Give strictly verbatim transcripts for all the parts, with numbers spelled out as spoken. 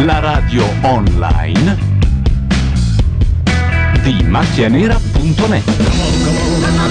la radio online di macchianera punto net.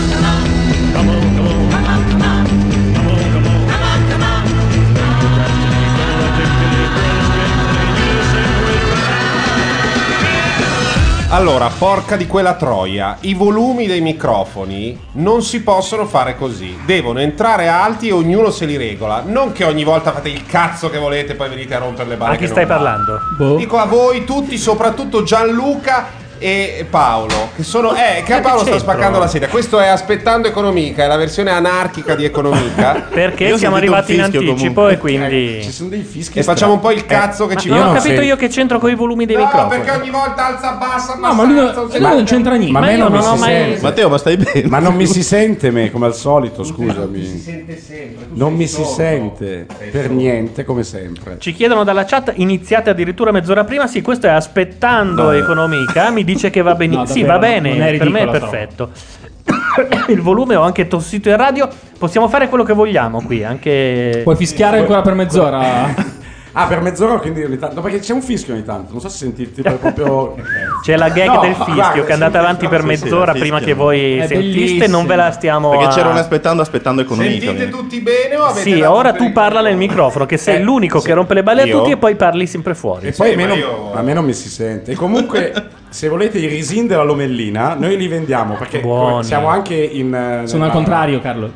Allora, porca di quella troia, i volumi dei microfoni non si possono fare così. Devono entrare alti e ognuno se li regola. Non che ogni volta fate il cazzo che volete e poi venite a rompere le balle. A chi stai parlando? Boh. Dico a voi tutti, soprattutto Gianluca e Paolo, che sono eh che a Paolo sta spaccando la sedia. Questo è Aspettando Economica, è la versione anarchica di Economica. Perché Io siamo arrivati in anticipo comunque. e quindi Eh, ci sono dei fischi e facciamo un po' il cazzo Eh, che ma ci non viene. ho capito io che c'entro con i volumi dei No, microfoni. perché ogni volta alza, abbassa, abbassa. No, ma lui non, alza, lui non c'entra niente. Ma a me non, mi si sente. Matteo, ma stai bene? Ma non mi si sente me come al solito, scusami. Si sente sempre. tu Non sei mi si sordo. sente Sei per sordo. niente, come sempre. Ci chiedono dalla chat, iniziate addirittura mezz'ora prima. Sì, questo è Aspettando Economica. Mi dice che va benissimo. No, sì, davvero, va bene, non è per me è ridicola, perfetto. Il volume ho anche tossito in radio. Possiamo fare quello che vogliamo qui, anche Puoi fischiare ancora per mezz'ora? Ah, per mezz'ora quindi ogni tanto. No, perché c'è un fischio ogni tanto. Non so se sentite proprio. C'è la gag No, del fischio guarda, che è andata sì, avanti sì, per sì, mezz'ora sì, prima fischio. che voi È sentiste. bellissimo. Non ve la stiamo Perché a... c'erano aspettando, aspettando economica. Sentite tutti bene o avete Sì, da ora rompere tu il parla nel microfono? microfono, che sei Eh, l'unico sì. che rompe le balle a Io? tutti e poi parli sempre fuori. E poi Sì, a me, ma non, io- a me non mi si sente. E comunque, se volete i risin della Lomellina, noi li vendiamo perché Buoni. siamo anche in. eh, Sono al nella- contrario, Carlo.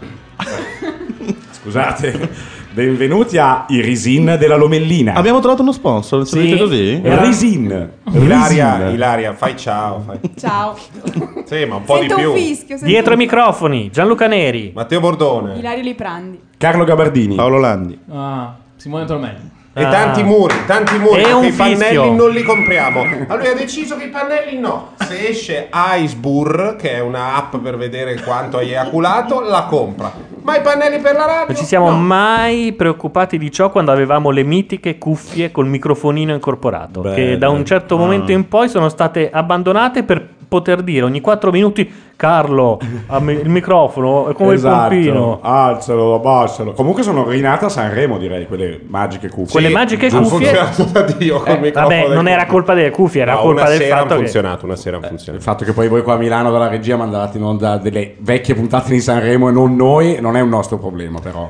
Scusate, benvenuti a i risin della Lomellina. Abbiamo trovato uno sponsor, se Sì. dite così? Risin. Ilaria, Risin. Ilaria, fai ciao. Fai. Ciao. Sì, ma un po' Sento di più. un fischio. sento Dietro i un- microfoni, Gianluca Neri. Matteo Bordone. Ilario Liprandi. Carlo Gabardini. Paolo Landi. Ah, Simone Tormelli. E Ah. tanti muri, tanti muri, E perché un i pannelli fischio. non li compriamo. Ma lui ha deciso che i pannelli no. Se esce Iceburr, che è una app per vedere quanto hai eiaculato, la compra. Ma i pannelli per la radio? Non ci siamo no. mai preoccupati di ciò quando avevamo le mitiche cuffie col microfonino incorporato, Beh, che da un beh. certo momento in poi sono state abbandonate per poter dire ogni quattro minuti Carlo, a me- il microfono è come Esatto. il pompino. Alzalo, abbassalo. Comunque sono rinate a Sanremo, direi, quelle magiche cuffie. Quelle magiche Ha cuffie. funzionato da Dio col Eh, microfono. vabbè, del- non era colpa delle cuffie, era No, colpa una del sera fatto hanno che funzionato, una sera ha Il funzionato. fatto che poi voi qua a Milano dalla regia mandate in onda delle vecchie puntate di Sanremo e non noi, non è un nostro problema, però.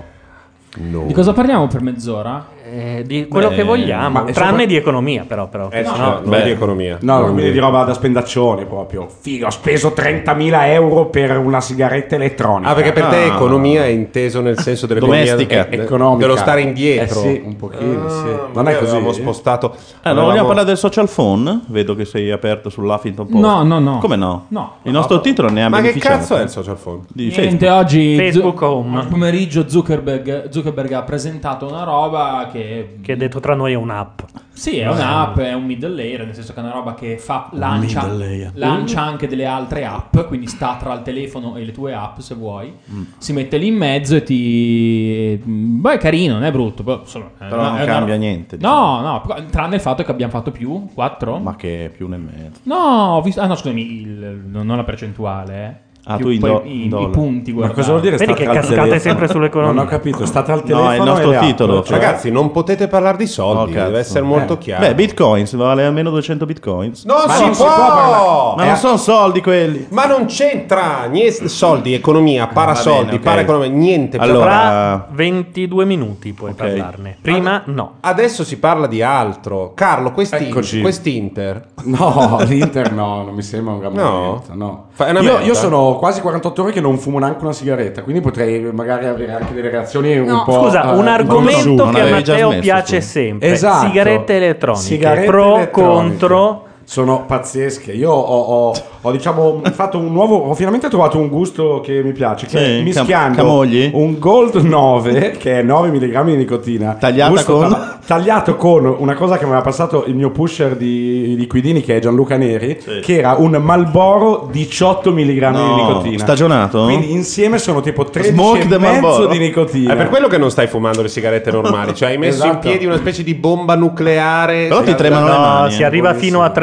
No. Di cosa parliamo per mezz'ora? eh, di quello Beh, che vogliamo, ma- tranne sopra- di economia, però. però Eh, che sì, sennò- no, non beh. è di economia. No, Non quindi è- di roba da spendaccione proprio. Figo, ho speso trentamila euro per una sigaretta elettronica. Ah, perché per te Ah. economia è inteso nel senso dell'economia Domestica. de- economica. dello stare indietro. Eh sì, un pochino, Ah, sì. ma Non noi è così. avevamo spostato. Ah, non avevamo- vogliamo parlare del social phone? Vedo che sei aperto sull'Huffington Post. No, no, no. Come no? No. Il nostro titolo ne ha Ma che beneficiato. cazzo è il social phone? Di Niente, Facebook. oggi Facebook Zu- Home. al pomeriggio Zuckerberg, Zuckerberg ha presentato una roba che che detto tra noi è un'app. sì, è un'app, è un middle layer, nel senso che è una roba che fa, lancia, middle layer. lancia anche delle altre app, quindi sta tra il telefono e le tue app se vuoi, si mette lì in mezzo e ti... Beh, è carino, non è brutto, però, insomma, è Però una- non è una- cambia niente. diciamo. No, no, tranne il fatto che abbiamo fatto più, quattro? Ma che più nel mezzo. No, ho visto... Ah no, scusami, il- non la percentuale, eh. Ah, Più tu in poi do- i, in dollari. i punti, Ma guarda. cosa vuol dire Vedi sta che al cascate telefono? sempre sull'economia. Non ho capito, state al No, telefono. è il nostro e le app? titolo, cioè. Ragazzi, non potete parlare di soldi, Oh, cazzo. deve essere molto Eh. chiaro. Beh, bitcoins, vale almeno duecento bitcoins. non, Ma si, non si può! può parlare. Ma Eh, non sono soldi quelli. Ma non c'entra niente, soldi, economia, parasoldi, Va bene, ok. paraeconomia, niente. Allora- Tra ventidue minuti puoi Ok. parlarne. Prima no. Adesso si parla di altro. Carlo, questi, Eccoci. quest'Inter. No, l'Inter no, non mi sembra un gran No? momento, no. Fa- è una Io, merda. io sono quasi quarantotto ore che non fumo neanche una sigaretta, quindi potrei magari avere anche delle reazioni un No. po'. Scusa, eh, un argomento non che a avevi già Matteo smesso, piace tu. sempre. Esatto. Sigarette elettroniche. Sigarette Pro, elettroniche. contro. Sono pazzesche. Io ho, ho- ho, diciamo fatto un nuovo. Ho finalmente trovato un gusto che mi piace. Che Sì, è mischiando Cam- Camogli? un Gold nove, che è nove milligrammi di nicotina, Tagliata gusto con? tra- tagliato con una cosa che mi aveva passato il mio pusher di liquidini, che è Gianluca Neri, Sì. che era un Marlboro diciotto milligrammi No, di nicotina. stagionato? Quindi insieme sono tipo tredici Smoke e the mezzo Marlboro? di nicotina. È per quello che non stai fumando le sigarette normali, cioè hai messo in Esatto. piedi una specie di bomba nucleare. Però ti Sì, tremano le No, mani. si eh. arriva buonissimo. fino a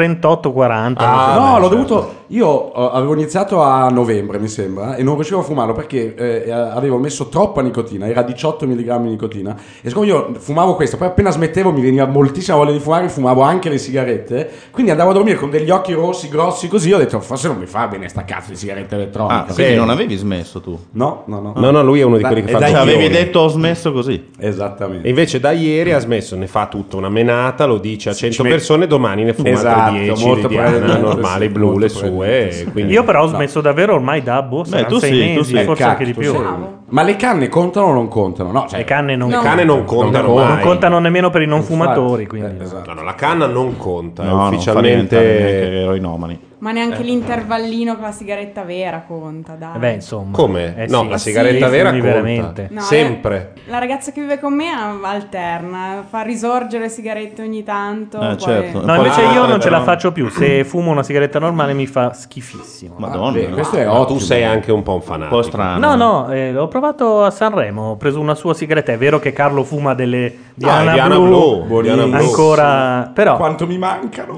trentotto quaranta. Ah, no, beh, l'ho certo. dovuto. Io eh, avevo iniziato a novembre, mi sembra, e non riuscivo a fumarlo perché eh, avevo messo troppa nicotina, era diciotto milligrammi di nicotina. E siccome io fumavo questo, poi appena smettevo mi veniva moltissima voglia di fumare, fumavo anche le sigarette. Quindi andavo a dormire con degli occhi rossi, grossi così. Ho detto, forse non mi fa bene sta cazzo di sigaretta elettronica. Ah, quindi non avevi smesso tu? No, no, no. No, no, lui è uno di Dai, quelli che e fa dai, Cioè, coglioni. avevi detto ho smesso così. Esattamente. E invece da ieri ha smesso, ne fa tutta una menata, lo dice a cento ci met- persone, domani ne fuma Esatto, altre dieci molto di Diana, probabilmente normali, sì, blu, molto le sue. probabilmente sì. Quindi... Io però ho smesso davvero ormai da boh, saranno tu sei sì, tu mesi, sì. forse Eh, anche di cacchio, più. sì. Ma le canne contano o non contano? No, cioè, Le canne non, No. Le canne non contano Non mai. non contano nemmeno per i non fumatori. Eh, Quindi. esatto. No, no, la canna non conta, No, è non fa diventare neanche ufficialmente... eroinomani. Ma neanche l'intervallino con la sigaretta vera conta, dai. Eh beh, insomma. Come? Eh no, sì. la sigaretta Sì, vera fumi conta. veramente. No, Sempre. La, la ragazza che vive con me alterna, fa risorgere sigarette ogni tanto. Eh, poi- certo. No, invece Ah, io non ce la però- faccio più. Se fumo una sigaretta normale mi fa schifissimo. Madonna. Beh, questo è Ma ottimo. tu sei anche un po' un un fanatico. po' strano. No, no, eh, l'ho provato a Sanremo. Ho preso una sua sigaretta. È vero che Carlo fuma delle Diana, Ah, Diana Blu, Blu, Diana Blu. ancora, però Quanto mi mancano.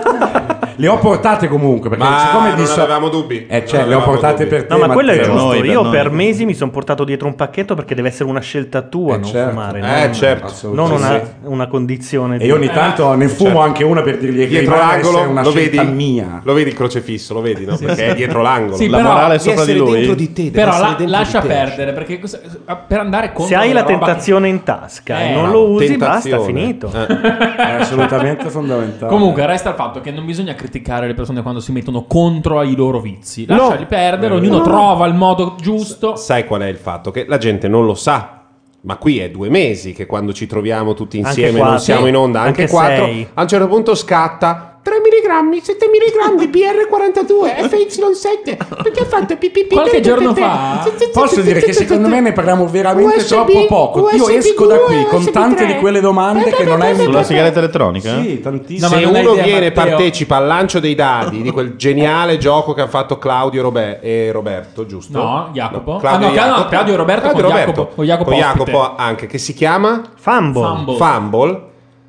Le ho portate comunque perché Ma siccome non di so- avevamo dubbi. Eh, cioè, Non le ho avevamo portate dubbi. per te. No, ma quello è Matteo. Per giusto. noi, per Io noi. per mesi mi sono portato dietro un pacchetto perché deve essere una scelta tua Eh, non certo. fumare, Eh, non, certo. non una, Assolutamente. una condizione. E di- io ogni tanto ne fumo anche una per dirgli che Dietro rimane l'angolo essere una lo scelta vedi? mia. Lo vedi il crocefisso, lo vedi, no? Perché è dietro l'angolo. Sì, La però- morale è Di sopra di essere lui. dentro di te, deve Però essere la- dentro lascia di te. perdere perché cosa- per andare contro Se hai la una roba che- tentazione in tasca Eh, e non no, lo usi, Tentazione. basta, finito. Eh. È assolutamente fondamentale. Comunque resta il fatto che non bisogna criticare le persone quando si mettono contro ai loro vizi. Lasciali perdere, ognuno trova il modo giusto. Sai qual è il fatto? Che la gente non lo sa. Ma qui è due mesi che quando ci troviamo tutti Anche insieme quattro. non siamo in onda, anche, Anche quattro. sei. A un certo punto scatta tre milligrammi, sette milligrammi, B R quarantadue, F Y sette. Perché ha fatto pipì? Qualche giorno fa Posso dire che secondo me ne parliamo veramente U S B, troppo poco. Io U S B esco da qui due, con U S B tante tre. di quelle domande che non hai Sulla sigaretta elettronica? Sì, tantissime. No, ma Se non hai uno idea, viene e Matteo. partecipa al lancio dei dadi di quel geniale gioco che ha fatto Claudio Robè- e Roberto, giusto? No, Jacopo. Claudio, Ah, no, e Jacopo. no, Claudio e Roberto Claudio con e Jacopo- con Jacopo con ospite. Jacopo anche, che si chiama Fumble. Fumble. Fumble.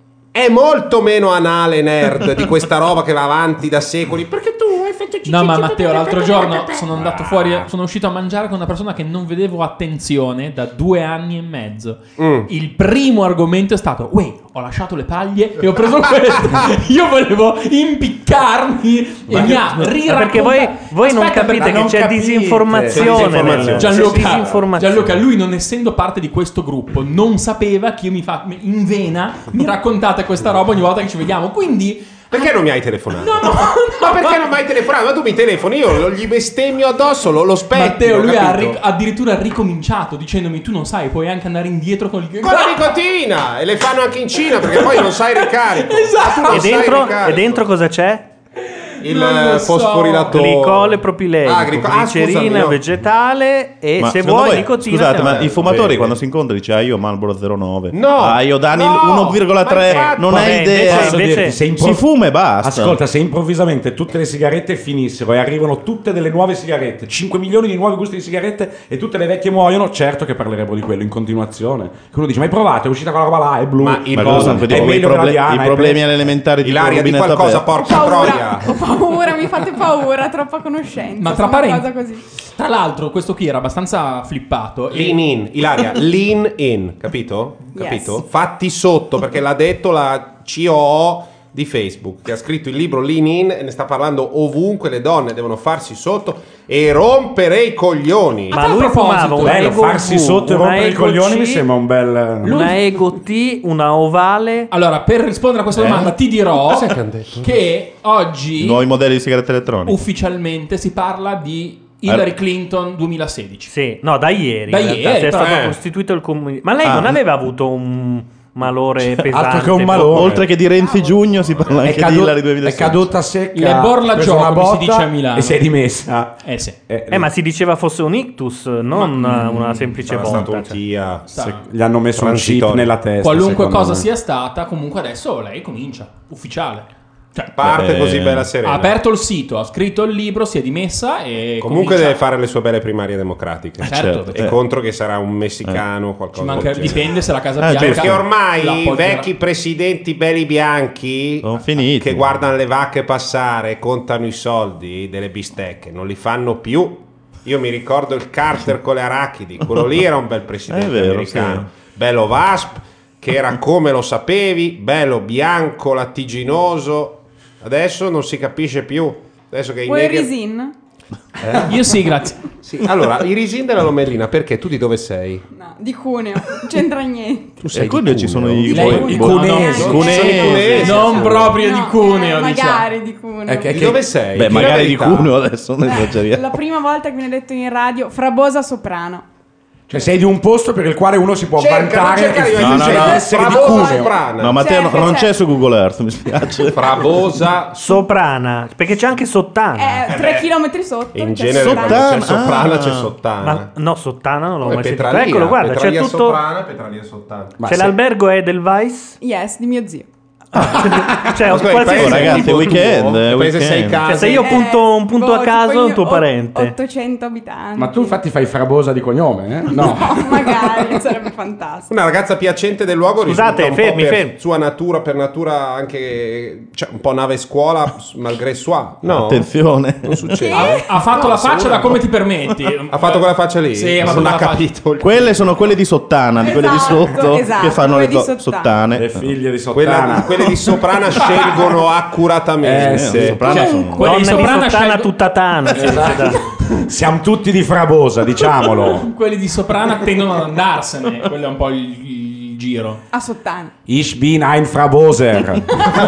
È molto meno anale nerd di questa roba che va avanti da secoli. Perché tu hai fatto No, ma Matteo, l'altro giorno sono andato fuori, sono uscito a mangiare con una persona che non vedevo attenzione da due anni e mezzo. Mm. Il primo argomento è stato: uè, ho lasciato le paglie e ho preso questo. Io volevo impiccarmi e mi ha Ma riraccontato. perché voi, voi non Aspetta, capite perché che non c'è capite. disinformazione. C'è disinformazione. nel- Gianluca, c'è disinformazione. Gianluca, lui non essendo parte di questo gruppo, non sapeva che io mi fa in vena mi raccontate questa roba ogni volta che ci vediamo. Quindi Perché non mi hai telefonato? No, no, Ma perché non mi hai telefonato? Ma tu mi telefoni, io lo- gli bestemmio addosso, lo, lo spettro. Matteo, lui ha capito? ri- addirittura ricominciato dicendomi: tu non sai, puoi anche andare indietro con il Con la nicotina! E le fanno anche in Cina perché poi non sai il ricarico. Esatto. Ma tu non E sai il dentro, ricarico. e dentro cosa c'è? il Non lo so. fosforilatore. Glicole propilenico, Ah, glico- ah, glicerina scusami, io- vegetale e Ma se secondo vuoi voi- nicotina. Scusate, te ma la- i fumatori Vedi. quando si incontrano dice ah io Marlboro zero nove. No. Ah io Dani No. uno virgola tre. Ma infatti- Non Vabbè, hai invece- idea. Posso invece- dirti, se impro- Si fuma e basta. Ascolta, se improvvisamente tutte le sigarette finissero e arrivano tutte delle nuove sigarette, cinque milioni di nuovi gusti di sigarette e tutte le vecchie muoiono, certo che parleremo di quello in continuazione. Che uno dice, ma hai provato, è uscita quella roba là, è blu. Ma il Ma cosa- comunque è dico, i, meglio proble- della Diana, i è problemi peggio. elementari di Ilaria, di rubinetto qualcosa, aperto. porca troia. Ho paura, mi fate paura, troppa conoscenza. Ma tra su una parenti- cosa così. Tra l'altro, questo qui era abbastanza flippato. e- Lean in, Ilaria, lean in, capito? Capito? Yes. Fatti sotto, perché l'ha detto la C O O di Facebook, che ha scritto il libro Lean In e ne sta parlando ovunque. Le donne devono farsi sotto e rompere i coglioni. Ma A tal lui proposito, fumava una Bello, Ego farsi V, sotto e una rompere i Ego coglioni C, mi sembra un bel... una Ego T, una ovale. Allora, per rispondere a questa domanda, ti dirò Cos'è che han detto? che oggi Nuovi modelli di sigarette elettroniche. ufficialmente si parla di Hillary Clinton duemilasedici. Sì, no, da ieri. Da in realtà, ieri, è stato eh. costituito il comunitario. Ma lei Ah. non aveva avuto un malore pesante? altro che un malore. Oltre che di Renzi Giugno si parla È, anche di cadu- Hillary è duemilasedici. caduta secca, Le borla ha preso gioco, una come si botta dice a Milano. e si è dimessa. Eh sì. Eh, Eh, ma si diceva fosse un ictus, non una semplice Sarà stato botta. un cioè. tia. se- gli hanno messo un chip Transitorio. nella testa. Qualunque secondo cosa me. sia stata, comunque adesso lei comincia, ufficiale. Cioè, Parte Beh, così bella ha serena. aperto il sito, ha scritto il libro, si è dimessa e Comunque comincia- deve fare le sue belle primarie democratiche. Certo, certo. E Eh. contro che sarà un messicano, qualcosa ci manca, del genere. dipende se la Casa Eh, Bianca Perché ormai la i appoggerà. vecchi presidenti belli bianchi Sono finiti. che guardano le vacche passare e contano i soldi delle bistecche non li fanno più. Io mi ricordo il Carter con le arachidi, quello lì era un bel presidente È vero, americano, bello vasp, che era come lo sapevi, bello bianco, lattiginoso. Adesso non si capisce più. Adesso che i Vuoi il negri- risin? Io sì, grazie. Sì, allora, i risin della Lomellina, perché tu di dove sei? No, di Cuneo. Non c'entra niente. Tu E sei quelli di ci sono Cuneo. i, Lei- i, i cunesi. Eh, cunesi. Sono i cunesi. Non proprio di No, Cuneo, eh, diciamo. magari di Cuneo. È che- Di dove sei? Beh, Di la magari di verità. Cuneo adesso non Eh, esageriamo. la prima volta che viene detto in radio, Frabosa Soprano. Cioè sei di un posto per il quale uno si può Cerca, non vantare cercare il di No, no, fatto no. di essere di Frabosa Cuneo. Soprana. No, Matteo, Certo, no- non c'è certo. su Google Earth, mi spiace. Frabosa. Soprana, perché c'è anche Sottana. Eh, tre chilometri sotto. In c'è genere Soprano. Sottana. c'è Soprana, Ah. c'è Sottana. Ma no, Sottana non l'ho Come mai sentito. Petralia, Eccolo, guarda, c'è Petralia tutto. Soprana, Petralia Sottana. Ma C'è se- l'albergo Edelweiss. Yes, di mio zio. Cioè, Ma scusa, qualsiasi- il Oh, paese ragazzi, tipo weekend, tuo, eh, il paese sei weekend. case. Cioè, se io punto un punto boh, a caso, tipo un tuo io- parente. ottocento abitanti. Ma tu infatti fai Frabosa di cognome, eh? No. No, magari, sarebbe fantastico. Una ragazza piacente del luogo. Scusate, risulta un fermi, po' per fermi. sua natura, per natura anche, cioè, un po' nave scuola, malgré soi. No, Attenzione. non succede. Che? Ha fatto No, la faccia sicuro. da come ti permetti. Ha fatto quella faccia lì? Sì, ha fatto non ha quella faccia. capito. il- Quelle sono quelle di Sottana, di quelle di Esatto, sotto esatto, che fanno le quelle di do- Sottana. Le sottane. figlie di Quella- Sottana. quelle di Soprana scelgono accuratamente. Eh, sì. Soprana Cioè, sono- quelle di Donna di Soprana Sottana scelgo- tutta tana. si dice da- Siamo tutti di Frabosa, diciamolo. quelli di Soprana tendono ad andarsene. Quello è un po' il, il giro. A Sottana. Ich bin ein Fraboser.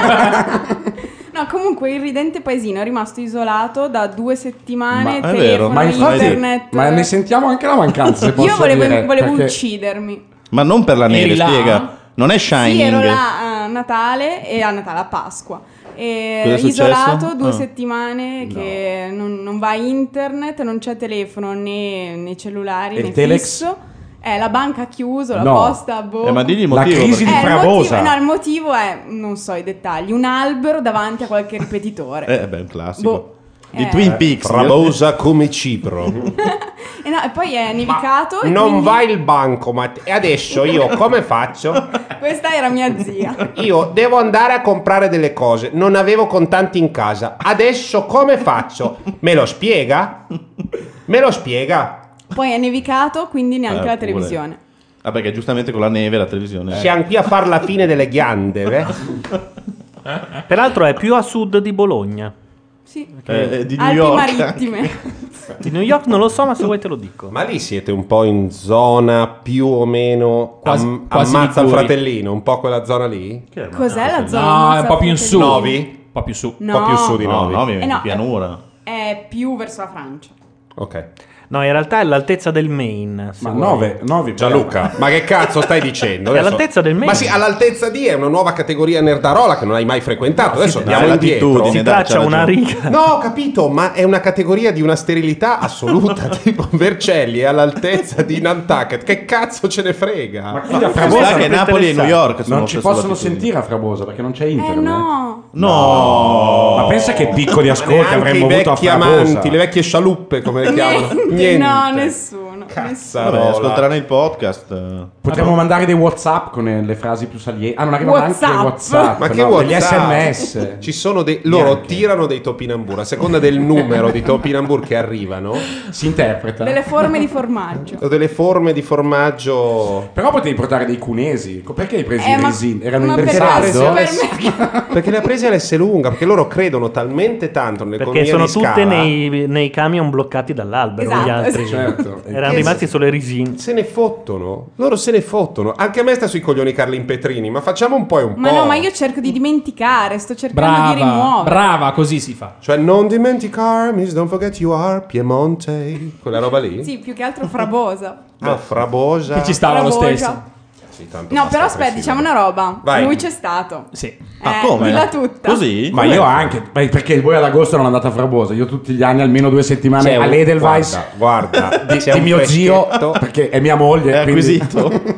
No, comunque il ridente paesino è rimasto isolato da due settimane. Ma è telefono, vero. Ma infatti, internet. ma ne sentiamo anche la mancanza, se posso Io volevo, dire, volevo perché- uccidermi. Ma non per la Eri neve, là? spiega. Non è Shining. Sì, ero là a Natale e a Natale a Pasqua. E Cosa è successo? isolato due Ah. settimane che non, non va internet, non c'è telefono né, né cellulari E né il telex? fisso. Eh, la banca ha chiuso, la No. posta boh. Eh, ma digli il La motivo. crisi perché- di Eh, il Frabosa. motivo, no, il motivo è, non so i dettagli, un albero davanti a qualche ripetitore. Eh, beh, un classico. Boh. Di Eh. Twin Peaks. Frabosa come Cipro. E, no, e poi è nevicato. e Non quindi- va il bancomat. E adesso io come faccio? Questa era mia zia. Io devo andare a comprare delle cose. Non avevo contanti in casa. Adesso come faccio? Me lo spiega? Me lo spiega? Poi è nevicato, quindi neanche Eh, la pure. televisione. Ah, perché giustamente con la neve la televisione. Siamo qui a far la fine delle ghiande. eh? Peraltro è più a sud di Bologna. Sì. Eh, di New Alpi York. marittime. Di New York non lo so, ma se vuoi te lo dico. Ma lì siete un po' in zona più o meno Quasi- am- quasi ammazza il Liguri. fratellino, un po' quella zona lì? Cos'è la zona? No, è un Ammazza po' più in su. fratelli? Novi? Un po' più su. No, Un po' più su di No, Novi. no, viene Eh no, di pianura. è più verso la Francia. Ok. No, in realtà è all'altezza del Maine. se Ma vuoi. nove, nove Gianluca, ma che cazzo stai dicendo? È Adesso- all'altezza del Maine. Ma sì, all'altezza di è una nuova categoria nerdarola che non hai mai frequentato. Adesso andiamo dai, indietro. latitudine. Si dai, traccia c'ha una ragione. riga. No, ho capito, ma è una categoria di una sterilità assoluta. Tipo Vercelli è all'altezza di Nantucket. Che cazzo ce ne frega? Ma quindi a Sta Frabosa che Napoli e New York sono non ci stesso possono latitudine. sentire a Frabosa perché non c'è Eh internet. no. No. Ma pensa che picco di ascolti Neanche avremmo i avuto a vecchi Frabosa. amanti, le vecchie scialuppe, come le chiamano? Niente, no, nessuno. Vabbè, Cazzarola. ascolteranno il podcast. Potremmo mandare dei WhatsApp con le frasi più salienti. Ah, non arrivano WhatsApp. anche WhatsApp. Ma che no, degli WhatsApp? sms. Ci sono dei loro Neanche. tirano dei topinambur a seconda del numero di topinambur che arrivano Si interpreta. Delle forme di formaggio. o delle forme di formaggio. Però potevi portare dei cunesi. Perché hai preso Eh, i ma- risin? Erano ma in per saldo? caso, per Perché le ha prese all'S lunga, perché loro credono talmente tanto nell'economia Perché sono di tutte scala. nei, nei camion bloccati dall'albero. Esatto, gli altri. certo. Erano Che- rimasti solo i risini. Se ne fottono, loro se ne fottono. Anche a me sta sui coglioni Carlin Petrini, ma facciamo un po' e un Ma po'. no, ma io cerco di dimenticare, sto cercando di Brava, rimuovere. brava, così si fa. Cioè, non dimenticarmi, don't forget you are Piemonte. Quella roba lì? Sì, più che altro Frabosa. Ah, Frabosa. Che ci stava lo Frabosa. stesso. Sì, tanto No, basta però il aspetta, presidio. diciamo una roba. Vai. Lui c'è stato. Sì. Ah, Eh, come? dilla tutta. Così? Ma io anche, beh, perché voi ad agosto non andate a Frabosa, io tutti gli anni almeno due settimane C'è un- all'Edelweiss Guarda, guarda di, c'è di un mio zio, freschetto. perché è mia moglie. È quindi- acquisito.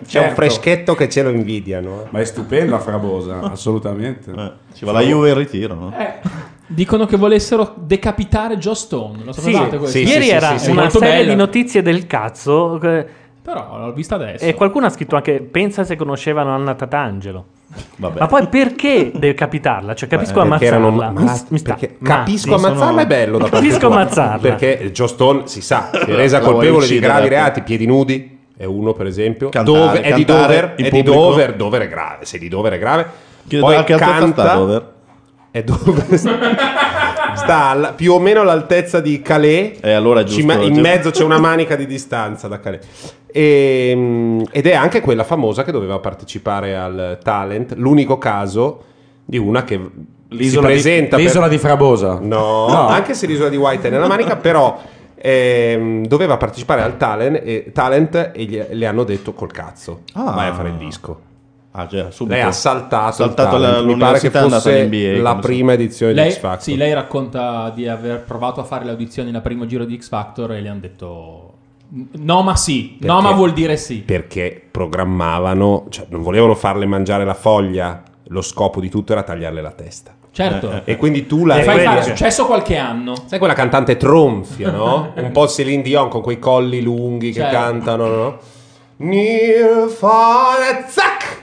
C'è un Certo. freschetto che ce lo invidiano. eh. Ma è stupenda Frabosa, assolutamente. Eh, ci va la Juve in ritiro, no? Dicono che volessero decapitare Joe Stone. Lo Sì, sapevate questo? sì, ieri sì, era sì, sì. una Molto serie bella. di notizie del cazzo. eh, Però l'ho vista adesso. E qualcuno ha scritto anche: pensa se conoscevano Anna Tatangelo. Vabbè. Ma poi perché decapitarla? Cioè, capisco Eh, perché ammazzarla. erano Mi- malati, mi sta- perché matti. capisco ammazzarla sono- è bello da parte Capisco tua. ammazzarla. Perché Joe Stone si sa, si è resa La vuoi colpevole di uccidere, gravi ecco. reati, piedi nudi è uno per esempio. Cantare, Dover- è di cantare Dover, in è di pubblico. Dover, Dover è grave, se di Dover è grave. Chiedo Poi a che altezza canta, sta Dover? è Dover sta alla- più o meno all'altezza di Calais. E allora è giusto. Ci ma- in giusto. mezzo c'è una manica di distanza da Calais. E, ed è anche quella famosa che doveva partecipare al talent, l'unico caso di una che si L'isola, presenta di, per- l'isola di Frabosa. No, No. anche se l'isola di White è nella manica, però ehm, doveva partecipare al talent e, talent e gli, le hanno detto col cazzo, Ah. vai a fare il disco. Ah, già, subito. Lei ha saltato, il Saltato talent. la- Mi pare che l'università, è andata fosse all'N B A, la come prima edizione lei, di X Factor. sì, lei racconta di aver provato a fare le audizioni nel primo giro di X Factor e le hanno detto no ma sì, no Perché? ma vuol dire sì. Perché programmavano, cioè non volevano farle mangiare la foglia, lo scopo di tutto era tagliarle la testa. Certo. E quindi tu la Eh, Fai quelli- fare, è successo qualche anno. sai quella cantante tronfia, no? Un po' Celine Dion con quei colli lunghi che Certo. cantano, no? Near for zac!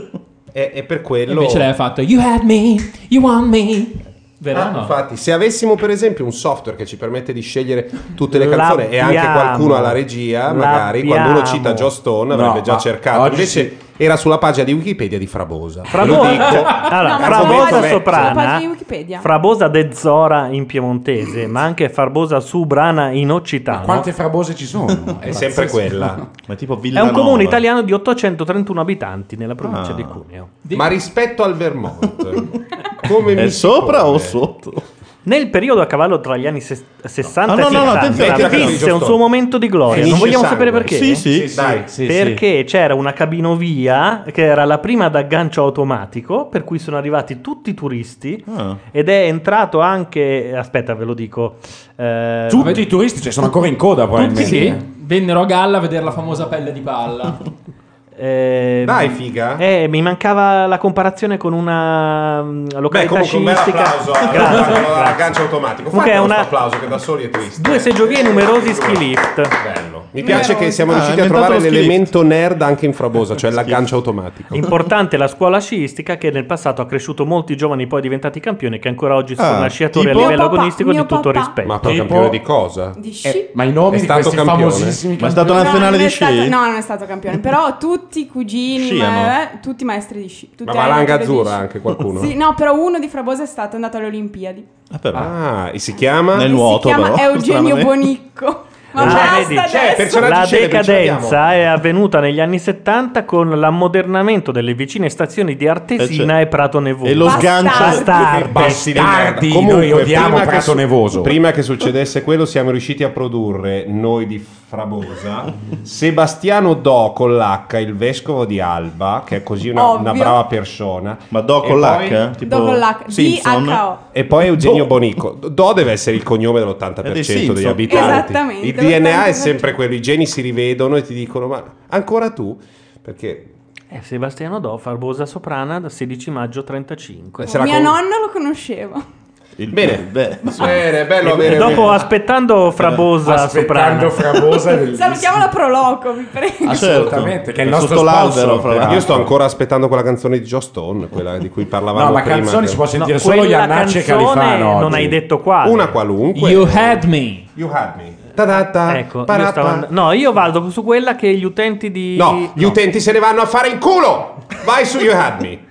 E, e per quello Invece lei ha fatto You had me, you want me. Vero? Ah, o no? infatti, se avessimo per esempio un software che ci permette di scegliere tutte le L'abbiamo. canzoni e anche qualcuno alla regia, magari quando uno cita Joe Stone avrebbe No, già ma cercato. oggi Invece sì. era sulla pagina di Wikipedia di Frabosa. Frabosa, Ve lo dico. allora, No, ma Frabosa sulla pagina- sulla pagina soprana, di Wikipedia. Frabosa de Zora in piemontese, ma anche Farbosa subrana in occitano. Quante Frabose ci sono? È sempre quella. Ma è tipo È Villanova. un comune italiano di ottocentotrentuno abitanti nella provincia Ah. di Cuneo. Ma rispetto al Vermont, come È mi sopra si o pone? sotto? Nel periodo a cavallo tra gli anni ses- sessanta Ah, no, e no, no, settanta attenzione, attenzione, visse Joe un Stone. suo momento di gloria. Finisce Non vogliamo sangue. sapere perché? Sì, sì. Sì, dai. Sì, Perché c'era una cabinovia che era la prima ad aggancio automatico, per cui sono arrivati tutti i turisti Ah. ed è entrato anche, aspetta ve lo dico, eh, sì. Tutti i turisti, cioè, sono ancora in coda probabilmente. Sì, vennero a galla a vedere la famosa pelle di palla. eh, Dai, figa. eh, mi mancava la comparazione con una mm, Beh, località comunque un bel sciistica. applauso a- Grazie, a- grazie. all'aggancio automatico. Comunque Fate è questo una- applauso che da soli è triste. Due seggiovie e numerosi ski lift. Bello. Mi piace che siamo Ah, riusciti ha a inventato trovare lo ski l'elemento nerd anche in Frabosa, cioè l'aggancio automatico. Importante la scuola sciistica che nel passato ha cresciuto molti giovani poi diventati campioni che ancora oggi sono Ah, sciatori a tipo? livello Mio papà, agonistico di mio tutto papà. rispetto. Ma per Tipo- campione di cosa? Di sci. Eh, ma i nomi È di stato questi campione? famosissimi Ma è stato No, nazionale non di è sci? stato- no, non è stato campione, però tutti i cugini, Sciano. ma- eh, tutti maestri di sci. Tutti Ma Valanga allenatori di Azzurra sci. anche qualcuno? Sì, no, però uno di Frabosa è stato andato alle Olimpiadi. Ah, però. Ah, e si chiama? Nel Si nuoto, chiama però, Eugenio stranamente. Bonicco. Ma Ah, basta vedi, adesso. cioè, personaggi La celebri ce decadenza è avvenuta negli anni settanta con l'ammodernamento delle vicine stazioni di Artesina Eh, cioè- e Prato Nevoso. E lo Bastardi. sgancio. Bastardi. Bassi di Bastardi, merda. Comunque, noi odiamo prima che Prato su- Nevoso. Prima che succedesse quello, siamo riusciti a produrre noi di Frabosa Sebastiano Do con l'H, il vescovo di Alba, che è così una, una Ovvio. brava persona. Ma Do E con poi- l'H? Tipo Dopo l'H. Simpson? D H O. E poi Eugenio Bonicco. Do deve essere il cognome dell'ottanta per Ed è cento degli Simpson. abitanti. Esattamente, Il D N A è l'ottanta per cento. sempre quello. I geni si rivedono e ti dicono: ma ancora tu? Perché Eh, Sebastiano Do, Farbosa Soprana, da sedici maggio trentacinque. se la Mio con- nonno lo conoscevo. Il- Bene. beh, Bene, bello E avere dopo, aspettando Frabosa Aspettando Soprana, Frabosa è bellissimo. Salutiamo la Proloco, vi prego. Ah, certo. Assolutamente, che è il nostro sotto l'albero, sponsor, fra l'altro. Io sto ancora aspettando quella canzone di Joe Stone, quella di cui parlavamo No, ma prima. canzoni che- si può no, sentire solo quella Iannacci e canzone Califano non oggi. hai detto quale. Una qualunque. You had me. You had me. Ta-da-ta, Ecco, io parappa. stavo and- no, io vado su quella che gli utenti di No, gli utenti se ne vanno a fare in culo. Vai su You Had Me.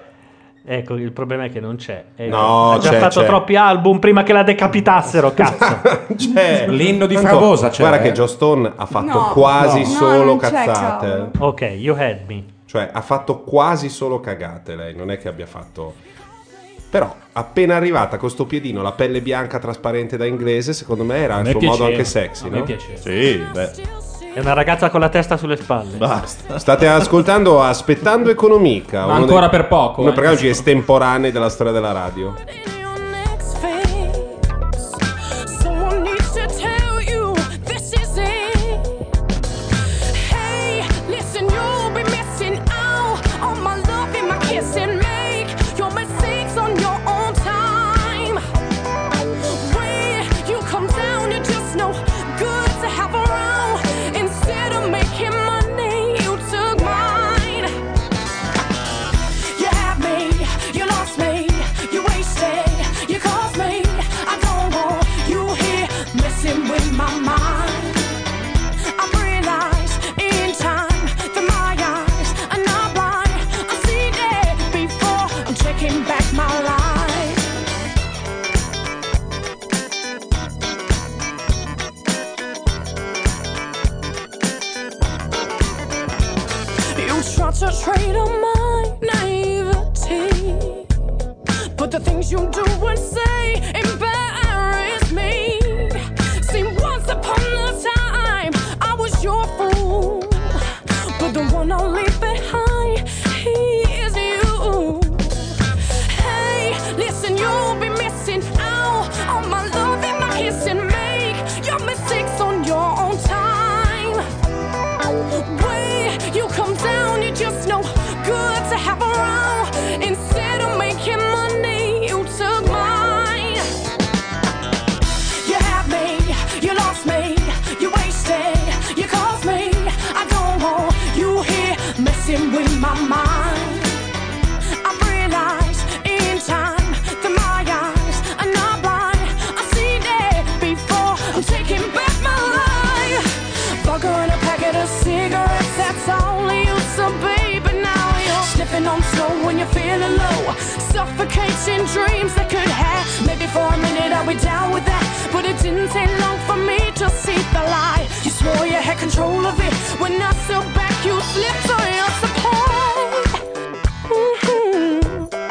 Ecco, il problema è che non c'è. Eh, No, ha già c'è, fatto c'è. troppi album prima che la decapitassero, cazzo. C'è L'inno di Tanto, Frabosa c'è, Guarda eh. che Joe Stone ha fatto No, quasi no. solo No, non c'è, cazzate. cavolo. Ok, You Had Me. Cioè, ha fatto quasi solo cagate lei. Non è che abbia fatto. Però, appena arrivata con sto piedino, la pelle bianca trasparente da inglese, secondo me era A il me suo modo piaceva. anche sexy, A me no? piaceva. Sì, beh, È una ragazza con la testa sulle spalle. basta. State ascoltando Aspettando Economica, Ma uno ancora dei- per poco, uno eh. dei programmi estemporanei della storia della radio. Someone needs to tell you this is it. Hey, listen, you'll be my life. You try to trade on my naivety, but the things you do and say embarrass me. See, once upon a time I was your fool, but the one I'll leave behind, he is you. Hey, listen, you'll be missing out on my love and my kiss, and make your mistakes on your own time. Way you come down, you're just no good to have around. Instead of making money, you took mine. You had me, you lost me, you wasted, you caused me. I don't want you here messing with my mind. I realized in time that my eyes are not blind. I see that before I'm taking back my life. Burger and a packet of cigarettes, that's all I used to be. But now you're sniffing on slow when you're feeling low, suffocating dreams that could have. Maybe for a minute I'll be down with that, but it didn't take long for me to see the light. You swore you had control of it. When I stood back, you slipped on your support. Mm-hmm.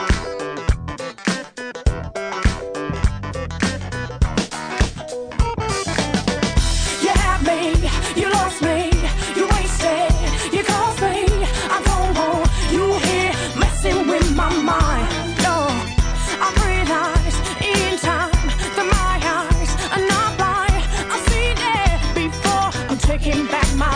You had me, you lost me, you wasted, you caused me. I don't want you here messing with my mind. No, I realized in time that my eyes are not blind. I see that before I'm taking back my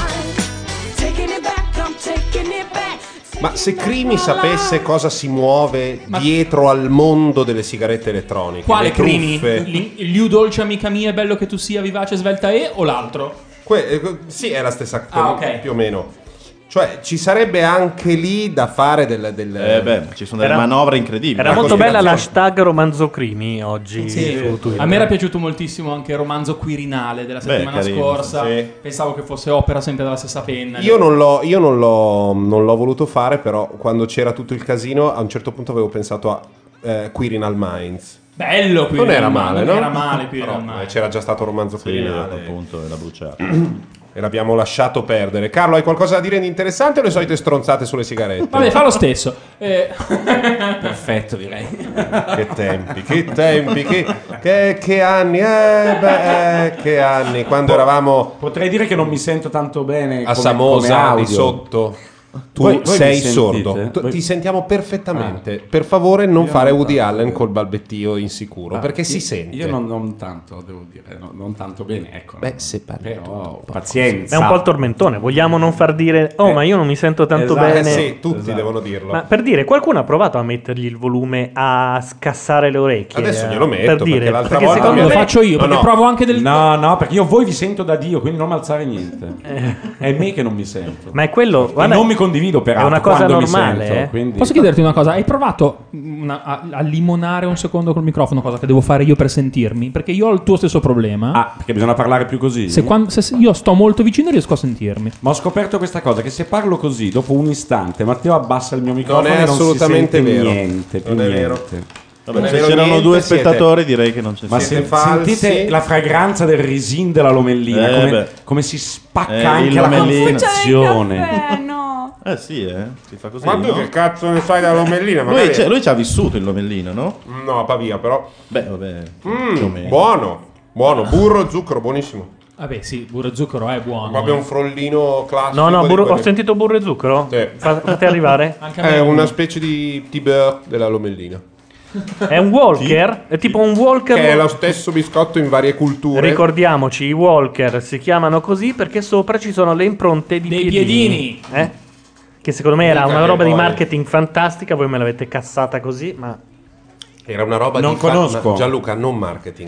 life. Taking it back, I'm taking it back. Ma se Crimi sapesse cosa si muove dietro al mondo delle sigarette elettroniche, Quale le Crimi? truffe, Li- Liu dolce amica mia, è bello che tu sia vivace, svelta e o l'altro? que- eh, sì, è la stessa Ah, più- ok. più o meno. Cioè, ci sarebbe anche lì da fare del... del Eh beh, ci sono delle Era- manovre incredibili. Era La molto bella cospirazione. l'hashtag romanzo crimi oggi su Twitter. A me era piaciuto moltissimo anche il romanzo Quirinale della settimana carino, scorsa. sì. Pensavo che fosse opera sempre della stessa penna. Io non l'ho, io non l'ho, non l'ho voluto fare, però quando c'era tutto il casino, a un certo punto avevo pensato a eh, Quirinal Minds. Bello Quirinal Non era Minds, male, non no? era male Quirinal Però, Minds. eh, c'era già stato un romanzo Sì, Quirinale appunto, e l'ha bruciato. e l'abbiamo lasciato perdere. Carlo, hai qualcosa da dire di interessante o le solite stronzate sulle sigarette? Vabbè, fa lo stesso. Eh, Perfetto, direi. Che tempi, che tempi, che, che, che anni, eh, beh, eh, che anni, quando eravamo Potrei dire che non mi sento tanto bene a come, Samosa come audio. di sotto. Tu Voi- voi sei mi sentite? sordo. Tu- Voi- Ti sentiamo perfettamente. Per favore, non Io fare non Woody tanto. Allen col balbettio insicuro, Ah, perché io- si sente. Io non, non tanto, devo dire, no, non tanto bene, ecco. Beh, se parli Però, pazienza. È un po' il tormentone. Vogliamo non far dire oh, Eh, ma io non mi sento tanto esatto, Eh bene. sì, tutti Esatto. devono dirlo. Ma per dire, qualcuno ha provato a mettergli il volume a scassare le orecchie? Adesso eh, glielo metto, per perché dire, l'altra perché volta secondo lo me faccio io, No, perché no. provo anche del... No, no, perché io voi vi sento da Dio, quindi non alzare niente. È me che non mi sento. Ma è quello, E guarda, non mi condivido peraltro è una cosa quando mi normale, sento, eh. quindi- Posso chiederti una cosa? Hai provato una- a, a limonare un secondo col microfono, cosa che devo fare io per sentirmi? Perché io ho il tuo stesso problema. Ah, perché bisogna parlare più così? Se, quan- se- se io sto molto vicino riesco a sentirmi. Ma ho scoperto questa cosa, che se parlo così, dopo un istante, Matteo abbassa il mio microfono è e non assolutamente si sente vero. niente, più Non è niente. vero. Vabbè, Non se è vero c'erano niente, due siete- spettatori direi che non c'è Ma Siete se, falsi. sentite la fragranza del risin della lomellina, Eh, come, beh. come si spacca Eh, anche il la lomellino. confezione. Caffè, no. Eh sì, eh, si fa così, Ma tu no? che cazzo ne sai della lomellina? Lui, Magari- c'è- lui ci ha vissuto il lomellino, no? No, a Pavia, però. Beh, vabbè, Mm, più o meno. buono, buono, burro e zucchero, buonissimo. Vabbè, sì, burro e zucchero è buono. Proprio eh. un frollino classico. No, no, di burro- quelli- ho sentito burro e zucchero. Sì. Fa- Fate arrivare. Anche a me È uno. una specie di, di beurre della lomellina. È un Walker, è tipo un Walker. Che è lo stesso biscotto in varie culture. Ricordiamoci, i Walker si chiamano così perché sopra ci sono le impronte di Dei piedini. Eh? Che secondo me era Mica una che roba di poi- marketing fantastica, voi me l'avete cassata così, ma Era una roba Non di fa- conosco. ma Gianluca, non marketing.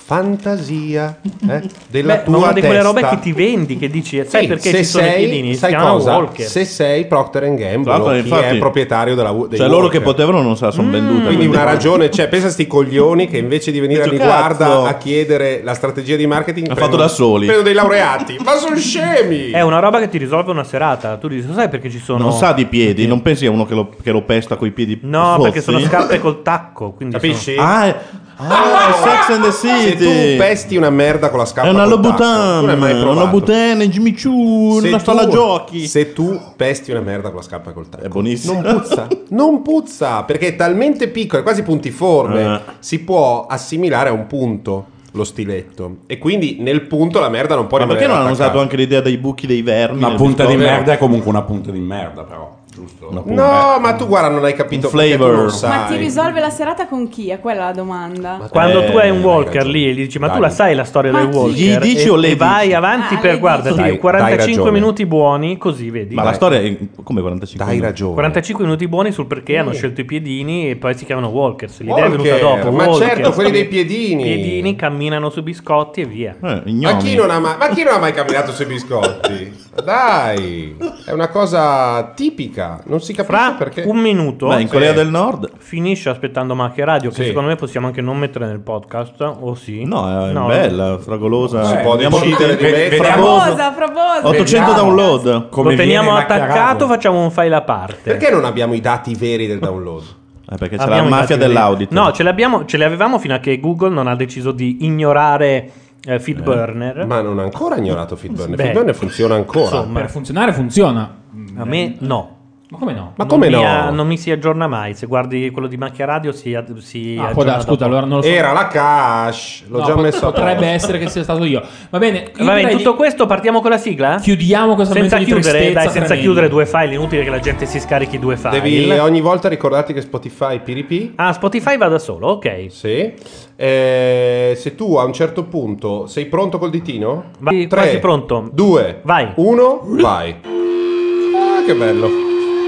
fantasia eh, della Beh, tua una di quelle testa. robe che ti vendi, che dici, sai Sì, perché se ci sono sei, i piedini? Si sai chiamano cosa? Walker. Se sei Procter and Gamble, Tra l'altro, o chi infatti, è proprietario della dei Cioè loro Walker. che potevano non sa, sono vendute. Quindi una ragione c'è, pensa a sti coglioni che invece di venire a Dice, Riguarda cazzo. a chiedere la strategia di marketing Ha prendono- fatto da soli. prendono dei laureati, ma sono scemi. È una roba che ti risolve una serata. Tu dici, sai perché ci sono... Non sa di piedi, non pensi a uno che lo, che lo pesta coi piedi. No, fossi? perché sono scarpe col tacco. Quindi Capisci? sono- Ah, è, ah, è Sex and the Se tu City. pesti una merda con la scarpa È una col tacco, Louboutin, tu non hai mai una provato. Louboutin, Jimmy Choo, Se una tu- stalla giochi. Se tu pesti una merda con la scarpa col tacco, È buonissimo. non puzza, non puzza perché è talmente piccola, è quasi puntiforme, Eh. si può assimilare a un punto lo stiletto e quindi nel punto la merda non può Ma rimanere perché non hanno attaccata. usato anche l'idea dei buchi dei vermi? Una nel punta di biscotto? merda è comunque una punta di merda, però. Giusto? Una punta. No, ma tu guarda, non hai capito Un perché tu flavor. non Ma sai. ti risolve la serata con chi? È quella la domanda. Quando Eh, tu hai un hai walker ragione. lì e gli dici, ma tu Dai. la sai la storia Ma del chi? walker? Gli dici e, o le e vai dici? avanti Ah, per, le guarda, dici. ti- Dai, quarantacinque dai ragione. minuti buoni, così vedi. Ma la storia è come quarantacinque Dai minuti? ragione. quarantacinque minuti buoni sul perché hanno scelto i piedini e poi si chiamano walkers. L'idea è venuta Walker, dopo. ma walker. certo, quelli dei piedini. I piedini camminano su biscotti e via. Eh, Ma gnomi. chi, non ha mai, ma chi non ha mai camminato sui biscotti? Dai, è una cosa tipica, non si capisce Fra perché. un minuto Beh, in Corea del Nord? finisce aspettando Macchia Radio, che Sì. secondo me possiamo anche non mettere nel podcast, o sì? No, è bella, fragolosa. Si può Andiamo decidere tutti- di mettere- Frabosa, frabosa. ottocento Vediamo. download. Come Lo teniamo viene attaccato, macchiarato. facciamo un file a parte. Perché non abbiamo i dati veri del download? Eh, perché c'è Abbiamo la i mafia dati dell'audit. No, ce le, abbiamo, ce le avevamo fino a che Google non ha deciso di ignorare eh, Feedburner. Ma non ha ancora ignorato Feedburner. Beh, Feedburner funziona ancora. insomma. Per funzionare funziona. A me no. Ma come no? Ma come non no? Mi ha- non mi si aggiorna mai. Se guardi quello di Macchia Radio si, si Ah, aggiorna può dare, dopo. scusa, allora non lo so. Era la cache, l'ho No, già pot- messo a potrebbe posto. essere che sia stato io. Va bene, io Va bene, direi tutto di- questo partiamo con la sigla? chiudiamo questo Senza momento di chiudere, tristezza dai, senza tremendo. chiudere due file, inutile che la gente si scarichi due file. Devi ogni volta ricordarti che Spotify P R P. Ah, Spotify va da solo, ok. Sì. Eh, se tu a un certo punto sei pronto col ditino? Vai, quasi pronto. due, Vai. uno, vai. Ah, che bello.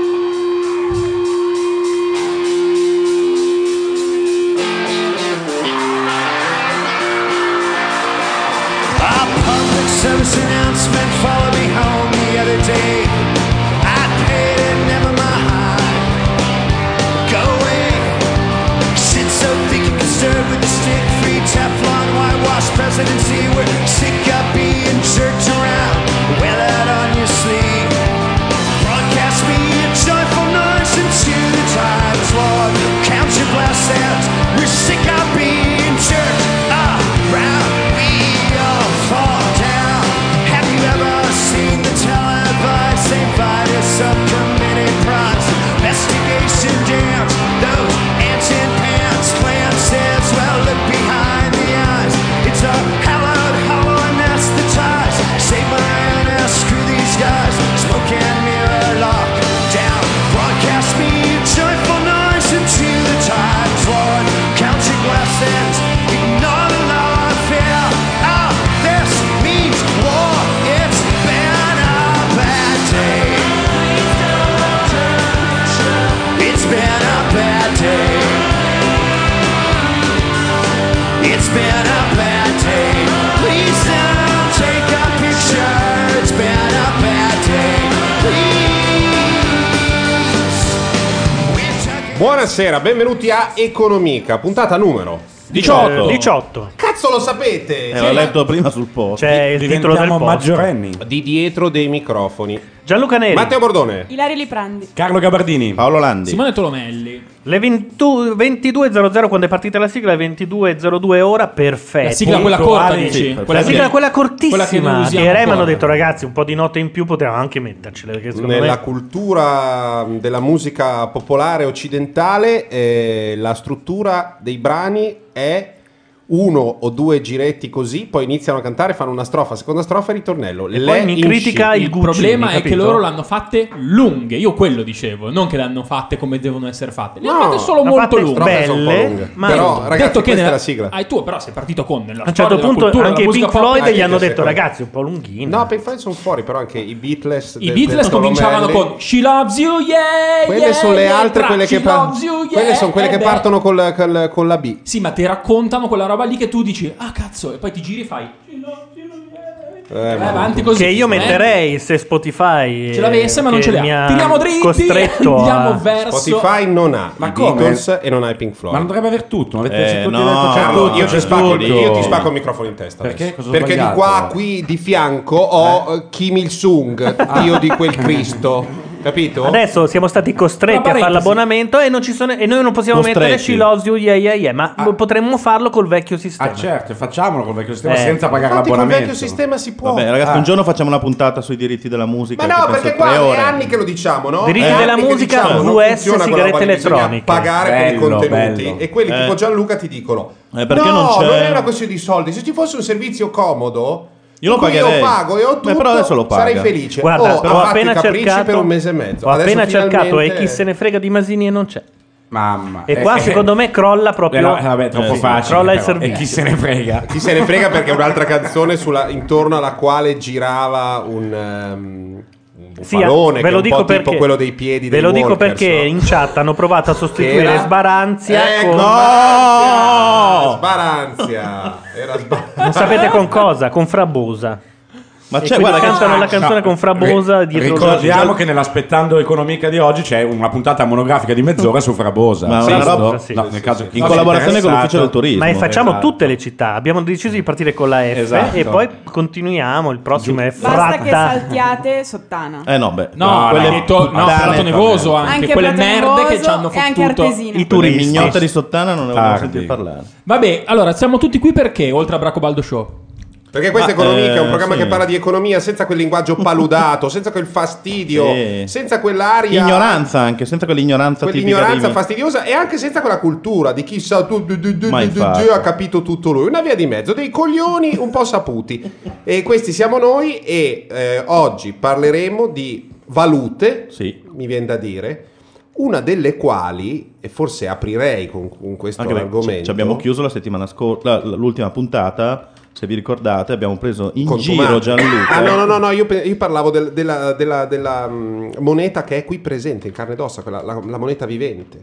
A public service announcement followed me home the other day. I paid it, never mind. Go away. Sit so thick you can stir with a stick. Free Teflon, whitewash presidency. We're sick of being jerked around. Wear that on your sleeve. Broadcast me a joyful noise into the times, Lord. Count your blessings. We're sick of being jerked around. We all fall down. Have you ever seen the televised Saint Vitus subcommittee prize? Investigation dams, those ants in pants, glances, well look behind the eyes. It's a hallowed, hollow anesthetized. Save my I N S, screw these guys. Smoke and mirror lock down. Broadcast me a joyful noise into the times, Lord. Count your blessings, ignore the law of fear. Oh, this means war. It's been a bad day. It's been a bad day. It's been a bad day. Please don't take a picture. It's been a bad day. Please. We're talking- Buonasera, benvenuti a Economica, puntata numero diciotto. diciotto. Cazzo lo sapete? Eh, l'ho letto prima sul post. C'è il titolo del Diventiamo post. maggiorenni. Di dietro dei microfoni. Gianluca Neri. Matteo Bordone. Ilario Liprandi. Carlo Gabardini. Paolo Landi. Simone Tolomelli. Le ventu- ventidue e zero zero quando è partita la sigla, le ventidue e zero due ora, perfetto. La sigla quella corta, Puntuali, dici? sì, La sigla che- quella cortissima. quella che noi usiamo che Rem hanno ancora. detto, ragazzi, un po' di note in più potevamo anche mettercele. Perché secondo Nella me... cultura della musica popolare occidentale eh, la struttura dei brani è uno o due giretti così, poi iniziano a cantare, fanno una strofa, seconda strofa e ritornello. E poi mi in critica sci. il Il Guccini, problema è capito? che loro l'hanno fatte lunghe. Io quello dicevo, non che le hanno fatte come devono essere fatte. Le hanno No, fatte solo l'hanno molto fatte lunghe. Strofe sono un po' belle, lunghe. ma- Però Detto ragazzi, che questa nella- è la sigla. Ah, tu però sei partito con nella A un certo storia della punto cultura, anche i della musica Pink pop. Floyd anche gli hanno se- detto, ragazzi, un po' lunghini. No, Pink Floyd sono fuori, però anche i Beatles. I del- Beatles del cominciavano Tolomelli. con She loves you, yeah, Quelle yeah, sono le yeah, altre, tra quelle che, She par- loves you, yeah, quelle sono quelle eh che beh. partono col, col- con la B. Sì, ma ti raccontano quella roba roba lì che tu dici, ah cazzo, e poi ti giri e fai. Eh, Vai avanti così. Che io eh. metterei se Spotify Ce l'avesse, ma non che ce mi l'ha. ha Tiriamo dritti, costretto andiamo a... verso. Spotify non ha Ma i come? Beatles e non ha i Pink Floyd. Ma non dovrebbe aver tutto. Non avete Eh, tutti no, detto c'è Carlo, tutto, io, ti c'è spacco, tutto. io ti spacco il microfono in testa Perché? adesso. Cosa ho Perché di sbagliato? qua qui di fianco ho eh, Kim Il-sung, dio di quel Cristo, capito? Adesso siamo stati costretti Tra a fare parentesi. l'abbonamento e non ci sono e noi non possiamo Costretti. mettere She Loves You Yeah Yeah Yeah, ma potremmo farlo col vecchio sistema. Ah certo, facciamolo col vecchio sistema Eh. senza pagare Infatti col l'abbonamento. vecchio sistema si può. Vabbè, ragazzi, Ah. un giorno facciamo una puntata sui diritti della musica. Ma che no, penso perché tre qua è ore. anni che lo diciamo, no? Diritti È della anni che musica, diciamo, non V S, funziona quella sigarette roba lì, bisogna elettroniche. pagare per Bello, i contenuti. bello. E quelli Eh. tipo Gianluca ti dicono: Eh, perché no, non c'è- non è una questione di soldi. Se ci fosse un servizio comodo, Io lo in cui pagherei. Io pago e ho tutto, Beh, però adesso lo paga. sarei felice. Guarda, oh, ho ha fatto appena i capricci cercato per un mese e mezzo. Ho Adesso appena cercato finalmente- e chi se ne frega di Masini e non c'è. Mamma. E qua Eh, secondo me crolla eh, proprio. no, vabbè, troppo Eh, sì. facile. Crolla il però. servizio. E chi se ne frega? Chi se ne frega perché è un'altra canzone sulla- intorno alla quale girava un, um, un Sì, bufalone, ve che lo è un dico po' tipo perché quello dei piedi ve dei lo dico Walkers, perché no? in chat hanno provato a sostituire Era- Sbaranzia Ecco, con Sbaranzia, Sbaranzia. Era Sbaranzia. non sapete con cosa? Con Frabosa. Ma E c'è, quindi guarda, che cantano c'è- la canzone No, con Frabosa ri- dietro. Ricordiamo che nell'aspettando economica di oggi c'è una puntata monografica di mezz'ora su Frabosa. Ma Sì, una no? roba- sì, No, sì, nel caso in collaborazione con l'ufficio del turismo. Ma facciamo esatto. tutte le città. Abbiamo deciso di partire con la F Esatto. e poi continuiamo. Il prossimo è Basta che Fratta. saltiate Sottana. Eh no, beh. No, No, quelle no, detto, no, puttane, Prato Nevoso anche, Anche quelle Prato merde Nevoso che ci hanno e anche fottuto Artesina. I Quelle turisti. mignotte di Sottana non ne avevo Tardi. sentito parlare. Vabbè, allora siamo tutti qui perché oltre a Bracobaldo Show. Perché questa Ma, economia eh, è un programma sì. che parla di economia senza quel linguaggio paludato, senza quel fastidio, Sì. senza quell'aria, Ignoranza anche, senza quell'ignoranza tipica quell'ignoranza dei- fastidiosa e anche senza quella cultura di chi sa tu, du- du- du- Ma du- du- infatti. ha capito tutto lui, una via di mezzo, dei coglioni un po' saputi. E questi siamo noi e eh, oggi parleremo di valute, Sì. mi viene da dire, una delle quali, e forse aprirei con, con questo Anche perché argomento, ci- ci abbiamo chiuso la settimana scorsa, l'ultima puntata, se vi ricordate, abbiamo preso in Contumati. giro Gianluca. Ah, no, no, no, no, io, pe- io parlavo del- della, della- della, mm, moneta che è qui presente in carne ed ossa, quella, la, la moneta vivente.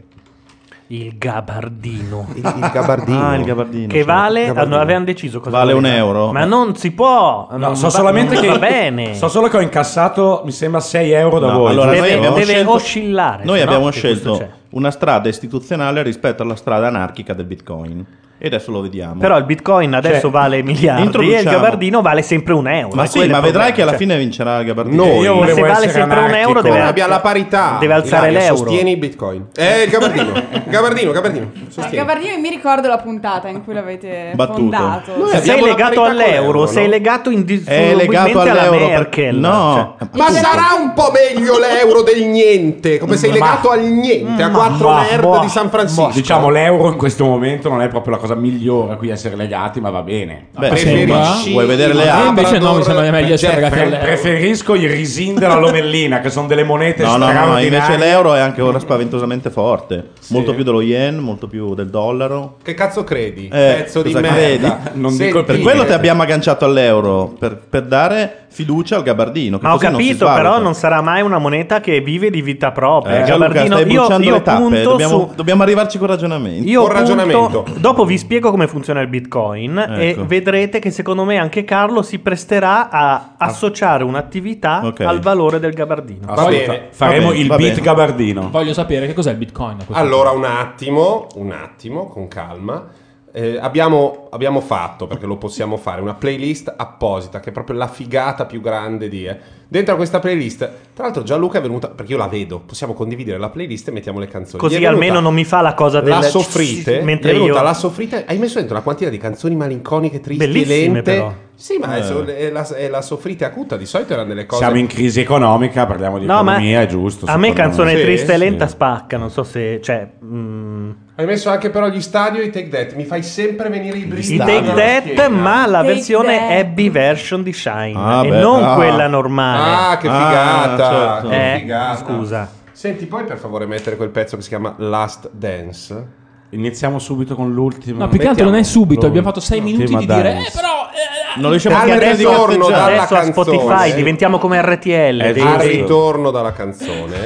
Il gabardino. Il, il gabardino. Ah, il gabardino. Che sì. vale, Gabardino. avevano deciso cosa Vale un valeva. euro. Ma non si può. No, non so va- solamente non che va bene. so solo che ho incassato, mi sembra sei euro da No, voi. allora giusto? noi deve abbiamo deve scelto- oscillare. Noi se no, abbiamo che questo scelto c'è. una strada istituzionale rispetto alla strada anarchica del Bitcoin. E adesso lo vediamo. Però il bitcoin adesso Cioè, vale miliardi e il introduciamo- gabardino vale sempre un euro. ma e sì, quello è ma il vedrai problema, che alla cioè. fine vincerà il gabardino. Noi. Io Ma se volevo vale essere sempre un anarchico. euro deve, Abbiamo la parità. deve alzare Ilaria, l'euro. Sostieni il bitcoin. Eh, il gabardino. Gabardino, gabardino. Sostieni. Gabardino, mi ricordo la puntata in cui l'avete Battuto. fondato. Noi Se abbiamo sei la legato parità con all'euro, l'euro, sei no? legato È indissolubilmente legato alla all'euro. per- Merkel. No. Cioè, Ma sarà un po' meglio l'euro del niente, come sei legato al niente, a quattro ma- nerd boh, di San Francisco. Diciamo l'euro in questo momento non è proprio la cosa migliore a cui essere legati, ma va bene. Beh, Preferisci vuoi vedere le il app? E invece no, mi Labrador sembra meglio essere Jeffrey? legati all'euro. Preferisco i risin della Lomellina, che sono delle monete No, no, no, straordinarie. invece l'euro è anche ora spaventosamente forte. Molto più dello yen, molto più del dollaro. Che cazzo credi? Eh, Pezzo di cosa merda. credi? Non Senti, dico Per quello ti abbiamo agganciato all'euro, per, per dare fiducia al gabardino. Che ma ho così non si capito, svaluta. però non sarà mai una moneta che vive di vita propria. Eh, Il Gianluca, gabardino, stai io, bruciando io le tappe, punto dobbiamo, su- dobbiamo arrivarci con ragionamenti. Io Con punto- ragionamento. dopo vi spiego come funziona il Bitcoin Ecco. e vedrete che secondo me anche Carlo si presterà a associare un'attività Ok. al valore del gabardino. Assolutamente. bene, Faremo va bene, il va beat bene. gabardino. Voglio sapere che cos'è il Bitcoin. a questo Allora, punto. un attimo, un attimo, con calma. Eh, abbiamo, abbiamo fatto, perché lo possiamo fare, una playlist apposita, che è proprio la figata più grande di... Eh. Dentro a questa playlist, tra l'altro Gianluca è venuta, perché io la vedo, possiamo condividere la playlist e mettiamo le canzoni. Così Gli è venuta almeno non mi fa la cosa del la soffrite, mentre gli è venuta io la soffrite, hai messo dentro una quantità di canzoni malinconiche, tristi e Bellissime, lente. però. Sì, ma Eh. adesso è, la, è la soffrite acuta, di solito erano delle cose... Siamo in crisi economica, parliamo di No, ma economia, è giusto. a me secondo canzone Sì, triste e sì. lenta spacca, non so se cioè mm, Hai messo anche però gli stadio e i Take That, mi fai sempre venire i brividi. i Take alla That, schiena. ma la Take versione That. Abbey version di Shine Ah, e beh, non ah. quella normale. Ah, che Ah, figata! certo. Che Eh, figata. scusa. Senti, puoi per favore mettere quel pezzo che si chiama Last Dance? me. Iniziamo subito con l'ultimo. No, più che altro non è subito. Lo- Abbiamo fatto sei minuti l'ultima di dire, dance. eh, però. eh, Non riusciamo a Al chiedere di ritorno cazzeggiare. dalla Adesso a canzone. Spotify diventiamo come R T L. Eh, dei- Al giusto. ritorno dalla canzone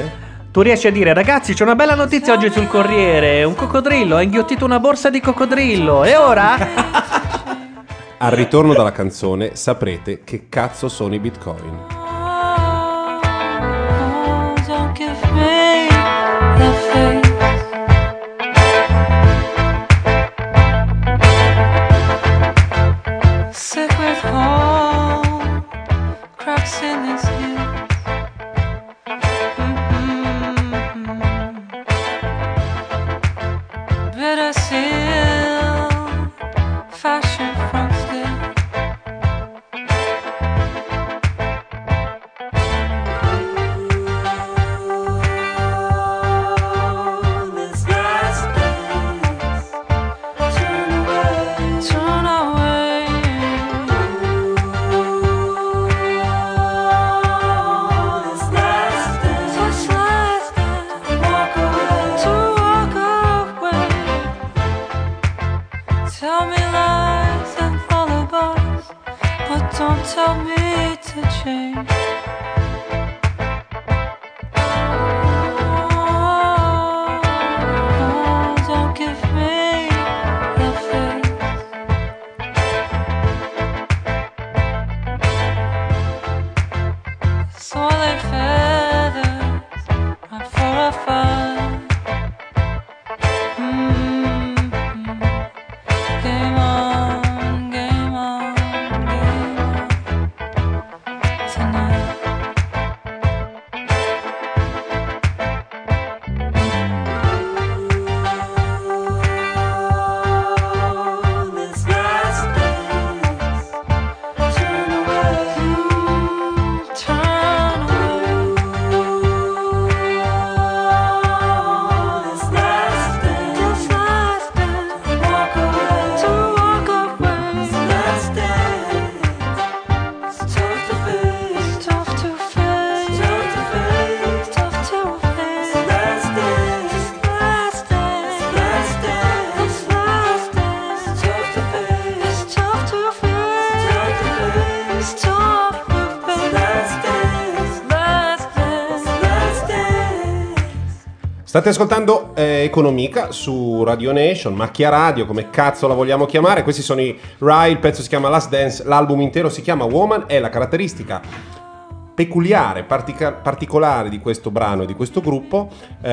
tu riesci a dire: ragazzi, c'è una bella notizia oggi sul Corriere, un coccodrillo ha inghiottito una borsa di coccodrillo. E ora? Al ritorno dalla canzone saprete che cazzo sono i bitcoin. Don't give me the face. Sick with home, cracks in his heels. Mm-hmm. Bitter seal, fashion front still. This last dance, turn away, turn away. This last dance, this last dance, to walk away, to walk away. Tell me lies and lullabies, but don't tell me to change. Oh, don't give me the face. Swirling feathers, run for a fun. Mm-hmm. Game on, game on, game on tonight. This last dance, turn away, turn away. This last dance, this last dance, to walk away, to walk away. This last dance, it's tough to face, it's tough to face, tough to face, tough to face. This last dance, this last dance, this last dance, this last dance, it's tough to face, it's tough to face, tough to face, it's tough to face. Last dance, last dance, last dance. State ascoltando eh, Economica su Radio Nation, Macchia Radio, come cazzo la vogliamo chiamare. Questi sono i Rai, il pezzo si chiama Last Dance, l'album intero si chiama Woman e la caratteristica peculiare, partica- particolare di questo brano e di questo gruppo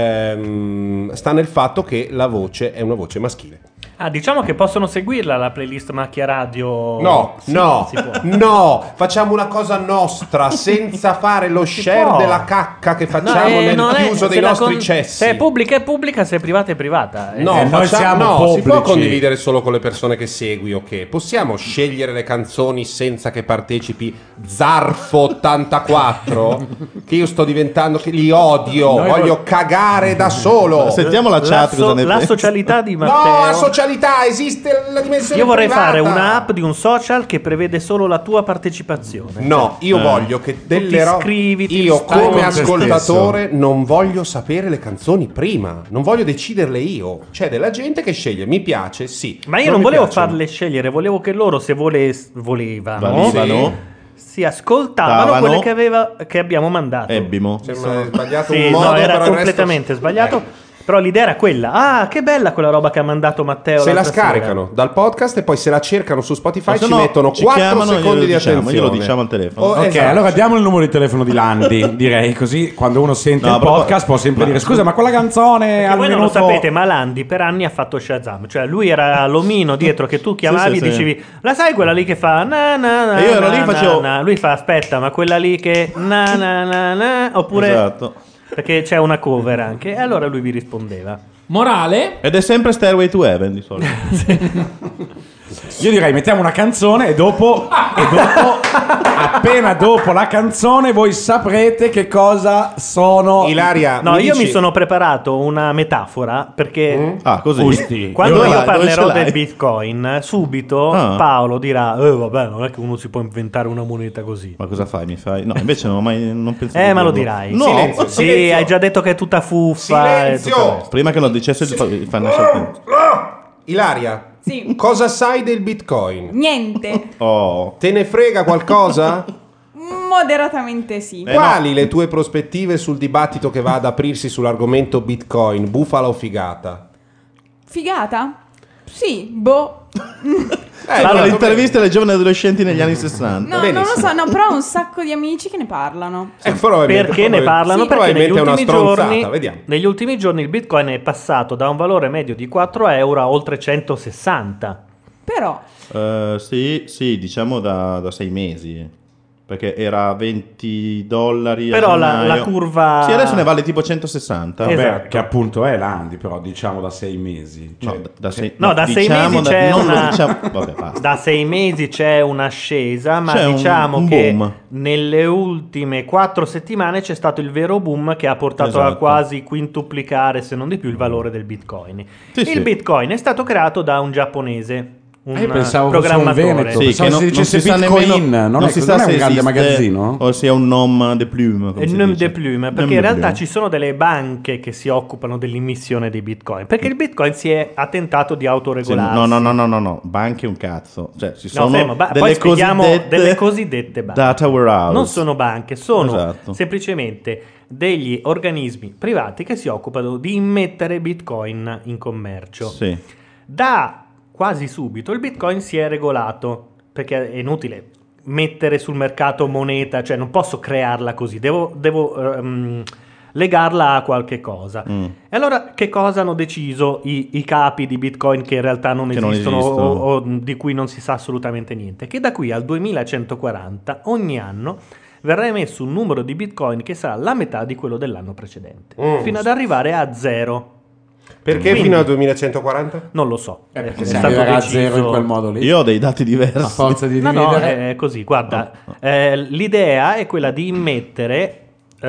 ehm, sta nel fatto che la voce è una voce maschile. Ah, diciamo che possono seguirla la playlist Macchia Radio. No, Sì, no, si può. no, facciamo una cosa nostra senza fare lo Si share può. della cacca che No, facciamo eh, nel non è- chiuso se dei la nostri con- cessi. Se è pubblica è pubblica, se è privata è privata. Eh, No, Eh, noi faccia- siamo no, si può pubblici. condividere solo con le persone che segui, ok? Possiamo scegliere le canzoni senza che partecipi Zarfo ottantaquattro? Che io sto diventando, che li odio, Noi voglio vol- cagare da solo. Sentiamo la La, chat so- cosa ne la pensa. socialità di Matteo. No, la socialità, esiste la dimensione Io vorrei privata. fare un'app di un social che prevede solo la tua partecipazione. No, io Eh. voglio che delle ti ro- iscrivi, ti io stai come con te ascoltatore non voglio sapere le canzoni prima, non voglio deciderle io. C'è della gente che sceglie, mi piace, sì. Ma io non, mi volevo piacciono. farle scegliere, volevo che loro, se vole- volevano, Valivano. si ascoltavano Davano. quelle che, aveva, che abbiamo mandato. Ebbimo. Sembra sbagliato Sì, un modo, no, era però il completamente resto- sbagliato. Eh. Però l'idea era quella. Ah, che bella quella roba che ha mandato Matteo. Se la l'altra scaricano sera. dal podcast e poi se la cercano su Spotify Ma se ci no, mettono ci quattro chiamano e secondi glielo di diciamo, attenzione. glielo diciamo al telefono. Oh, Ok, esatto. allora diamo il numero di telefono di Landi, direi, così quando uno sente No, il però- podcast può sempre ma- dire scusa, ma quella canzone Perché al voi non lo minuto... sapete, ma Landi per anni ha fatto Shazam. Cioè, lui era l'omino dietro che tu chiamavi Sì, sì, e sì. dicevi: la sai quella lì che fa na na na E io ero na, lì e na, facevo- na. Lui fa aspetta, ma quella lì che na na na na. Oppure Esatto. perché c'è una cover anche. E allora lui vi rispondeva. Morale? Ed è sempre Stairway to Heaven di solito. Io direi mettiamo una canzone e dopo, e dopo appena dopo la canzone voi saprete che cosa sono... Ilaria, No, mi io dici- mi sono preparato una metafora perché Ah, così. Usti. quando Dove io vai? Dove parlerò ce l'hai? del Bitcoin, subito Ah. Paolo dirà: eh, vabbè, non è che uno si può inventare una moneta così. Ma cosa fai? Mi fai? No, invece non ho mai non penso di Eh, ma lo dirlo. dirai. No, Silenzio. Sì, Silenzio. hai già detto che è tutta fuffa. e Silenzio! tutto il resto. prima che lo dicesse gli fanno sapere. Ilaria, Sì. cosa sai del Bitcoin? Niente. Oh. Te ne frega qualcosa? Mm, Moderatamente sì. Eh, Quali no. le tue prospettive sul dibattito che va ad aprirsi sull'argomento Bitcoin? Bufala o figata? Figata? Sì, boh. Eh, allora, interviste alle giovani adolescenti negli anni sessanta. No, non lo so, no, però ho un sacco di amici che ne parlano. Eh, perché ne parlano? Sì, perché negli ultimi, giorni, vediamo. negli ultimi giorni il Bitcoin è passato da un valore medio di quattro euro a oltre centosessanta. Però uh, sì, sì, diciamo da, da sei mesi. Perché era venti dollari. Però la, la curva. Sì, adesso ne vale tipo centosessanta. Vabbè, Esatto. che appunto è l'Andi, però diciamo da sei mesi. Cioè, no, da, da sei, no, da sei diciamo mesi da, c'è non una. Lo diciamo, vabbè, basta. Da sei mesi c'è un'ascesa, ma C'è un- diciamo un che boom. nelle ultime quattro settimane c'è stato il vero boom che ha portato a Esatto. quasi quintuplicare, se non di più, il valore del Bitcoin. Sì, il sì. Bitcoin è stato creato da un giapponese. Un Ah, io pensavo fosse un programmatore. veneto. Sì, Pensavo che si non, non dicesse si sa Bitcoin, nemmeno, non non è- si non sa è se un grande esiste magazzino? o sia un nom de plume. come Il si nom dice. de plume, Nom perché de in realtà plume. ci sono delle banche che si occupano dell'immissione dei bitcoin, perché il bitcoin si è ha tentato di Sì, autoregolarsi. no, no, no, no, no, no, banche un cazzo. Cioè, ci No, sono fermo, ba- delle poi spieghiamo cosiddette delle cosiddette banche. data warehouse. Non sono banche, sono Esatto. semplicemente degli organismi privati che si occupano di immettere bitcoin in commercio. Sì. Da quasi subito il bitcoin si è regolato, perché è inutile mettere sul mercato moneta, cioè non posso crearla così, devo, devo ehm, legarla a qualche cosa. Mm. E allora che cosa hanno deciso i, i capi di Bitcoin che in realtà non Che non esistono, esistono. O, o di cui non si sa assolutamente niente? Che da qui al duemilacentoquaranta ogni anno verrà emesso un numero di Bitcoin che sarà la metà di quello dell'anno precedente, Mm. fino ad arrivare a zero. Perché Quindi- fino al duemilacentoquaranta? Non lo so. Eh, perché È si stato arriverà a deciso- zero in quel modo lì. Io ho dei dati diversi. A forza di No, no, dividere. è così, guarda, eh, l'idea è quella di immettere,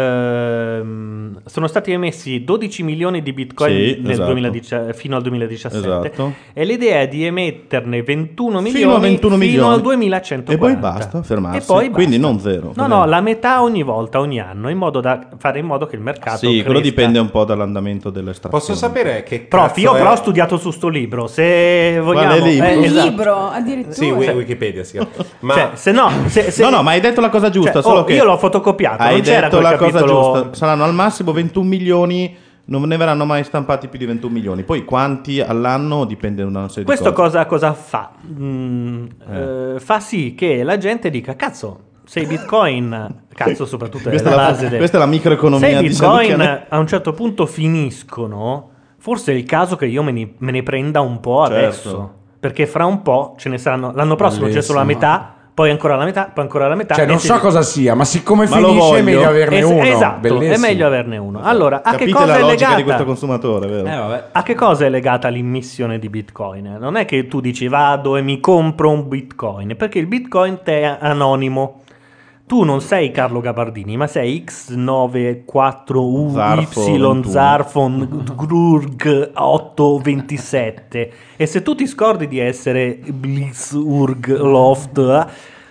ehm, sono stati emessi dodici milioni di bitcoin Sì, nel esatto. duemiladiciassette fino al duemiladiciassette Esatto. e l'idea è di emetterne ventuno milioni Fino a ventuno fino milioni. al duemilacentoquaranta. E poi basta, fermarsi. E poi Quindi basta. non zero. No, no, la metà ogni volta, ogni anno, in modo da fare in modo che il mercato Sì, quello cresca. dipende un po' dall'andamento dell'estrazione. Posso sapere che Prof, cazzo io è- però ho studiato su sto libro, se vogliamo. Quale libro? eh, un esatto. libro addirittura. Sì, Wi- Wikipedia si chiama. Ma Cioè, se no, se, se- No, no, ma hai detto la cosa giusta, cioè, solo oh, che io l'ho fotocopiato, hai non c'era detto quel la cosa capitolo- giusta. Saranno al massimo ventuno milioni, non ne verranno mai stampati più di ventuno milioni. Poi quanti all'anno dipende da una serie Questo di cose. cosa, cosa fa? Mm, eh, fa sì che la gente dica, cazzo, se i bitcoin, cazzo soprattutto è Questa la è la- base del- questa è la microeconomia se i di bitcoin Gianluca. a un certo punto finiscono, forse è il caso che io me ne, me ne prenda un po' Certo. adesso, perché fra un po' ce ne saranno, l'anno prossimo c'è solo la Bellissimo. metà, poi ancora la metà, poi ancora la metà. Cioè, e non si- so cosa sia, ma siccome Ma lo finisce è voglio. meglio averne Es- uno. esatto, Bellissimo. è meglio averne uno. Allora, a che Capite cosa la è logica legata? di questo consumatore, vero? Eh, vabbè. A che cosa è legata l'immissione di Bitcoin? Non è che tu dici vado e mi compro un Bitcoin, perché il Bitcoin te è anonimo. Tu non sei Carlo Gabardini, ma sei X novantaquattro U Zarfo Y ventuno. Zarfon Grurg ottocentoventisette. E se tu ti scordi di essere Blitzurg Loft, eh,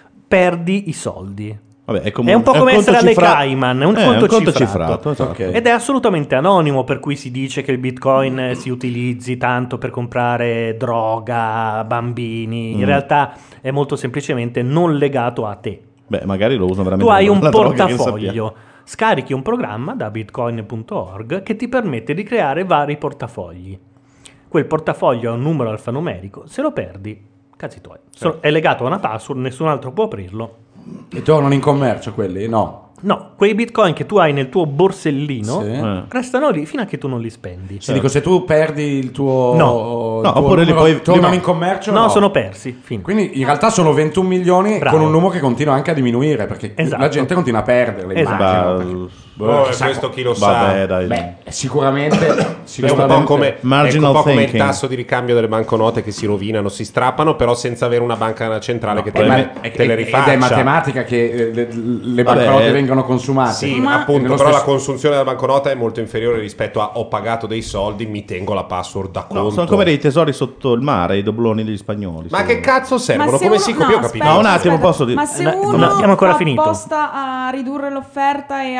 perdi i soldi. Vabbè, è, come È un po' come conto essere alle cifra- Cayman, è un Eh, conto, cifrato. cifrato, esatto. Ok. Ed è assolutamente anonimo, per cui si dice che il Bitcoin eh, si utilizzi tanto per comprare droga, bambini. In Mm. realtà è molto semplicemente non legato a te. Beh, magari lo usano veramente Tu hai per un la droga che non portafoglio, scarichi un programma da bitcoin punto org che ti permette di creare vari portafogli. Quel portafoglio ha un numero alfanumerico, se lo perdi, cazzi tuoi. So- È legato a una password, nessun altro può aprirlo. E tornano in commercio quelli? No. No, quei bitcoin che tu hai nel tuo borsellino Sì. Eh. restano lì fino a che tu non li spendi. Sì, dico, se tu perdi il tuo... No. il No, tuo oppure li numero, puoi- tornano li- in commercio? No, No, sono persi. Fine. Quindi in realtà sono ventuno milioni Bravo. con un numero che continua anche a diminuire, perché Esatto. la gente continua a perderle, Esatto. immagino. Bah, perché- Oh, chissà- questo chi lo Vabbè, sa. dai. Beh, sicuramente... È un sicuramente po' come, Marginal ecco, un po' come il thinking. tasso di ricambio delle banconote che si rovinano, si strappano, però senza avere una banca centrale che te, Eh, ma- le, è- te le ed rifaccia. è matematica che eh, le, le Vabbè. banconote vengono consumate. Sì, Ma- appunto, Nello però stesso- la consunzione della banconota è molto inferiore rispetto a ho pagato dei soldi, mi tengo la password da conto. No, sono come dei tesori sotto il mare, i dobloni degli spagnoli. Ma sono- che cazzo servono? Ma se Come uno- si no, copia? Ho capito. aspetta, No, un attimo, aspetta. posso dire- Ma se No, uno non abbiamo ancora fa finito. apposta a ridurre l'offerta e a perdere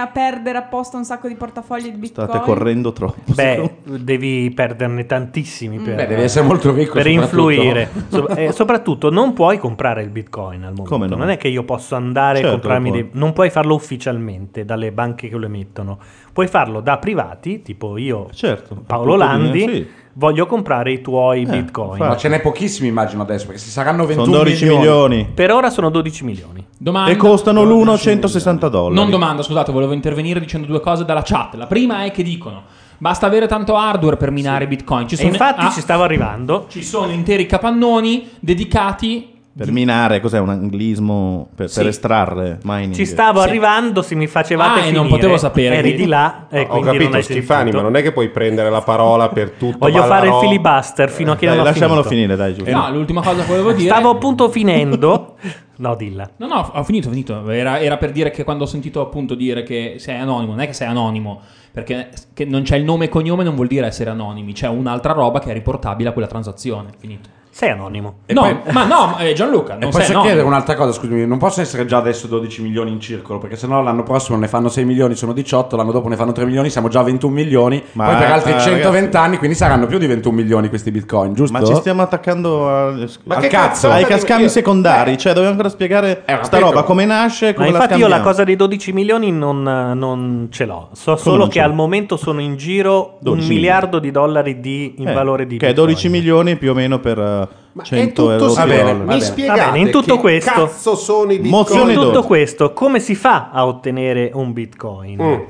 perdere apposta un sacco di portafogli di Bitcoin? State correndo troppo. Beh, devi perderne tantissimi per, Beh, devi essere molto ricco per soprattutto. influire. So- e soprattutto non puoi comprare il Bitcoin al momento. Come no? Non è che io posso andare Certo a comprarmi che dei- puoi. non puoi farlo ufficialmente dalle banche che lo emettono. Puoi farlo da privati, tipo io, Certo. Paolo Appunto, Landi, sì. voglio comprare i tuoi Bitcoin. Ma ce n'è pochissimi immagino adesso, perché si saranno ventuno Sono dodici milioni. Per ora sono dodici milioni. Domanda. E costano l'uno centosessanta dollari. Non domanda, scusate, volevo intervenire dicendo due cose dalla chat. La prima è che dicono: basta avere tanto hardware per minare Bitcoin. Ci E sono, infatti ah, ci stavo arrivando. ci sono interi capannoni dedicati. Per minare, cos'è un anglismo per, Sì. per estrarre mining? Ci stavo Sì. arrivando, se mi facevate Ah, e finire. non potevo sapere, Eri quindi. di là e Ho quindi non capito hai Schifani, sentito. ma non è che puoi prendere la parola per tutto. Voglio fare il Ballarò. filibuster fino a che Dai, non ho lasciamolo finito. finire, dai, giusto. No, l'ultima cosa che volevo dire. Stavo appunto finendo. No, dilla. No, no, ho finito, ho finito. Era, era per dire che quando ho sentito appunto dire che sei anonimo, non è che sei anonimo, perché che non c'è il nome e cognome non vuol dire essere anonimi, c'è un'altra roba che è riportabile a quella transazione. Finito. Sei anonimo. E no, poi- ma no, eh, Gianluca, E non posso sei anonimo. chiedere un'altra cosa, scusami, non possono essere già adesso dodici milioni in circolo, perché sennò l'anno prossimo ne fanno sei milioni, sono diciotto, l'anno dopo ne fanno tre milioni, siamo già a ventuno milioni, Ma, poi per altri eh, centoventi ragazzi- anni, quindi saranno più di ventuno milioni questi bitcoin, giusto? Ma ci stiamo attaccando al, Ma al che cazzo, cazzo? ai cascami Io- secondari. Cioè, dobbiamo ancora spiegare Eh, ho sta capito. roba, come nasce, Ma come la infatti io la scambiamo. cosa dei dodici milioni non, non ce l'ho. So solo non che ce l'ho? al momento sono in giro un dodici miliardo di dollari di, in Eh, valore di che è Bitcoin. dodici milioni più o meno per uh, Ma è cento tutto euro. sì, Va bene, mi va bene. spiegate Va bene, in tutto che questo- cazzo sono i Mozione In bitcoin? tutto dodici. questo, come si fa a ottenere un Bitcoin? Mm.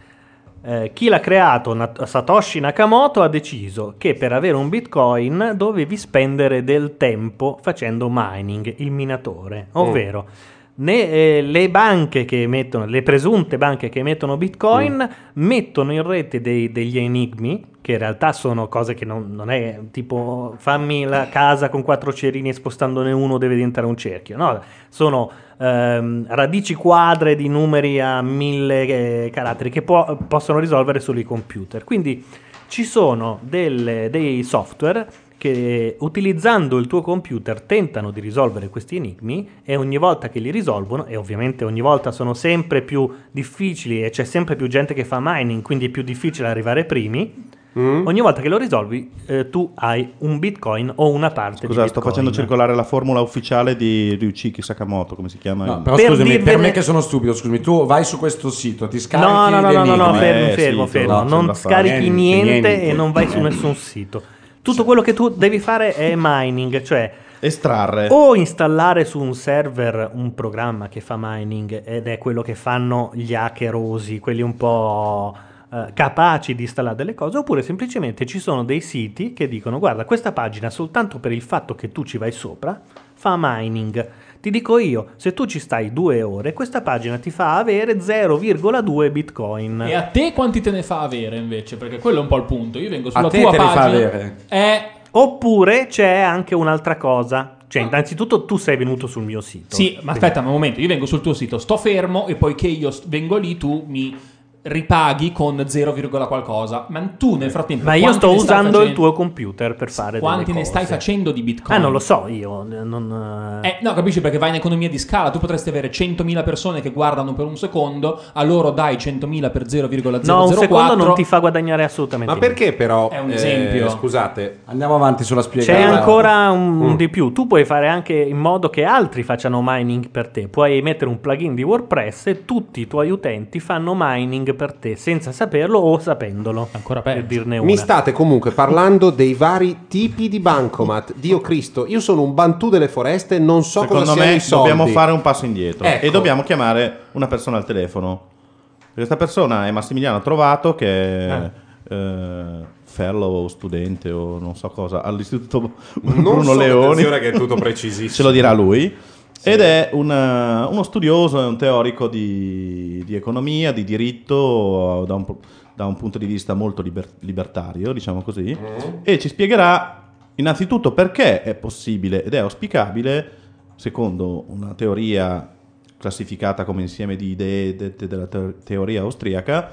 Eh, chi l'ha creato, Nat- Satoshi Nakamoto, ha deciso che per avere un Bitcoin dovevi spendere del tempo facendo mining, il minatore, ovvero ne- eh, le banche che emettono, le presunte banche che emettono Bitcoin mettono in rete dei- degli enigmi, che in realtà sono cose che non, non è tipo fammi la casa con quattro cerini e spostandone uno deve diventare un cerchio, no, sono ehm, radici quadre di numeri a mille eh, caratteri che può- possono risolvere solo i computer. Quindi ci sono delle- dei software che utilizzando il tuo computer tentano di risolvere questi enigmi e ogni volta che li risolvono, e ovviamente ogni volta sono sempre più difficili e c'è sempre più gente che fa mining, quindi è più difficile arrivare primi, ogni volta che lo risolvi eh, tu hai un Bitcoin o una parte Scusa, di sto Bitcoin. facendo circolare la formula ufficiale di Ryuichi Sakamoto, come si chiama? No, però Per scusami, per dirvene- me che sono stupido, scusami, tu vai su questo sito, ti scarichi No, no, no, no, no, no, l'enigma. fermo, Eh, fermo, sì, fermo. no, non sembra fare. scarichi Niente, niente, niente. e non vai su nessun sito. Tutto quello che tu devi fare è mining, cioè Estrarre. o installare su un server un programma che fa mining ed è quello che fanno gli hackerosi, quelli un po' eh, capaci di installare delle cose, oppure semplicemente ci sono dei siti che dicono guarda questa pagina soltanto per il fatto che tu ci vai sopra fa mining. Ti dico io, se tu ci stai due ore, questa pagina ti fa avere zero virgola due bitcoin. E a te quanti te ne fa avere invece? Perché quello è un po' il punto. Io vengo sulla A te tua te ne fa pagina. avere. È Oppure c'è anche un'altra cosa. Cioè, innanzitutto tu sei venuto sul mio sito. Sì, ma Quindi- aspetta un momento, io vengo sul tuo sito, sto fermo e poiché io st- vengo lì tu mi ripaghi con zero, qualcosa. Ma tu nel frattempo Ma io quanti sto ne stai usando il facendo? tuo computer per fare Quanti delle ne cose. stai facendo di Bitcoin? Ah, non lo so io. Non, Eh, no, capisci perché vai in economia di scala. Tu potresti avere centomila persone che guardano per un secondo, a loro dai centomila per zero virgola zero No, zero un quattro. secondo non ti fa guadagnare assolutamente Ma niente. perché però? È un eh, esempio. Scusate, Andiamo avanti sulla C'è spiegazione. ancora un, un Mm. di più. Tu puoi fare anche in modo che altri facciano mining per te. Puoi mettere un plugin di WordPress e tutti i tuoi utenti fanno mining per te senza saperlo o sapendolo. Ancora per peggio. dirne una. mi state comunque parlando dei vari tipi di bancomat. Dio Cristo, io sono un Bantù delle foreste, non so Secondo cosa siano me i soldi. dobbiamo fare un passo indietro Ecco. e dobbiamo chiamare una persona al telefono. Questa persona è Massimiliano Trovato, che è eh, fellow studente o non so cosa all'istituto Non Bruno so, Leoni. attenzione che è tutto precisissimo. Ce lo dirà lui. Ed è una- uno studioso e un teorico di, di economia, di diritto, da un, da un punto di vista molto liber- libertario, diciamo così, e ci spiegherà innanzitutto perché è possibile ed è auspicabile, secondo una teoria classificata come insieme di idee dette della te- teoria austriaca,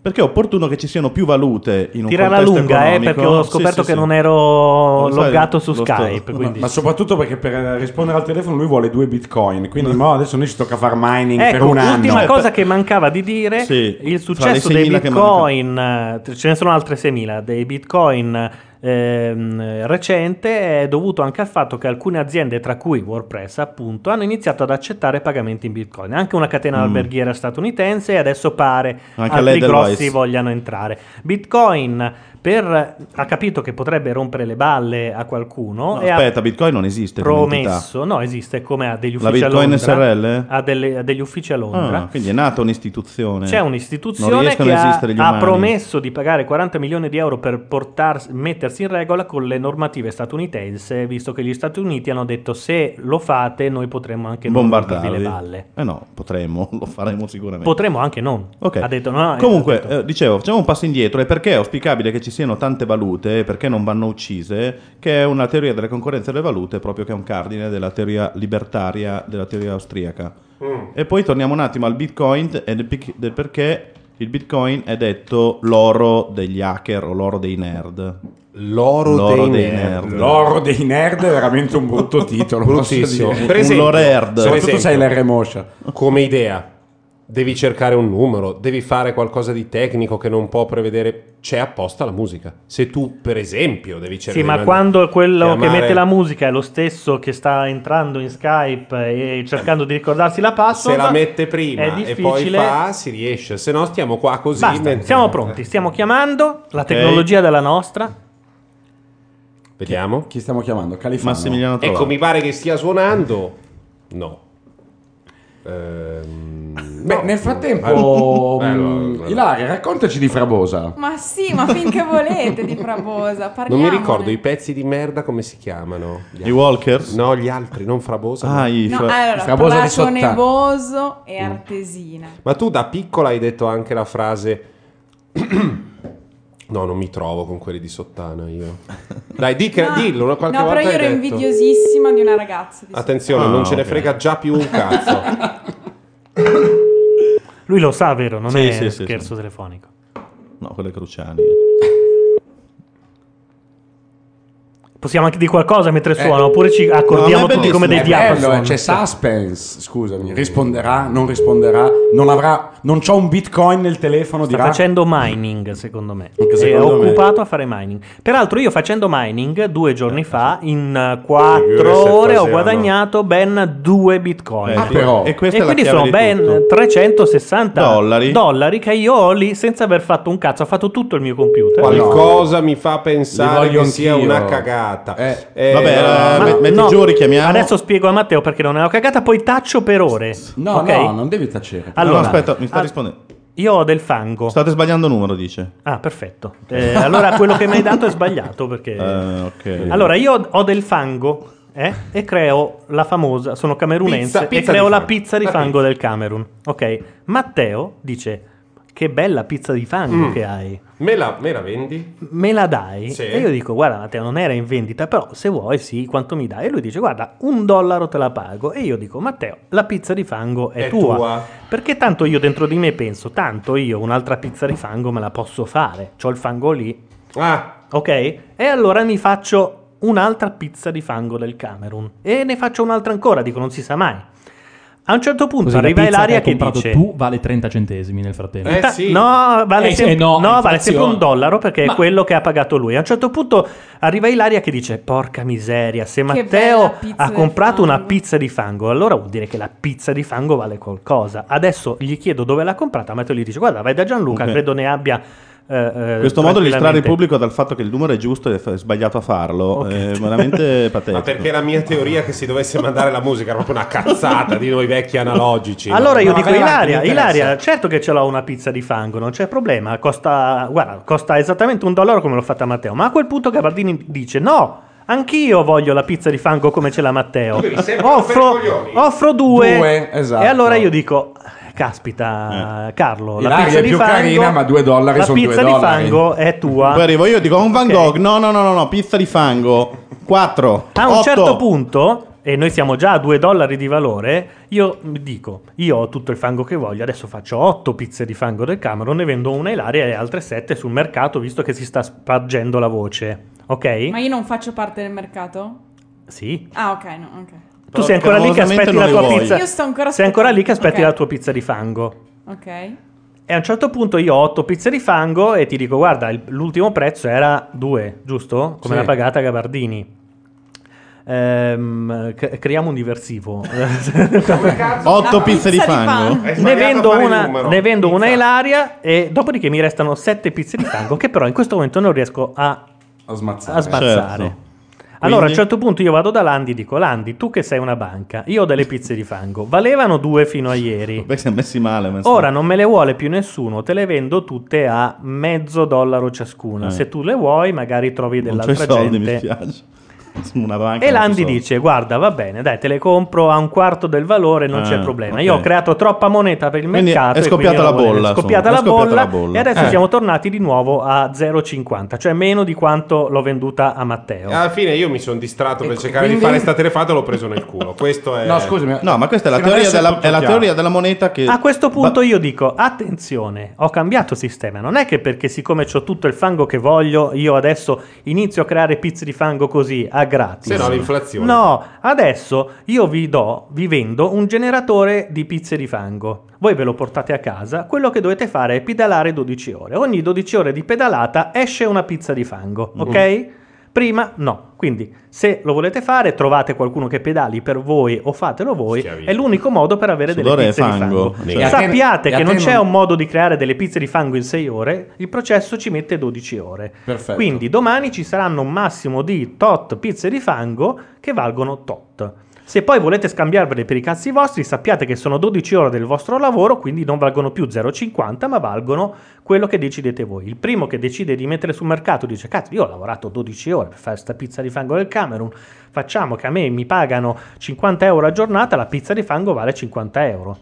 Perché è opportuno che ci siano più valute in un Tira la contesto lunga, eh, economico. perché ho scoperto Sì, sì, che sì. non ero Lo sai, loggato su lo sto- Skype. Ma, Quindi... ma soprattutto perché per rispondere al telefono lui vuole due bitcoin, quindi mo adesso noi ci tocca far mining per Ecco, un anno. l'ultima cosa che mancava di dire, Sì, il fra successo le dei seimila che bitcoin, eh, ce ne sono altre seimila, dei bitcoin ehm, recente è dovuto anche al fatto che alcune aziende, tra cui WordPress appunto, hanno iniziato ad accettare pagamenti in bitcoin. Anche una catena Mm. alberghiera statunitense e adesso pare Anche altri l'Edelweiss. grossi vogliano entrare. Bitcoin per, ha capito che potrebbe rompere le balle a qualcuno No, e aspetta, ha Bitcoin non esiste come entità. promesso, no esiste come ha degli La uffici a Bitcoin Londra, S R L? ha, delle- ha degli uffici a Londra. Ah, quindi è nata un'istituzione. C'è Non un'istituzione riescono che a ha, esistere gli ha umani. promesso di pagare quaranta milioni di euro per portars- mettersi in regola con le normative statunitensi, visto che gli Stati Uniti hanno detto se lo fate noi potremmo anche non rompervi bombardarli. le balle. Eh no, potremmo, lo faremo sicuramente. Potremmo anche non. Ok. Ha detto no. Comunque, ha detto- eh, dicevo, facciamo un passo indietro. E perché è auspicabile che ci siano tante valute? Perché non vanno uccise? Che è una teoria delle concorrenze delle valute, proprio che è un cardine della teoria libertaria, della teoria austriaca. E poi torniamo un attimo al Bitcoin e del, pic- del perché il Bitcoin è detto l'oro degli hacker o l'oro dei nerd. L'oro, L'oro dei, dei nerd. nerd. L'oro dei nerd è veramente un brutto titolo. posso Bruttissimo. dire. Per Un esempio, lorerd. per Soprattutto sei esempio, l'R Moscia. come idea, devi cercare un numero, devi fare qualcosa di tecnico che non può prevedere. C'è apposta la musica. Se tu, per esempio, devi cercare Sì, ma di quando quello che chiamare- mette la musica è lo stesso che sta entrando in Skype e cercando di ricordarsi la password, se la mette prima è e poi difficile. fa, si riesce. Se no, stiamo qua così. Basta, mentre- siamo pronti, stiamo chiamando la tecnologia della nostra. Vediamo. Chi stiamo chiamando? Califano. Massimiliano Trovati. Ecco, mi pare che stia suonando. No. Ehm, Beh, no. nel frattempo, Eh, allora, mh, allora. Ilaria, raccontaci di Frabosa. Ma sì, ma finché volete di Frabosa, Non parliamone. mi ricordo i pezzi di merda come si chiamano. Gli I Walkers? No, gli altri, non Frabosa. Ah, no. i No, fra- allora, Frabosa di Plato Sottà. Nevoso e Artesina. Ma tu da piccola hai detto anche la frase no, non mi trovo con quelli di Sottana io. Dai, di che, No, dillo una qualche no, volta però io hai ero detto. invidiosissima di una ragazza. Di Attenzione, Ah, non ce ne ok. frega già più un cazzo. Lui lo sa, vero? Non Sì, è sì, sì, scherzo sì. telefonico. No, quello è Cruciani. Possiamo anche dire qualcosa mentre suona, oppure ci accordiamo No, ma è tutti come dei bellissimo, È diavoli. bello, eh, c'è suspense. Scusami, risponderà, non risponderà, non avrà, non c'ho un bitcoin nel telefono. Sta dirà. facendo mining, secondo me. È secondo me. occupato a fare mining. Peraltro, io facendo mining due giorni fa, in Figure quattro se ore ho facevano. guadagnato ben due bitcoin. Ah, però. E questa E è la quindi chiave sono di ben tutto. trecentosessanta Dollari. dollari che io ho lì senza aver fatto un cazzo. Ho fatto tutto il mio computer. Qualcosa mi fa pensare Li voglio che sia anch'io. una cagata. Eh. Eh, Vabbè, eh, me- metti no, giù, richiamiamo. Adesso spiego a Matteo perché non è una cagata, poi taccio per ore. No, ok? no, non devi tacere. Allora, no, aspetta, mi sta ah, rispondendo. Io ho del fango. State sbagliando numero, dice. Ah, perfetto. Eh, allora quello che mi hai dato è sbagliato perché... Eh, ok. Allora, io ho del fango eh, e creo la famosa, sono camerunense, Pizza- pizza e creo di la fango. pizza di La fango pizza. del Camerun. Ok. Matteo dice, che bella pizza di fango Mm. che hai. me, la, me la vendi? Me la dai? Sì. E io dico, guarda Matteo, non era in vendita, però se vuoi sì, quanto mi dai? E lui dice, guarda, un dollaro te la pago. E io dico, Matteo, la pizza di fango è, È tua. tua. Perché tanto io dentro di me penso, tanto io un'altra pizza di fango me la posso fare. C'ho il fango lì. Ah, Ok? E allora mi faccio un'altra pizza di fango del Camerun. E ne faccio un'altra ancora, dico, non si sa mai. A un certo punto Così la arriva pizza Ilaria hai che comprato dice... tu vale trenta centesimi nel frattempo. Eh, Ta- sì. No, vale, Eh, sem- sì, no, no, vale inflazione. sempre un dollaro perché Ma- è quello che ha pagato lui. A un certo punto arriva Ilaria che dice: porca miseria, se bella Matteo pizza ha del comprato una fango." pizza di fango, allora vuol dire che la pizza di fango vale qualcosa. Adesso gli chiedo dove l'ha comprata. Matteo gli dice: guarda, vai da Gianluca, Ok. credo ne abbia. eh, eh, Questo modo di distrarre il tranquillamente. pubblico dal fatto che il numero è giusto e è sbagliato a farlo Ok. è veramente patetico. ma perché la mia teoria che si dovesse mandare la musica era proprio una cazzata di noi vecchi analogici. Allora io No, dico, vabbè, Ilaria, mi interessa. Ilaria, certo che ce l'ho una pizza di fango, non c'è problema, costa, guarda, costa esattamente un dollaro come l'ho fatta Matteo, ma a quel punto Gabardini dice no, anch'io voglio la pizza di fango come ce l'ha Matteo, Tu devi sempre rompere offro, i coglioni. offro due, Due, esatto. e allora io dico, caspita Carlo, la Ilaria pizza è di più fango, carina, ma due dollari la sono due pizza di dollari. fango è tua. Poi arrivo io e dico un Van Ok. Gogh, no no no no, no pizza di fango, quattro, A un certo punto e noi siamo già a due dollari di valore, io mi dico, io ho tutto il fango che voglio, adesso faccio otto pizze di fango del Cameron, ne vendo una a Ilaria e altre sette sul mercato, visto che si sta spargendo la voce, ok? Ma io non faccio parte del mercato? Sì. Ah, ok, no, ok. Tu sei ancora lì che aspetti la tua vuoi. pizza. Io sto ancora sei ancora lì che aspetti Ok. la tua pizza di fango. Ok. E a un certo punto io ho otto pizze di fango e ti dico, guarda, il- l'ultimo prezzo era due, giusto? Come Sì. l'ha pagata Gabardini. Ehm, c- creiamo un diversivo. Otto pizze di pizza di fango? fango. ne vendo una, ne vendo una a Ilaria e dopodiché mi restano sette pizze di fango che però in questo momento non riesco a, A smazzare. a sbazzare. Certo. Allora a un Quindi? certo punto io vado da Landi e dico, Landi, tu che sei una banca, io ho delle pizze di fango, valevano due fino a ieri. Beh, si è messi male. ma Ora non me le vuole più nessuno, te le vendo tutte a mezzo dollaro ciascuna. Eh. Se tu le vuoi, magari trovi non c'ho i dell'altra soldi, mi gente. spiace. Sono una banca. E non c'ho Landi soldi. dice, guarda, va bene, dai, te le compro a un quarto del valore, non Ah, c'è problema. ok. Io ho creato troppa moneta per il Quindi mercato. è e scoppiata quindi la non volevo- bolla, È scoppiata, insomma, la, è scoppiata bolla, la bolla. e adesso Eh. siamo tornati di nuovo a zero virgola cinquanta, cioè meno di quanto l'ho venduta a Matteo. Alla fine io mi sono distratto per E cercare quindi- di fare sta telefonata e l'ho preso nel culo. Questo è... No, scusami. No, ma questa è la, Se non teoria adesso della, tutto è la chiaro. teoria della moneta che... A questo punto Ba- io dico, attenzione, ho cambiato sistema, non è che perché siccome ho tutto il fango che voglio, io adesso inizio a creare pizze di fango così, a gratis. Se no l'inflazione. No, adesso io vi do, vi vendo un generatore di pizze di fango. Voi ve lo portate a casa, quello che dovete fare è pedalare dodici ore. Ogni dodici ore di pedalata esce una pizza di fango, ok? Prima no. Quindi se lo volete fare, trovate qualcuno che pedali per voi o fatelo voi, Schiavi. è l'unico modo per avere Sudore delle e pizze di fango. fango. Cioè- E a te- Sappiate e a che te non c'è non- un modo di creare delle pizze di fango in sei ore, il processo ci mette dodici ore. Perfetto. Quindi domani ci saranno un massimo di tot pizze di fango che valgono tot. Se poi volete scambiarvele per i cazzi vostri, sappiate che sono dodici ore del vostro lavoro, quindi non valgono più zero virgola cinquanta, ma valgono quello che decidete voi. Il primo che decide di mettere sul mercato dice, cazzo, io ho lavorato dodici ore per fare sta pizza di fango del Camerun, facciamo che a me mi pagano cinquanta euro a giornata, la pizza di fango vale cinquanta euro.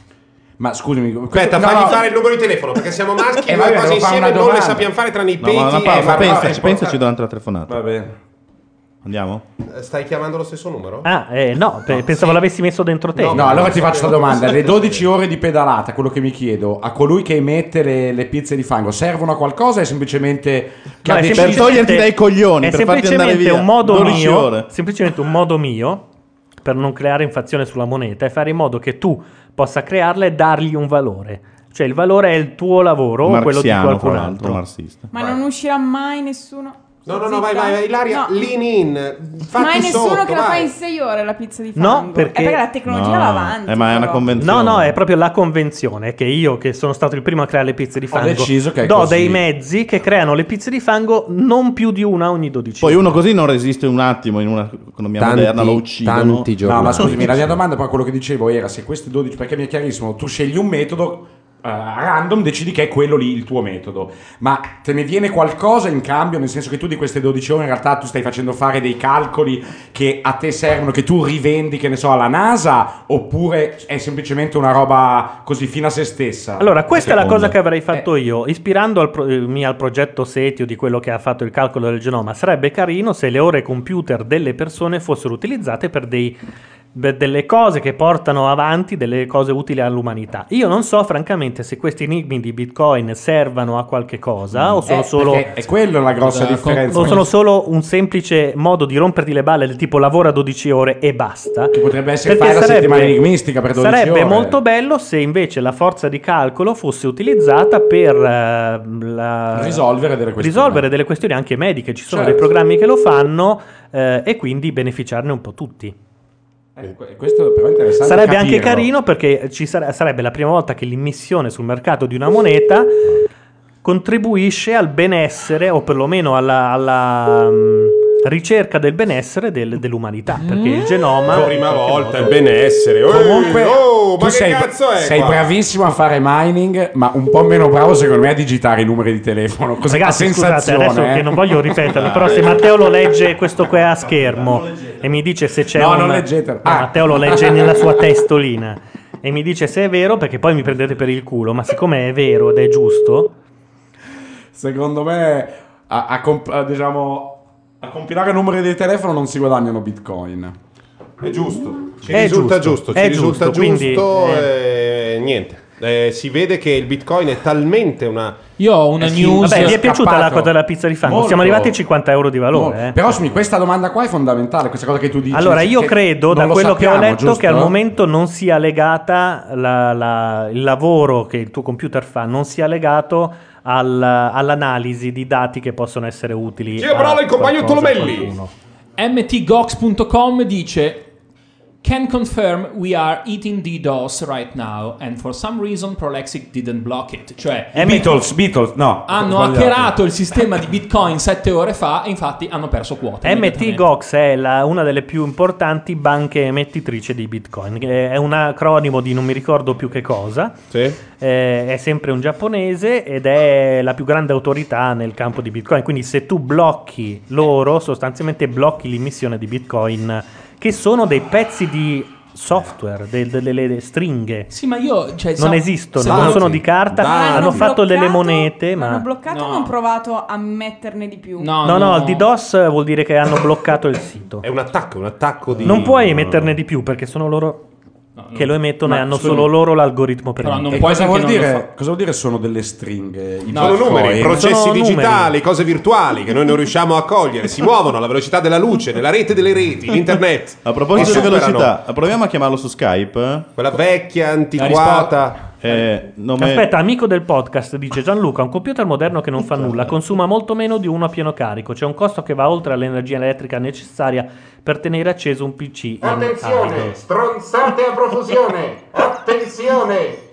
Ma scusami. Aspetta, no, fagli no. fare il numero di telefono perché siamo maschi Eh, e vabbè, noi quasi devo fare insieme una non le domanda. sappiamo fare tranne i No, peti. ma una e- pausa, ma pensaci, vabbè, pensaci durante la telefonata. Va bene. Andiamo? Stai chiamando lo stesso numero? Ah, eh, no, pe- pensavo l'avessi messo dentro te. No, allora ti faccio la domanda. Le dodici ore di pedalata, quello che mi chiedo, a colui che emette le, le pizze di fango, servono a qualcosa o è semplicemente che No, ha è deciso- Per toglierti dai coglioni, è per farti andare semplicemente via un modo dodici mio, ore. semplicemente un modo mio per non creare inflazione sulla moneta e fare in modo che tu possa crearla e dargli un valore. Cioè il valore è il tuo lavoro o quello di Marxiano, qualcun fra l'altro, altro. marxista. Ma non uscirà mai nessuno. No, no, no, vai, vai, vai, Ilaria, No. lean in. Fatti Mai nessuno sotto, che la fa vai. in sei ore la pizza di No, fango. perché- È perché la tecnologia No, va avanti. eh, ma è una però. convenzione. No, no, è proprio la convenzione che io, che sono stato il primo a creare le pizze di fango, deciso che è do così. dei mezzi che creano le pizze di fango non più di una ogni dodici Poi ore. uno così non resiste un attimo in un'economia Tanti- moderna, lo uccidono. tanti No, giornali. ma scusami, la mia domanda poi quello che dicevo era se questi dodici, perché mi è chiarissimo, tu scegli un metodo eh, a random, decidi che è quello lì il tuo metodo, ma te ne viene qualcosa in cambio, nel senso che tu di queste dodici ore in realtà tu stai facendo fare dei calcoli che a te servono, che tu rivendi, che ne so, alla NASA, oppure è semplicemente una roba così fine a se stessa? Allora, questa è la Seconda. cosa che avrei fatto io, ispirando al pro- eh, mi al progetto Setio di quello che ha fatto il calcolo del genoma. Sarebbe carino se le ore computer delle persone fossero utilizzate per dei per delle cose che portano avanti delle cose utili all'umanità. Io non so francamente se questi enigmi di Bitcoin servano a qualche cosa o sono Eh, solo perché è quella la grossa Cosa- differenza. o sono solo un semplice modo di romperti le balle del tipo lavora dodici ore e basta. Che potrebbe essere Perché fare la settimana enigmistica per dodici sarebbe ore. molto bello se invece la forza di calcolo fosse utilizzata per eh, la- Risolvere delle questioni. risolvere delle questioni anche mediche. Ci sono Certo. dei programmi che lo fanno eh, e quindi beneficiarne un po' tutti. Eh, que- questo però è interessante Sarebbe anche capirlo. carino perché ci sare- sarebbe la prima volta che l'immissione sul mercato di una moneta contribuisce al benessere o perlomeno alla, alla, mm, ricerca del benessere del- dell'umanità, perché il genoma La prima in qualche volta il modo- benessere. Ehi, Comunque, oh, tu ma che sei, cazzo è? sei qua? bravissimo a fare mining, ma un po' meno bravo secondo me a digitare i numeri di telefono. Così Ragazzi, a scusate, sensazione. adesso eh. che non voglio ripeterlo, però se Matteo lo legge questo qua a schermo e mi dice se c'è No, un... non leggetelo. No, Ah. Matteo lo legge nella sua testolina e mi dice se è vero, perché poi mi prendete per il culo, ma siccome è vero ed è giusto, Secondo me a, a comp- a, diciamo, a compilare numeri di telefono non si guadagnano bitcoin. È giusto, ci È risulta giusto, giusto, ci è risulta giusto, giusto, quindi, eh, niente. Eh, si vede che il Bitcoin è talmente una... Io ho una Eh sì, news. Vabbè, vi è piaciuta scappato. la cosa della pizza di fango? Molto. Siamo arrivati a cinquanta euro di valore. No, eh. Però Sumi, questa domanda qua è fondamentale, questa cosa che tu dici. Allora, io che credo, non da lo quello che ho sappiamo, letto, giusto? che al momento non sia legata la- la- il lavoro che il tuo computer fa, non sia legato al- all'analisi di dati che possono essere utili. Sì, però a il compagno qualcosa, Tolomelli. qualcuno. M T Gox punto com dice: Can confirm we are eating DDoS right now and for some reason Prolexic didn't block it. Cioè M T Beatles, Beatles, no. hanno sbagliato. hackerato il sistema di Bitcoin sette ore fa e infatti hanno perso quota. M T immediatamente. Gox è la- una delle più importanti banche emettitrici di Bitcoin. È un acronimo di non mi ricordo più che cosa. Sì? Eh, è sempre un giapponese ed è la più grande autorità nel campo di Bitcoin. Quindi se tu blocchi loro, sostanzialmente blocchi l'immissione di Bitcoin, che sono dei pezzi di software, de- delle, delle stringhe. Sì, ma io cioè, Non sa- esistono, se- non Dati. sono di carta. Dati. Hanno fatto delle bloccato- monete, ma Hanno bloccato No. o hanno provato a metterne di più? No, no, no, no, il DDoS vuol dire che hanno bloccato il sito. È un attacco, un attacco di... Non puoi metterne di più perché sono loro che lo emettono Ma e hanno scusi, solo loro l'algoritmo per però non emettere. E cosa Puoi vuol, perché non lo dire, cosa vuol dire sono delle stringhe? I No, Sono Bitcoin? numeri, processi Sono digitali, numeri. cose virtuali che noi non riusciamo a cogliere, si muovono alla velocità della luce, nella rete delle reti, l'internet. A proposito Che di superano velocità, proviamo a chiamarlo su Skype. Quella vecchia, antiquata. Eh, nome- Aspetta, amico del podcast, dice Gianluca, un computer moderno che non fa nulla consuma molto meno di uno a pieno carico. C'è un costo che va oltre all'energia elettrica necessaria per tenere acceso un P C in Attenzione, idle. stronzate a profusione. Attenzione,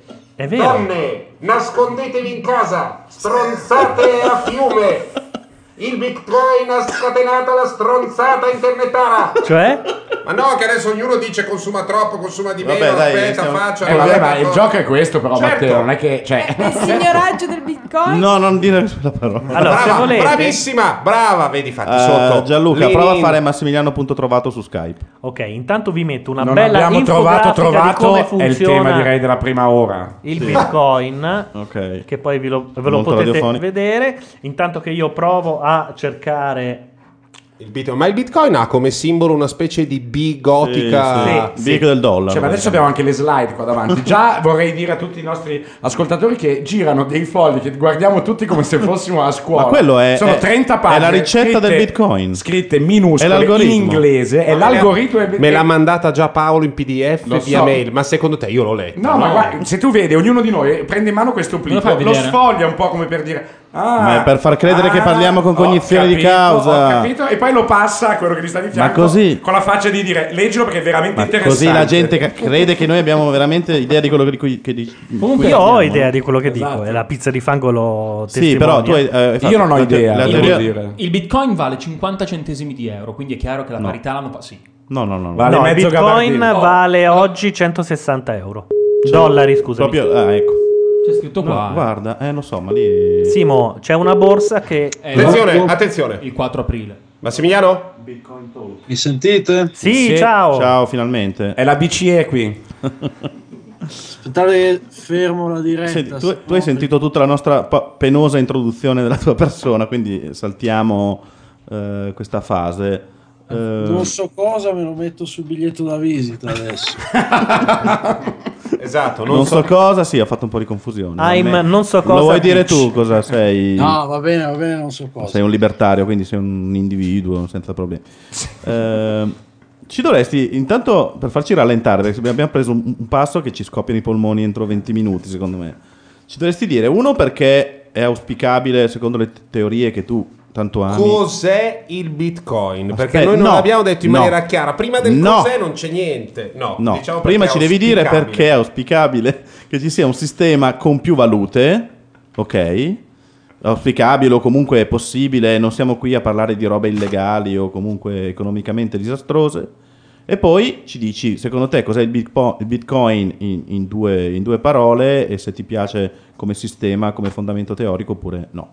È vero. donne, nascondetevi in casa. Stronzate a fiume. Il Bitcoin ha scatenato la stronzata internetara. Cioè? Ma no, che adesso ognuno dice consuma troppo, consuma di meno, Vabbè, dai, aspetta, stiamo- faccia. Eh, vabbè, ma il gioco è questo, però, Certo. Matteo, non è che. Cioè, Il signoraggio del Bitcoin? No, non dire la parola. Allora, se Brava, volete... bravissima, brava, vedi fatti Eh, sotto. Gianluca, Lì, prova a lì. fare Massimiliano.trovato su Skype. Ok, intanto vi metto una non bella abbiamo trovato, infografica di trovato. come È il funziona tema, direi, della prima ora. il Bitcoin. Ok. Che poi ve lo, ve lo Molto potete radiofonico. vedere. Intanto che io provo a cercare... Il Bitcoin, ma il Bitcoin ha come simbolo una specie di B gotica. Sì, sì. Big del dollaro. Cioè, ma adesso abbiamo anche le slide qua davanti. Già vorrei dire a tutti i nostri ascoltatori che girano dei fogli che guardiamo tutti come se fossimo a scuola. Ma quello è- Sono è- trenta è pagine. la ricetta scritte- del Bitcoin. Scritte minuscole È l'algoritmo. in inglese. È l'algoritmo. è- Me l'ha mandata già Paolo in P D F Lo via so. mail, ma secondo te io l'ho letto? No, ma guarda, se tu vedi, ognuno di noi prende in mano questo lo plico, fai lo, vedere? sfoglia un po' come per dire. Ah, Ma è per far credere che parliamo con ho cognizione di capito, causa. Ho capito, e poi lo passa a quello che gli sta di fianco. così- con la faccia di dire leggilo perché è veramente Ma interessante. così la gente ca- crede che noi abbiamo veramente idea di quello che, di cui che di- Comunque- Io ho parliamo, idea no? di quello che Esatto. dico e la pizza di fango lo Sì, però tu hai, testimonia. eh, hai fatto- Io non ho la te- idea, la devo teoria- dire. Il Bitcoin vale cinquanta centesimi di euro, quindi è chiaro che la No. parità l'hanno fa- sì. No, no, no. no. Vale No, il mezzo Bitcoin gabardino. vale oggi centosessanta euro. Dollari, scusami. Proprio, ah, ecco. C'è scritto No, qua. guarda, eh, lo so, ma lì. Simo, c'è una borsa che... È Attenzione, attenzione. il quattro aprile. Massimiliano? Mi sentite? Sì, Sì. ciao. Ciao, finalmente. È la B C E qui. Aspettate, fermo la diretta. Senti, tu, se tu hai no- sentito tutta la nostra pa- penosa introduzione della tua persona, quindi saltiamo eh, questa fase. Eh, Non so cosa, me lo metto sul biglietto da visita adesso. Esatto, non, non, so, cosa, sì, ha fatto un po' di confusione. I'm A me- non so Lo cosa, vuoi dire bitch. tu cosa sei? No, va bene, va bene, non so cosa. Sei un libertario, quindi sei un individuo senza problemi. Eh, ci dovresti, intanto, per farci rallentare, perché abbiamo preso un, un passo che ci scoppiano i polmoni entro venti minuti, secondo me. Ci dovresti dire, uno, perché è auspicabile, secondo le te- teorie che tu tanto ami. Cos'è il Bitcoin? Perché Aspetta, noi non no, l'abbiamo detto in no. maniera chiara. Prima del No. cos'è non c'è niente. No, No, diciamo prima perché ci è devi dire auspicabile. perché è auspicabile che ci sia un sistema con più valute, ok? Auspicabile o comunque è possibile, non siamo qui a parlare di robe illegali o comunque economicamente disastrose. E poi ci dici, secondo te, cos'è il, Bitpo- il Bitcoin in, in due, in due parole e se ti piace come sistema, come fondamento teorico oppure no.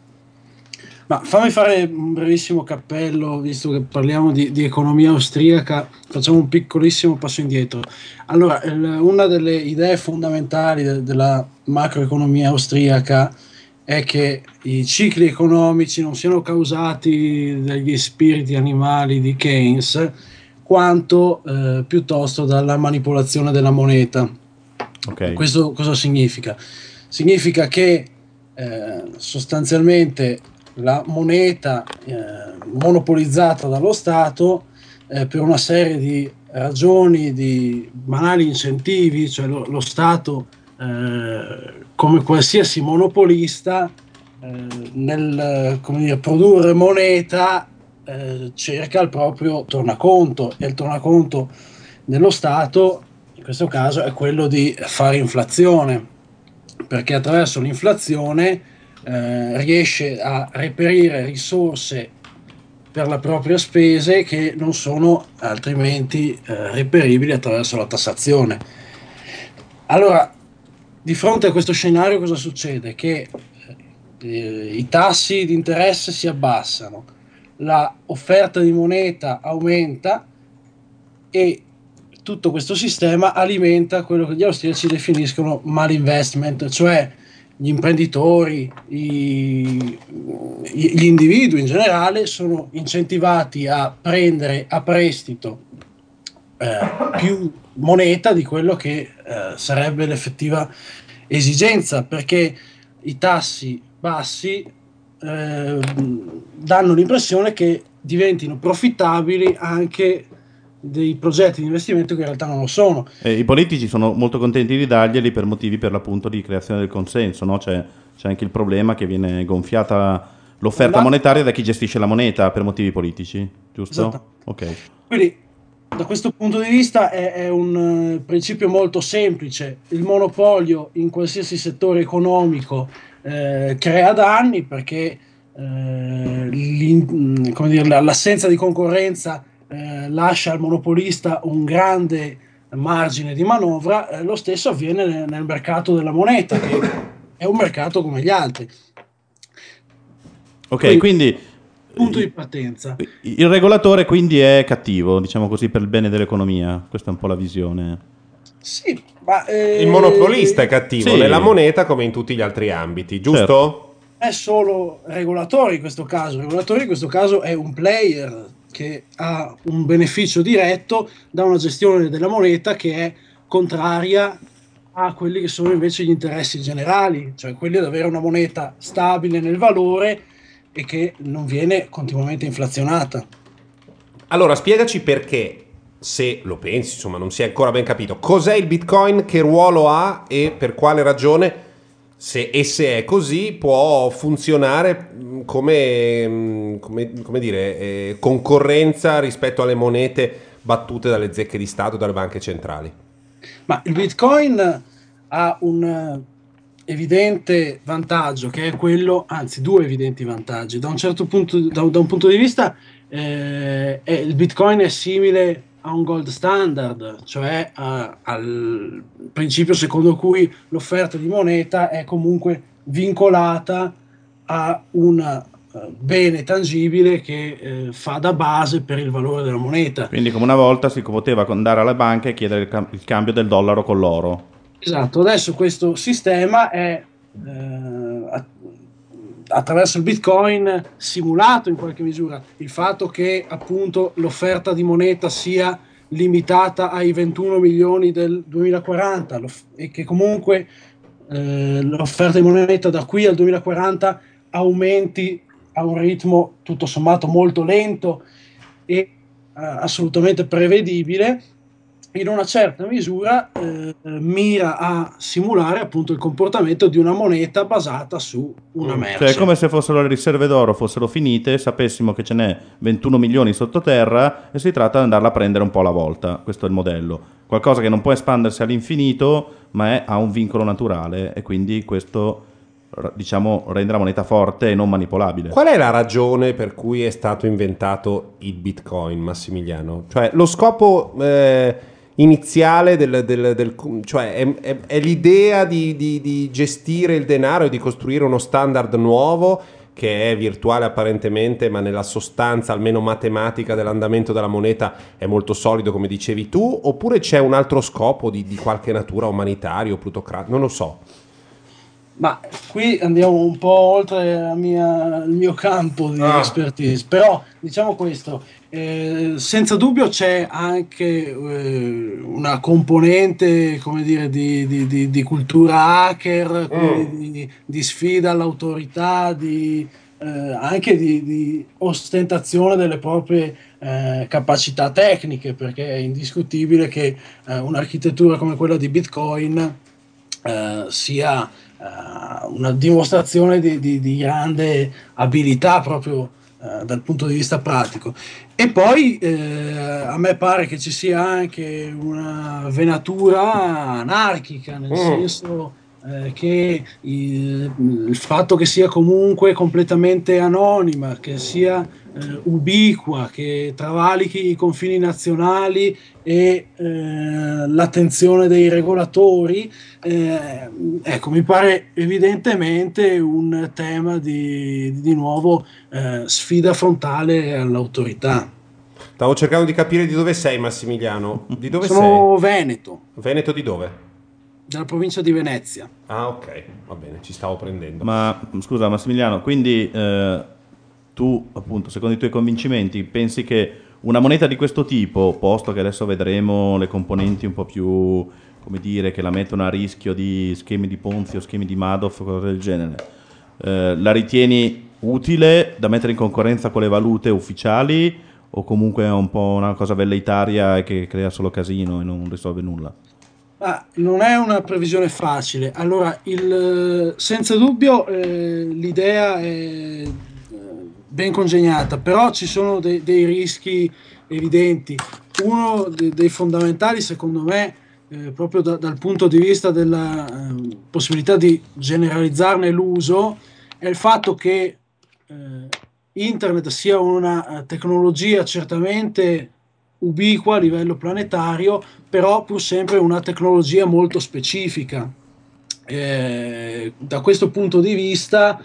Ma fammi fare un brevissimo cappello, visto che parliamo di, di economia austriaca, facciamo un piccolissimo passo indietro. Allora, il- una delle idee fondamentali de- della macroeconomia austriaca è che i cicli economici non siano causati dagli spiriti animali di Keynes, quanto eh, piuttosto dalla manipolazione della moneta. Ok. Questo cosa significa? Significa che eh, sostanzialmente la moneta eh, monopolizzata dallo Stato eh, per una serie di ragioni, di banali incentivi, cioè lo, lo Stato eh, come qualsiasi monopolista eh, nel come dire, produrre moneta eh, cerca il proprio tornaconto, e il tornaconto dello Stato in questo caso è quello di fare inflazione, perché attraverso l'inflazione eh, riesce a reperire risorse per le proprie spese che non sono altrimenti eh, reperibili attraverso la tassazione. Allora, di fronte a questo scenario cosa succede? Che eh, i tassi di interesse si abbassano, la offerta di moneta aumenta e tutto questo sistema alimenta quello che gli austriaci definiscono malinvestment, cioè gli imprenditori, i, gli individui in generale sono incentivati a prendere a prestito eh, più moneta di quello che eh, sarebbe l'effettiva esigenza, perché i tassi bassi eh, danno l'impressione che diventino profittabili anche dei progetti di investimento che in realtà non lo sono. E i politici sono molto contenti di darglieli per motivi per l'appunto di creazione del consenso, no? C'è, c'è anche il problema che viene gonfiata l'offerta La... monetaria da chi gestisce la moneta per motivi politici, giusto? Esatto. Ok. Quindi da questo punto di vista è, è un uh, principio molto semplice. Il monopolio in qualsiasi settore economico eh, crea danni, perché eh, come dire, l'assenza di concorrenza Eh, lascia al monopolista un grande margine di manovra. Eh, lo stesso avviene nel, nel mercato della moneta, che è un mercato come gli altri. Ok, quindi, quindi punto di partenza. Il regolatore quindi è cattivo, diciamo così, per il bene dell'economia. Questa è un po' la visione. Sì, ma eh, il monopolista è cattivo sì. nella moneta come in tutti gli altri ambiti, giusto? Certo. È solo regolatore in questo caso. Il regolatore in questo caso è un player che ha un beneficio diretto da una gestione della moneta che è contraria a quelli che sono invece gli interessi generali, cioè quelli di avere una moneta stabile nel valore e che non viene continuamente inflazionata. Allora, spiegaci perché, se lo pensi, insomma, non si è ancora ben capito, cos'è il Bitcoin, che ruolo ha e per quale ragione, se, e se è così, può funzionare come, come, come dire, eh, concorrenza rispetto alle monete battute dalle zecche di Stato, dalle banche centrali. Ma il Bitcoin ha un evidente vantaggio, che è quello, anzi due evidenti vantaggi. Da un certo punto, da, da un punto di vista, eh, è, il Bitcoin è simile a un gold standard, cioè a, al principio secondo cui l'offerta di moneta è comunque vincolata a un uh, bene tangibile che eh, fa da base per il valore della moneta. Quindi come una volta si poteva andare alla banca e chiedere il, cam- il cambio del dollaro con l'oro. Esatto, adesso questo sistema è eh, attraverso il Bitcoin simulato in qualche misura. Il fatto che appunto l'offerta di moneta sia limitata ai ventuno milioni del duemilaquaranta e che comunque eh, l'offerta di moneta da qui al duemilaquaranta aumenti a un ritmo tutto sommato molto lento e eh, assolutamente prevedibile, in una certa misura eh, mira a simulare appunto il comportamento di una moneta basata su una merce. Cioè è come se fossero le riserve d'oro fossero finite, sapessimo che ce n'è ventuno milioni sottoterra e si tratta di andarla a prendere un po' alla volta. Questo è il modello. Qualcosa che non può espandersi all'infinito, ma è, ha un vincolo naturale e quindi questo, diciamo, rende la moneta forte e non manipolabile. Qual è la ragione per cui è stato inventato il Bitcoin, Massimiliano? Cioè lo scopo eh, iniziale del, del, del cioè è, è, è l'idea di, di, di gestire il denaro e di costruire uno standard nuovo che è virtuale apparentemente, ma nella sostanza, almeno matematica, dell'andamento della moneta è molto solido, come dicevi tu, oppure c'è un altro scopo di, di qualche natura umanitario, plutocratico, non lo so. Ma qui andiamo un po' oltre la mia- il mio campo di Ah. expertise, però diciamo questo, eh, senza dubbio c'è anche eh, una componente, come dire, di, di- di- di cultura hacker, quindi di, di sfida all'autorità, di, eh, anche di, di ostentazione delle proprie eh, capacità tecniche, perché è indiscutibile che eh, un'architettura come quella di Bitcoin eh, sia Uh, una dimostrazione di, di- di grande abilità proprio uh, dal punto di vista pratico. E poi eh, a me pare che ci sia anche una venatura anarchica, nel Mm. senso eh, che il, il fatto che sia comunque completamente anonima, che sia eh, ubiqua, che travalichi i confini nazionali e eh, l'attenzione dei regolatori, eh, ecco, mi pare evidentemente un tema di, di nuovo eh, sfida frontale all'autorità. Stavo cercando di capire di dove sei, Massimiliano. Di dove Sono Veneto, sei? Veneto di dove? della provincia di Venezia. Ah, ok, va bene, ci stavo prendendo. Ma scusa Massimiliano, quindi eh, tu appunto secondo i tuoi convincimenti pensi che una moneta di questo tipo, posto che adesso vedremo le componenti un po' più, come dire, che la mettono a rischio di schemi di Ponzi o schemi di Madoff o cose del genere, eh, la ritieni utile da mettere in concorrenza con le valute ufficiali o comunque è un po' una cosa velleitaria e che crea solo casino e non risolve nulla? Ma non è una previsione facile. Allora, il, senza dubbio eh, l'idea è eh, ben congegnata, però ci sono de- dei rischi evidenti. Uno de- dei fondamentali, secondo me, eh, proprio da- dal punto di vista della eh, possibilità di generalizzarne l'uso, è il fatto che eh, Internet sia una eh, tecnologia certamente ubiqua a livello planetario, però pur sempre una tecnologia molto specifica. Eh, da questo punto di vista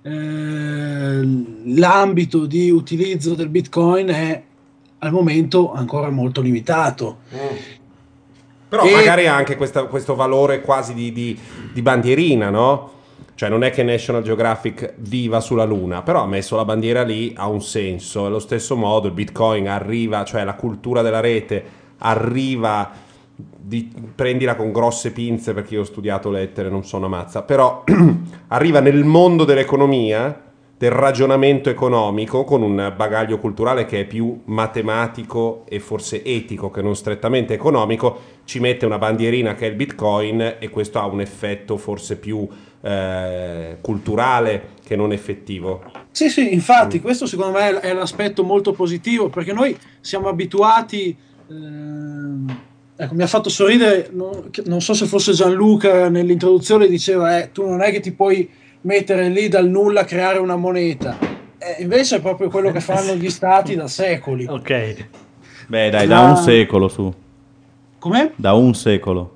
eh, l'ambito di utilizzo del Bitcoin è al momento ancora molto limitato. Però E- magari ha anche questa- questo valore quasi di, di- di bandierina, no? Cioè non è che National Geographic viva sulla Luna, però ha messo la bandiera lì, ha un senso. Allo stesso modo il Bitcoin arriva, cioè la cultura della rete arriva, di- prendila con grosse pinze perché io ho studiato lettere, non sono una mazza, però arriva nel mondo dell'economia, del ragionamento economico, con un bagaglio culturale che è più matematico e forse etico che non strettamente economico, ci mette una bandierina che è il Bitcoin e questo ha un effetto forse più eh, culturale che non effettivo. Sì, sì, infatti questo secondo me è l'aspetto molto positivo, perché noi siamo abituati, ehm, ecco, mi ha fatto sorridere, non, che- non so se fosse Gianluca nell'introduzione, diceva eh, tu non è che ti puoi mettere lì dal nulla a creare una moneta. Eh, invece è proprio quello che fanno gli stati da secoli. Ok. Beh dai, da Ma- un secolo su. Come? Da un secolo.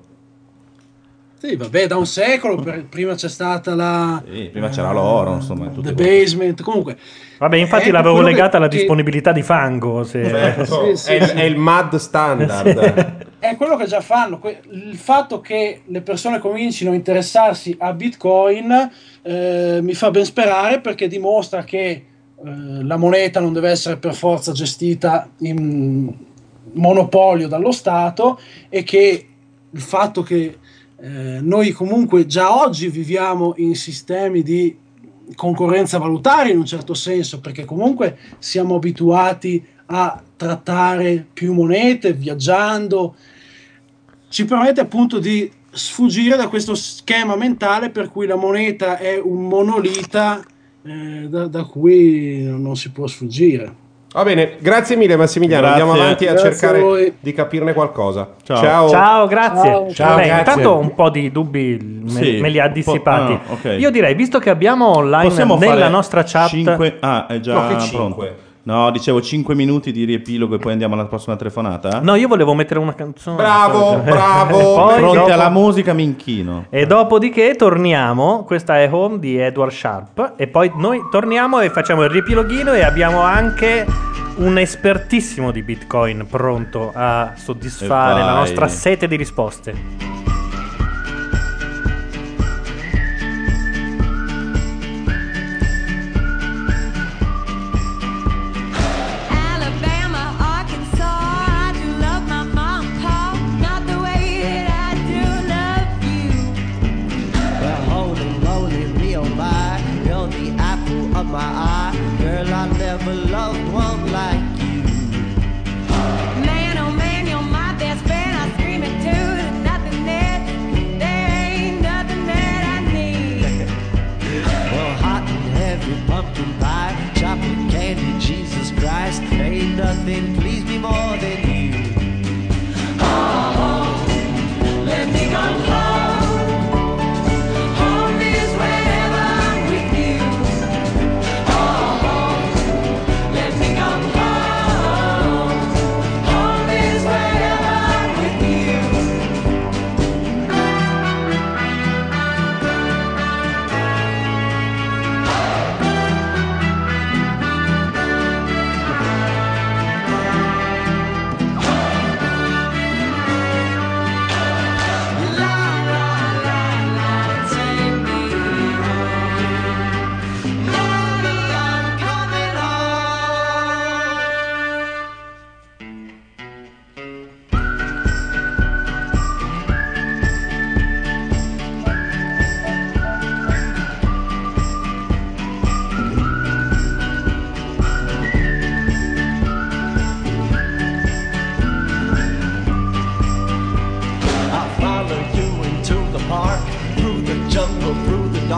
Sì, vabbè, da un secolo, per- prima c'è stata la... Sì, prima c'era l'oro, insomma. tutte The cose. Basement, comunque. Vabbè, infatti Eh, l'avevo quello che- legata alla che- disponibilità di fango. Se... Certo, Sì, sì, è, il- sì. è il M A D standard. È quello che già fanno. Que- Il fatto che le persone comincino a interessarsi a Bitcoin eh, mi fa ben sperare, perché dimostra che eh, la moneta non deve essere per forza gestita in monopolio dallo Stato, e che il fatto che eh, noi comunque già oggi viviamo in sistemi di concorrenza valutaria in un certo senso, perché comunque siamo abituati a trattare più monete viaggiando, ci permette appunto di sfuggire da questo schema mentale per cui la moneta è un monolita eh, da, da cui non si può sfuggire. Va bene, grazie mille Massimiliano, Grazie. andiamo avanti a Grazie a cercare voi. di capirne qualcosa. Ciao. Ciao, grazie. Ciao. Ciao, Beh, grazie. intanto un po' di dubbi me, Sì, me li ha un po'- dissipati. ah, ok. Io direi, visto che abbiamo online Possiamo nella fare nostra chat... cinque Ah, è già No, che pronto. cinque? No, dicevo cinque minuti di riepilogo e poi andiamo alla prossima telefonata. No, io volevo mettere una canzone. Bravo, bravo. Poi Fronte dopo- alla musica mi inchino. E dopodiché torniamo, questa è Home di Edward Sharp, e poi noi torniamo e facciamo il riepiloghino, e abbiamo anche un espertissimo di Bitcoin pronto a soddisfare E la vai. nostra sete di risposte.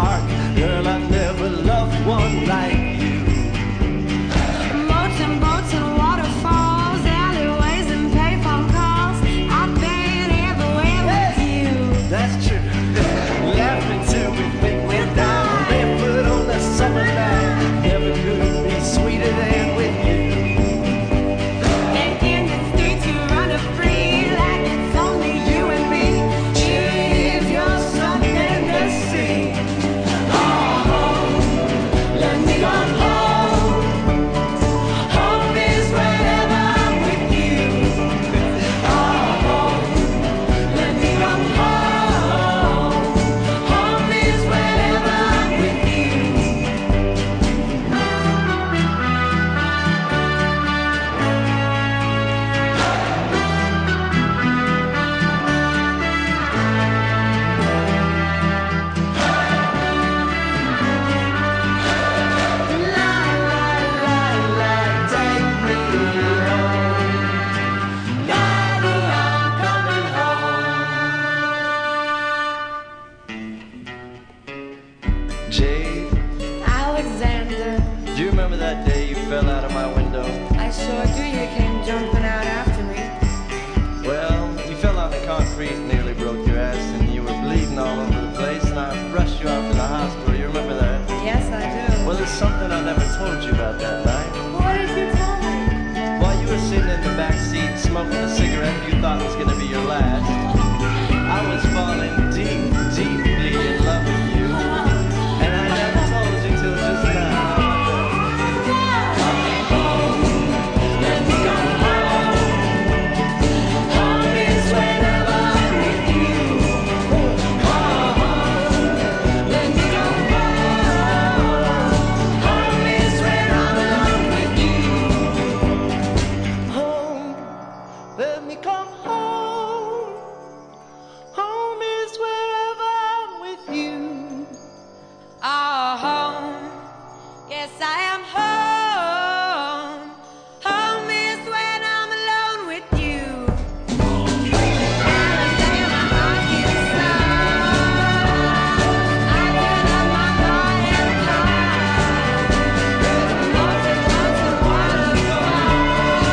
park. Girl, I never loved one like you. Boats and boats and waterfalls, alleyways and payphone calls. I've been everywhere with you. That's true. Laughed until we think we're down. Barefoot on the summer night. Never could be sweeter than with you. And in the streets you run free like it's only you and me. If you're something to see. Oh, home, let me come home. Home is wherever I'm with you. Oh, home, let me come home. Home is wherever I'm with you. Jade, Alexander, do you remember that day you fell out of my window? I sure do. You came jumping out after me. Well, you fell on the concrete and nearly broke your ass, and you were bleeding all over the place, and I rushed you off to the hospital. You remember that? Yes, I do. Well, there's something I never told you about that night. What did you tell me? While you were sitting in the back seat smoking a cigarette you thought was going to be your last, I was falling deep, deeply in love with you, and I never told you till just now. Let me go home. Home is wherever I'm with you. Oh, let me go home. Home is where I'm alone with you. Home, let me come home. Home is wherever I'm with you. Oh, home. Yes, I am home. Home is when I'm alone with you. Alabama, Arkansas. I turn up my car and car. Boats and boats and waterfalls.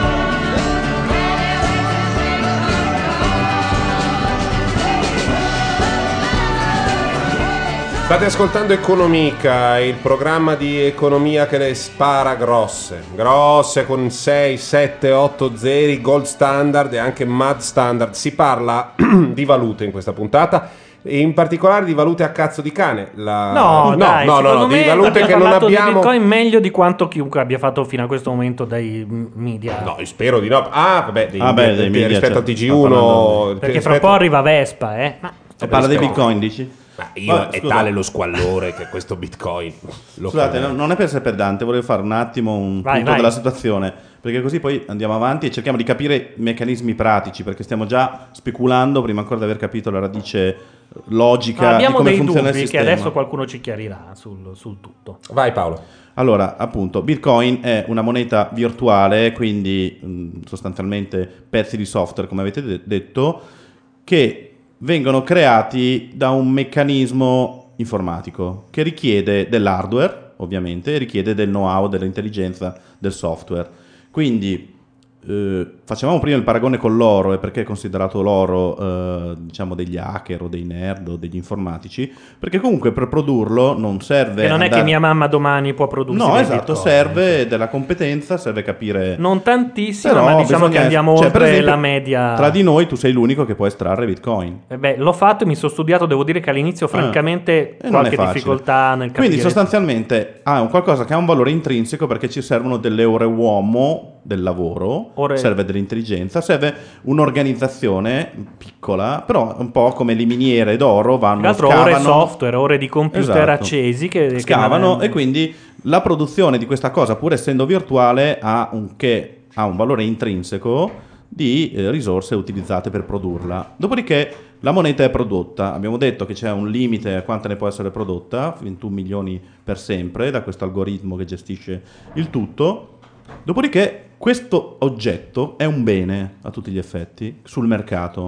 State ascoltando Economica, il programma di economia che le spara grosse, grosse con sei, sette, otto zeri, gold standard e anche mud standard. Si parla di valute in questa puntata e in particolare di valute a cazzo di cane. La... No, dai, no, no, secondo no, me di valute abbiamo che non parlato abbiamo. di Bitcoin meglio di quanto chiunque abbia fatto fino a questo momento dai mm, media. No, io spero di no. Ah, vabbè, dei, Ah, beh, dei- dei media, rispetto al certo. T G Sta uno. parlando- Perché fra rispetto- un po' arriva Vespa, eh. Ma E parla dei Aspetta. bitcoin, dici? Ma io Vabbè, è scusa. tale lo squallore che questo Bitcoin lo Scusate, fa- no- non è per essere pedante, volevo fare un attimo un Vai, punto vai. della situazione, perché così poi andiamo avanti e cerchiamo di capire i meccanismi pratici, perché stiamo già speculando prima ancora di aver capito la radice logica di abbiamo come dei funziona dubbi il che sistema. adesso qualcuno ci chiarirà sul, sul tutto. Vai Paolo. Allora, appunto, Bitcoin è una moneta virtuale, quindi mh, sostanzialmente pezzi di software, come avete de- detto, che vengono creati da un meccanismo informatico che richiede dell'hardware, ovviamente, e richiede del know-how, dell'intelligenza del software. Quindi eh, facevamo prima il paragone con l'oro, e perché è considerato l'oro eh, diciamo degli hacker o dei nerd o degli informatici, perché comunque per produrlo non serve Che non è andare- che mia mamma domani può produrre. No, esatto, serve della competenza, serve capire. Non tantissimo, Però ma diciamo bisogna- che andiamo cioè, per oltre esempio, la media. Tra di noi tu sei l'unico che può estrarre Bitcoin. Eh beh, l'ho fatto e mi sono studiato, devo dire che all'inizio francamente E non è qualche facile. difficoltà nel capire. Quindi sostanzialmente ha un qualcosa che ha un valore intrinseco, perché ci servono delle ore uomo del lavoro, Ore- serve dell'intelligenza, serve un'organizzazione piccola, però un po' come le miniere d'oro vanno, Tra l'altro ore scavano, software, ore di computer Esatto. accesi che che scavano non- e quindi la produzione di questa cosa, pur essendo virtuale, ha un, che, ha un valore intrinseco di eh, risorse utilizzate per produrla. Dopodiché la moneta è prodotta. Abbiamo detto che c'è un limite a quanta ne può essere prodotta, ventuno milioni per sempre, da questo algoritmo che gestisce il tutto. Dopodiché questo oggetto è un bene a tutti gli effetti sul mercato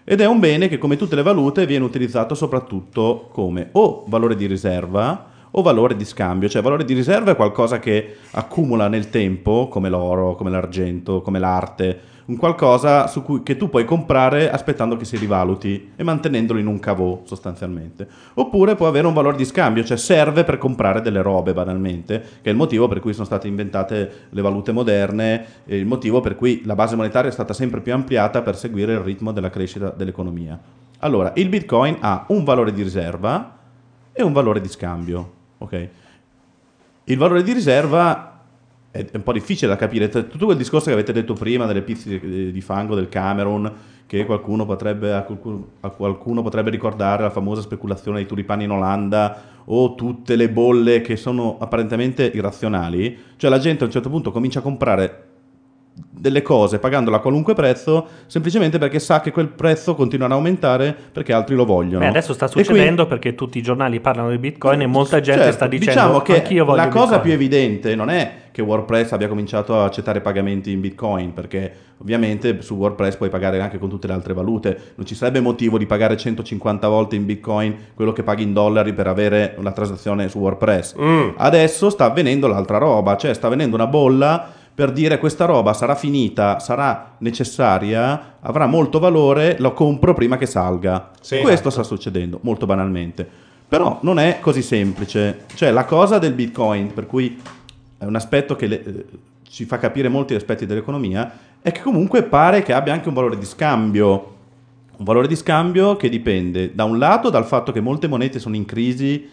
ed è un bene che, come tutte le valute, viene utilizzato soprattutto come o valore di riserva o valore di scambio. Cioè valore di riserva è qualcosa che accumula nel tempo, come l'oro, come l'argento, come l'arte, un qualcosa su cui, che tu puoi comprare aspettando che si rivaluti e mantenendolo in un cavò sostanzialmente. Oppure può avere un valore di scambio, cioè serve per comprare delle robe banalmente, che è il motivo per cui sono state inventate le valute moderne, e il motivo per cui la base monetaria è stata sempre più ampliata per seguire il ritmo della crescita dell'economia. Allora, il Bitcoin ha un valore di riserva e un valore di scambio. Ok? Il valore di riserva è un po' difficile da capire. Tutto quel discorso che avete detto prima delle pizze di fango del Camerun, che qualcuno potrebbe, a qualcuno, a qualcuno potrebbe ricordare la famosa speculazione dei tulipani in Olanda, o tutte le bolle che sono apparentemente irrazionali. Cioè la gente a un certo punto comincia a comprare delle cose pagandolo a qualunque prezzo, semplicemente perché sa che quel prezzo continuerà a aumentare perché altri lo vogliono. Beh, adesso sta succedendo quindi, perché tutti i giornali parlano di Bitcoin e molta gente certo, sta dicendo diciamo che anch'io voglio la cosa Bitcoin. più evidente non è che WordPress abbia cominciato a accettare pagamenti in Bitcoin, perché ovviamente su WordPress puoi pagare anche con tutte le altre valute. Non ci sarebbe motivo di pagare centocinquanta volte in Bitcoin quello che paghi in dollari per avere una transazione su WordPress. Mm. Adesso sta avvenendo l'altra roba, cioè sta avvenendo una bolla per dire questa roba sarà finita, sarà necessaria, avrà molto valore, lo compro prima che salga. Sì, questo esatto. sta succedendo, molto banalmente. Però non è così semplice. Cioè la cosa del Bitcoin, per cui è un aspetto che le, eh, ci fa capire molti aspetti dell'economia, è che comunque pare che abbia anche un valore di scambio. Un valore di scambio che dipende da un lato dal fatto che molte monete sono in crisi,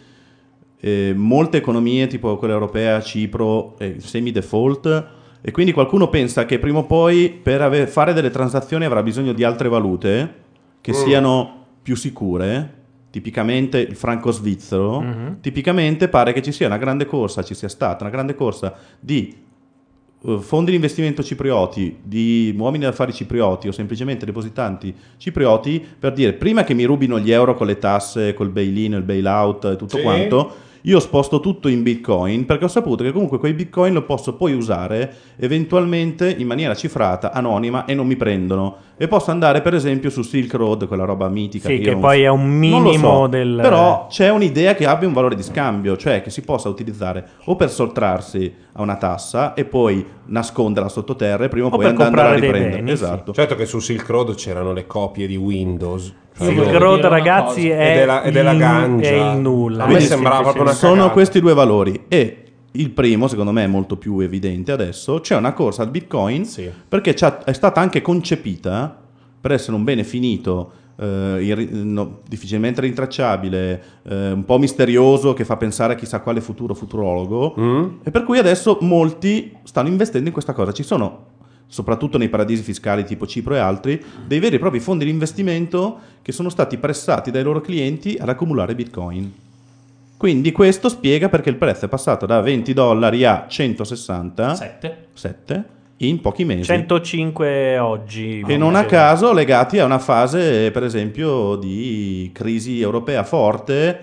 eh, molte economie tipo quella europea, Cipro, eh, semi-default, e quindi qualcuno pensa che prima o poi per ave- fare delle transazioni avrà bisogno di altre valute che mm. siano più sicure, tipicamente il franco svizzero. Mm-hmm. Tipicamente pare che ci sia una grande corsa, ci sia stata una grande corsa di uh, fondi di investimento ciprioti, di uomini d'affari ciprioti o semplicemente depositanti ciprioti, per dire prima che mi rubino gli euro con le tasse, col bail-in, il bail-out e tutto sì. quanto, io sposto tutto in Bitcoin, perché ho saputo che comunque quei Bitcoin lo posso poi usare eventualmente in maniera cifrata, anonima, e non mi prendono. E posso andare per esempio su Silk Road, quella roba mitica. Sì, che, che io poi so. è un minimo so, del... Però c'è un'idea che abbia un valore di scambio, cioè che si possa utilizzare o per sottrarsi a una tassa e poi nasconderla sottoterra e prima o poi andare a riprendere. Beni, esatto. Sì. Certo che su Silk Road c'erano le copie di Windows. Silk Road, ragazzi, è, è della, è della ganja. È il nulla. A me sembrava proprio una Sono cagata. questi due valori. E il primo, secondo me, è molto più evidente adesso. C'è una corsa al Bitcoin sì. perché è stata anche concepita per essere un bene finito, eh, ir- no, difficilmente rintracciabile, eh, un po' misterioso, che fa pensare a chissà quale futuro futurologo. Mm. E per cui adesso molti stanno investendo in questa cosa. Ci sono, soprattutto nei paradisi fiscali tipo Cipro e altri, dei veri e propri fondi di investimento che sono stati pressati dai loro clienti ad accumulare Bitcoin. Quindi questo spiega perché il prezzo è passato da venti dollari a centosessanta sette in pochi mesi. centocinque oggi. E non a caso legati a una fase, per esempio, di crisi europea forte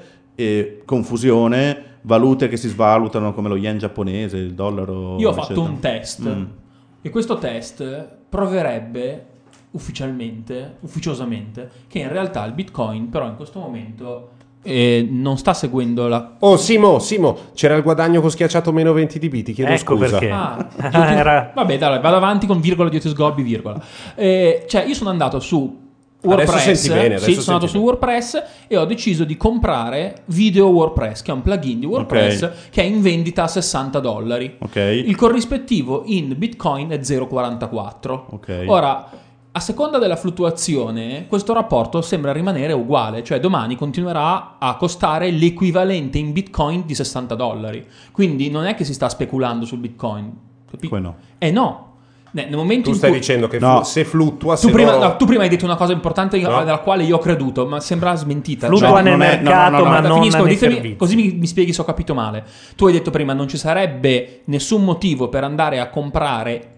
e confusione, valute che si svalutano come lo yen giapponese, il dollaro. Io ho eccetera. fatto un test mm. e questo test proverebbe ufficialmente, ufficiosamente, che in realtà il Bitcoin però in questo momento eh, non sta seguendo la... Oh Simo, Simo, c'era il guadagno con schiacciato meno venti di bit, ti chiedo ecco scusa. Perché. Ah, ti... Era... Vabbè, dai, vado avanti con virgola, Diotis Gobbi, virgola. Eh, cioè, io sono andato su WordPress, adesso bene, adesso sì, sono andato su WordPress e ho deciso di comprare Video WordPress, che è un plugin di WordPress okay. che è in vendita a sessanta dollari. Okay. Il corrispettivo in Bitcoin è zero virgola quarantaquattro. Okay. Ora, a seconda della fluttuazione, questo rapporto sembra rimanere uguale, cioè domani continuerà a costare l'equivalente in Bitcoin di sessanta dollari. Quindi non è che si sta speculando sul Bitcoin. Capi? Come no? Eh no. Nel momento tu in stai cui... dicendo che no. se fluttua tu se prima, no... no, tu prima hai detto una cosa importante no. della quale io ho creduto, ma sembra smentita. Fluttua cioè, nel mercato, no, no, no, ma non finisco, nei ditemi, servizi. così mi, mi spieghi se ho capito male. Tu hai detto prima non ci sarebbe nessun motivo per andare a comprare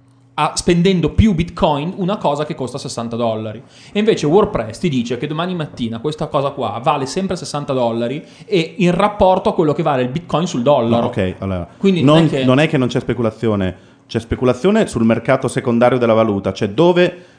a, spendendo più Bitcoin una cosa che costa sessanta dollari. E invece WordPress ti dice che domani mattina questa cosa qua vale sempre sessanta dollari e in rapporto a quello che vale il Bitcoin sul dollaro. No, ok, allora Quindi non, non, è che... non è che non c'è speculazione. C'è speculazione sul mercato secondario della valuta, cioè dove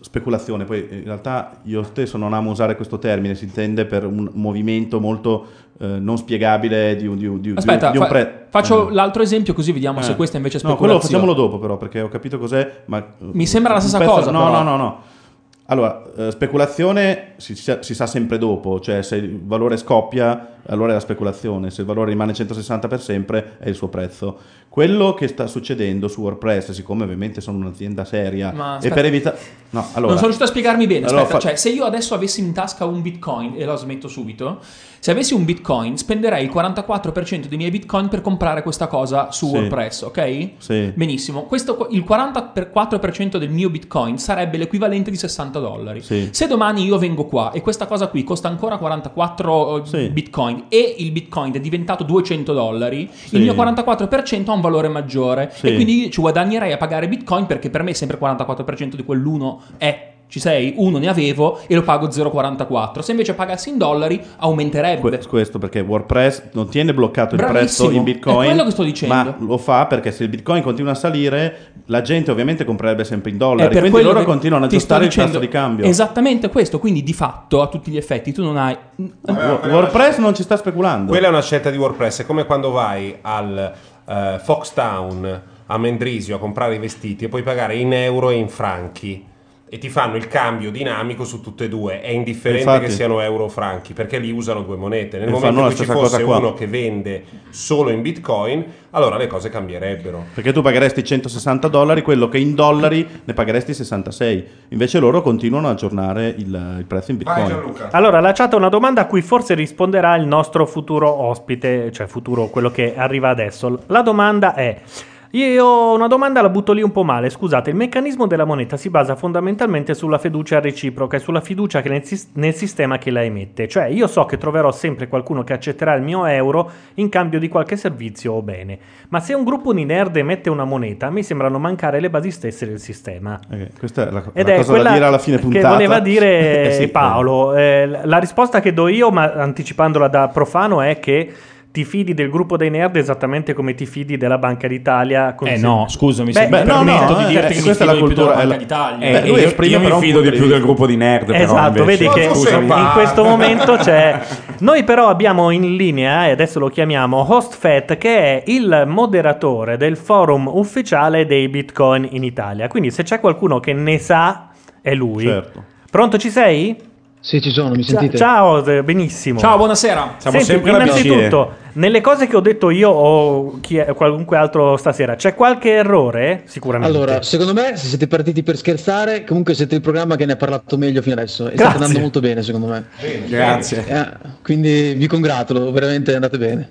speculazione, poi in realtà io stesso non amo usare questo termine, si intende per un movimento molto eh, non spiegabile di un, di un, di un, Aspetta, di un fa- pre- faccio eh. l'altro esempio così vediamo Eh. se questa invece è No, speculazione. quello facciamolo dopo però, perché ho capito cos'è, ma Mi sembra la un stessa pezzo- cosa, No, però. no, no, no. Allora, eh, speculazione si, si, si sa sempre dopo, cioè se il valore scoppia allora è la speculazione, se il valore rimane centosessanta per sempre è il suo prezzo. Quello che sta succedendo su WordPress, siccome ovviamente sono un'azienda seria Ma e aspetta. per evitare... No, allora... Non sono riuscito a spiegarmi bene. Allora, Aspetta, fa- cioè, se io adesso avessi in tasca un bitcoin, e lo smetto subito, se avessi un bitcoin, spenderei il quarantaquattro per cento dei miei bitcoin per comprare questa cosa su Sì. WordPress, ok? Sì. Benissimo. Questo, il quarantaquattro per cento del mio bitcoin sarebbe l'equivalente di sessanta dollari. Sì. Se domani io vengo qua e questa cosa qui costa ancora quarantaquattro bitcoin e il bitcoin è diventato duecento dollari, Sì. il mio quarantaquattro per cento ha un valore maggiore Sì. e quindi ci guadagnerei a pagare bitcoin, perché per me sempre il quarantaquattro per cento di quell'uno è. Ci sei? Uno ne avevo e lo pago zero virgola quarantaquattro. Se invece pagassi in dollari aumenterebbe. Que- questo perché WordPress non tiene bloccato il Bravissimo, prezzo in Bitcoin, è quello che sto dicendo. ma lo fa perché se il Bitcoin continua a salire, la gente ovviamente comprerebbe sempre in dollari, È per quindi quello loro che continuano a ti sto aggiustare il dicendo tasso di cambio. Esattamente questo, quindi di fatto a tutti gli effetti tu non hai Wo- WordPress non ci sta speculando. Quella è una scelta di WordPress, è come quando vai al eh, Foxtown a Mendrisio a comprare i vestiti e puoi pagare in euro e in franchi e ti fanno il cambio dinamico su tutte e due, è indifferente Infatti. che siano euro o franchi, perché lì usano due monete. Nel E momento fanno in la cui ci stessa fosse cosa qua. uno che vende solo in Bitcoin, allora le cose cambierebbero. Perché tu pagheresti centosessanta dollari, quello che in dollari ne pagheresti sessantasei. Invece loro continuano a aggiornare il, il prezzo in Bitcoin. Allora, la chat ha una domanda a cui forse risponderà il nostro futuro ospite, cioè futuro quello che arriva adesso. La domanda è: io ho una domanda, la butto lì un po' male, scusate. Il meccanismo della moneta si basa fondamentalmente sulla fiducia reciproca e sulla fiducia che nel, sis- nel sistema che la emette. Cioè, io so che troverò sempre qualcuno che accetterà il mio euro in cambio di qualche servizio o bene. Ma se un gruppo di nerd emette una moneta, mi sembrano mancare le basi stesse del sistema. Ok, questa è la, Ed la è cosa quella da dire alla fine puntata. che voleva dire Eh sì, Paolo. Eh, la risposta che do io, ma anticipandola da profano, è che ti fidi del gruppo dei nerd esattamente come ti fidi della Banca d'Italia. Eh no, scusami, Beh, se mi beh, no, permetto no, di eh, dirti eh, che mi questa è fido la di più della cultura, Banca è la- d'Italia. Eh, Beh, lui io, esprime io mi però un fido punto di di più del vista. gruppo di nerd, però, Esatto, invece. vedi che tu in, sei in pazzo. questo momento c'è. Noi però abbiamo in linea, e adesso lo chiamiamo HostFat, che è il moderatore del forum ufficiale dei Bitcoin in Italia. Quindi se c'è qualcuno che ne sa, è lui. Certo. Pronto, ci sei? Sì, ci sono, mi Cia- sentite? Ciao, eh, benissimo. Ciao, buonasera. Siamo Senti, sempre una innanzitutto, nelle cose che ho detto io o chi è- qualunque altro stasera, c'è qualche errore? Sicuramente. Allora, secondo me, se siete partiti per scherzare, comunque siete il programma che ne ha parlato meglio fino adesso. E Grazie. state andando molto bene, secondo me. Grazie. Eh, quindi vi congratulo, veramente andate bene.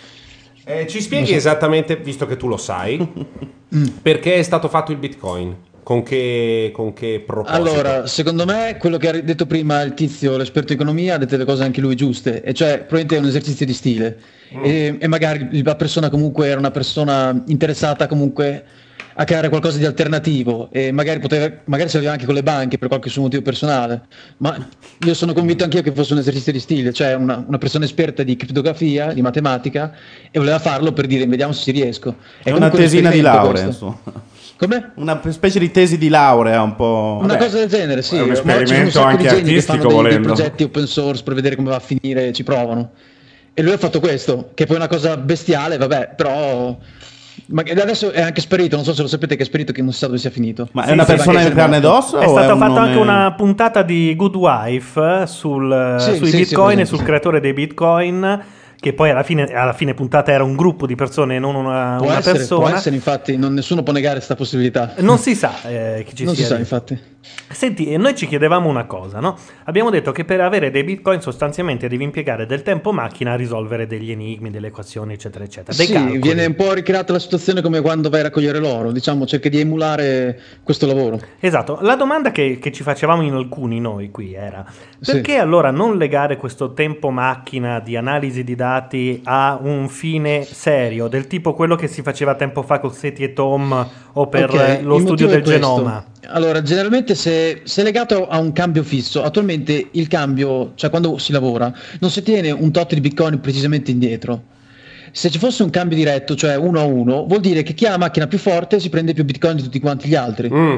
Eh, ci spieghi esattamente, visto che tu lo sai, perché è stato fatto il Bitcoin? Con che, con che proposito? Allora, secondo me, quello che ha detto prima il tizio, l'esperto di economia, ha detto le cose anche lui giuste, e cioè probabilmente è un esercizio di stile. E, e magari la persona comunque era una persona interessata comunque a creare qualcosa di alternativo e magari poteva, magari serviva anche con le banche per qualche suo motivo personale, ma io sono convinto anch'io che fosse un esercizio di stile, cioè una, una persona esperta di crittografia, di matematica, e voleva farlo per dire vediamo se ci riesco. È una comunque un tesina di esperimento laurea, questo. insomma. Come? Una specie di tesi di laurea, un po'. Una Vabbè. cosa del genere, sì. è un Ma ci sono esperimento sacco anche di geni che artistico, fanno dei, dei volendo. progetti open source per vedere come va a finire, ci provano. E lui ha fatto questo, che poi è una cosa bestiale, vabbè, però. Ma adesso è anche sparito, non so se lo sapete che è sparito, che non si sa dove sia finito. Ma è Sì, una sì, persona perché in carne ed ossa? È o stato un fatto nome- anche una puntata di Good Wife sul, Sì, sui sì, bitcoin sì, e sul creatore dei bitcoin, che poi alla fine, alla fine puntata era un gruppo di persone, non una, Può una essere, persona. può essere, infatti, non, nessuno può negare questa possibilità. Non si sa eh, chi ci non sia si sa, lì. infatti. Senti, e noi ci chiedevamo una cosa, no? Abbiamo detto che per avere dei bitcoin sostanzialmente devi impiegare del tempo macchina a risolvere degli enigmi, delle equazioni, eccetera, eccetera. Dei Sì, calcoli. viene un po' ricreata la situazione come quando vai a raccogliere l'oro, diciamo, cerca di emulare questo lavoro. Esatto, la domanda che, che ci facevamo in alcuni noi qui era: perché Sì. allora non legare questo tempo macchina di analisi di dati a un fine serio, del tipo quello che si faceva tempo fa con Seti e Tom o per Ok, eh, lo il studio motivo del è questo. genoma? Allora, generalmente se, se è legato a un cambio fisso, attualmente il cambio, cioè quando si lavora, non si tiene un tot di bitcoin precisamente indietro. Se ci fosse un cambio diretto, cioè uno a uno, vuol dire che chi ha la macchina più forte si prende più bitcoin di tutti quanti gli altri. Mm.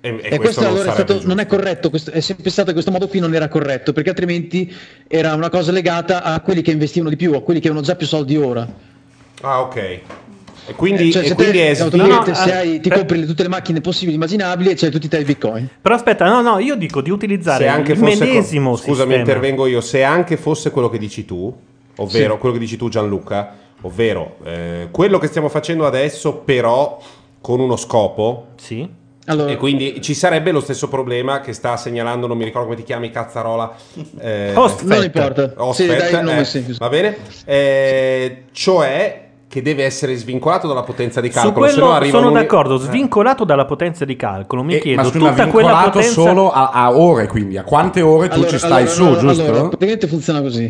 E, e E, questo, non allora è sarebbe stato, non è corretto, questo, è sempre stato questo modo qui, non era corretto, perché altrimenti era una cosa legata a quelli che investivano di più, a quelli che avevano già più soldi ora. Ah, ok. E quindi, Eh, cioè, e se quindi te, è automaticamente, no, se eh, hai, ti eh. compri le- tutte le macchine possibili e immaginabili e c'hai tutti i te bitcoin. Però aspetta, no, no, io dico di utilizzare se anche il fosse co- medesimo scusami, sistema. intervengo io. Se anche fosse quello che dici tu, ovvero Sì. quello che dici tu, Gianluca, ovvero eh, quello che stiamo facendo adesso, però con uno scopo. Sì. Allora, E quindi ci sarebbe lo stesso problema che sta segnalando, non mi ricordo come ti chiami, Cazzarola. Eh, Ostfett. non importa. Ostfett, Sì, dai il nome, eh, sì. va bene? Eh, cioè che deve essere svincolato dalla potenza di Su calcolo. se quello no arriva sono un- d'accordo, eh. svincolato dalla potenza di calcolo. Mi Eh, chiedo, ma scusa, tutta quella vincolato potenza... solo a, a ore, quindi a quante ore tu allora, ci stai allora, su, allora, giusto? Allora, praticamente funziona così.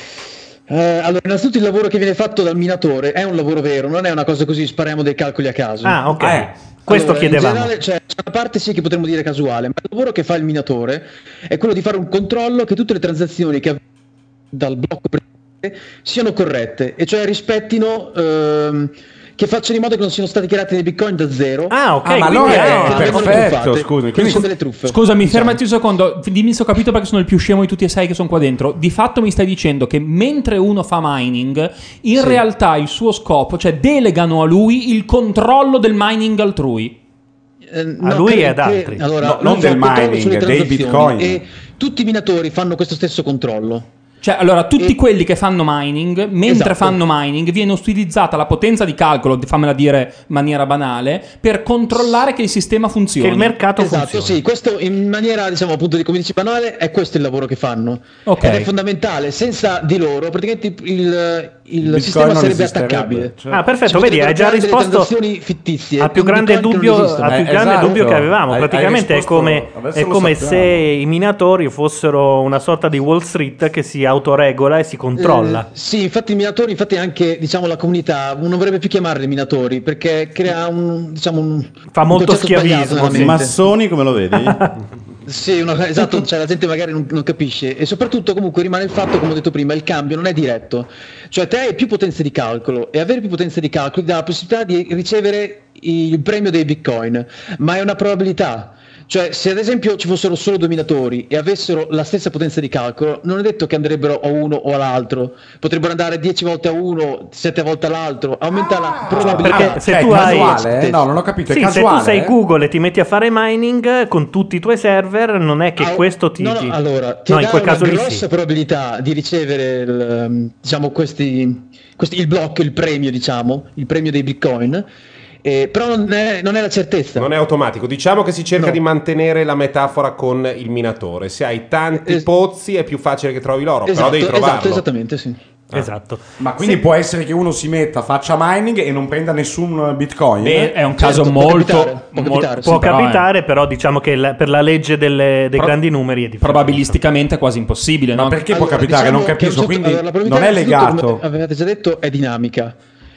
Eh, allora, innanzitutto il lavoro che viene fatto dal minatore è un lavoro vero, non è una cosa così, spariamo dei calcoli a caso. Ah, ok. Eh. Questo Allora, chiedevamo. In generale, cioè, c'è una parte sì che potremmo dire casuale, ma il lavoro che fa il minatore è quello di fare un controllo che tutte le transazioni che avvengono dal blocco precedente siano corrette, e cioè rispettino, ehm, che facciano in modo che non siano stati creati dei bitcoin da zero. Ah, ok. Ah, ma quindi allora è- è che vengono perfetto, truffate. scusami. Quindi Quindi sono delle truffe. Scusami, Diciamo. fermati un secondo. Dimmi se ho capito perché sono il più scemo di tutti e sei che sono qua dentro. Di fatto mi stai dicendo che mentre uno fa mining, in Sì. realtà il suo scopo, cioè delegano a lui il controllo del mining altrui. Eh, A no, lui cre- e ad cre- altri. Allora, No, lui non fa del il controllo mining, sulle dei transazioni bitcoin. E tutti i minatori fanno questo stesso controllo. Cioè, allora, tutti E- quelli che fanno mining, mentre Esatto. fanno mining, viene utilizzata la potenza di calcolo, fammela dire in maniera banale, per controllare che il sistema Che funzioni. il mercato Esatto, funziona. sì, questo in maniera, diciamo, appunto, di come dici banale, è questo il lavoro che fanno. Ok. Ed è fondamentale, senza di loro praticamente il, il Bitcoin sistema non sarebbe esisterebbe, attaccabile. cioè. Ah, perfetto, Si vedi, hai potrebbero già creare delle risposto transazioni fittizie al più con grande bitcoin che dubbio, non esistono. al più Eh, grande esatto. dubbio che avevamo. Hai- hai Praticamente è risposto- come, adesso è lo come sappiamo. se i minatori fossero una sorta di Wall Street che si autoregola e si controlla. Eh, sì, infatti i minatori, infatti anche, diciamo, la comunità non dovrebbe più chiamarli minatori, perché crea un, diciamo, un Fa un molto concetto sbagliato schiavismo, nella sì. mente. Massoni come lo vedi? Sì, una- esatto, cioè la gente magari non, non capisce, e soprattutto comunque rimane il fatto, come ho detto prima, il cambio non è diretto, cioè te hai più potenza di calcolo, e avere più potenza di calcolo ti dà la possibilità di ricevere il premio dei bitcoin, ma è una probabilità. Cioè, se ad esempio ci fossero solo due minatori e avessero la stessa potenza di calcolo, non è detto che andrebbero a uno o all'altro, potrebbero andare dieci volte a uno, sette volte all'altro, aumenta la probabilità. Perché se cioè, tu è hai... casuale, eh? No, non ho capito, è Sì, se casuale. tu sei eh? Google e ti metti a fare mining con tutti i tuoi server, non è che Ah, questo ti... no, ti- no, allora, ti no, in dà quel una caso lì grossa sì. probabilità di ricevere il, um, diciamo, questi, questi- il blocco, il premio, diciamo, il premio dei bitcoin, eh, però non è, non è la certezza. Non è automatico. Diciamo che si cerca No. di mantenere la metafora con il minatore. Se hai tanti Es- pozzi è più facile che trovi l'oro, Esatto, però devi trovarlo. esatto, esattamente, sì. Esatto. Ma quindi può essere che uno si metta, faccia mining e non prenda nessun bitcoin? Beh, è un caso Certo, può molto... capitare, può mol- capitare, Può sì, però, capitare, però diciamo che la- per la legge delle- dei Pro- grandi numeri è difficile. probabilisticamente è quasi impossibile, Ma no? perché può Allora, capitare? diciamo Non che a un capisco, certo- quindi allora, la probabilità, non è innanzitutto, legato. come avevate già detto, è dinamica.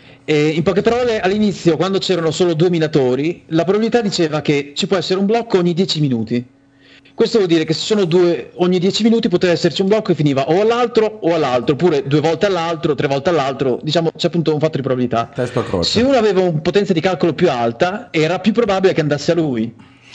E in poche parole, all'inizio, quando c'erano solo due minatori, la probabilità diceva che ci può essere un blocco ogni dieci minuti. Questo vuol dire che se sono due ogni dieci minuti poteva esserci un blocco che finiva o all'altro o all'altro, oppure due volte all'altro, tre volte all'altro, diciamo c'è appunto un fatto di probabilità. Testo a croce. Se uno aveva una potenza di calcolo più alta, era più probabile che andasse a lui.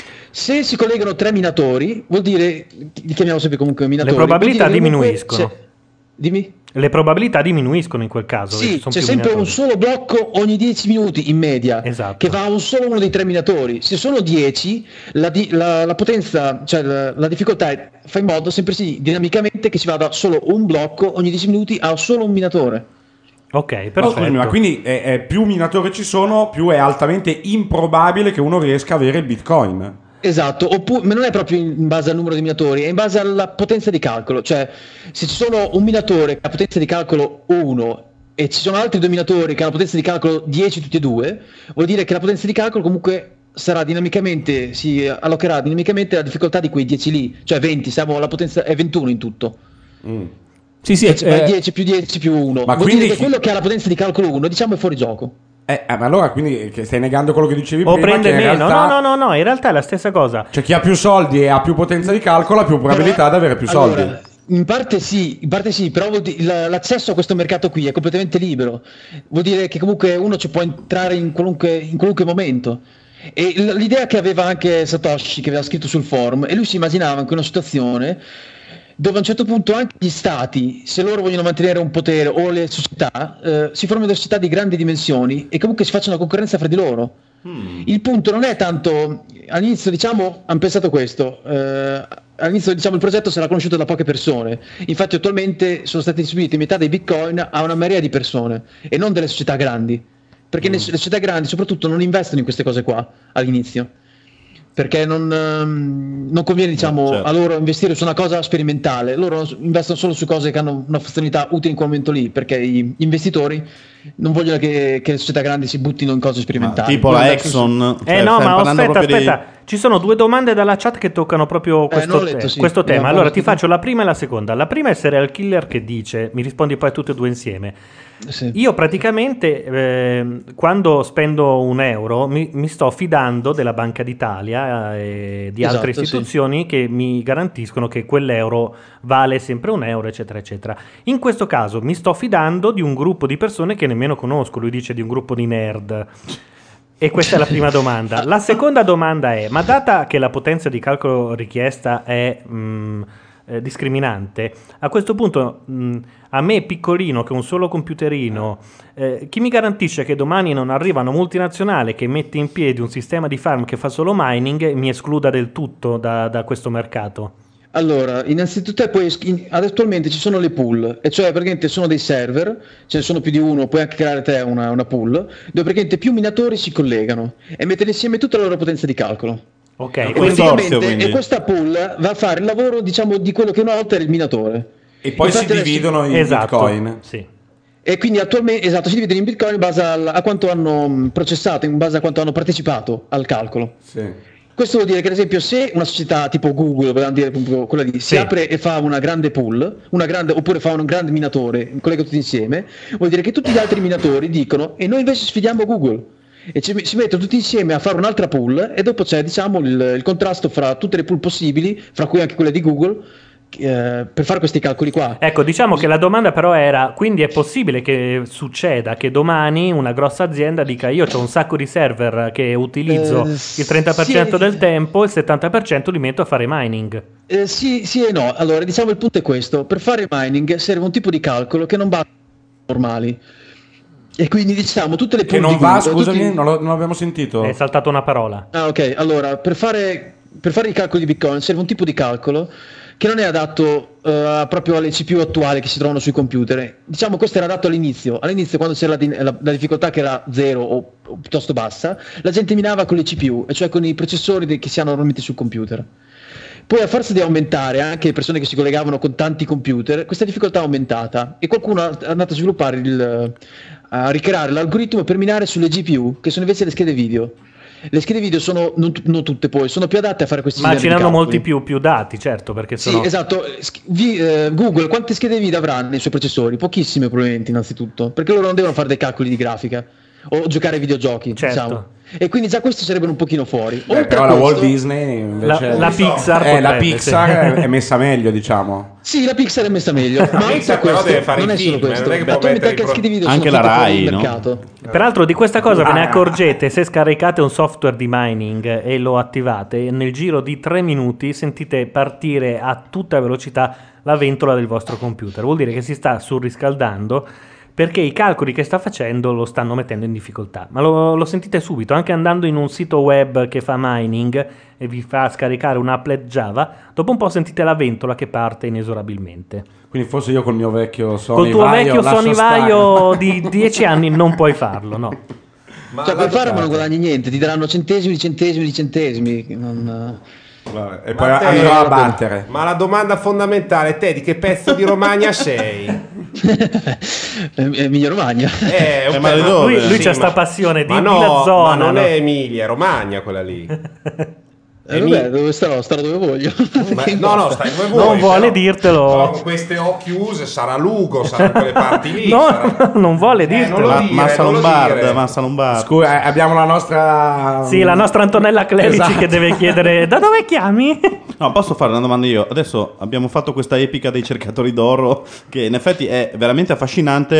Se si collegano tre minatori, vuol dire, li chiamiamo sempre comunque minatori, Le probabilità vuol dire che comunque diminuiscono. c'è- Dimmi? Le probabilità diminuiscono in quel caso. perché Sì, ci sono c'è più sempre minatori. un solo blocco ogni dieci minuti in media, Esatto. che va a un solo uno dei tre minatori. Se sono dieci, la, di- la- la potenza, cioè la, la difficoltà è- fa in modo sempre sì, dinamicamente, che si vada solo un blocco ogni dieci minuti a solo un minatore. Ok, Ma perfetto. scusami, ma quindi è, è più minatori ci sono, più è altamente improbabile che uno riesca a avere il bitcoin. Esatto, oppure, ma non è proprio in base al numero di minatori, è in base alla potenza di calcolo. Cioè, se ci sono un minatore che ha potenza di calcolo uno e ci sono altri due minatori che hanno potenza di calcolo dieci tutti e due, vuol dire che la potenza di calcolo comunque sarà dinamicamente, si allocherà dinamicamente la difficoltà di quei dieci lì, cioè venti, siamo, la potenza è ventuno in tutto. Mm. Sì, sì, Cioè, eh, dieci più dieci più uno. Ma Vuol quindi dire che chi- quello che ha la potenza di calcolo uno, diciamo, è fuori gioco. Eh, eh, ma allora quindi che stai negando quello che dicevi O prima, prende che in meno. realtà- No, no, no, no, in realtà è la stessa cosa. Cioè chi ha più soldi e ha più potenza di calcolo ha più probabilità Però- di avere più allora, soldi. In parte sì, in parte sì, però vuol di- la- l'accesso a questo mercato qui è completamente libero. Vuol dire che comunque uno ci può entrare in qualunque, in qualunque momento. E l- l'idea che aveva anche Satoshi, che aveva scritto sul forum, e lui si immaginava anche una situazione dove a un certo punto anche gli stati, se loro vogliono mantenere un potere, o le società, eh, si formano delle società di grandi dimensioni e comunque si facciano concorrenza fra di loro. Mm. Il punto non è tanto, all'inizio diciamo hanno pensato questo, eh, all'inizio diciamo il progetto sarà conosciuto da poche persone, infatti attualmente sono stati distribuiti metà dei bitcoin a una marea di persone e non delle società grandi, perché mm. le società grandi soprattutto non investono in queste cose qua all'inizio, perché non, um, non conviene diciamo certo. a loro investire su una cosa sperimentale, loro investono solo su cose che hanno una funzionalità utile in quel momento lì, perché gli investitori non vogliono che, che le società grandi si buttino in cose sperimentali. Ma tipo la Exxon. Su... Eh no, ma aspetta, aspetta. Di... Ci sono due domande dalla chat che toccano proprio questo, eh, letto, te- sì. questo tema. Allora ti faccio la prima e la seconda. La prima è Serial Killer che dice, mi rispondi poi tutte e due insieme. Sì. Io praticamente eh, quando spendo un euro mi, mi sto fidando della Banca d'Italia e di esatto, altre istituzioni sì. che mi garantiscono che quell'euro vale sempre un euro, eccetera, eccetera. In questo caso mi sto fidando di un gruppo di persone che nemmeno conosco. Lui dice di un gruppo di nerd. E questa è la prima domanda. La seconda domanda è: ma data che la potenza di calcolo richiesta è mh, eh, discriminante, a questo punto mh, a me piccolino che un solo computerino, eh, chi mi garantisce che domani non arriva una multinazionale che mette in piedi un sistema di farm che fa solo mining e mi escluda del tutto da, da questo mercato? Allora, innanzitutto poi in, attualmente ci sono le pool, e cioè praticamente sono dei server, ce ne sono più di uno, puoi anche creare te una, una pool, dove praticamente più minatori si collegano e mettere insieme tutta la loro potenza di calcolo. Ok, e, e questa pool va a fare il lavoro, diciamo, di quello che una volta era il minatore. E poi Infatti si dividono in esatto, bitcoin. Sì. E quindi attualmente, esatto, si dividono in bitcoin in base al, a quanto hanno processato, in base a quanto hanno partecipato al calcolo. Sì. Questo vuol dire che ad esempio se una società tipo Google, vogliamo dire quella lì, si sì. apre e fa una grande pool, una grande, oppure fa un grande minatore, collega tutti insieme, vuol dire che tutti gli altri minatori dicono e noi invece sfidiamo Google e ci, si mettono tutti insieme a fare un'altra pool e dopo c'è diciamo il, il contrasto fra tutte le pool possibili, fra cui anche quella di Google, eh, per fare questi calcoli qua. Ecco, diciamo che la domanda però era: quindi è possibile che succeda che domani una grossa azienda dica io ho un sacco di server che utilizzo eh, il trenta per cento sì. del tempo, il settanta per cento li metto a fare mining? Eh, sì, sì e no. Allora, diciamo il punto è questo: per fare mining serve un tipo di calcolo che non va normali. E quindi diciamo tutte le pool che non va, Google, scusami, tutti... non, lo, non abbiamo sentito. È saltata una parola. Ah, ok. Allora, per fare per fare i calcoli di Bitcoin serve un tipo di calcolo che non è adatto uh, proprio alle C P U attuali che si trovano sui computer. Diciamo questo era adatto all'inizio, all'inizio quando c'era la, di- la, la difficoltà che era zero o, o piuttosto bassa, la gente minava con le C P U, e cioè con i processori de- che si hanno normalmente sul computer. Poi a forza di aumentare anche le persone che si collegavano con tanti computer, questa difficoltà è aumentata e qualcuno è andato a sviluppare, il, a ricreare l'algoritmo per minare sulle G P U, che sono invece le schede video. Le schede video sono non, non tutte poi sono più adatte a fare questi ma ce ne hanno molti più, più dati, certo, perché sono... sì, esatto. Vi, eh, Google quante schede video avranno nei suoi processori? Pochissime probabilmente, innanzitutto, perché loro non devono fare dei calcoli di grafica o giocare ai videogiochi, certo. diciamo. E quindi già questi sarebbero un pochino fuori. Beh, però la Walt Disney invece la, la Pixar, eh, la Pixar sì. è messa meglio, diciamo. Sì, la Pixar è messa meglio, ma anche questo deve fare non è solo questo. Attualmente anche le schede video anche sono la Rai, no? mercato. Peraltro di questa cosa ve ne accorgete se scaricate un software di mining e lo attivate, nel giro di tre minuti sentite partire a tutta velocità la ventola del vostro computer. Vuol dire che si sta surriscaldando, perché i calcoli che sta facendo lo stanno mettendo in difficoltà. Ma lo, lo sentite subito, anche andando in un sito web che fa mining e vi fa scaricare un'applet Java, dopo un po' sentite la ventola che parte inesorabilmente. Quindi forse io col mio vecchio Sony Col tuo Vaio vecchio Sony Vaio di dieci anni non puoi farlo, no. Ma cioè per farlo non guadagni niente, ti daranno centesimi di centesimi di centesimi. Non... Vabbè, e poi te, andrò a battere. Ma la domanda fondamentale, te di che pezzo di Romagna sei? Emilia Romagna. Eh, eh, ma lui, lui sì, c'ha sta passione di, ma no, di la zona, ma non no? è Emilia, è Romagna quella lì. Eh, vabbè, dove starò? Starò dove voglio. Ma, no, no, stai dove vuoi. Non vuole no. dirtelo. No, con queste O chiuse sarà Lugo, sarà quelle parti lì. No, sarà... non vuole dirtelo. Eh, dire, Massa Lombarda, Massa Lombarda. Scusa, abbiamo la nostra... Sì, la nostra Antonella Clerici esatto. che deve chiedere da dove chiami? No, posso fare una domanda io? Adesso abbiamo fatto questa epica dei cercatori d'oro che in effetti è veramente affascinante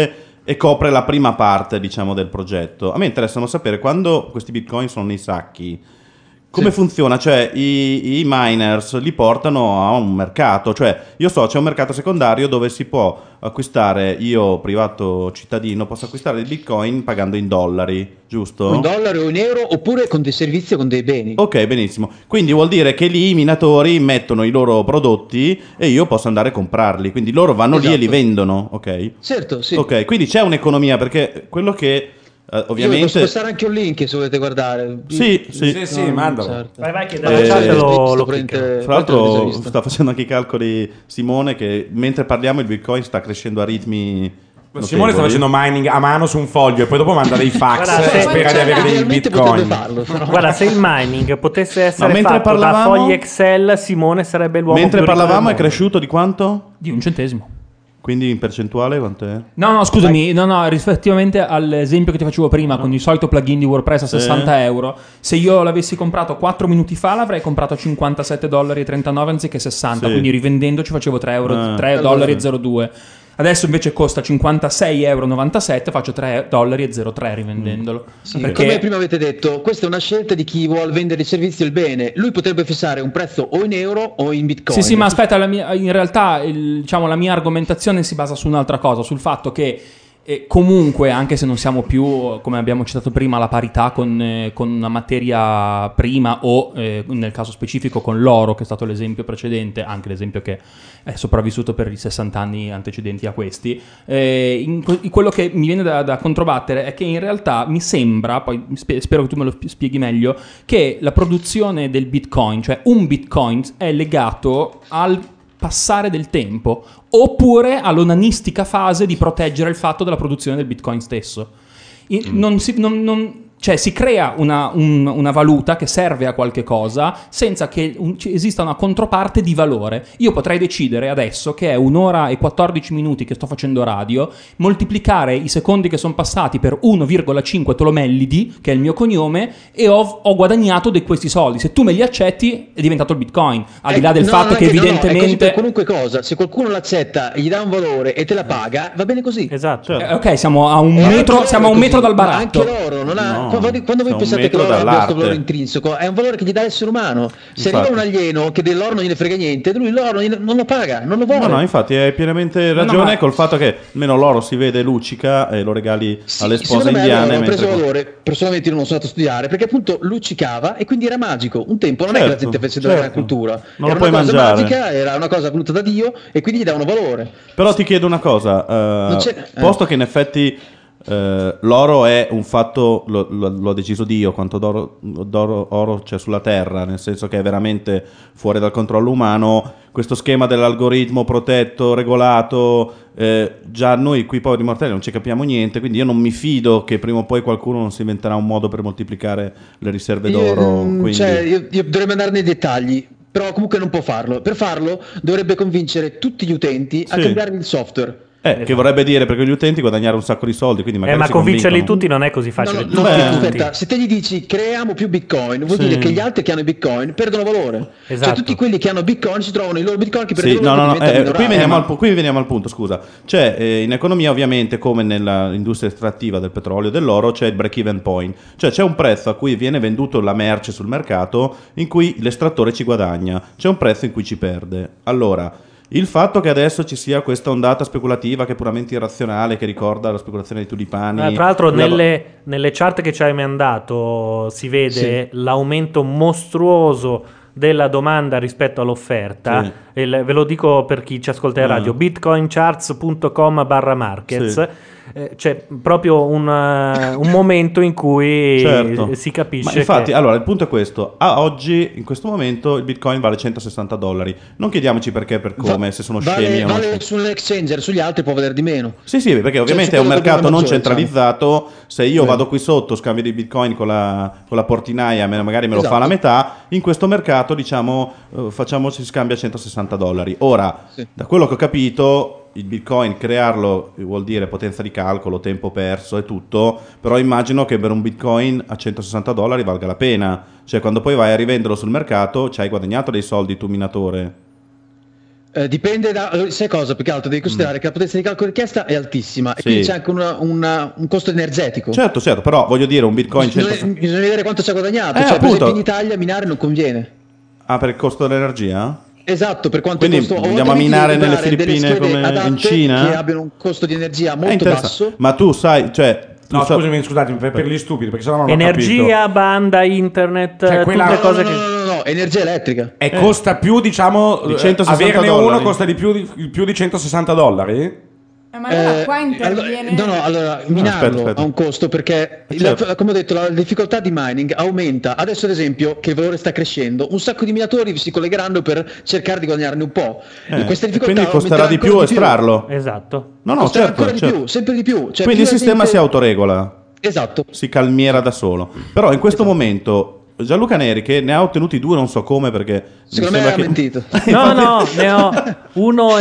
e copre la prima parte, diciamo, del progetto. A me interessano sapere quando questi bitcoin sono nei sacchi, come Sì. funziona? Cioè i, i miners li portano a un mercato, cioè io so c'è un mercato secondario dove si può acquistare, io privato cittadino posso acquistare il bitcoin pagando in dollari, giusto? O in dollari o in euro, oppure con dei servizi o con dei beni. Ok, benissimo. Quindi vuol dire che lì i minatori mettono i loro prodotti e io posso andare a comprarli. Quindi loro vanno lì e li Esatto. vendono, ok? Certo, sì. Ok, quindi c'è un'economia perché quello che eh, Io vi ovviamente... posso passare anche un link se volete guardare. Sì, sì. Sì, sì, No, mandalo. certo. Vai, vai, che Eh, dalla chat lo, Visto, lo prende- clicca. Fra quanto l'avete l'altro visto? sta facendo anche i calcoli Simone che mentre parliamo il bitcoin sta crescendo a ritmi Simone sta notevoli. facendo mining a mano su un foglio e poi dopo manda dei fax Guarda, e se- spera di avere dei Idealmente bitcoin. potrebbe farlo, però. Guarda, se il mining potesse essere mentre fatto parlavamo- da fogli Excel, Simone sarebbe l'uomo Mentre più ricco parlavamo del è mondo. cresciuto di quanto? Di un centesimo. Quindi in percentuale quanto è? No, no, scusami, no, no, rispettivamente all'esempio che ti facevo prima con il solito plugin di WordPress a sessanta euro, se io l'avessi comprato quattro minuti fa l'avrei comprato a cinquantasette dollari e trentanove anziché sessanta, Sì. quindi rivendendo ci facevo tre euro, Ah. tre dollari e zero due. Adesso invece costa cinquantasei e novantasette, faccio tre dollari e zero tre rivendendolo. Sì, Perché come prima avete detto, questa è una scelta di chi vuole vendere i servizi e il bene. Lui potrebbe fissare un prezzo o in euro o in bitcoin. Sì, sì, ma aspetta, la mia- in realtà il- diciamo, la mia argomentazione si basa su un'altra cosa, sul fatto che eh, comunque, anche se non siamo più, come abbiamo citato prima, alla parità con, eh, con una materia prima o eh, nel caso specifico con l'oro, che è stato l'esempio precedente, anche l'esempio che è sopravvissuto per i sessanta anni antecedenti a questi, eh, in que- quello che mi viene da, da controbattere è che in realtà mi sembra, poi spe- spero che tu me lo spieghi meglio, che la produzione del bitcoin, cioè un bitcoin, è legato al passare del tempo oppure all'onanistica fase di proteggere il fatto della produzione del bitcoin stesso. I- non si, non- non- cioè si crea una, un- una valuta che serve a qualche cosa senza che un- ci esista una controparte di valore. Io potrei decidere adesso che è un'ora e quattordici minuti che sto facendo radio, moltiplicare i secondi che sono passati per uno virgola cinque tolomellidi, che è il mio cognome, e ho, ho guadagnato di questi soldi. Se tu me li accetti è diventato il bitcoin, al di là del No, fatto non è che no, no, è così evidentemente... per qualunque cosa. Se qualcuno l'accetta e gli dà un valore e te la paga, va bene così. Esatto. Eh, ok, siamo a un E metro, anche siamo a un l'oro è metro così, dal ma baratto. Anche l'oro non ha. No, quando, quando voi c'è un pensate che metro l'oro abbia questo dall'arte. valore intrinseco, è un valore che gli dà l'essere umano. Se Infatti. arriva un alieno che dell'oro non gliene frega niente, lui l'oro non gliene- non lo paga, non lo vuole. No, no, infatti hai pienamente no, ragione ma- col fatto che almeno l'oro si vede luccica e lo regali Sì, alle spose secondo me indiane. allora hanno preso mentre- valore, personalmente io non sono stato a studiare, perché appunto luccicava e quindi era magico. Un tempo non è che la Certo, gente facesse della certo. cultura, Non era lo puoi una cosa mangiare. magica, era una cosa voluta da Dio e quindi gli davano valore. Però ti chiedo una cosa, eh, Non c'è- eh. posto che in effetti eh, l'oro è un fatto, lo, lo- lo ha deciso Dio, quanto d'oro, d'oro- oro c'è sulla terra, nel senso che è veramente fuori dal controllo umano, questo schema dell'algoritmo protetto, regolato, eh, già noi qui poveri mortali non ci capiamo niente, quindi io non mi fido che prima o poi qualcuno non si inventerà un modo per moltiplicare le riserve Io, d'oro. mm, Quindi... cioè, io, io dovrei andare nei dettagli, però comunque non può farlo. Per farlo dovrebbe convincere tutti gli utenti a Sì. cambiare il software. Eh, che vorrebbe dire per quegli utenti guadagnare un sacco di soldi, quindi Eh, magari ma si convincerli convincono. tutti non è così No, facile. no, Tutti, no, Beh, tutti. aspetta, se te gli dici creiamo più bitcoin, vuol Sì. dire che gli altri che hanno i bitcoin perdono valore. Esatto. Cioè tutti quelli che hanno bitcoin si trovano i loro bitcoin che Sì, perdono no, no, no, valore e eh, diventano qui, minorari. veniamo Eh, al, pu- qui veniamo al punto, scusa. C'è eh, in economia ovviamente come nell'industria estrattiva del petrolio e dell'oro c'è il break even point, cioè c'è un prezzo a cui viene venduto la merce sul mercato in cui l'estrattore ci guadagna, c'è un prezzo in cui ci perde. Allora, il fatto che adesso ci sia questa ondata speculativa che è puramente irrazionale, che ricorda la speculazione dei tulipani. Eh, tra l'altro la- nelle, nelle chart che ci hai mandato si vede Sì. l'aumento mostruoso della domanda rispetto all'offerta. Sì. Il- ve lo dico per chi ci ascolta in Ah. radio, bitcoincharts punto com barra markets. Sì. Eh, c'è proprio un, eh, un momento in cui Certo. si capisce Ma infatti, che... allora, il punto è questo. A oggi, in questo momento, il Bitcoin vale centosessanta dollari. Non chiediamoci perché e per come, Va- se sono vale, scemi o non. vale sull'exchanger, sugli altri può valer di meno. Sì, sì, perché ovviamente su è un quello mercato che non maggiore, centralizzato. Se io Sì. vado qui sotto, scambio di Bitcoin con la, con la portinaia, me- magari me lo Esatto. fa la metà. In questo mercato, diciamo, eh, facciamo, si scambia centosessanta dollari. Ora, Sì. da quello che ho capito, il Bitcoin crearlo vuol dire potenza di calcolo, tempo perso e tutto, però immagino che per un Bitcoin a centosessanta dollari valga la pena. Cioè, quando poi vai a rivenderlo sul mercato, ci hai guadagnato dei soldi tu minatore. Eh, dipende da sai cosa, più che altro devi considerare mm. che la potenza di calcolo richiesta è altissima Sì. e quindi c'è anche una- una- un costo energetico. Certo, certo, però voglio dire un bitcoin Bisogna, cento... bisogna vedere quanto ci ha guadagnato. Eh, cioè, per appunto. esempio in Italia minare non conviene. Ah, per il costo dell'energia? Esatto, per quanto Quindi costo, o andiamo a devi minare nelle comprare delle Filippine schede come adatte in Cina? che abbiano un costo di energia È molto interessante. basso. Ma tu sai, cioè... tu No, sa- scusami, scusatemi, per, per gli stupidi, perché sennò non ho Energia, capito. banda, internet, Cioè, quella- tutte no, cose no, che... no, no, no, energia elettrica. E costa più, diciamo, Di eh, centosessanta averne dollari. uno costa di più di, più di centosessanta dollari? Eh, ma allora Eh, qua interviene... allora- no, no, allora minarlo aspetta, aspetta. ha un costo perché, Eh, la- certo. come ho detto, la difficoltà di mining aumenta. Adesso, ad esempio, che il valore sta crescendo, un sacco di minatori si collegheranno per cercare di guadagnarne un po'. Eh, Questa e difficoltà quindi costerà aumenterà di ancora più estrarlo. Esatto. No, no, Costerà certo, ancora certo. di più, sempre di più. Cioè, Quindi il più la sistema gente- si autoregola, Esatto. si calmiera da solo. Però in questo momento Gianluca Neri, che ne ha ottenuti due, non so come, perché mi Secondo me sembra ha che... mentito. No, no, ne ho uno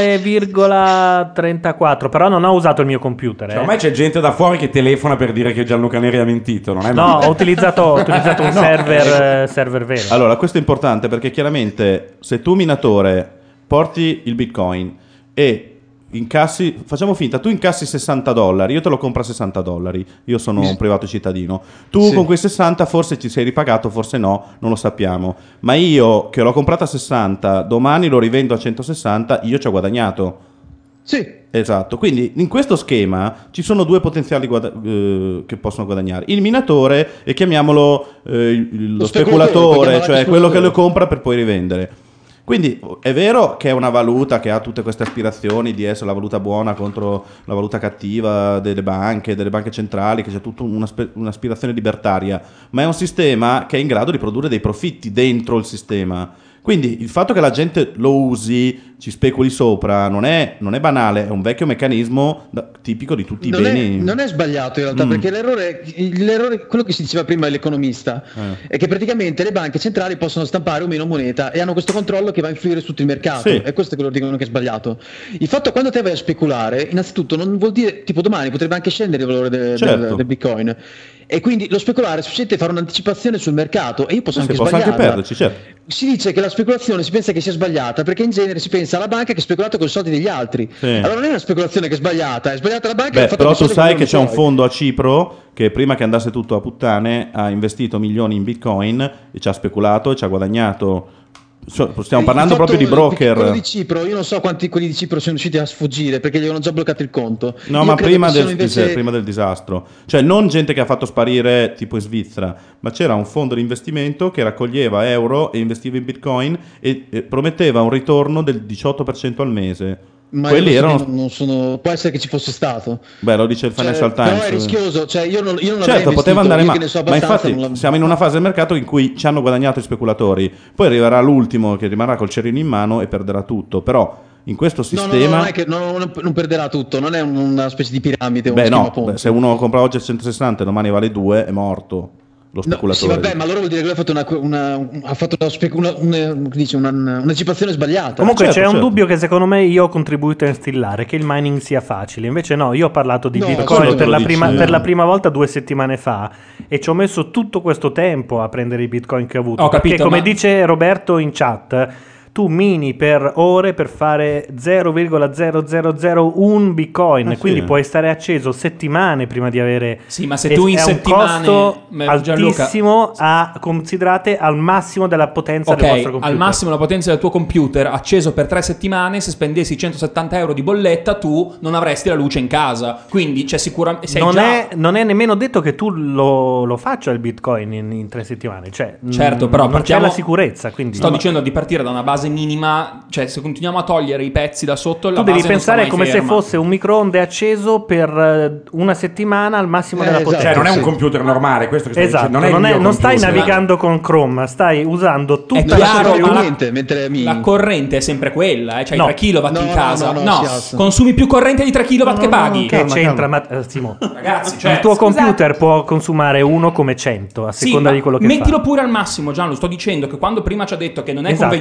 virgola trentaquattro, però non ho usato il mio computer. Cioè, eh. ormai c'è gente da fuori che telefona per dire che Gianluca Neri ha mentito, non è No, male. ho utilizzato, ho utilizzato un No. server, eh, server vero. Allora, questo è importante perché chiaramente se tu minatore porti il bitcoin e incassi, facciamo finta, tu incassi sessanta dollari, io te lo compro a sessanta dollari, io sono un privato cittadino, tu Sì. con quei sessanta forse ci sei ripagato, forse no, non lo sappiamo, ma io che l'ho comprato a sessanta, domani lo rivendo a centosessanta, io ci ho guadagnato. Sì. Esatto, quindi in questo schema ci sono due potenziali guada- eh, che possono guadagnare, il minatore e chiamiamolo eh, il- lo, Lo speculatore, speculatore, puoi chiamarlo cioè anche quello che lo speculatore. compra per poi rivendere. Quindi è vero che è una valuta che ha tutte queste aspirazioni di essere la valuta buona contro la valuta cattiva delle banche, delle banche centrali, che c'è tutta un'aspe- un'aspirazione libertaria, ma è un sistema che è in grado di produrre dei profitti dentro il sistema. Quindi il fatto che la gente lo usi, ci speculi sopra, non è, non è banale, è un vecchio meccanismo da- tipico di tutti Non i è, beni. non è sbagliato in realtà, Mm. perché l'errore, l'errore, quello che si diceva prima dell'economista, Eh. è che praticamente le banche centrali possono stampare o meno moneta e hanno questo controllo che va a influire su tutto il mercato. Sì. E questo è quello che dicono che è sbagliato. Il fatto quando te vai a speculare, innanzitutto non vuol dire, tipo domani potrebbe anche scendere il valore de- Certo. del, del bitcoin. E quindi lo speculare è sufficiente fare un'anticipazione sul mercato e io posso Sì, anche posso anche sbagliarla. perderci, certo. Si dice che la speculazione si pensa che sia sbagliata perché in genere si pensa alla banca che ha speculato con i soldi degli altri. Sì. Allora non è una speculazione che è sbagliata, è sbagliata la banca che Beh, ha fatto però dei tu soldi sai con che i c'è un suoi. fondo a Cipro che prima che andasse tutto a puttane ha investito milioni in bitcoin e ci ha speculato e ci ha guadagnato. So- Stiamo Il parlando fatto- proprio di broker. Quello di Cipro, io non so quanti quelli di Cipro siano riusciti a sfuggire perché gli avevano già bloccato il conto. No, Io ma credo prima che del, siano invece- sì, prima del disastro. Cioè, non gente che ha fatto sparire tipo in Svizzera, ma c'era un fondo di investimento che raccoglieva euro e investiva in bitcoin e, e prometteva un ritorno del diciotto per cento al mese. Ma Quelli io non so erano... che non sono, può essere che ci fosse stato. Beh, lo dice il Cioè, Financial però Times. è rischioso, cioè io non, io non l'avrei Certo, investito, poteva andare io ma, che ne so ma abbastanza, infatti non l'avrei- siamo in una fase del mercato in cui ci hanno guadagnato i speculatori, poi arriverà l'ultimo che rimarrà col cerino in mano e perderà tutto, però in questo No, no, no, sistema... non è che no, non, non perderà tutto, non è un- una specie di piramide, uno Beh schema no, Ponzi. beh, se uno compra oggi a centosessanta e domani vale due è morto lo No, speculatore. sì, vabbè, ma allora vuol dire che lui ha fatto una, una, ha fatto una, specu- una, una, come dice, una, un'anticipazione sbagliata. Comunque certo, c'è un certo. dubbio che secondo me io ho contribuito a instillare, che il mining sia facile. Invece no, io ho parlato di No, Bitcoin quello per lo la, dici- prima, per la prima volta due settimane fa e ci ho messo tutto questo tempo a prendere i Bitcoin che ho avuto. Ho perché capito, come ma- dice Roberto in chat, tu mini per ore per fare zero virgola zero zero zero uno Bitcoin, Ah, sì. quindi puoi stare acceso settimane prima di avere... Sì, ma se e- tu in è settimane- un costo ma Gianluca- altissimo a, considerate al massimo della potenza del vostro Ok, computer. al massimo la potenza del tuo computer acceso per tre settimane, se spendessi centosettanta euro di bolletta tu non avresti la luce in casa, quindi c'è sicuramente sei non, già... è, non è nemmeno detto che tu lo, lo faccia il Bitcoin in, in tre settimane, cioè Certo, mh, però non partiamo- c'è la sicurezza, quindi Sto dicendo di partire da una base minima, cioè se continuiamo a togliere i pezzi da sotto la tu devi base non sta pensare mai come se ferma. fosse un microonde acceso per eh, una settimana al massimo Eh, della esatto. potenza. Cioè, non è un Sì. computer normale, questo che stai Esatto, dicendo. Non, non, è il è- mio non stai computer. navigando con Chrome, stai usando tutta È la chiaro, C P U. ma la- niente, mentre mi... La corrente è sempre quella, eh? Cioè No. tre chilowatt No, in no, casa. no, No, no, si alza. consumi più corrente di tre chilowatt che paghi. Che Calma, c'entra, calma. ma, eh, Simo? Ragazzi, cioè, il tuo scusate. computer può consumare uno come cento a sì, seconda ma di quello che mettilo fa. pure al massimo, Gianlu. Sto dicendo che quando prima ci ha detto che non è Esatto, conveniente è come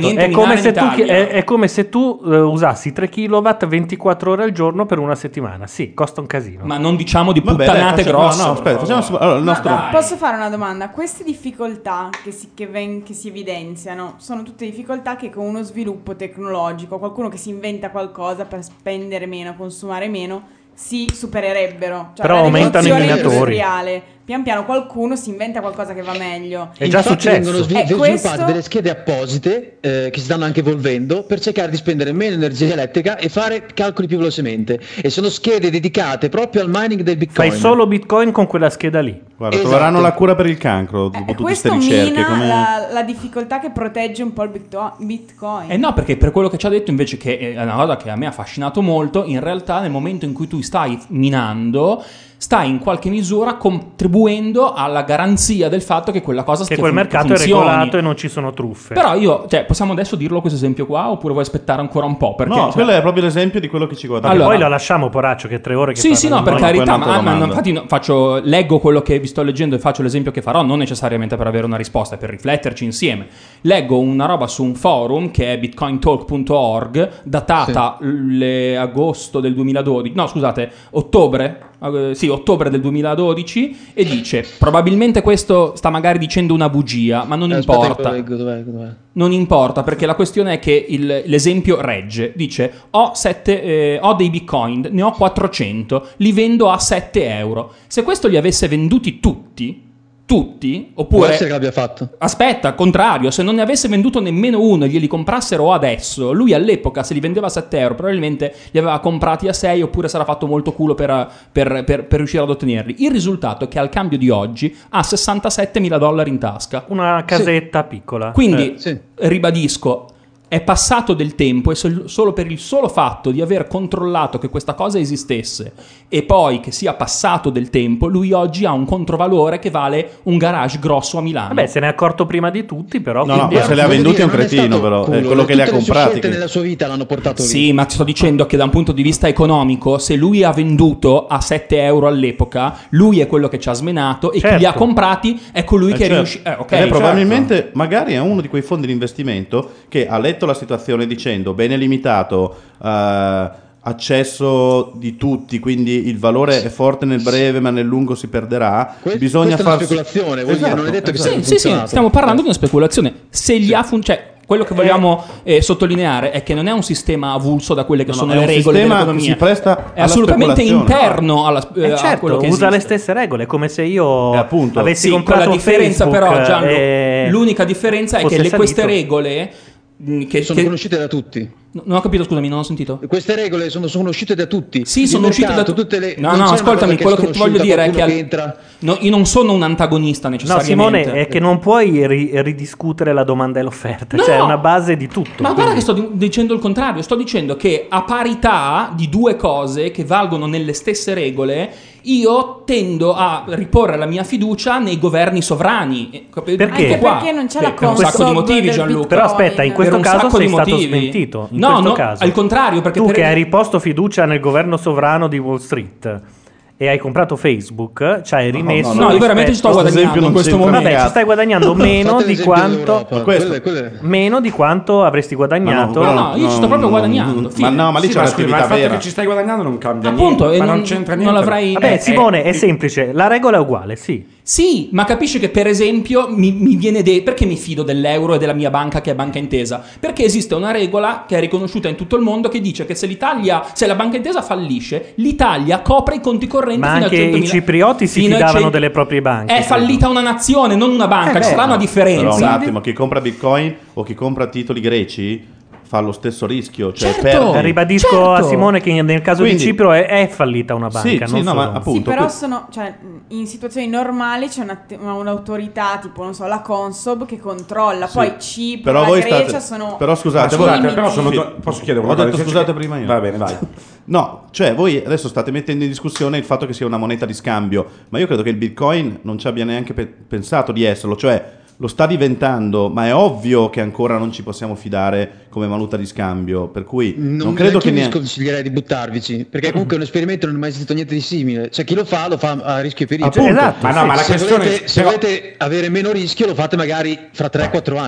come in se tu, Italia. è, è come se tu eh, usassi tre kilowatt ventiquattro ore al giorno per una settimana. Sì, costa un casino. Ma non diciamo di Vabbè, puttanate dai, facciamo- grosse. no, no, aspetta, facciamo- allora, il nostro- Ma dai. Posso fare una domanda? Queste difficoltà che si, che ven- che si evidenziano sono tutte difficoltà che con uno sviluppo tecnologico, qualcuno che si inventa qualcosa per spendere meno, consumare meno, si supererebbero. Cioè, Però la aumentano i rivoluzione minatori. industriale, pian piano qualcuno si inventa qualcosa che va meglio. È già Infatti successo. vengono svil- Eh, sviluppate questo- delle schede apposite eh, che si stanno anche evolvendo per cercare di spendere meno energia elettrica e fare calcoli più velocemente. E sono schede dedicate proprio al mining del Bitcoin. Fai solo Bitcoin con quella scheda lì. Guarda, Esatto. troveranno la cura per il cancro dopo E tutte queste questo ricerche. mina come- la, la difficoltà che protegge un po' il bitto- Bitcoin. Eh no, perché per quello che ci ha detto invece, che è una cosa che a me ha affascinato molto, in realtà nel momento in cui tu stai minando, stai in qualche misura contribuendo alla garanzia del fatto che quella cosa Che stia quel fun- mercato è funzioni. regolato e non ci sono truffe. Però io, cioè, possiamo adesso dirlo questo esempio qua oppure vuoi aspettare ancora un po'? Perché, No, cioè- quello è proprio l'esempio di quello che ci guarda. Allora- Poi lo lasciamo, poraccio, che tre ore che Sì, sì, no, parla per di noi. carità, poi ma, un'altra ma- domanda. infatti no, faccio, leggo quello che vi sto leggendo e faccio l'esempio che farò, non necessariamente per avere una risposta, è per rifletterci insieme. Leggo una roba su un forum che è bitcoin talk punto org, datata le- agosto del duemiladodici, no scusate, ottobre, eh, sì, ottobre del duemiladodici, e dice, probabilmente questo sta magari dicendo una bugia, ma non Eh, aspetta che importa. lo leggo, dov'è, dov'è? Non importa, perché la questione è che il- l'esempio regge. Dice: ho, sette, eh, ho dei bitcoin, ne ho quattrocento, li vendo a sette euro. Se questo li avesse venduti tutti, tutti, Può oppure essere che l'abbia fatto. aspetta, al contrario, se non ne avesse venduto nemmeno uno e glieli comprassero adesso, lui all'epoca se li vendeva a sette euro probabilmente li aveva comprati a sei, oppure sarà fatto molto culo per, per- per- per riuscire ad ottenerli. Il risultato è che al cambio di oggi ha sessantasettemila dollari in tasca. Una casetta piccola. Quindi Eh, sì. ribadisco, è passato del tempo e sol- solo per il solo fatto di aver controllato che questa cosa esistesse e poi che sia passato del tempo, lui oggi ha un controvalore che vale un garage grosso a Milano. Vabbè, se ne è accorto prima di tutti, però. No, no, quindi- ma se li ha Voglio venduti è un dire, non è cretino, stato però. È culo, quello che li ha tutte le sue comprati. scelte che- nella sua vita l'hanno portato lì. Sì, ma ti sto dicendo che da un punto di vista economico, se lui ha venduto a sette euro all'epoca, lui è quello che ci ha smenato e Certo. chi li ha comprati è colui Eh, che è certo. riuscito. Eh, ok, Ed è certo. probabilmente magari è uno di quei fondi di investimento che ha letto la situazione dicendo bene limitato, eh, accesso di tutti, quindi il valore è forte nel breve ma nel lungo si perderà. Que- Bisogna questa è una farsi- speculazione, voglio dire, non è detto che esatto. sia Sì, sì, sì, funzionato. stiamo parlando di una speculazione. Se gli ha fun- cioè, quello che vogliamo eh, sottolineare è che non è un sistema avulso da quelle che No, no, sono è le un regole sistema che dell'economia. si presta è alla assolutamente speculazione. interno alla, eh, Eh, a certo, quello che usa le esiste. stesse regole, è come se io Eh, appunto. avessi Sì, con comprato la differenza Facebook, però, Gianlu, e l'unica differenza è fosse che le- queste salito. regole mh, che, Sono che- conosciute da tutti. No, non ho capito, scusami, non ho sentito. Queste regole sono, sono uscite da tutti. Sì, Il sono uscite da mercato, tu- tutte le No, non no, c'è una ascoltami, cosa che quello che ti voglio sconosciuta, dire è che, qualcuno al- entra. no, io non sono un antagonista No, necessariamente. Simone, è che non puoi ri- ridiscutere la domanda e l'offerta, No! cioè è una base di tutto. Ma guarda quindi- che sto di- dicendo il contrario, sto dicendo che a parità di due cose che valgono nelle stesse regole, io tendo a riporre la mia fiducia nei governi sovrani. Eh, cap- Perché? anche Anche qua. perché non c'è Per- la per un sacco di consob motivi, del Gianluca. Bitcoin. Però aspetta, in questo Per un caso sacco sei di stato motivi. smentito. In No, questo no, caso. al contrario, perché tu per- che hai riposto fiducia nel governo sovrano di Wall Street e hai comprato Facebook, ci hai rimesso. no, io veramente ci sto rispetto- guadagnando esempio non in questo c'entra momento. Vabbè, ci stai guadagnando meno Fate di l'esempio quanto dell'Europa. questo- Quelle- quelle- meno di quanto avresti guadagnato. no, no, io ci sto proprio guadagnando, Ma fine. no, ma lì Sì, c'è ma scusi, ma il un'attività fatto vera. che ci stai guadagnando non cambia Appunto, niente. e Ma non- non c'entra non niente. l'avrei- Vabbè, Eh, Simone, eh, è semplice, la regola è uguale, sì. Sì, ma capisci che per esempio mi, mi viene de- perché mi fido dell'euro e della mia banca che è Banca Intesa? Perché esiste una regola che è riconosciuta in tutto il mondo che dice che se l'Italia, se la Banca Intesa fallisce, l'Italia copre i conti correnti Ma fino anche a centomila. i ciprioti si fino a fidavano cento delle proprie banche. È fallita una nazione, non una banca, Eh, ci beh, sarà una no. Però un differenza. attimo, chi compra Bitcoin o chi compra titoli greci fa lo stesso rischio, cioè Certo. perdi. Ribadisco Certo. a Simone che nel caso Quindi- di Cipro è, è fallita una banca. Sì, non sì, no, ma solo. appunto. Sì, però que- sono, cioè, in situazioni normali c'è una- un'autorità, tipo, non so, la Consob che controlla. Sì. Poi Cipro, Però la voi Grecia state- sono... però scusate, Ma voi- scusate, però sono Sì. do- posso chiedere Ho una detto cosa? scusate prima io. Va bene, vai. No, cioè voi adesso state mettendo in discussione il fatto che sia una moneta di scambio, ma io credo che il Bitcoin non ci abbia neanche pe- pensato di esserlo, cioè lo sta diventando, ma è ovvio che ancora non ci possiamo fidare come valuta di scambio, per cui non, Non, credo che vi neanche... sconsiglierei di buttarvici, perché comunque è un esperimento, non è mai esistito niente di simile. Cioè chi lo fa, lo fa a rischio e pericolo. Appunto. Esatto, Ma no, ma la se questione volete, se però- volete avere meno rischio, lo fate magari fra tre quattro anni.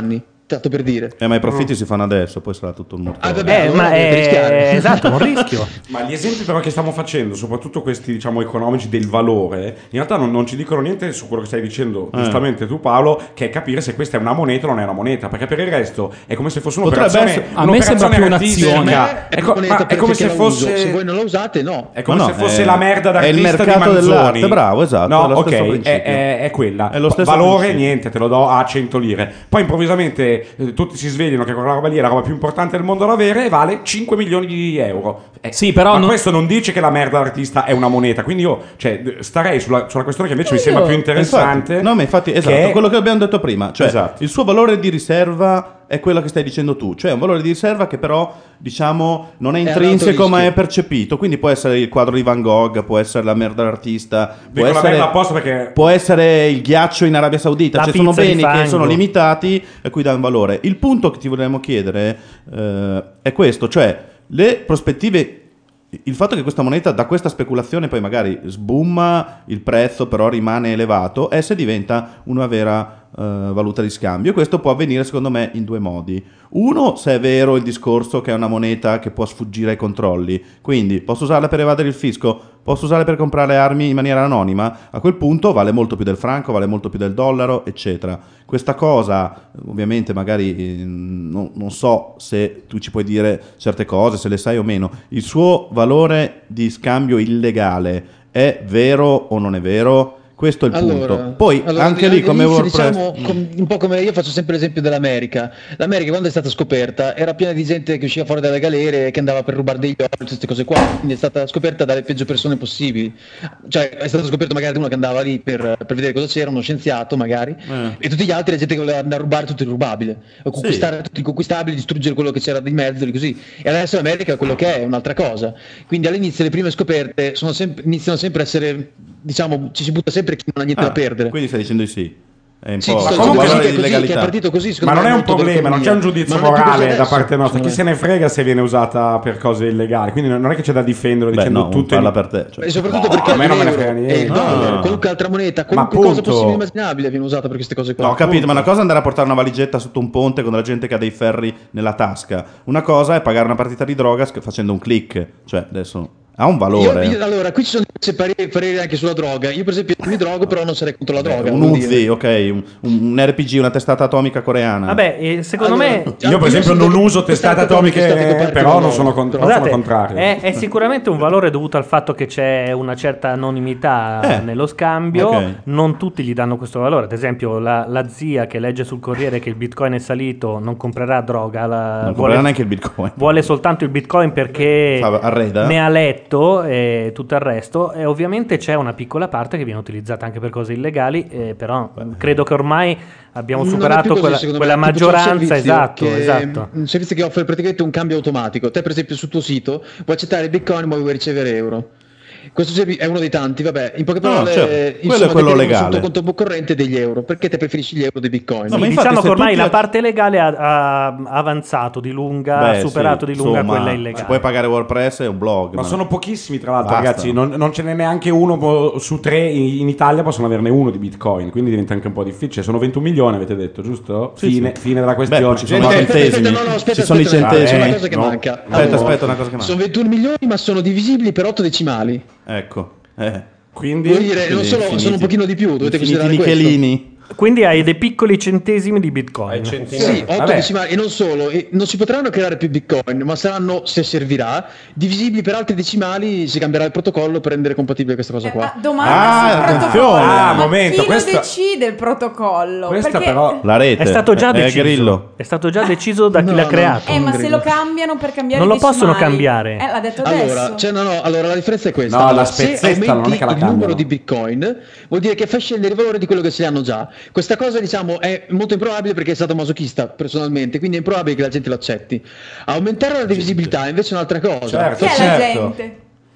tanto per dire. Eh, ma i profitti si fanno adesso, poi sarà tutto un morto. Ah, vabbè, Eh, allora ma dovete è rischiare. esatto, un rischio. Ma gli esempi però che stiamo facendo, soprattutto questi diciamo economici del valore, in realtà non, non ci dicono niente su quello che stai dicendo Eh. giustamente tu Paolo, che è capire se questa è una moneta o non è una moneta, perché per il resto è come se fosse Potrebbe un'operazione essere- a me sembra più artistica. un'azione. È, È, co- moneta ma è come perché se la uso. fosse Se voi non la usate, no. È come Ma se no, fosse è- la merda è il d'artista di mercato Manzoni. dell'arte, bravo, esatto, No, è lo ok, stesso è, principio. è- è quella. È lo stesso Valore, principio. niente, te lo do a cento lire. Poi improvvisamente eh, tutti si svegliano che quella roba lì è la roba più importante del mondo da avere e vale cinque milioni di euro. Eh, Sì, però ma non- questo non dice che la merda d'artista è una moneta. Quindi io cioè, d- starei sulla, sulla questione che invece mi sembra più interessante. Infatti, no, ma infatti, esatto, che è- quello che abbiamo detto prima, cioè Esatto. il suo valore di riserva è quello che stai dicendo tu, cioè un valore di riserva che però diciamo non è È ad intrinseco alto ma è rischio. percepito, quindi può essere il quadro di Van Gogh, può essere la merda d'artista, può Dico la essere, merda apposta perché può essere il ghiaccio in Arabia Saudita, La cioè sono pizza di beni che fango. sono limitati e cui danno valore. Il punto che ti vogliamo chiedere eh, è questo, cioè le prospettive. Il fatto che questa moneta da questa speculazione poi magari sbumma il prezzo però rimane elevato è se diventa una vera eh, valuta di scambio, e questo può avvenire secondo me in due modi. Uno, se è vero il discorso che è una moneta che può sfuggire ai controlli, quindi posso usarla per evadere il fisco, posso usarla per comprare armi in maniera anonima, a quel punto vale molto più del franco, vale molto più del dollaro, eccetera. Questa cosa ovviamente magari eh, non, non so se tu ci puoi dire certe cose, se le sai o meno, il suo valore di scambio illegale è vero o non è vero? Questo è il Allora, punto. Poi allora, anche lì come all'inizio, WordPress, diciamo, com- un po' come io faccio sempre l'esempio dell'America. L'America quando è stata scoperta era piena di gente che usciva fuori dalle galere e che andava per rubare degli ori, tutte queste cose qua, quindi è stata scoperta dalle peggio persone possibili. Cioè è stato scoperto magari da uno che andava lì per, per vedere cosa c'era, uno scienziato magari, Eh. e tutti gli altri la gente che voleva andare a rubare tutto il rubabile, o conquistare tutti i conquistabili, distruggere quello che c'era di mezzo, di così. E adesso l'America è quello che è, è un'altra cosa. Quindi all'inizio le prime scoperte sono sempre, iniziano sempre a essere, diciamo, ci si butta sempre chi non ha niente Ah, da perdere. quindi stai dicendo di sì. È un Sì, po' sto un dicendo comunque così, valore che di è così, che è legalità. partito così, secondo Ma non me, è un molto problema, non c'è un dell'economia. giudizio Ma non è più così morale da adesso, parte nostra. Chi secondo se ne frega se viene usata per cose illegali? Quindi non è che c'è da difendere Beh, dicendo no, tutto parla in- per te. Cioè. me. E soprattutto No, perché a me non me ne frega l'euro niente. e il dollaro, No. qualunque altra moneta, Ma qualunque cosa appunto. possibile e immaginabile viene usata per queste cose qua. No, ho capito, ma una cosa è andare a portare una valigetta sotto un ponte con della gente che ha dei ferri nella tasca. Una cosa è pagare una partita di droga sc- facendo un click. Cioè, adesso ha un valore. Io- io- allora, qui ci sono diversi pareri, pareri anche sulla droga. Io, per esempio, mi drogo, però non sarei contro la droga. un voglio Uzi, dire. ok, un, un R P G, una testata atomica coreana. Vabbè, eh, secondo Allora, me Io per esempio non uso testate atomiche, però non sono, con- non sono Scusate, contrario. È, è sicuramente un valore dovuto al fatto che c'è una certa anonimità Eh, nello scambio. ok. Non tutti gli danno questo valore. Ad esempio, la, la zia che legge sul Corriere che il bitcoin è salito non comprerà droga. La, non comprerà neanche il bitcoin. vuole soltanto il bitcoin perché Fa- arreda? ne ha letto e tutto il resto. E ovviamente c'è una piccola parte che viene utilizzata anche per cose illegali. eh, però credo che ormai abbiamo Non è superato più così, quella, secondo quella me. Tipo, c'è un maggioranza. servizio Esatto, che- esatto. Un servizio che offre praticamente un cambio automatico. Te, per esempio, sul tuo sito puoi accettare Bitcoin ma vuoi ricevere euro. Questo servizio è uno dei tanti, vabbè, in poche No, parole, certo. eh, Quello insomma, è quello ti chiedono legale. sul tuo conto corrente degli euro, perché te preferisci gli euro dei Bitcoin? No, ma Sì, infatti diciamo se che ormai tutti- la parte legale ha, ha avanzato di lunga, ha Beh, superato sì, di lunga insomma, quella se illegale. puoi pagare WordPress è un blog. Ma sono pochissimi tra l'altro, Basta. ragazzi, non, non ce n'è neanche uno po- su tre in, in Italia possono averne uno di Bitcoin, quindi diventa anche un po' difficile. Sono ventuno milioni, avete detto, giusto? Sì, fine, sì. fine della questione. Beh, ci sono Gente- i centesimi. Aspetta, no, no, aspetta, Ci sono i aspetta, centesimi. c'è una cosa che no. manca. Aspetta, Allora, aspetta, una cosa che manca. sono ventuno milioni, ma sono divisibili per otto decimali. Ecco. Eh. Quindi, Vuol dire, non Quindi sono, infiniti- sono un pochino di più, dovete infiniti considerare questo. nichelini. Quindi hai dei piccoli centesimi di Bitcoin. Ai centinaia. Sì, otto Vabbè. decimali, e non solo, e non si potranno creare più Bitcoin, ma saranno, se servirà, divisibili per altri decimali. Si cambierà il protocollo per rendere compatibile questa cosa Eh, qua. ma domanda Ah, sul attenzione. protocollo. Ah, Ma momento, chi questa- lo decide il protocollo? Questa Perché- però La rete. È stato già È deciso. Grillo. È stato già deciso da chi No, l'ha no. creato. Eh, ma se Grillo. lo cambiano per cambiare Non i lo possono decimali? cambiare. Eh, l'ha detto adesso. Allora, cioè, no, no, allora la differenza è questa. No, Allora, la se spezzetta non è aumenti che la il cambiano. numero di Bitcoin, vuol dire che fai scendere il valore di quello che si hanno già. Questa cosa, diciamo, è molto improbabile perché è stato masochista personalmente, quindi è improbabile che la gente lo accetti. Aumentare la divisibilità invece è un'altra cosa. Certo, Chi è la certo. gente?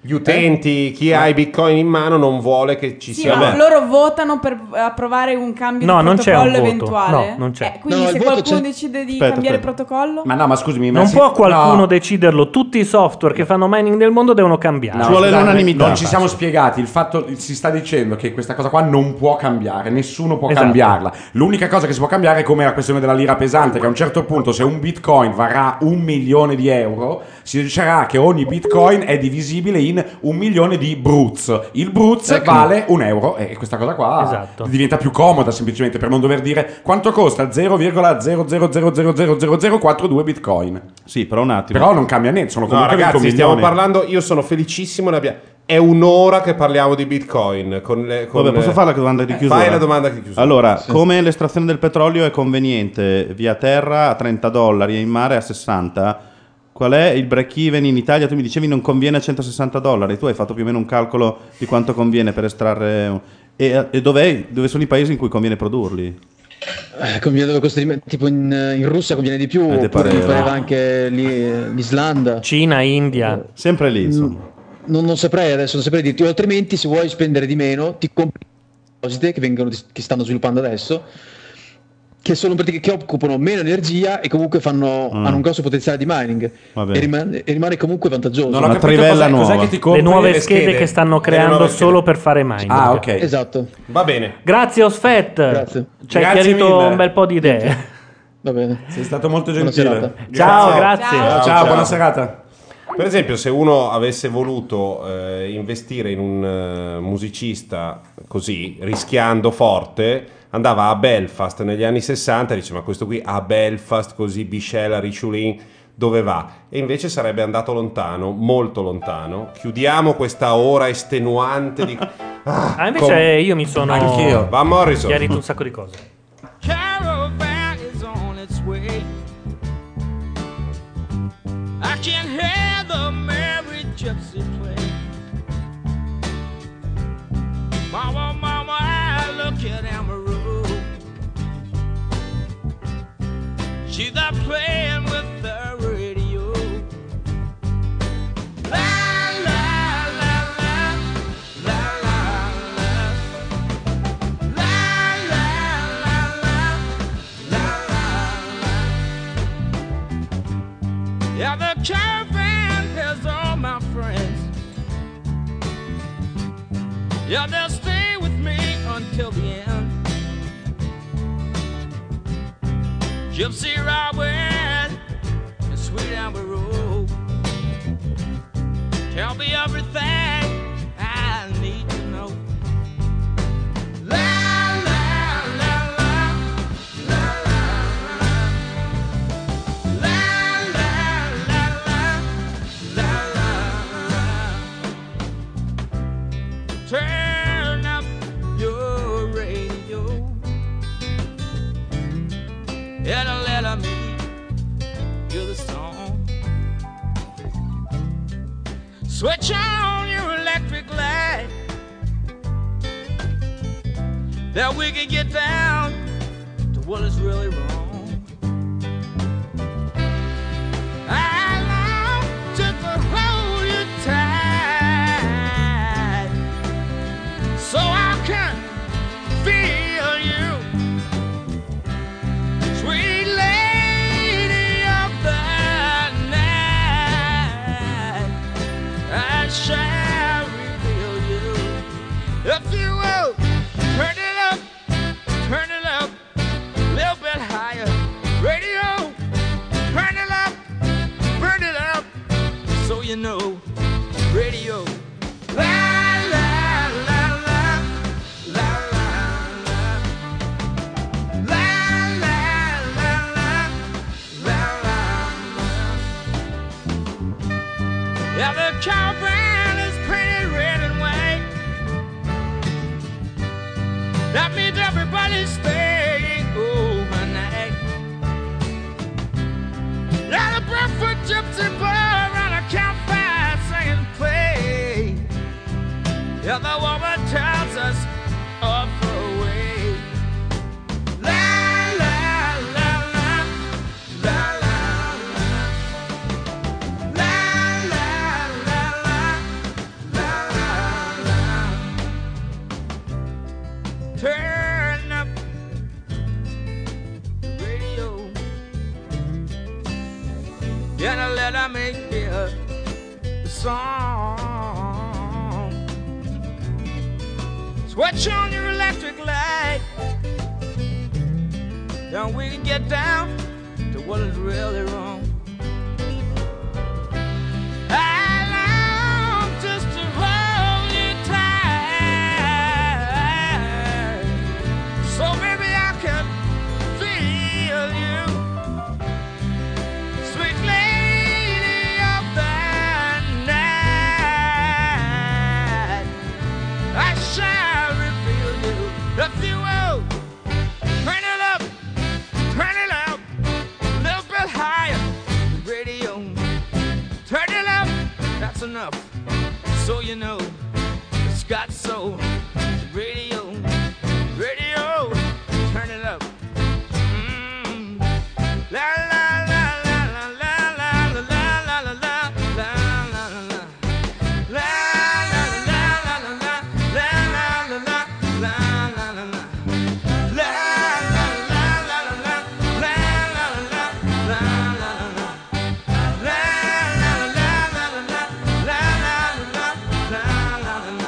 gli utenti, chi ha i bitcoin in mano non vuole che ci Sì, sia... ma loro votano per approvare un cambio No, di non c'è un protocollo voto. eventuale. No, non c'è. Eh, quindi No, se il voto qualcuno c'è- decide di Aspetta, cambiare aspetta. protocollo? Ma no, ma scusami, ma Non si- può qualcuno no. deciderlo, tutti i software che fanno mining nel mondo devono cambiare. No, scusate, non ci siamo spiegati. Il fatto si sta dicendo che questa cosa qua non può cambiare, nessuno può Esatto. cambiarla. L'unica cosa che si può cambiare è come la questione della lira pesante, che a un certo punto, se un bitcoin varrà un milione di euro, si dicerà che ogni bitcoin è divisibile in un milione di bruz. Il bruz Ecco. vale un euro e questa cosa qua Esatto. diventa più comoda semplicemente per non dover dire quanto costa zero virgola zero zero zero zero zero zero zero quattro due bitcoin. Sì, però un attimo. Però non cambia niente, sono No, comunque ragazzi, venti stiamo milioni. parlando, io sono felicissimo, ne abbia- è un'ora che parliamo di bitcoin. Con le, con Vabbè, posso le- fare la domanda di Eh, chiusura? Fai la domanda di chiusura. Allora, come l'estrazione del petrolio è conveniente via terra a trenta dollari e in mare a sessanta, qual è il break even in Italia? Tu mi dicevi non conviene a centosessanta dollari, tu hai fatto più o meno un calcolo di quanto conviene per estrarre... E, e dov'è, dove sono i paesi in cui conviene produrli? Eh, conviene dove costa di me- tipo in, in Russia conviene di più, Eh, te oppure mi pareva. pareva anche lì, l'Islanda. Cina, India. Sempre lì, insomma. Non, non saprei adesso, non saprei dirti. O altrimenti, se vuoi spendere di meno, ti compri cose che vengono che stanno sviluppando adesso, che sono praticamente che occupano meno energia e comunque fanno, Mm. hanno un grosso potenziale di mining Va e bene. rimane, e rimane comunque vantaggioso. Non ho Una capito trivella cos'è- cos'è nuova. che ti compri Le nuove le schede, schede? che stanno nuove creando schede. solo per fare mining. Ah, ok. Esatto, Va bene. Grazie Osfet. Grazie. Ci hai Grazie chiarito mille. un bel po' di idee. va bene. Sei stato molto Buona gentile. serata. Ciao, grazie. Ciao, ciao, buona serata. Per esempio, se uno avesse voluto eh, investire in un eh, musicista così, rischiando forte, andava a Belfast negli anni sessanta e dice: ma questo qui a Belfast, così, Bichela, Richulin, dove va? E invece sarebbe andato lontano, molto lontano. Chiudiamo questa ora estenuante di... Ah, Ah, invece com- io mi sono Anch'io. Va Morrison. chiarito un sacco di cose. Caravan is on its way. I can hear the merry gypsy play. Mama, mama, I look at Amaru. She's there playing with the radio. La la la la, la la la, la la la la, la la la. Yeah, the caravan has all my friends. Yeah, they'll stay with me until the end. Gypsy Robin and Sweet Amber Road. Tell me everything I need to know. La la la la, la la la, la la la la, la la la. Turn up your radio. It'll let me hear the song. Switch on your electric light, that we can get down to what is really wrong. I long just to hold you tight, so I can feel you. Sweet lady of the night, I shall reveal you. If you will, turn it up, turn it up, a little bit higher. Radio, turn it up, burn it up, so you know. Radio, la la la la, la la la. La la la la, la la la. Yeah, the caravan is painted red and white. That means everybody's staying overnight. Yeah, the barefoot gypsy boy around a campfire singing play. Yeah, the woman tells us off the way. La la la la, la la la, la la la la, song. Switch on your electric light, then we can get down to what is really wrong. I long just to hold you tight, so maybe I can feel you, sweet lady of the night. I shall reveal you if you will. Turn it up, turn it up, a little bit higher. Radio, turn it up, that's enough. So you know it's got soul. Radio, radio, turn it up. Mm. La la la la la la la la la la la la la la. La la la la la la la la la la la la la. La la la la la la la la la la la la. La la la la la la la la la la la.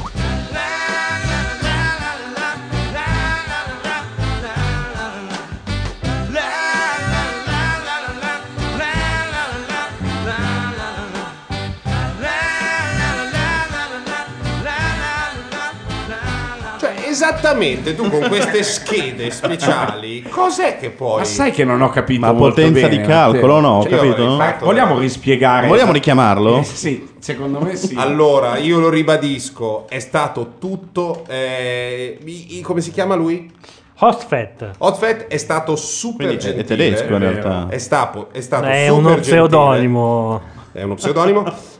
Cioè, esattamente, tu con queste schede speciali, cos'è che puoi... Ma sai che non ho capito Ma molto potenza bene, di calcolo, no? Ho Cioè, io capito? avrei fatto- Vogliamo rispiegare? Vogliamo richiamarlo? Eh, sì, secondo me sì. Allora, io lo ribadisco, è stato tutto... eh, i- i- come si chiama lui? Hostfet. Hotfet è stato super Quindi è- è gentile. tedesco, in realtà. È stato, è stato È super uno gentile. pseudonimo. È uno pseudonimo.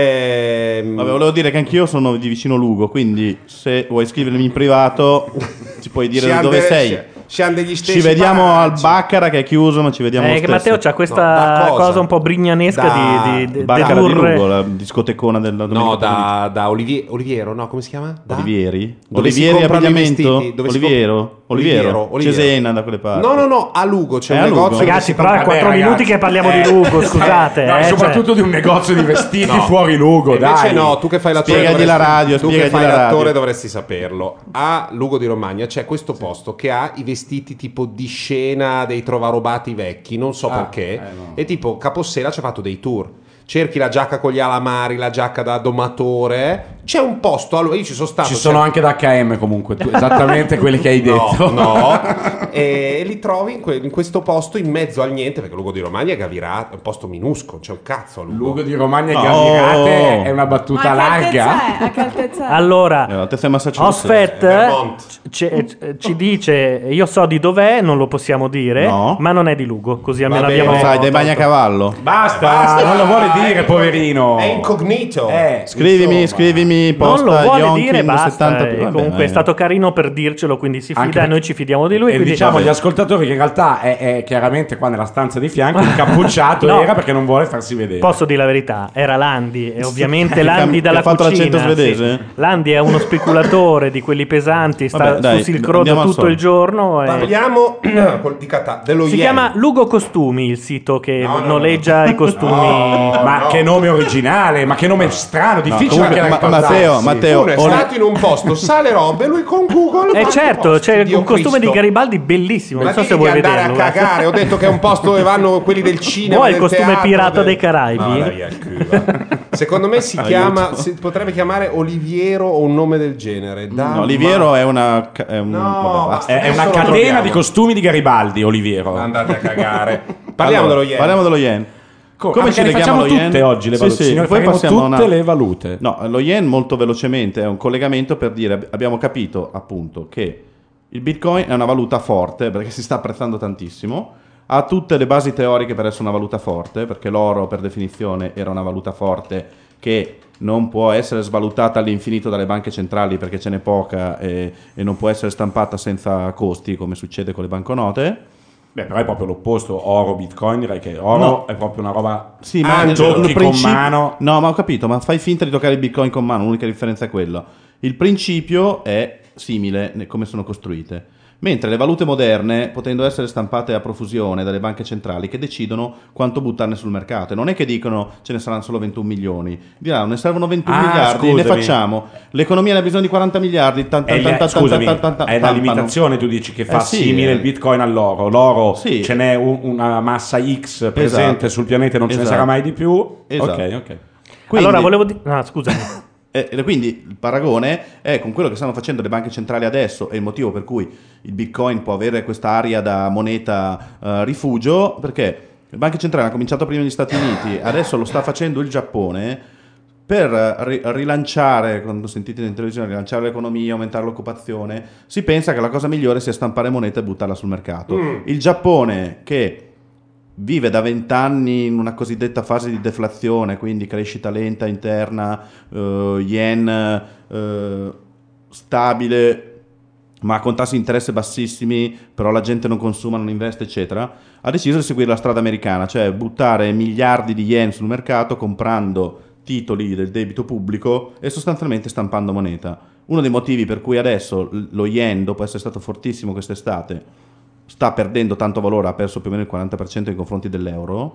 Ehm, Vabbè, volevo dire che anch'io sono di vicino Lugo, quindi se vuoi scrivermi in privato ci puoi dire ci da han dove de- sei. ci- ci han degli stessi Ci vediamo paraggi. al Baccara che è chiuso, ma ci vediamo lo Eh, che stesso. Matteo c'ha No, questa da cosa? cosa un po' brignanesca Da- di, di, di Baccara di dedurre- Lugo, la discotecona della domenica No, pomeriggio. da, da Olivie- Oliviero, no, come si chiama? Da? Olivieri? Dove si Olivieri comprano i abbigliamento? vestiti? Dove si Oliviero? comp- Oliviero? Oliviero, Oliviero. Cesena da quelle parti. No, no, no, a Lugo c'è È un a Lugo? negozio dove Ragazzi, si però è compra- quattro Vabbè, minuti ragazzi. che parliamo Eh. di Lugo, scusate. No, eh, soprattutto cioè- di un negozio di vestiti No. fuori Lugo, Invece dai. no, tu che fai l'attore Spiegagli la dovresti- radio, tu che spiegagli fai la l'attore radio. dovresti saperlo. A Lugo di Romagna c'è questo posto che ha i vestiti tipo di scena dei trovarobati vecchi, non so Ah, perché, eh, no. e tipo Capossela ci ha fatto dei tour. Cerchi la giacca con gli alamari, la giacca da domatore, c'è un posto, allora io ci sono stato. Ci c'è- sono anche da acca emme comunque, tu- esattamente quelli che hai No, detto. no, e li trovi in, que- in questo posto in mezzo al niente, perché Lugo di Romagna è Gavirato, è un posto minuscolo, c'è un cazzo a Lugo. Lugo di Romagna e No. Gavirate è una battuta Ma a che altezza larga. è? A che altezza è? Allora, Eh, la testa è Massachusetts. Osfet Vermont. ci, eh, ci dice, io so di dov'è, non lo possiamo dire, No. ma non è di Lugo, così almeno bene. abbiamo... Lo sai, dai Bagnacavallo. Basta, Basta, non lo vuole dire, ecco, poverino. È incognito. Eh, Scrivimi, insomma. scrivimi, Non posta lo vuole Yonkin dire, basta. settanta eh, vabbè, comunque vai. è stato carino per dircelo, quindi si Anche fida e perché- noi ci fidiamo di lui. E quindi diciamo vabbè. agli ascoltatori che in realtà è, è chiaramente qua nella stanza di fianco incappucciato No. era perché non vuole farsi vedere. Posso dire la verità, era Landi e ovviamente Che Landi cam- dalla che ha fatto cucina. l'accento svedese? sì. Landi è uno speculatore di quelli pesanti, sta Vabbè, dai, su Silk andiamo Road al tutto solito. il giorno. E... Parliamo col di Cata- dello Si yen. chiama Lugo Costumi il sito che No, no, noleggia no. i costumi. No, ma no. che nome originale, ma che nome strano, difficile comunque, anche da ma- ricordarsi. Matteo, Matteo, Uno è Oli- stato in un posto, sa le robe, lui con Google Eh fa certo, posti. c'è Dio un costume Cristo. di Garibaldi bellissimo, Ma non so digli se vuoi di andare vederlo. a eh. cagare, ho detto che è un posto dove vanno quelli del cinema. Vuoi il del costume teatro, pirata del- dei Caraibi? No, dai, via, il culo. Secondo me si chiama, si potrebbe chiamare Oliviero o un nome del genere. Da- No, Oliviero è una... ca- È, un, No, vabbè, basta. È, è una Adesso lo catena troviamo. di costumi di Garibaldi, Oliviero. Andate a cagare. Parliamo Allora, dello yen. Parliamo dello yen. Co- Come ah, ci perché le leghiamo facciamo allo tutte yen? oggi le Sì, valute, sì, signori, poi faremo passiamo a tutte una- le valute. No, lo yen molto velocemente è un collegamento per dire, abbiamo capito appunto che il Bitcoin è una valuta forte perché si sta apprezzando tantissimo, ha tutte le basi teoriche per essere una valuta forte, perché l'oro per definizione era una valuta forte che non può essere svalutata all'infinito dalle banche centrali perché ce n'è poca e, e non può essere stampata senza costi come succede con le banconote. Beh, però è proprio l'opposto, oro, bitcoin, direi che oro No. è proprio una roba Sì, ma ah, il- tocchi il con principio- mano. No, ma ho capito, ma fai finta di toccare il Bitcoin con mano, l'unica differenza è quello. Il principio è simile ne- come sono costruite. Mentre le valute moderne, potendo essere stampate a profusione dalle banche centrali, che decidono quanto buttarne sul mercato. E non è che dicono ce ne saranno solo ventuno milioni. Diranno ne servono ventuno Ah, miliardi, scusami. ne facciamo. L'economia ne ha bisogno di quaranta miliardi. Tan, tan, È, tan, la, tan, scusami, tan, tan, tan, è la tampano. limitazione, tu dici, che fa Eh sì, simile eh. il bitcoin all'oro. L'oro Sì. ce n'è un- una massa X presente Esatto. sul pianeta e non ce ne Esatto. sarà mai di più. Esatto. Ok, ok. Quindi- Allora volevo dire... Ah, scusami. Eh, e quindi il paragone è con quello che stanno facendo le banche centrali adesso, è il motivo per cui il Bitcoin può avere quest'area da moneta eh, rifugio, perché le banche centrali hanno cominciato prima negli Stati Uniti, adesso lo sta facendo il Giappone per ri- rilanciare, quando sentite in televisione, rilanciare l'economia, aumentare l'occupazione. Si pensa che la cosa migliore sia stampare moneta e buttarla sul mercato. Mm. Il Giappone, che vive da vent'anni in una cosiddetta fase di deflazione, quindi crescita lenta interna, eh, yen eh, stabile, ma con tassi di interesse bassissimi, però la gente non consuma, non investe, eccetera, ha deciso di seguire la strada americana, cioè buttare miliardi di yen sul mercato comprando titoli del debito pubblico e sostanzialmente stampando moneta. Uno dei motivi per cui adesso lo yen, dopo essere stato fortissimo quest'estate, sta perdendo tanto valore, ha perso più o meno il quaranta per cento nei confronti dell'euro,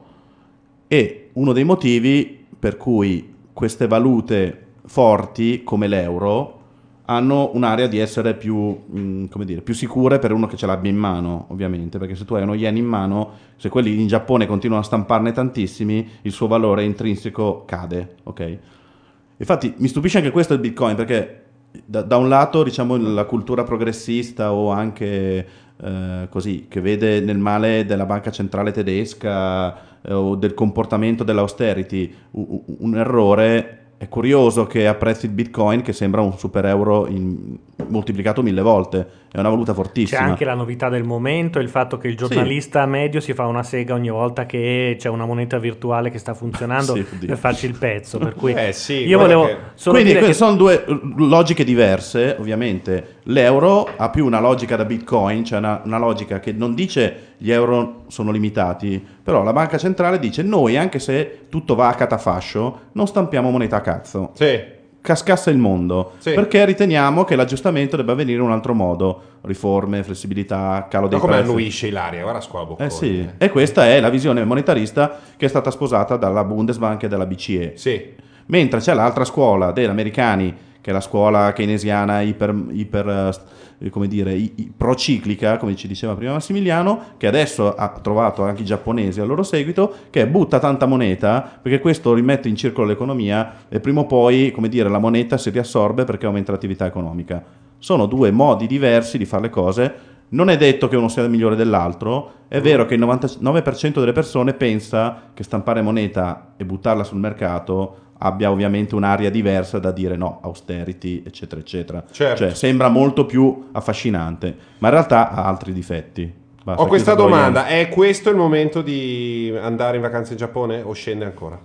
e uno dei motivi per cui queste valute forti come l'euro hanno un'area di essere più, mh, come dire, più sicure per uno che ce l'abbia in mano, ovviamente, perché se tu hai uno yen in mano, se quelli in Giappone continuano a stamparne tantissimi, il suo valore intrinseco cade, ok? Infatti mi stupisce anche questo il Bitcoin, perché da, da un lato, diciamo, la cultura progressista o anche eh, così, che vede nel male della banca centrale tedesca eh, o del comportamento dell'austerity un, un errore. È curioso che apprezzi il Bitcoin, che sembra un super euro in- moltiplicato mille volte, è una valuta C'è fortissima. anche la novità del momento, il fatto che il giornalista medio si fa una sega ogni volta che c'è una moneta virtuale che sta funzionando Sì, oddio. per farci il pezzo. Per cui Eh sì, io guarda volevo che- solo Quindi dire queste che sono due eh, logiche diverse, ovviamente. L'euro ha più una logica da Bitcoin, cioè una, una logica che non dice gli euro sono limitati, però la banca centrale dice noi, anche se tutto va a catafascio, non stampiamo moneta a cazzo. Sì. Cascasse il mondo, Sì. perché riteniamo che l'aggiustamento debba avvenire in un altro modo, riforme, flessibilità, calo dei Ma come prezzi. annuisce Ilaria? Guarda scuola Bocconi. Eh sì, e questa è la visione monetarista che è stata sposata dalla Bundesbank e dalla B C E. Sì. Mentre c'è l'altra scuola degli americani, che è la scuola keynesiana iper, iper eh, come dire, i- i- prociclica, come ci diceva prima Massimiliano, che adesso ha trovato anche i giapponesi al loro seguito, che butta tanta moneta, perché questo rimette in circolo l'economia e prima o poi, come dire, la moneta si riassorbe perché aumenta l'attività economica. Sono due modi diversi di fare le cose. Non è detto che uno sia il migliore dell'altro, è vero che il novantanove per cento delle persone pensa che stampare moneta e buttarla sul mercato abbia ovviamente un'area diversa da dire no, austerity, eccetera, eccetera. Certo. Cioè sembra molto più affascinante, ma in realtà ha altri difetti. Basta, Ho questa chiuso con lo domanda, yen. è questo il momento di andare in vacanza in Giappone o scende ancora?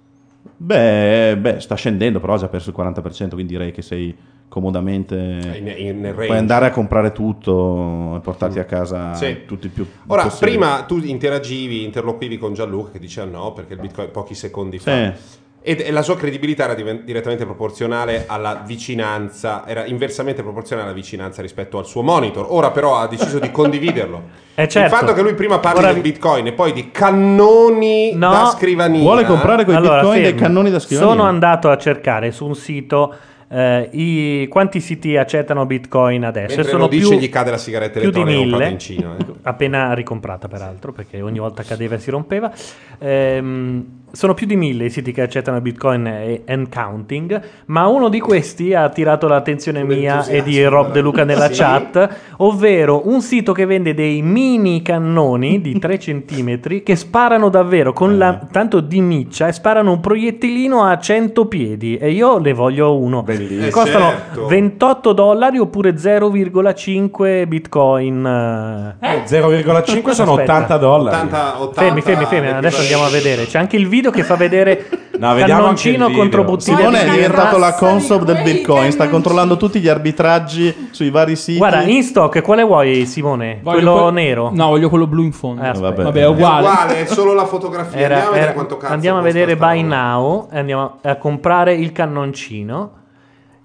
Beh, beh, sta scendendo, però ha già perso il quaranta per cento, quindi direi che sei comodamente... In- in- nel range. Puoi andare a comprare tutto e portarti a casa Sì. tutti i più Ora, possibili. prima tu interagivi, interloquivi con Gianluca che diceva no, perché il Bitcoin pochi secondi fa. Sì. Ed e la sua credibilità era diven- direttamente proporzionale alla vicinanza, era inversamente proporzionale alla vicinanza rispetto al suo monitor. Ora però ha deciso di condividerlo. Eh, certo. Il fatto che lui prima parli Ora del vi- Bitcoin e poi di cannoni No. da scrivania. Vuole comprare quei Allora, bitcoin dei fermi. cannoni da scrivania. Sono andato a cercare su un sito eh, i, quanti siti accettano Bitcoin adesso. Mentre E sono lo dice più, gli cade la sigaretta più di elettronica comprata mille, in Cina. eh. appena ricomprata peraltro, perché ogni volta cadeva e si rompeva. Ehm, sono più di mille i siti che accettano Bitcoin e and counting, ma uno di questi ha attirato l'attenzione mia e di Rob De Luca nella Sì. chat, ovvero un sito che vende dei mini cannoni di tre centimetri che sparano davvero con la, tanto di miccia, e sparano un proiettilino a cento piedi, e io ne voglio uno. Eh, Costano certo. ventotto dollari oppure zero virgola cinque bitcoin. eh. zero virgola cinque sono Aspetta. ottanta dollari. ottanta, ottanta Fermi, fermi, fermi, adesso andiamo a vedere. C'è anche il video che fa vedere No, vediamo anche il cannoncino video. contro bottiglia Simone di è birra. diventato la consob del quei Bitcoin, sta cannocini. controllando tutti gli arbitraggi sui vari siti. Guarda, in stock, quale vuoi, Simone? Voglio quello quel- nero? No, voglio quello blu in fondo. Eh, aspetta. vabbè. Vabbè, è È uguale. uguale, è solo la fotografia. Era- andiamo a vedere era- quanto cazzo andiamo a costa vedere sta buy roba. now e andiamo a comprare il cannoncino.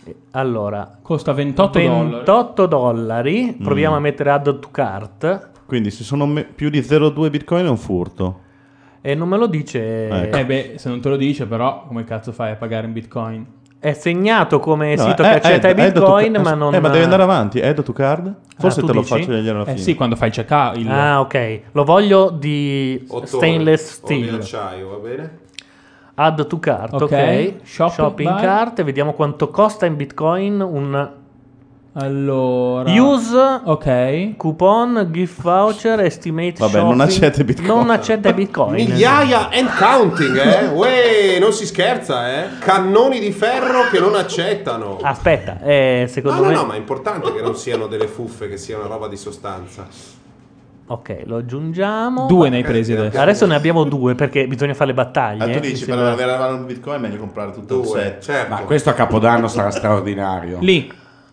Allora, costa ventotto dollari. ventotto dollari. Proviamo Mm. a mettere add to cart. Quindi se sono me- più di zero virgola due bitcoin è un furto. E non me lo dice. Ecco. Eh beh, se non te lo dice, però, come cazzo fai a pagare in bitcoin? È segnato come No, sito eh, che accetta add- i add to bitcoin, ca- ma non. Eh, ma devi andare avanti. Add to card? Forse tu te lo dici? faccio vedere alla Eh fine. sì, quando fai il checkout. Il... Ah, ok. Lo voglio di Ottone stainless o di steel. acciaio, va bene? Add to cart, ok. Ok. Shopping, Shopping buy. cart e vediamo quanto costa in bitcoin un Allora... use Ok. coupon gift voucher estimate Vabbè, shopping. non accetta i bitcoin. Non accetta i bitcoin. Migliaia and counting, eh? Uè, non si scherza, eh? Cannoni di ferro che non accettano. Aspetta, eh, secondo No, no, me no, ma è importante che non siano delle fuffe, che sia una roba di sostanza. ok, lo aggiungiamo. Due ne hai presi adesso. Adesso ne abbiamo due perché bisogna fare le battaglie. Ah, tu eh, dici mi per sembra. avere un bitcoin è meglio comprare tutto il Due, set. certo. Ma questo a Capodanno sarà straordinario. Lì.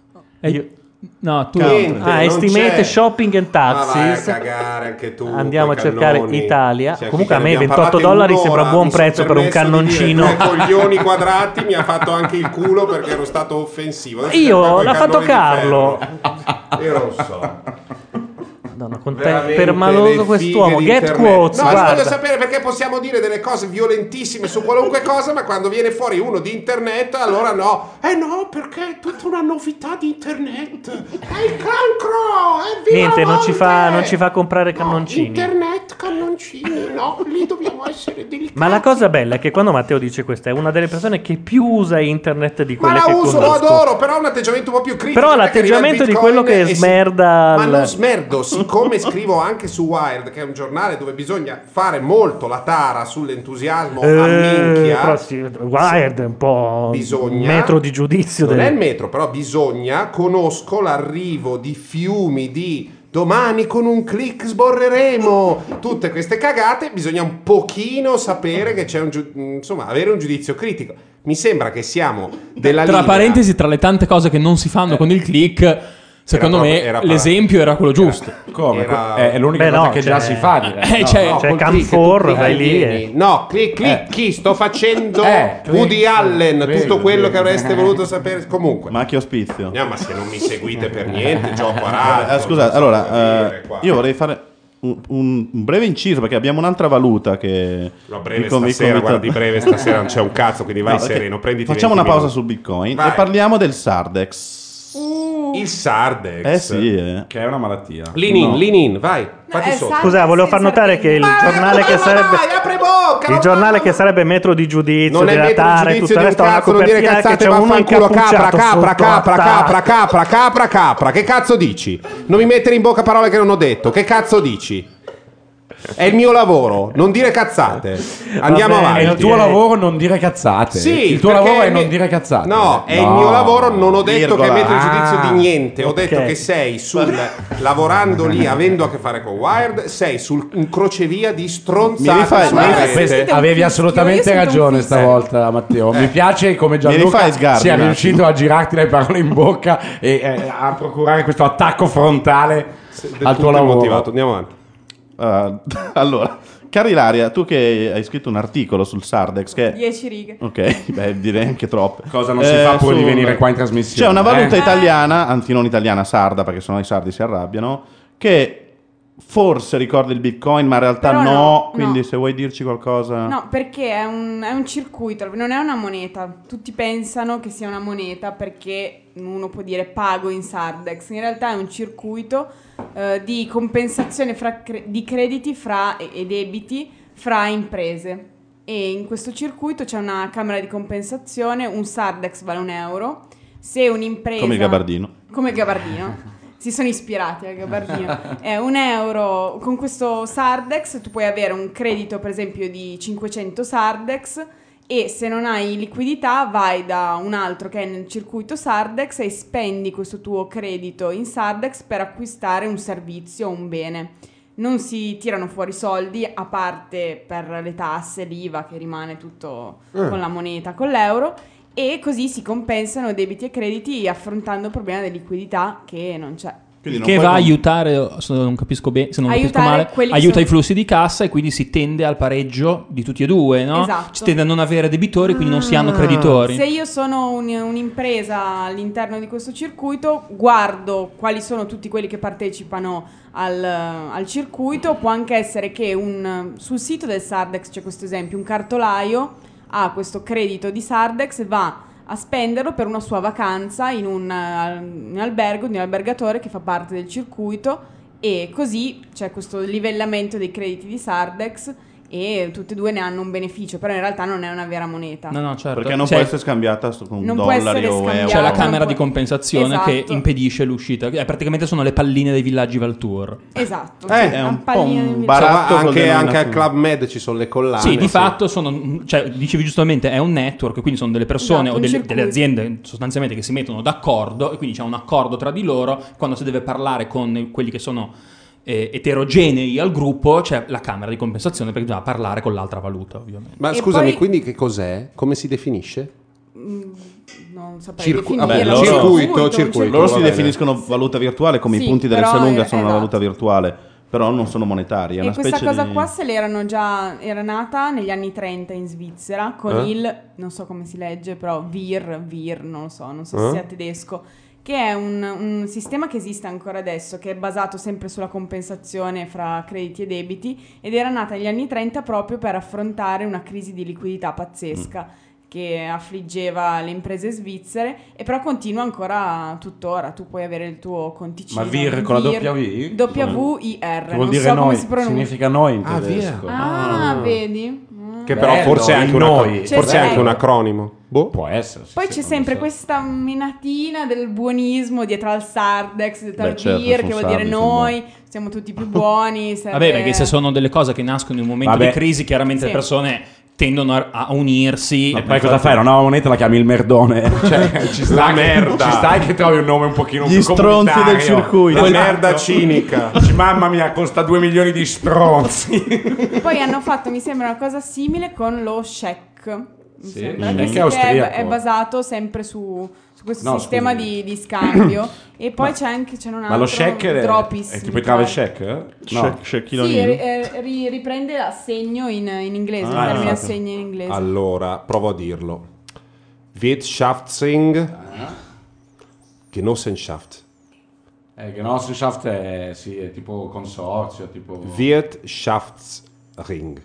E Io- No, tu... Niente, Ah, non estimate c'è. shopping and Ma vai a taxes. cagare anche tu. Andiamo coi a cercare cannoni. Italia. Cioè, Comunque a che me ne abbiamo ventotto parlate dollari un'ora, sembra buon mi son prezzo per un permesso di cannoncino. dire tre coglioni quadrati mi ha fatto anche il culo perché ero stato offensivo. Adesso Io, stiamo coi l'ha fatto cannoni di Carlo. ferro. Io non so. Madonna, con te Veramente permaloso le quest'uomo. fighe di Get internet. quotes, No, io guarda. voglio sapere perché possiamo dire delle cose violentissime su qualunque cosa, ma quando viene fuori uno di internet, allora no. Eh no, perché è tutta una novità di internet. È il cancro! È viva Niente, la non ci, fa, Volpe! non ci fa comprare cannoncini. Internet, cannoncini, no, lì dobbiamo essere delicati. Ma la cosa bella è che quando Matteo dice questo è una delle persone che più usa internet di Ma quelle la che uso, lo conosco. adoro, però ha un atteggiamento un po' più critico. Però perché arriva il l'atteggiamento di Bitcoin quello che e si- smerda Ma il- non smerdo, siccome scrivo anche su Wired, che è un giornale dove bisogna fare molto la tara sull'entusiasmo a Eh, minchia. però sì, Wired è un po' Bisogna- metro di giudizio. Non del- è il metro, però bisogna, conosco l'arrivo di fiumi di domani con un click sborreremo, tutte queste cagate, bisogna un pochino sapere che c'è un giu- insomma, avere un giudizio critico. Mi sembra che siamo della Tra linea. parentesi, tra le tante cose che non si fanno con il click, secondo proprio- me era para- l'esempio era quello giusto. Come? Era- È, è l'unica Beh, cosa no, che c'è- già si fa, direi. Eh, No, c'è- no. C'è col Cam click, four, tu vai lì vieni. e- No, click, clicchi, sto facendo Eh, Woody click. Allen, tutto Vedi, quello vedi. che avreste voluto sapere. Comunque, Ma che ospizio. no, ma se non mi seguite per niente, gioco a Ah, radio. scusate, non so allora, cosa dire eh, qua. io vorrei fare un, un- un breve inciso perché abbiamo un'altra valuta che... No, breve vi conv- stasera, vi guarda, di breve stasera non c'è un cazzo, quindi vai No, perché sereno, prenditi Facciamo venti una pausa minuti. sul Bitcoin Vai. e parliamo del Sardex. Il Sardex. Eh sì, eh. Che è una malattia. Lean in, No. lean in, vai, fatti è sotto. Sardex Scusa, volevo in far notare che il Sardegna. giornale che sarebbe Vai, apri bocca, il non giornale parlo. che sarebbe metro di giudizio, Non è della metro di tara e giudizio tutto il di un resto ha una cazzo, non dire copertina che cazzate, c'è uno vaffanculo, capra, incappucciato capra, sotto capra, la capra, capra, capra, capra, che cazzo dici? Non mi mettere in bocca parole che non ho detto, che cazzo dici? È il mio lavoro, non dire cazzate. Andiamo bene, avanti. È il tuo lavoro non dire cazzate. Sì, il tuo perché lavoro è mi- non dire cazzate. No, è il No. mio lavoro, non ho detto Virgola. che metto il giudizio Ah. di niente, ho Ok. detto che sei sul lavorando lì, avendo a che fare con Wired, sei sul un crocevia di stronzate. Mi rifai- sulla mi rete. Questo- Siete un avevi fischio, assolutamente io sento un ragione fischio. stavolta, Matteo. Eh. Mi piace come Mi Gianluca rifai Sgarbi sia un attimo? riuscito a girarti le parole in bocca e eh, a procurare questo attacco frontale Del al tutto tuo lavoro. immotivato. Andiamo avanti. Uh, allora, cari Ilaria, tu che hai scritto un articolo sul Sardex che... dieci righe. Ok, beh, direi anche troppe. Cosa non si fa pur di sul- venire qua in trasmissione, C'è una valuta eh? italiana, anzi non italiana, sarda, perché sennò i sardi si arrabbiano, che forse ricorda il Bitcoin, ma in realtà Però no, no, quindi no. se vuoi dirci qualcosa... No, perché è un, è un circuito, non è una moneta. Tutti pensano che sia una moneta perché uno può dire pago in Sardex. In realtà è un circuito eh, di compensazione fra cre- di crediti fra, e, e debiti fra imprese. E in questo circuito c'è una camera di compensazione, un Sardex vale un euro. Se un'impresa... Come il gabardino. Come il gabardino. Si sono ispirati al gabardino. È un euro con questo Sardex. Tu puoi avere un credito, per esempio, di cinquecento Sardex. E se non hai liquidità, vai da un altro che è nel circuito Sardex e spendi questo tuo credito in Sardex per acquistare un servizio o un bene. Non si tirano fuori soldi, a parte per le tasse, l'I V A che rimane tutto Eh. con la moneta, con l'euro. E così si compensano debiti e crediti affrontando il problema di liquidità che non c'è. Quindi non che puoi va a com- aiutare, se non capisco bene, se non capisco Aiutare male, quelli che aiuta sono- i flussi di cassa e quindi si tende al pareggio di tutti e due, no? Esatto. Si tende a non avere debitori, quindi non si hanno Se creditori. io sono un- un'impresa all'interno di questo circuito, guardo quali sono tutti quelli che partecipano al, al circuito. Può anche essere che un, sul sito del Sardex c'è questo esempio, un cartolaio ha questo credito di Sardex e va a spenderlo per una sua vacanza in un, uh, in albergo, di un albergatore che fa parte del circuito, e così c'è questo livellamento dei crediti di Sardex e tutte e due ne hanno un beneficio, però in realtà non è una vera moneta. No, no, certo. Perché non C'è- può essere scambiata su- con Non può dollari essere o scambiata. euro. C'è la non camera può- di compensazione che Esatto. impedisce l'uscita. Eh, praticamente sono le palline dei villaggi Valtour. Esatto. Eh, sì, è una un po' pallina un di- baratto Cioè, col anche, anche al denominatore. Club Med ci sono le collane. Sì, di fatto sono, cioè, dicevi giustamente, è un network, quindi sono delle persone Esatto, o un delle, circuito. delle aziende sostanzialmente che si mettono d'accordo e quindi c'è un accordo tra di loro. Quando si deve parlare con quelli che sono eh, eterogenei al gruppo, c'è la camera di compensazione perché bisogna parlare con l'altra valuta, ovviamente. Ma E scusami, poi- quindi che cos'è? Come si definisce? Mm, non saprei Circu- definirlo. vabbè, Un loro- circuito, un circuito. Loro si va bene. definiscono valuta virtuale, come Sì, i punti però dell'Esselunga è- sono una esatto. valuta virtuale, però non sono monetari. È E una questa specie cosa di... qua se l'erano già, era nata negli anni trenta in Svizzera con Eh? il, non so come si legge, però Vir, Vir, non lo so, non so Eh? se sia tedesco, che è un, un sistema che esiste ancora adesso, che è basato sempre sulla compensazione fra crediti e debiti, ed era nata negli anni trenta proprio per affrontare una crisi di liquidità pazzesca che affliggeva le imprese svizzere, e però continua ancora tuttora. Tu puoi avere il tuo conticino. Ma Vir con la doppia V? W I R, Che vuol non dire so come noi, si pronuncia. significa noi in Ah, tedesco. Ah, vedi? Che però Bello, forse è anche, il una- noi. C'è forse è anche sempre- un acronimo. Boh. Può essere. sì, Poi sì, c'è non sempre so. questa menatina del buonismo dietro al Sardex, dietro Beh, al certo, Vir, sono che vuol dire sardi, sono noi siamo tutti più buoni. serve- Vabbè, perché se sono delle cose che nascono in un momento Vabbè. di crisi, chiaramente Sì. le persone tendono a, a unirsi. E poi cosa fai? Non ha una moneta, la chiami il merdone. Cioè, ci sta La che- merda. Ci stai che trovi un nome un pochino Gli più stronzi comunitario. del circuito. La Esatto. merda cinica. Dici, mamma mia, costa due milioni di stronzi. Poi hanno fatto, mi sembra, una cosa simile con lo Sheck. Mi Sì, sembra il che, Sheck sì, è che è, austriaco. è basato sempre su, su questo No, sistema scusami. di, di scambio. E poi Ma- c'è anche c'è un altro Ma lo check è, Dropis, è tipo mi il travel pare. check? No. Shaq- Shaquille Sì, O'Neal. ri- eh, ri- riprende l'assegno in, in inglese, Ah, il termine infatti. assegno in inglese. Allora, provo a dirlo. Wirtschaftsring Genossenschaft. Eh, Genossenschaft è, sì, è tipo consorzio, tipo... Wirtschaftsring.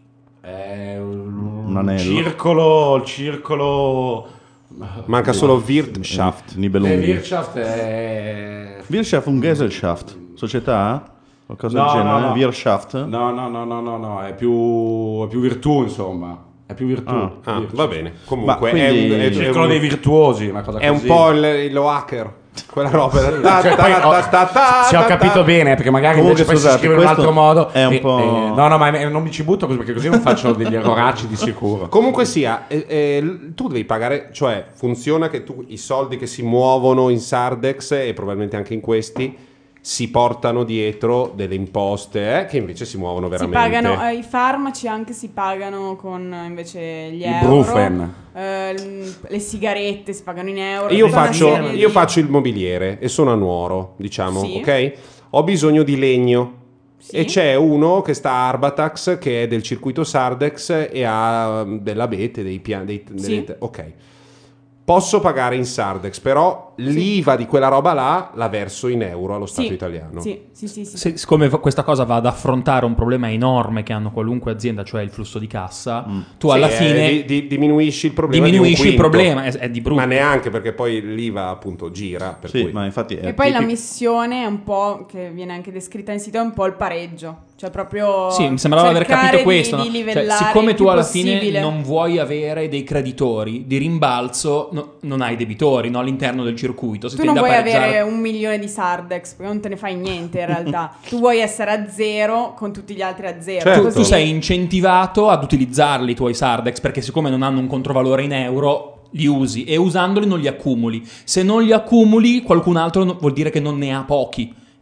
È un, Un anello. circolo, il circolo... Manca solo Wirtschaft. Eh, Nibelunghi. Wirtschaft è... Wirtschaft und Gesellschaft. Società? Qualcosa No, del genere? no, no. Wirtschaft? No, no, no, no, no, no, è più, è più virtù, insomma. È più virtù. Ah. Ah, Wirtschaft. va bene. Comunque Ma è quindi- un, è, Il circolo è dei un, virtuosi, una cosa è un così. po' il, lo hacker. Quella roba. Ta- Cioè, ta- poi ta- ho- ta- ta- se ho ta- capito ta- bene, perché magari Comunque, invece poi si scusate, scrive in un altro questo modo. è un e- po'- e- no, no, ma non mi ci butto così, perché così non faccio degli erroracci di sicuro. Comunque sia, eh, eh, tu devi pagare, cioè funziona che tu i soldi che si muovono in Sardex e probabilmente anche in questi si portano dietro delle imposte eh, che invece si muovono Si veramente. pagano, eh, i farmaci anche si pagano con eh, invece gli I euro. Brufen. eh, l- le sigarette si pagano in euro. Io tutta una faccio, serie di- io faccio il mobiliere e sono a Nuoro, diciamo, Sì. ok? Ho bisogno di legno. Sì. E c'è uno che sta a Arbatax, che è del circuito Sardex e ha um, dell'abete, dei piani. Sì. Ok. Posso pagare in Sardex, però l'I V A di quella roba là la verso in euro allo Stato Sì, italiano. Sì, sì, sì, sì. Se- siccome fa- questa cosa va ad affrontare un problema enorme che hanno qualunque azienda, cioè il flusso di cassa, tu alla Sì, eh, fine di- di- diminuisci il problema. diminuisci di un il quinto. problema, è, è di brutto. Ma neanche perché poi l'I V A appunto gira. Per Sì, cui... ma infatti è E poi la tipico- missione è un po', che viene anche descritta in sito, è un po' il pareggio. Cioè proprio Sì, mi sembrava aver cercare capito di- questo. di no? Cioè, livellare siccome il tu più alla possibile. fine non vuoi avere dei creditori di rimbalzo, no- non hai debitori no, all'interno del circuito. Si Tu non tende vuoi a pareggiare- avere un milione di Sardex, perché non te ne fai niente in realtà. Tu vuoi essere a zero con tutti gli altri a zero. Certo. Tu, Così- tu sei incentivato ad utilizzarli i tuoi Sardex perché siccome non hanno un controvalore in euro li usi e usandoli non li accumuli. Se non li accumuli qualcun altro no- vuol dire che non ne ha pochi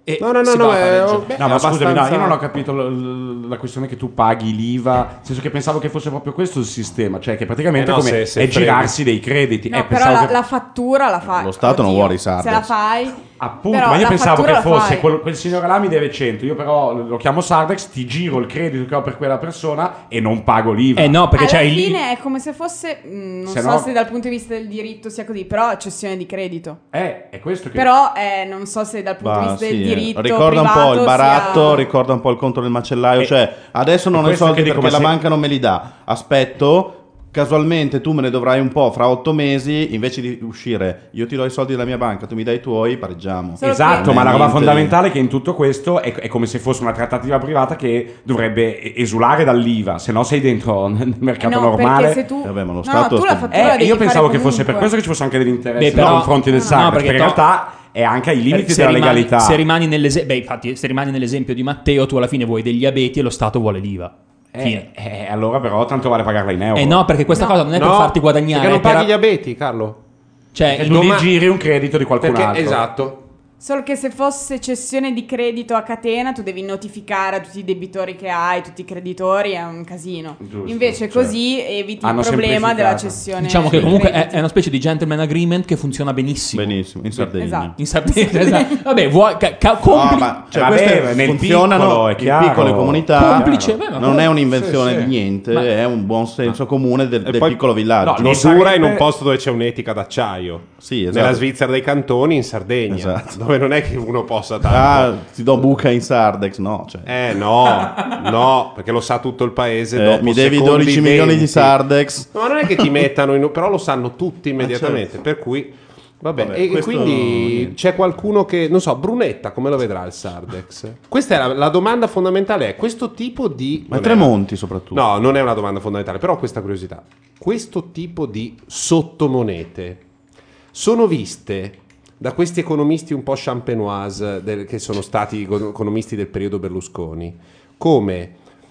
E No, no, no, si no, va a eh, pareggiare. oh, beh, No, ma è scusami, no, abbastanza- io non ho capito l- l- la questione che tu paghi l'I V A, nel senso che pensavo che fosse proprio questo il sistema, cioè che praticamente Eh no, come se- se è freghi. girarsi dei crediti. No, eh, però pensavo la, che- la fattura la fai. Lo Stato non Oddio, vuole i Sardex. Se la fai. Appunto, però ma io la pensavo fattura che la fosse fai. quel, quel signore là mi deve cento, io però lo chiamo Sardex, ti giro il credito che ho per quella persona e non pago l'I V A. Eh no, perché Alla c'hai il fine è come se fosse, mh, non Se so no- se dal punto di vista del diritto sia così, però è cessione di credito. Eh, è questo che... Però eh, non so se dal punto di Bah, vista sì, del eh. diritto ricorda un po' privato il baratto, sia- ricorda un po' il conto del macellaio. Eh, cioè, adesso non ho i questo soldi che dico, perché ma la se- banca non me li dà. Aspetto, casualmente tu me ne dovrai un po' fra otto mesi. Invece di uscire, io ti do i soldi della mia banca, tu mi dai i tuoi, pareggiamo. Solo Esatto, che- ma la roba Niente. fondamentale è che in tutto questo è, è come se fosse una trattativa privata che dovrebbe esulare dall'I V A, se no sei dentro nel mercato Eh no, normale. perché se tu Vabbè, ma lo no, Stato tu la sta- fattura Eh, la devi io pensavo fare che fosse per comunque. questo che ci fosse anche degli interessi Beh, però- nei confronti del no, Sardex, perché perché in to- realtà è anche ai limiti se della rimani, legalità. se rimani nell'ese- beh, infatti, se rimani nell'esempio di Matteo, tu alla fine vuoi degli abeti e lo Stato vuole l'I V A. Fine. Eh, eh, allora però tanto vale pagarla in euro. Eh no, perché questa cosa non è per No, farti guadagnare. perché non è per- paghi gli abeti, Carlo. Cioè, Perché il tu doma- gli giri un credito di qualcun Perché, altro. esatto. Solo che se fosse cessione di credito a catena, tu devi notificare a tutti i debitori che hai, tutti i creditori, è un casino. Giusto, Invece cioè, così eviti il hanno problema della semplificato. cessione. Diciamo che dei comunque è, crediti. è una specie di gentleman agreement che funziona benissimo. Benissimo, in Sardegna. Esatto. In Sardegna, esatto. Vabbè, vuoi, ca- ca- compli- No, ma cioè, Vabbè, queste nel funzionano piccolo, è in chiaro. piccole comunità. Complice, beh, ma non è un'invenzione sì, sì. di niente, Ma- è un buon senso comune del, E del poi- piccolo villaggio. No, lo misura sarebbe- in un posto dove c'è un'etica d'acciaio. Sì, esatto. Nella Svizzera dei cantoni, in Sardegna, Esatto. dove non è che uno possa tanto. Ah, ti do buca in Sardex, no. Cioè. Eh no, no, perché lo sa tutto il paese. Eh, dopo mi devi secondi dodici milioni di venti. Sardex. No, ma non è che ti mettano, in, però lo sanno tutti immediatamente. Per cui, vabbè, Vabbè, e questo quindi niente. c'è qualcuno che, non so, Brunetta, come lo vedrà il Sardex? Questa è la, la domanda fondamentale: è questo tipo di. Ma non è- Tremonti soprattutto. No, non è una domanda fondamentale, però ho questa curiosità. Questo tipo di sottomonete sono viste da questi economisti un po' champenoise del- che sono stati eco- economisti del periodo Berlusconi come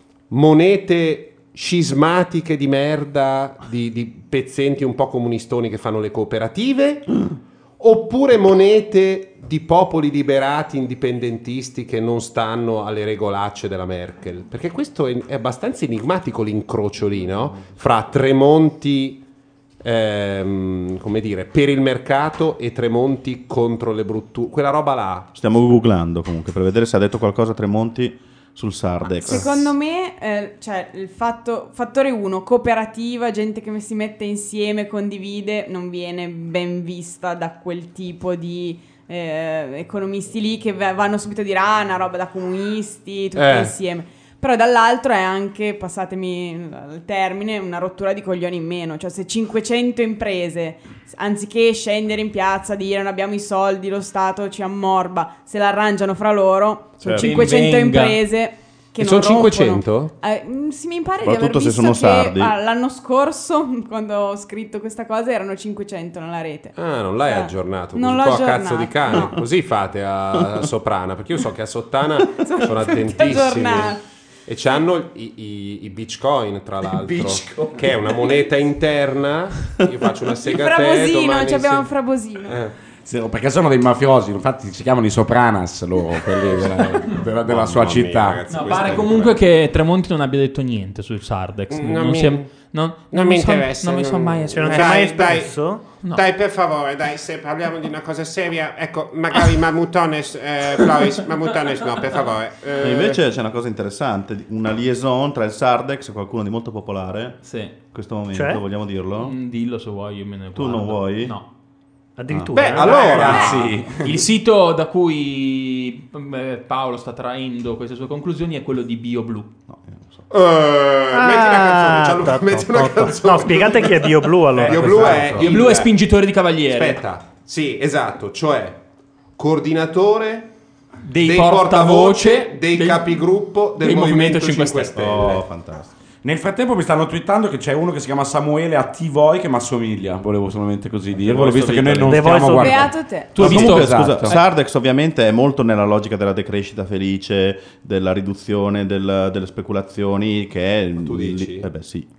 monete scismatiche di merda di, di pezzenti un po' comunistoni che fanno le cooperative oppure monete di popoli liberati indipendentisti che non stanno alle regolacce della Merkel, perché questo è, è abbastanza enigmatico l'incrocio lì, no? Fra Tremonti ehm, come dire, per il mercato e Tremonti contro le brutture, quella roba là. Stiamo googlando comunque per vedere se ha detto qualcosa Tremonti sul Sardex. Secondo me, eh, cioè, il fatto, fattore uno, cooperativa, gente che si mette insieme, condivide, non viene ben vista da quel tipo di eh, economisti lì che va- vanno subito a dire ah, una roba da comunisti, tutti Eh. insieme. Però dall'altro è anche, passatemi il termine, una rottura di coglioni in meno. Cioè se cinquecento imprese, anziché scendere in piazza, dire non abbiamo i soldi, lo Stato ci ammorba, se la arrangiano fra loro, sono Certo. cinquecento Ben venga. imprese che E non sono rompono. cinquecento? Eh, mm, sì, mi pare di aver Soprattutto se visto sono che sardi. ah, l'anno scorso, quando ho scritto questa cosa, erano cinquecento nella rete. Ah, non l'hai Eh, aggiornato, non così l'ho un po' a cazzo aggiornato, di cane. no. Così fate a, a Soprana, perché io so che a Sottana sono tutti attentissimi. aggiornati. E c'hanno i, i, i Bitcoin, tra l'altro, che è una moneta interna. Io faccio una Il sega a te, Frabosino, domani ci abbiamo se- un Frabosino. Eh. Sì, perché sono dei mafiosi, infatti si chiamano i Sopranas loro, quelli della, della- della sua Mamma mia, città. ragazzi, No, questo pare è- comunque che Tremonti non abbia detto niente sul Sardex. Non Non, mi- si è- non- non non mi son- interessa, Non mi sono non- mai Cioè, non Eh, si è mai dai, dai. espresso? No. Dai, per favore, dai, se parliamo di una cosa seria, ecco, magari Mamutones, eh, Floris, Mamutones no, per favore. Eh, E invece c'è una cosa interessante, una liaison tra il Sardex e qualcuno di molto popolare. Sì. In questo momento, Cioè? vogliamo dirlo? Mm, dillo se vuoi, io me ne Tu guardo. non vuoi? No. Addirittura. Beh, eh? allora, Ragazzi, Il sito da cui eh, Paolo sta traendo queste sue conclusioni è quello di BioBlue. No, io non so. eh, metti una canzone, Gianluca, to- metti to- una to- canzone. No, spiegate chi è BioBlue allora. BioBlue è Esatto. BioBlue il- è spingitore di cavaliere. Aspetta, sì, esatto, cioè coordinatore Dei, dei portavoce, dei, capigruppo del, del Movimento, Movimento cinque cinque Stelle. Oh, fantastico. nel frattempo mi stanno twittando che c'è uno che si chiama Samuele Attivoi che mi assomiglia, volevo solamente così dirvelo, Voice visto of che noi non Italy. The stiamo Voice of- guardando. Beato te. Tu hai Ma visto comunque, scusa, esatto. Sardex ovviamente è molto nella logica della decrescita felice, della riduzione del- delle speculazioni, che è... Tu dici? Eh beh sì.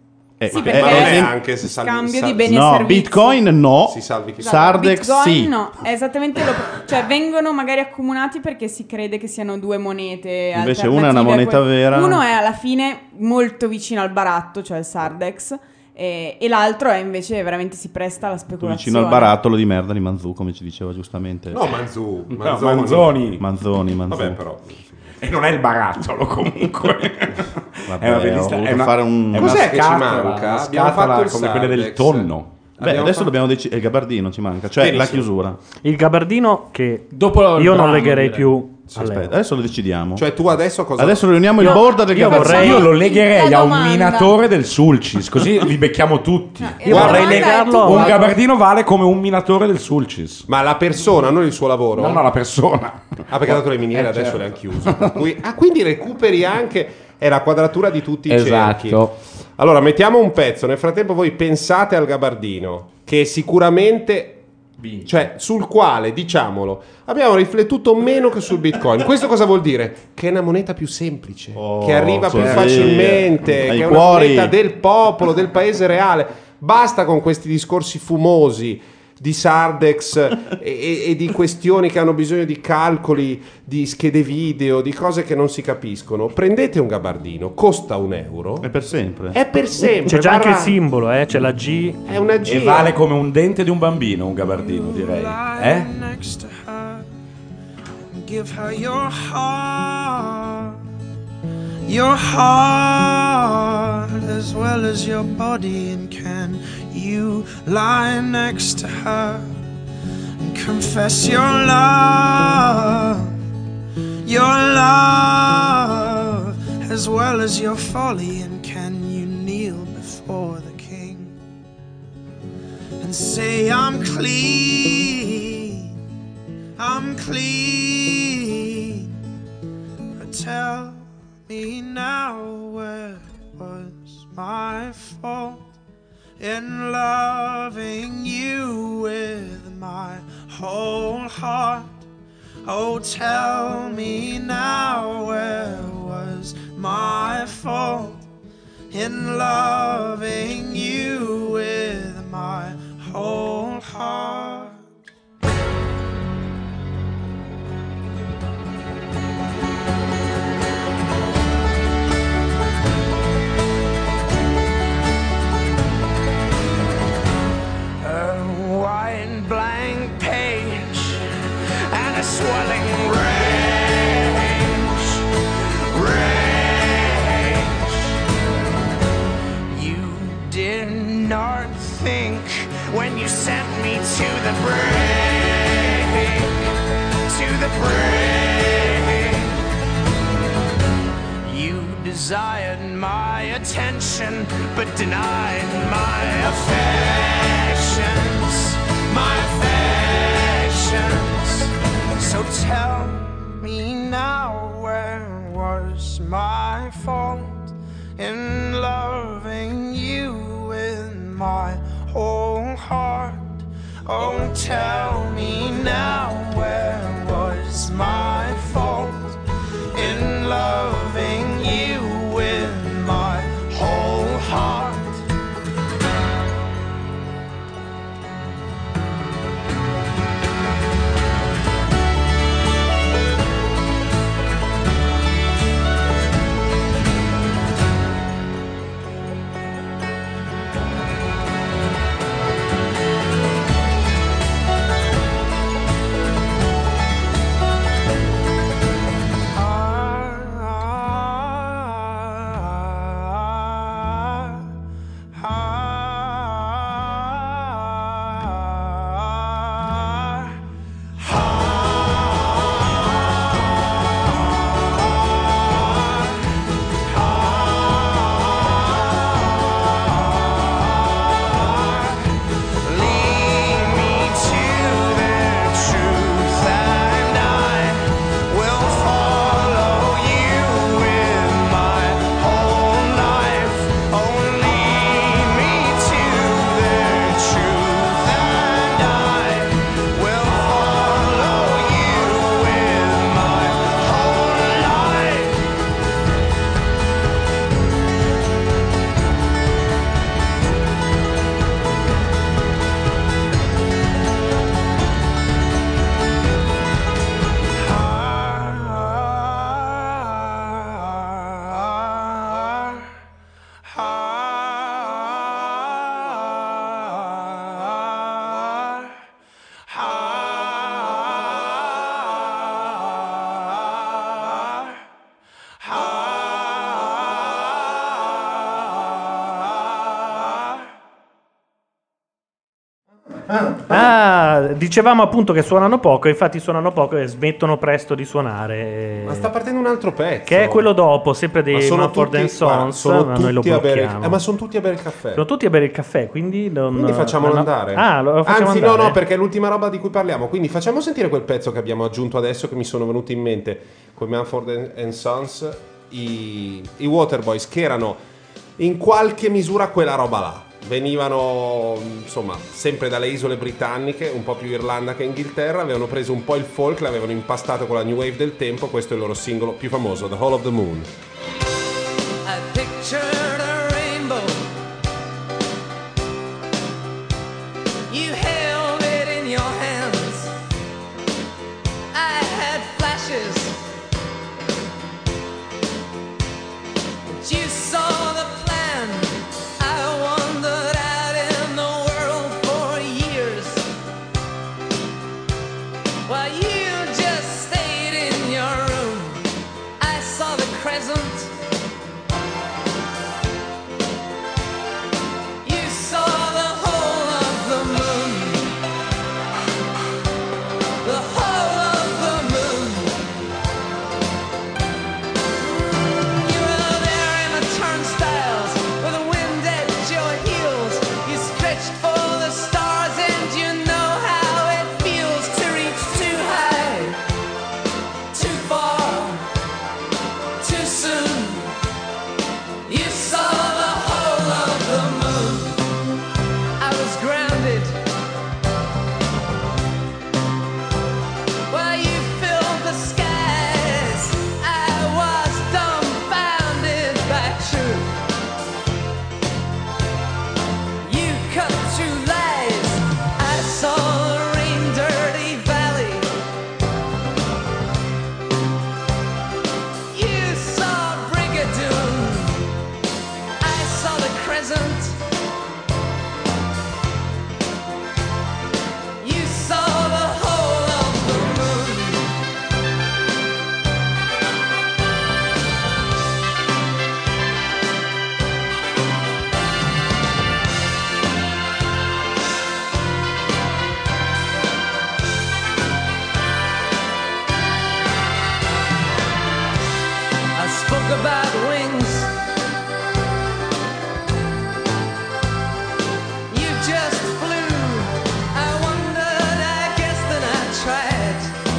Eh, Sì, eh, perché Ma non è è anche se salvi scambio sal- di beni e no, servizi. Bitcoin no, Si salvi chi- Sardex Bitcoin sì. no, è esattamente lo cioè vengono magari accomunati perché si crede che siano due monete Invece una è una alternative a moneta quel- vera. Uno è alla fine molto vicino al baratto, cioè il Sardex, e, e l'altro è invece veramente si presta alla Tu speculazione. vicino al barattolo di merda di Manzù, come ci diceva giustamente. No, Manzù. No, Manzoni. Manzoni. Manzoni, Manzù. Vabbè, però. E non è il barattolo comunque. Vabbè, è una ho bellissima- voluto è una- fare un- è una Cos'è che ci scatola, manca? una Abbiamo scatola fatto il come quelle del Sardex. tonno. Beh, Abbiamo adesso fatto- dobbiamo decidere. Il gabardino ci manca, cioè Benissimo. la chiusura. Il gabardino che Dopo il io non brano, legherei direi. più. Sì, all'euro. aspetta, adesso lo decidiamo. Cioè tu adesso cosa... Adesso riuniamo il Io- board del io gabardino. vorrei- Io lo legherei La a un domanda. minatore del Sulcis, così li becchiamo tutti. E Io la vorrei domanda è legarlo tu- Un gabardino vale come un minatore del Sulcis. Ma la persona, non il suo lavoro? No, no, la persona. Ah, perché ha dato le miniere, Eh, adesso certo. le hanno chiuse. Per cui- ah, quindi recuperi anche... È la quadratura di tutti i cerchi. Esatto. Allora, mettiamo un pezzo. Nel frattempo voi pensate al gabardino, che sicuramente... Cioè, sul quale, diciamolo, abbiamo riflettuto meno che sul Bitcoin. Questo cosa vuol dire? Che è una moneta più semplice, Oh, che arriva più sì. facilmente, Ai che è una cuori. moneta del popolo, del paese reale. Basta con questi discorsi fumosi di Sardex e, e- e di questioni che hanno bisogno di calcoli, di schede video, di cose che non si capiscono. Prendete un gabardino, costa un euro. È per sempre. È per sempre. C'è già anche il varrà- simbolo, eh? C'è la G. È una G. E vale come un dente di un bambino, un gabardino, direi. Eh? Next to her and give her your heart, your heart as well as your body. And can you lie next to her and confess your love, your love as well as your folly? And can you kneel before the king and say, I'm clean, I'm clean? But tell me now, where was my fault in loving you with my whole heart? Oh, tell me now, where was my fault in loving you with my whole heart? A white blank page and a swelling rage, rage. You did not think when you sent me to the brink, to the brink. You desired my attention, but denied my affections, my affections. So tell me now, where was my fault in loving you with my whole heart? Oh, tell me now, where was my fault in loving you with my whole heart? Ah, dicevamo appunto che suonano poco, infatti suonano poco e smettono presto di suonare. Ma sta partendo un altro pezzo. Che è quello dopo, sempre Ma dei sono Mumford tutti- and Sons, guarda, sono ma noi lo tutti a bere- blocchiamo. eh, ma sono tutti a bere il caffè. Sono tutti a bere il caffè, quindi non... Quindi facciamolo ah, no. andare. Ah, lo facciamo Anzi, andare? no, no, perché è l'ultima roba di cui parliamo. Quindi facciamo sentire quel pezzo che abbiamo aggiunto adesso, che mi sono venuti in mente con Mumford and Sons, i, i Waterboys, che erano in qualche misura quella roba là. Venivano insomma sempre dalle isole britanniche, un po' più Irlanda che Inghilterra, avevano preso un po' il folk, l'avevano impastato con la new wave del tempo. Questo è il loro singolo più famoso, The Hall of the Moon. I pictured a rainbow. You held it in your hands. I had flashes. But you saw the plan. I wandered out in the world for years, while you just stayed in your room. I saw the crescent. You saw the whole of the moon. The whole of the moon. You were there in the turnstiles with the wind at your heels. You stretched for the stars and you know how it feels to reach too high, too far, too soon. You saw the whole of the moon. I was grounded while you filled the skies. I was dumbfounded by truth. You cut through lies. I saw the rain-dirty valley. You saw Brigadoon. I saw the crescent. You saw the whole of the moon. I spoke about wings. You just flew. I wondered, I guessed, and I tried.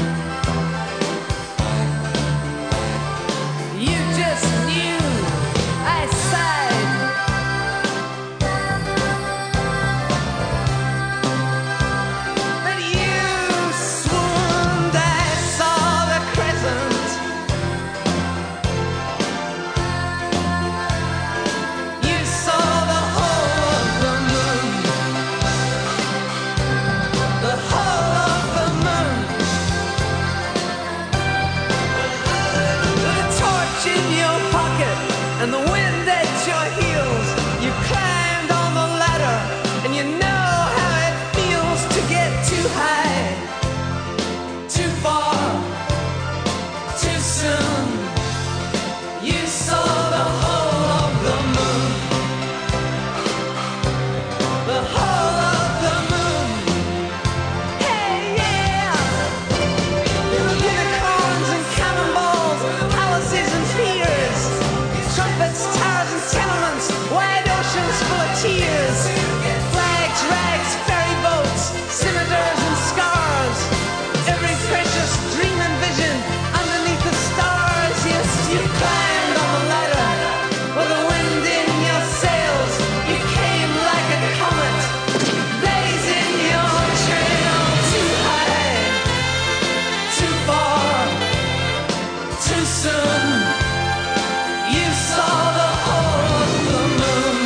You just knew. I sighed. But you swooned. I saw the crescent. You saw the whole of the moon. The whole of the moon. With a torch in your pocket and the wind at your heels, you climbed on the ladder and you know how it feels to get too high, too far, too soon. You saw the whole of the moon. The whole of the moon. Hey, yeah. Unicorns and cannonballs, palaces and piers, trumpets, towers and tenements, wide oceans full of tears, flags, rags, ferry boats, scimitars and scars, every precious dream and vision underneath the stars. Yes, you climbed on the ladder with the wind in your sails. You came like a comet, blazing your trail. Too high, too far, too soon. You saw the whole of the moon.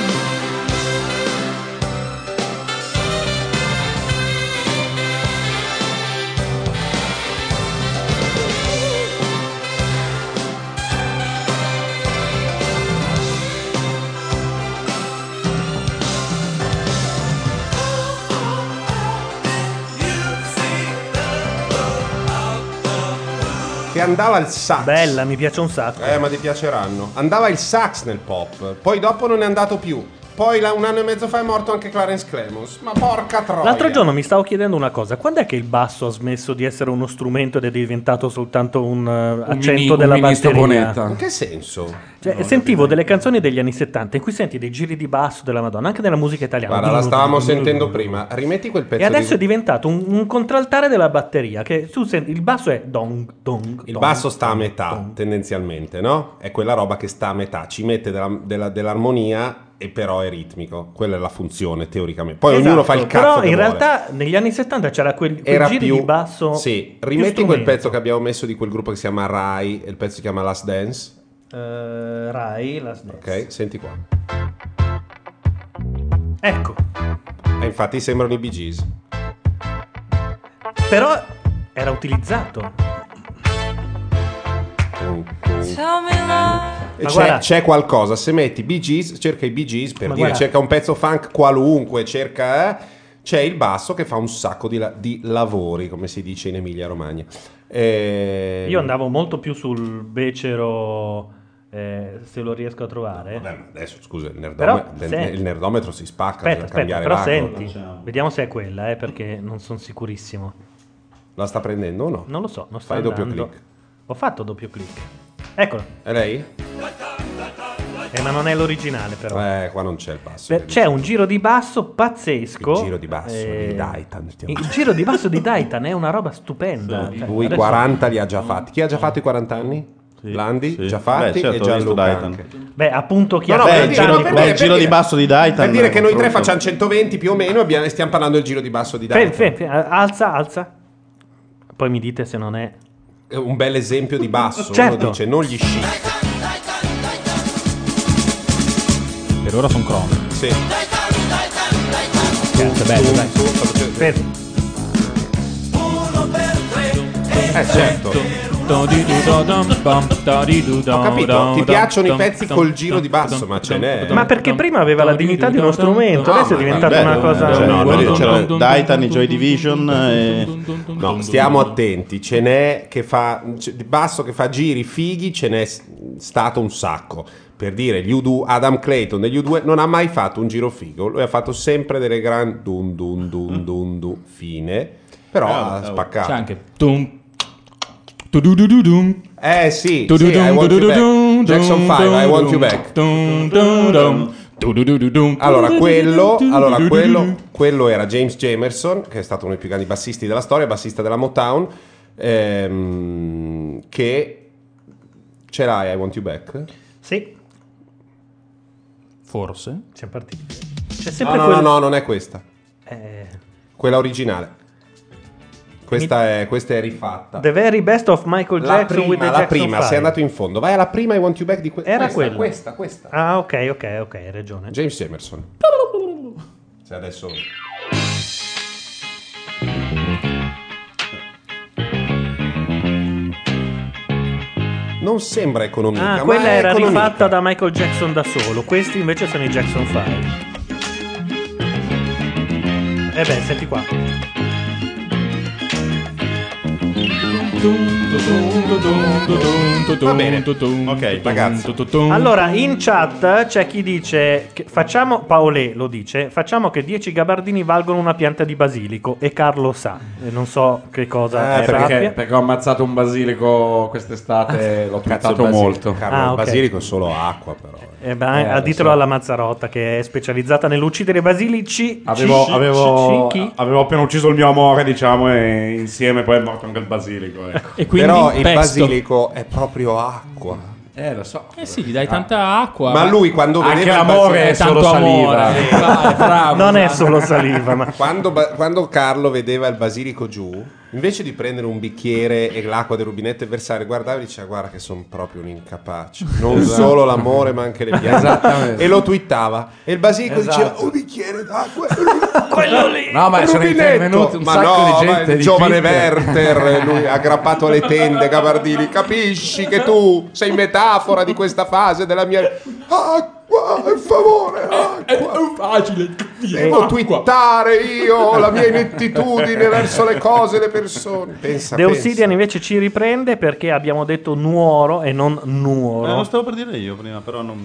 Che andava il sax. Bella, mi piace un sacco. Eh, ma ti piaceranno. Andava il sax nel pop, poi dopo non è andato più. poi la- un anno e mezzo fa è morto anche Clarence Clemons. Ma porca troia. L'altro giorno mi stavo chiedendo una cosa: quando è che il basso ha smesso di essere uno strumento ed è diventato soltanto un uh, accento mini- un della mini batteria? stroponetta. In che senso? Cioè, sentivo delle canzoni degli anni settanta in cui senti dei giri di basso della Madonna, anche nella musica italiana. Guarda, la stavamo sentendo prima. Rimetti quel pezzo E adesso di... è diventato un, un contraltare della batteria. Che tu senti, il basso è dong, dong. Il dong, basso sta a dong, metà, dong. tendenzialmente, no? È quella roba che sta a metà, ci mette della- della- dell'armonia e però è ritmico. Quella è la funzione, teoricamente. Poi Esatto, ognuno fa il cazzo però che in vuole. realtà negli anni settanta c'era quel, quel Era giri più di basso. Sì, più rimetti quel strumento. pezzo che abbiamo messo di quel gruppo che si chiama Rai, e il pezzo si chiama Last Dance. Eh, Rai, la Dance. Ok, senti qua. Ecco, E infatti sembrano i Bee Gees. però era utilizzato. Tell me love. E Ma c'è, guarda- c'è qualcosa, se metti Bee Gees, cerca i Bee Gees per Ma dire, guarda- cerca un pezzo funk qualunque, cerca, eh, c'è il basso che fa un sacco di, la- di lavori, come si dice in Emilia Romagna. E... Io andavo molto più sul becero, eh, se lo riesco a trovare. Vabbè, ma adesso scusa, il, nerdome- Però, il- senti. il nerdometro si spacca, Aspetta, bisogna aspetta, cambiare però l'angolo. senti, vediamo se è quella, eh, perché non sono sicurissimo. La sta prendendo o no? Non lo so, non sta Fai doppio andando. clic. Ho fatto doppio clic. Eccolo. È lei? Eh, ma non è l'originale però. Eh, qua non c'è il basso. Per- C'è un giro di basso pazzesco. Il giro di basso di Daitan, stiamo- Il giro di basso di Daitan è una roba stupenda. Cioè, Lui adesso- quaranta li ha già fatti. Chi ha già fatto i quaranta anni? Landi, sì. già fatti, Beh, certo, e ho Gianluca visto Daitan. anche. Beh, appunto chi No, ha no, Beh, per il dire- giro, no, di- per beh, dire- il giro per di dire- basso di Daitan. Per dire che noi tre confronto- facciamo centoventi più o meno e abbiamo- e stiamo parlando del giro di basso di Fermi, Daitan. fermi, fermi, alza, alza. Poi mi dite se non è. È un bel esempio di basso, Certo. uno dice, non gli sci. Per ora sono crono. Sì. Cazzo, è bello, dai. Fermi. Eh certo. Ho capito, ti piacciono i pezzi col giro di basso, ma ce n'è. Ma perché prima aveva la dignità di uno strumento, adesso è ma diventata Beh, una cosa. cioè, no, no, no, c'era no. Daitan, i Joy Division e... No, stiamo attenti, ce n'è che fa c- di basso che fa giri fighi, ce n'è s- stato un sacco. Per dire, gli U due, Adam Clayton degli U due non ha mai fatto un giro figo, lui ha fatto sempre delle gran dun dun dun dun dun fine, però ha spaccato. C'è anche tum, tu-du-du-du-dum. Eh sì, sì, Tu-du-dum, I want you back. du-du-dum, Jackson dum, five, I want you dum, back. dum, dum, dum, tu-du-du-du-dum, Allora, quello, allora tu-du-du-du-du. quello, quello era James Jamerson, che è stato uno dei più grandi bassisti della storia, bassista della Motown, ehm, che ce l'hai I Want You Back? Sì, Forse. siamo partiti. C'è No, sempre no, quel... no, no, non è questa. Eh, Quella originale. Questa, è, questa è rifatta. The very best of Michael La Jackson with the prima, la Jackson prima, five. sei andato in fondo. Vai alla prima I Want You Back di que- Era questa. quella. Questa, questa. Ah, ok, ok, ok, hai ragione. James Jamerson. Se adesso... Non sembra economica, Ah, ma quella è era economica. rifatta da Michael Jackson da solo. Questi invece sono i Jackson five. E beh, senti qua. Va bene. Ok, ragazzi. Allora, in chat c'è chi dice che facciamo, Paolè lo dice, facciamo che dieci gabardini valgono una pianta di basilico e Carlo sa, e non so che cosa Eh, sappia. perché, perché ho ammazzato un basilico quest'estate, l'ho Cazzo, il twittato basilico. molto. Carlo, Ah, il ok. basilico è solo acqua, però. Eh beh, Eh, lo ditelo so. alla Mazzarotta che è specializzata nell'uccidere i basilici. Avevo, Ci- avevo, ci- chi? avevo appena ucciso il mio amore, diciamo, e insieme poi è morto anche il basilico. Ecco. E quindi Però il pesto. basilico è proprio acqua. Eh, lo so. Eh sì, gli dai tanta acqua. Ma lui quando Anche vedeva il l'amore basilico- è solo tanto saliva. amore. Eh, vai, bravo, Non è bravo. solo saliva, ma Quando, ba- quando Carlo vedeva il basilico giù, invece di prendere un bicchiere e l'acqua del rubinetto e versare, guardava e diceva: guarda che sono proprio un incapace. Non solo l'amore, ma anche le piante. Esattamente. E lo twittava. E il basilico Esatto. diceva: un bicchiere d'acqua. quello lì. No, ma Il sono rubinetto. intervenuti un Ma sacco no, di ma gente. il di giovane Twitter. Werther, lui aggrappato alle tende, Gabardini. Capisci che tu sei metafora di questa fase della mia. Acqua, per favore, acqua. È facile. Devo twittare io la mia inettitudine verso le cose e le persone. Pensa, The pensa. Obsidian invece ci riprende perché abbiamo detto nuoro e non Eh, nuoro. lo stavo per dire io prima, però non...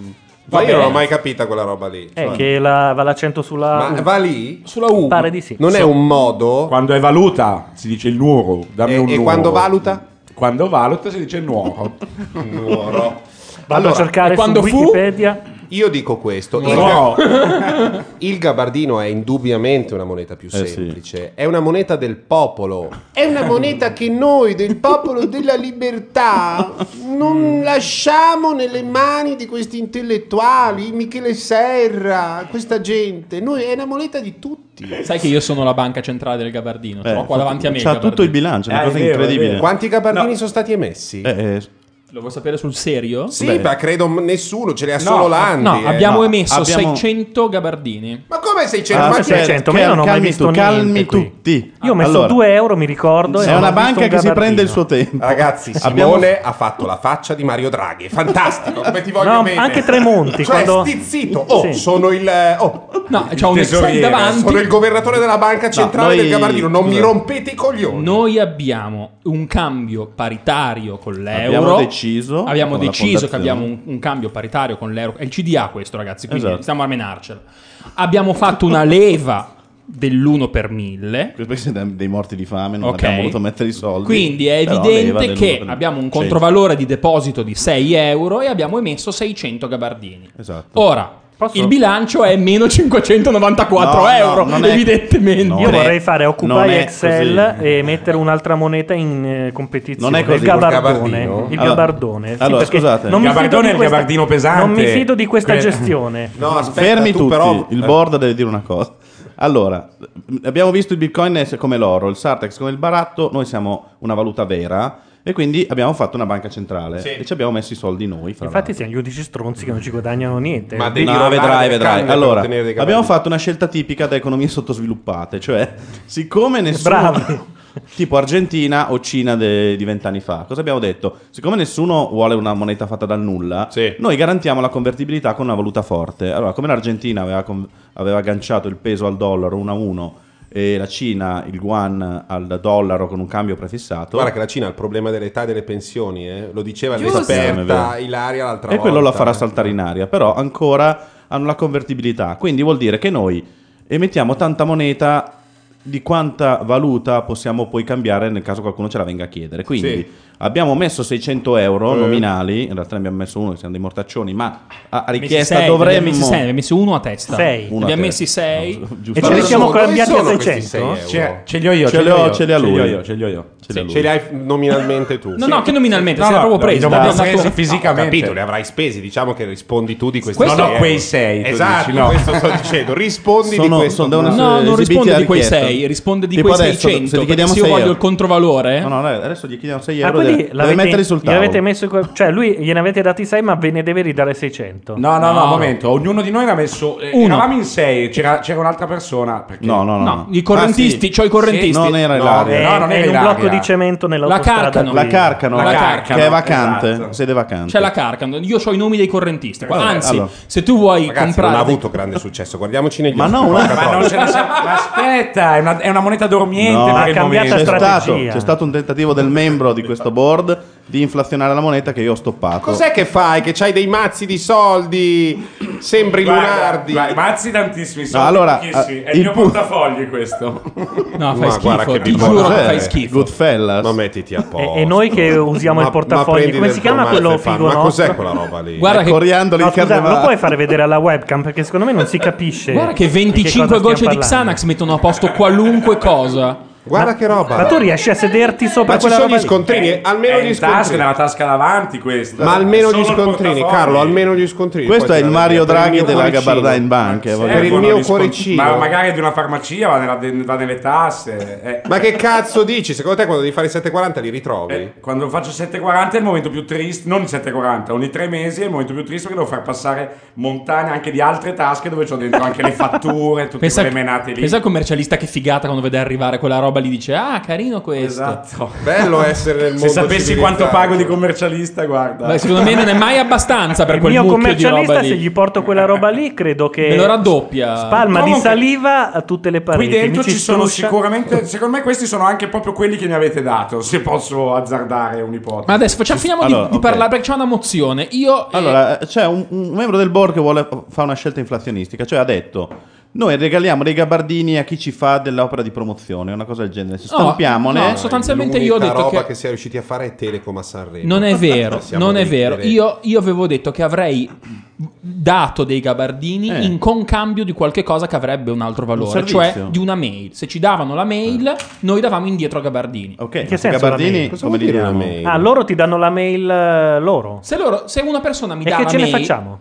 Ma io Vabbè. non ho mai capita quella roba lì. È Cioè, che la- va l'accento sulla ma U. va lì? Sulla U. Pare di sì. Non è un modo? Quando è valuta si dice il nuoro. Dammi E- un e nuoro. quando valuta? Quando valuta si dice nuoro. Nuoro. Vado Allora, a cercare e quando su fu? Wikipedia. Io dico questo, il, No. ga- il gabardino è indubbiamente una moneta più Eh, semplice, è una moneta del popolo, è una moneta che noi del popolo della libertà non lasciamo nelle mani di questi intellettuali, Michele Serra, questa gente, noi è una moneta di tutti. Sai che io sono la banca centrale del gabardino, ce Eh, l'ho qua davanti a me. il c'ha tutto gabardino. il bilancio, è una Eh, cosa è vero, è incredibile. vero. Quanti gabardini No. sono stati emessi? Eh, eh, Lo vuoi sapere sul serio? sì, beh. ma credo nessuno, ce li ha solo Landi. No, eh. abbiamo no, emesso abbiamo- seicento gabardini. Ma come seicento? Ah, ma aspetta, chi è? seicento, ma io non ho mai calmi visto tu, calmi niente qui. tutti. Io ho messo Allora, due euro, mi ricordo. e È non una ho visto banca un che si prende il gabardino. suo tempo. Ragazzi, Simone Abbiamo- ha fatto la faccia di Mario Draghi. È fantastico, come ti voglio No, mettere. anche Tremonti, Cioè, quando- stizzito. Oh, Sì. sono il oh, No, c'ho un Excel tesoriere, davanti. sono il governatore della banca centrale noi- del Gabardino. Non mi scusa. rompete i coglioni. Noi abbiamo un cambio paritario con l'euro. Abbiamo deciso Abbiamo con la deciso che fondazione. abbiamo un, un cambio paritario con l'euro. È il C D A questo, ragazzi, quindi Esatto. stiamo a menarcela. Abbiamo fatto una leva dell'uno per mille. Perché siete dei morti di fame, non Ok. abbiamo voluto mettere i soldi. Quindi è Però evidente leva del che numero- abbiamo un cento. controvalore di deposito di sei euro e abbiamo emesso seicento gabardini. Esatto. Ora, Posso- il bilancio è meno cinquecentonovantaquattro No, no, euro, non è- evidentemente. no. Io Non è- vorrei fare non Occupy è Excel così. e mettere un'altra moneta in eh, competizione. Non è così, Il gabardone. col gabardino? Il Allora- gabardone. Sì, allora, perché scusate. non Il mi fido gabardone di è il questa- gabardino pesante. Non mi fido di questa Que- gestione. No, aspetta, Fermi tu tutti, però il eh, board deve dire una cosa. Allora, abbiamo visto il Bitcoin come l'oro, il Sartex come il baratto, noi siamo una valuta vera e quindi abbiamo fatto una banca centrale Sì. e ci abbiamo messo i soldi noi. Fra Infatti siamo gli unici stronzi che non ci guadagnano niente. Ma l'altro. devi No, rollare vedrai, delle vedrai. canne per Allora, ottenere dei abbiamo gabardini. fatto una scelta tipica da economie sottosviluppate, cioè, siccome nessuno... Bravi. tipo Argentina o Cina de- di vent'anni fa. Cosa abbiamo detto? Siccome nessuno vuole una moneta fatta dal nulla, Sì. noi garantiamo la convertibilità con una valuta forte. Allora, come l'Argentina aveva, con- aveva agganciato il peso al dollaro uno a uno e la Cina il yuan al dollaro con un cambio prefissato, Guarda che la Cina ha il problema dell'età e delle pensioni, eh. Lo diceva Giusto. l'esperta È vero. Ilaria l'altra e volta. quello la farà saltare in aria, però ancora hanno la convertibilità. Quindi vuol dire che noi emettiamo tanta moneta di quanta valuta possiamo poi cambiare nel caso qualcuno ce la venga a chiedere. Quindi Sì. abbiamo messo seicento euro Eh. nominali, in realtà ne abbiamo messo uno, che siamo dei mortaccioni, ma a, a Messi richiesta sei, dovremmo... ne abbiamo messi sei, ne abbiamo messi uno a testa. Sei. Uno Ne a abbiamo testa. messi sei. No, giusto. E ce Dove li siamo sono? Dove cambiati a sono questi seicento? sei euro? Ce, ce li ho io, Ce ce li ho, li ho, ce li ha ce li ho lui. io, ce li ho io. Ce li ha lui. Ce li hai nominalmente tu. No, no, che nominalmente, No, se no, l'ha proprio li preso. abbiamo abbiamo presi dato- fisicamente. Ho capito, li avrai spesi, diciamo che rispondi tu di questi Questo- No, no, sei quei euro. sei, tu Esatto, dici, no. questo sto dicendo. Rispondi Sono- di questo. sono- devono No, non esibiti risponde a di quei richiesta. sei, risponde di Tipo quei adesso, se seicento. gli Perché chiediamo se io sei voglio euro. il controvalore, No, no, adesso gli chiediamo sei Ah, euro, quindi deve, deve l'avete- mettere sul tavolo. gliel'avete messo, que- cioè lui gliene avete dati sei, ma ve ne deve ridare seicento. No, no, no, No. un momento. Ognuno di noi ne ha messo. eh, Uno. Eravamo in sei, c'era, c'era un'altra persona. Perché... No, no, no. no, i correntisti, Ah, sì. c'ho i correntisti. Sì, non era No, Ilaria. È, No, non è era in un Ilaria. blocco di cemento nell'autostrada. Carcano. La qui. Carcano, La che- Carcano, che è vacante, esatto. sede vacante. C'è la Carcano. Io ho i nomi dei correntisti. Vabbè, Anzi, allora. se tu vuoi Ragazzi, comprare. non ha avuto grande successo. Guardiamoci negli Ma occhi. no, una- Porca Ma non troia. ce la siamo- ma aspetta, è una, è una moneta dormiente No, per ha il cambiato momento. c'è strategia. stato, c'è stato un tentativo del membro di questo board di inflazionare la moneta che io ho stoppato. Cos'è che fai? Che c'hai dei mazzi di soldi? Sembri Guarda, Lunardi. guarda, mazzi tantissimi soldi. No, allora, pochissimi. eh, È il il mio pu- portafogli questo. No, fai Ma guarda schifo. che Ti bimbo- giuro che Cos'è? fai schifo. Goodfellas. Ma mettiti a posto. E, e noi che usiamo Ma- il portafogli, ma prendi come del si chiama formaggio quello e fanno- figo Ma nostro? cos'è quella roba lì? Guarda È che, coriandoli No, in scusa, carnevale. lo puoi fare vedere alla webcam perché secondo me non si capisce. guarda che di che venticinque cosa gocce stiamo di parlando. Xanax mettono a posto qualunque cosa. Guarda che roba. Ma tu riesci a sederti sopra Ma ci quella sono roba gli lì? scontrini, almeno È gli in tasca, scontrini. nella tasca davanti questo. Ma almeno Solo gli il scontrini, portafogli. Carlo, almeno gli scontrini. Questo Poi è il te la Mario devi- per il Draghi mio della cuoricino. Gabardine Bank. eh, Sì, voglio per il dire. mio gli scon- cuoricino. Ma magari di una farmacia va, nella- va nelle tasse. eh. Ma che cazzo dici? Secondo te quando devi fare i sette quaranta li ritrovi? Eh, quando faccio sette quaranta è il momento più triste, non il sette quaranta, ogni tre mesi è il momento più triste perché devo far passare montagne anche di altre tasche dove c'ho dentro anche le fatture, tutte Pensa, quelle menate lì. pensa al commercialista che figata quando vede arrivare quella roba roba lì dice ah carino questo. Esatto. Bello essere nel mondo Se sapessi quanto civilizzato. pago di commercialista, guarda. Beh, secondo me non è mai abbastanza per Il quel mio mucchio di roba commercialista, lì. se gli porto quella roba lì, credo che Me lo raddoppia. spalma di Comunque, saliva a tutte le pareti. Qui dentro mi ci sono struscia. sicuramente, secondo me questi sono anche proprio quelli che mi avete dato, se posso azzardare un'ipotesi. Ma adesso facciamo, finiamo Allora, di, di ok. parlare perché c'è una mozione. Io eh, Allora, c'è un, un membro del board che vuole fare una scelta inflazionistica, cioè ha detto noi regaliamo dei gabardini a chi ci fa dell'opera di promozione, una cosa del genere. Se No, stampiamone. no, sostanzialmente io ho L'unica detto roba che- che si è riusciti a fare è Telecom a Sanremo. non è vero, Siamo non è dei- vero. delle- Io, io avevo detto che avrei dato dei gabardini Eh. in concambio di qualche cosa che avrebbe un altro valore, Un cioè servizio. di una mail. Se ci davano la mail, noi davamo indietro gabardini. Ok, che questi senso la gabardini mail? Cosa come vuol li dire una diamo? mail? Ah, loro ti danno la mail eh, loro. Se, loro, se una persona mi E dà che la ce ne mail, facciamo?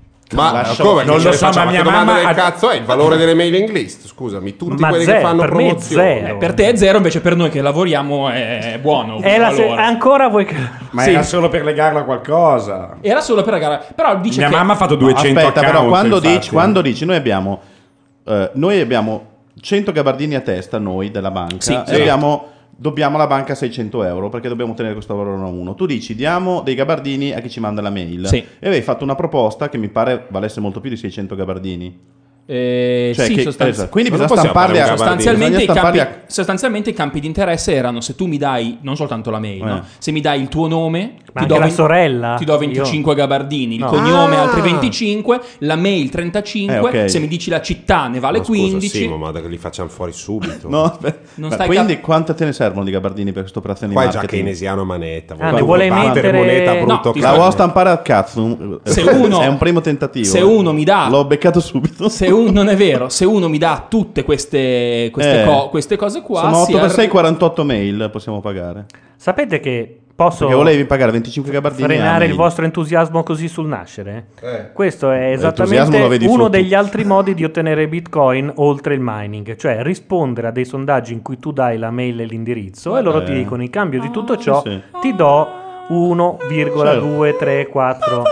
Ma Lascio- come? non Che lo ce so, ne facciamo? ma Che mia domanda mamma del ha- cazzo è il valore delle mailing list? Scusami, tutti Ma quelli zero, che fanno per me è promozione. zero. eh, per te è zero, invece per noi che lavoriamo è buono. È la se- allora. ancora vuoi che... Ma Sì. era solo per legarlo a qualcosa. Era solo per la gara. Però dice Mia che mamma ha fatto No, duecento aspetta, però account, quando infatti. dici, quando dici noi abbiamo eh, noi abbiamo cento gabardini a testa noi della banca Sì, e sì. abbiamo dobbiamo alla banca seicento euro perché dobbiamo tenere questo valore uno a uno. Tu dici diamo dei gabardini a chi ci manda la mail Sì. e avevi fatto una proposta che mi pare valesse molto più di seicento gabardini. Eh, Cioè sì, che- sostanzi- esatto, quindi Ma non bisogna possiamo stamparli a fare un gabardino. sostanzialmente, i bisogna campi, stamparli a- sostanzialmente i campi di interesse erano se tu mi dai non soltanto la mail, Eh. no? Se mi dai il tuo nome, Ma ti anche do, la ven- sorella? ti do venticinque gabardini, il No. cognome Ah. altri venticinque, la mail trentacinque, Eh, ok. se mi dici la città ne vale Ma scusa, quindici. Simo, ma da che li facciamo fuori subito. No, aspetta. Non Ma stai quindi cap- quante te ne servono di gabardini per questa operazione Qua è di già marketing? keynesiano manetta. Ah, ne vuole battere mettere- moneta No, brutto. ti La sto- vuoi stampare al cazzo? Se uno- è un primo tentativo. se eh. uno mi dà- L'ho beccato subito. Se un- non è vero, se uno mi dà tutte queste, queste, Eh. co- queste cose qua, Sono si otto per sei, arri- quarantotto mail possiamo pagare. Sapete che posso Perché volevi pagare venticinque gabardini a frenare mail. il vostro entusiasmo così sul nascere? Eh. Questo è L'entusiasmo esattamente lo vedi uno sotto. degli altri modi di ottenere bitcoin oltre il mining, cioè rispondere a dei sondaggi in cui tu dai la mail e l'indirizzo e loro ti Eh. dicono in cambio di tutto ciò Sì, sì. ti do uno virgola due tre quattro.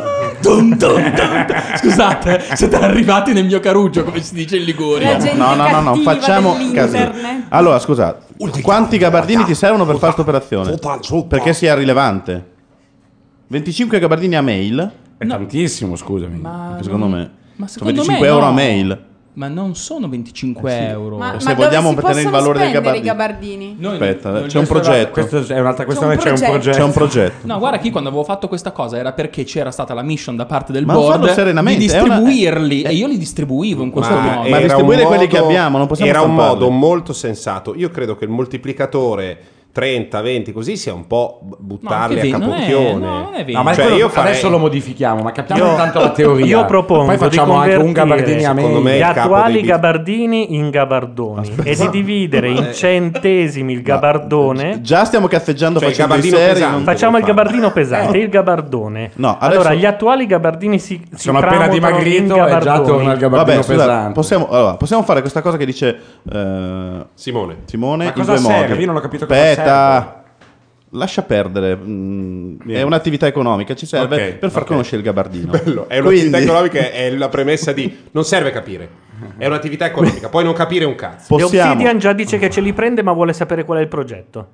Dun, dun, dun, dun. Scusate, siete arrivati nel mio caruggio, come si dice in Liguria. La gente No, no, no, no, cattiva facciamo dell'internet. casino. Allora, scusate, quanti gabardini ti servono per fare questa operazione? Perché sia rilevante. venticinque gabardini a mail, È tantissimo, scusami. Ma secondo me. Ma Sono secondo venticinque me euro no. a mail. Ma non sono venticinque euro. Ma, Se ma vogliamo dove si ottenere il possono valore dei spendere i gabardini? gabardini? Noi- Aspetta, noi- c'è un Questo progetto. Questa è un'altra questione, un c'è un progetto. progetto. C'è un progetto. No, guarda, chi quando avevo fatto questa cosa era perché c'era stata la mission da parte del Ma board farlo serenamente, di è una- distribuirli è- e io li distribuivo in questo Ma modo. Ma era distribuire un quelli che abbiamo, non possiamo Era un stamparli. modo molto sensato. Io credo che il moltiplicatore trenta, venti così sia un po' buttarli No, anche a ve- non è- capocchione. no, non è vero. No, ma Cioè, quello- io farei- adesso lo modifichiamo, ma capiamo Io- intanto la teoria. io propongo Poi facciamo di anche un convertire, gabardini a secondo mail. me, gli il capo attuali dei bit- gabardini in gabardoni e di dividere in centesimi il gabardone. Già stiamo cazzeggiando Cioè, il facendo i gabardino seri. pesante. non- Facciamo il devo fare. gabardino pesante, il gabardone. No, allora, adesso- gli attuali gabardini si, si Sono appena tramutano in dimagrito e già gabardoni. torna il gabardino Vabbè, scusa, pesante. possiamo, allora, possiamo fare questa cosa che dice eh, Simone. Simone Ma in cosa due serve? modi. Io non ho capito cosa Aspetta. Lascia perdere, mm, è un'attività economica, ci serve Ok, per far ok. conoscere il gabardino. Bello, è un'attività Quindi- economica, è la premessa di non serve capire. È un'attività economica, puoi non capire un cazzo. The Possiamo. Obsidian già dice che ce li prende, ma vuole sapere qual è il progetto.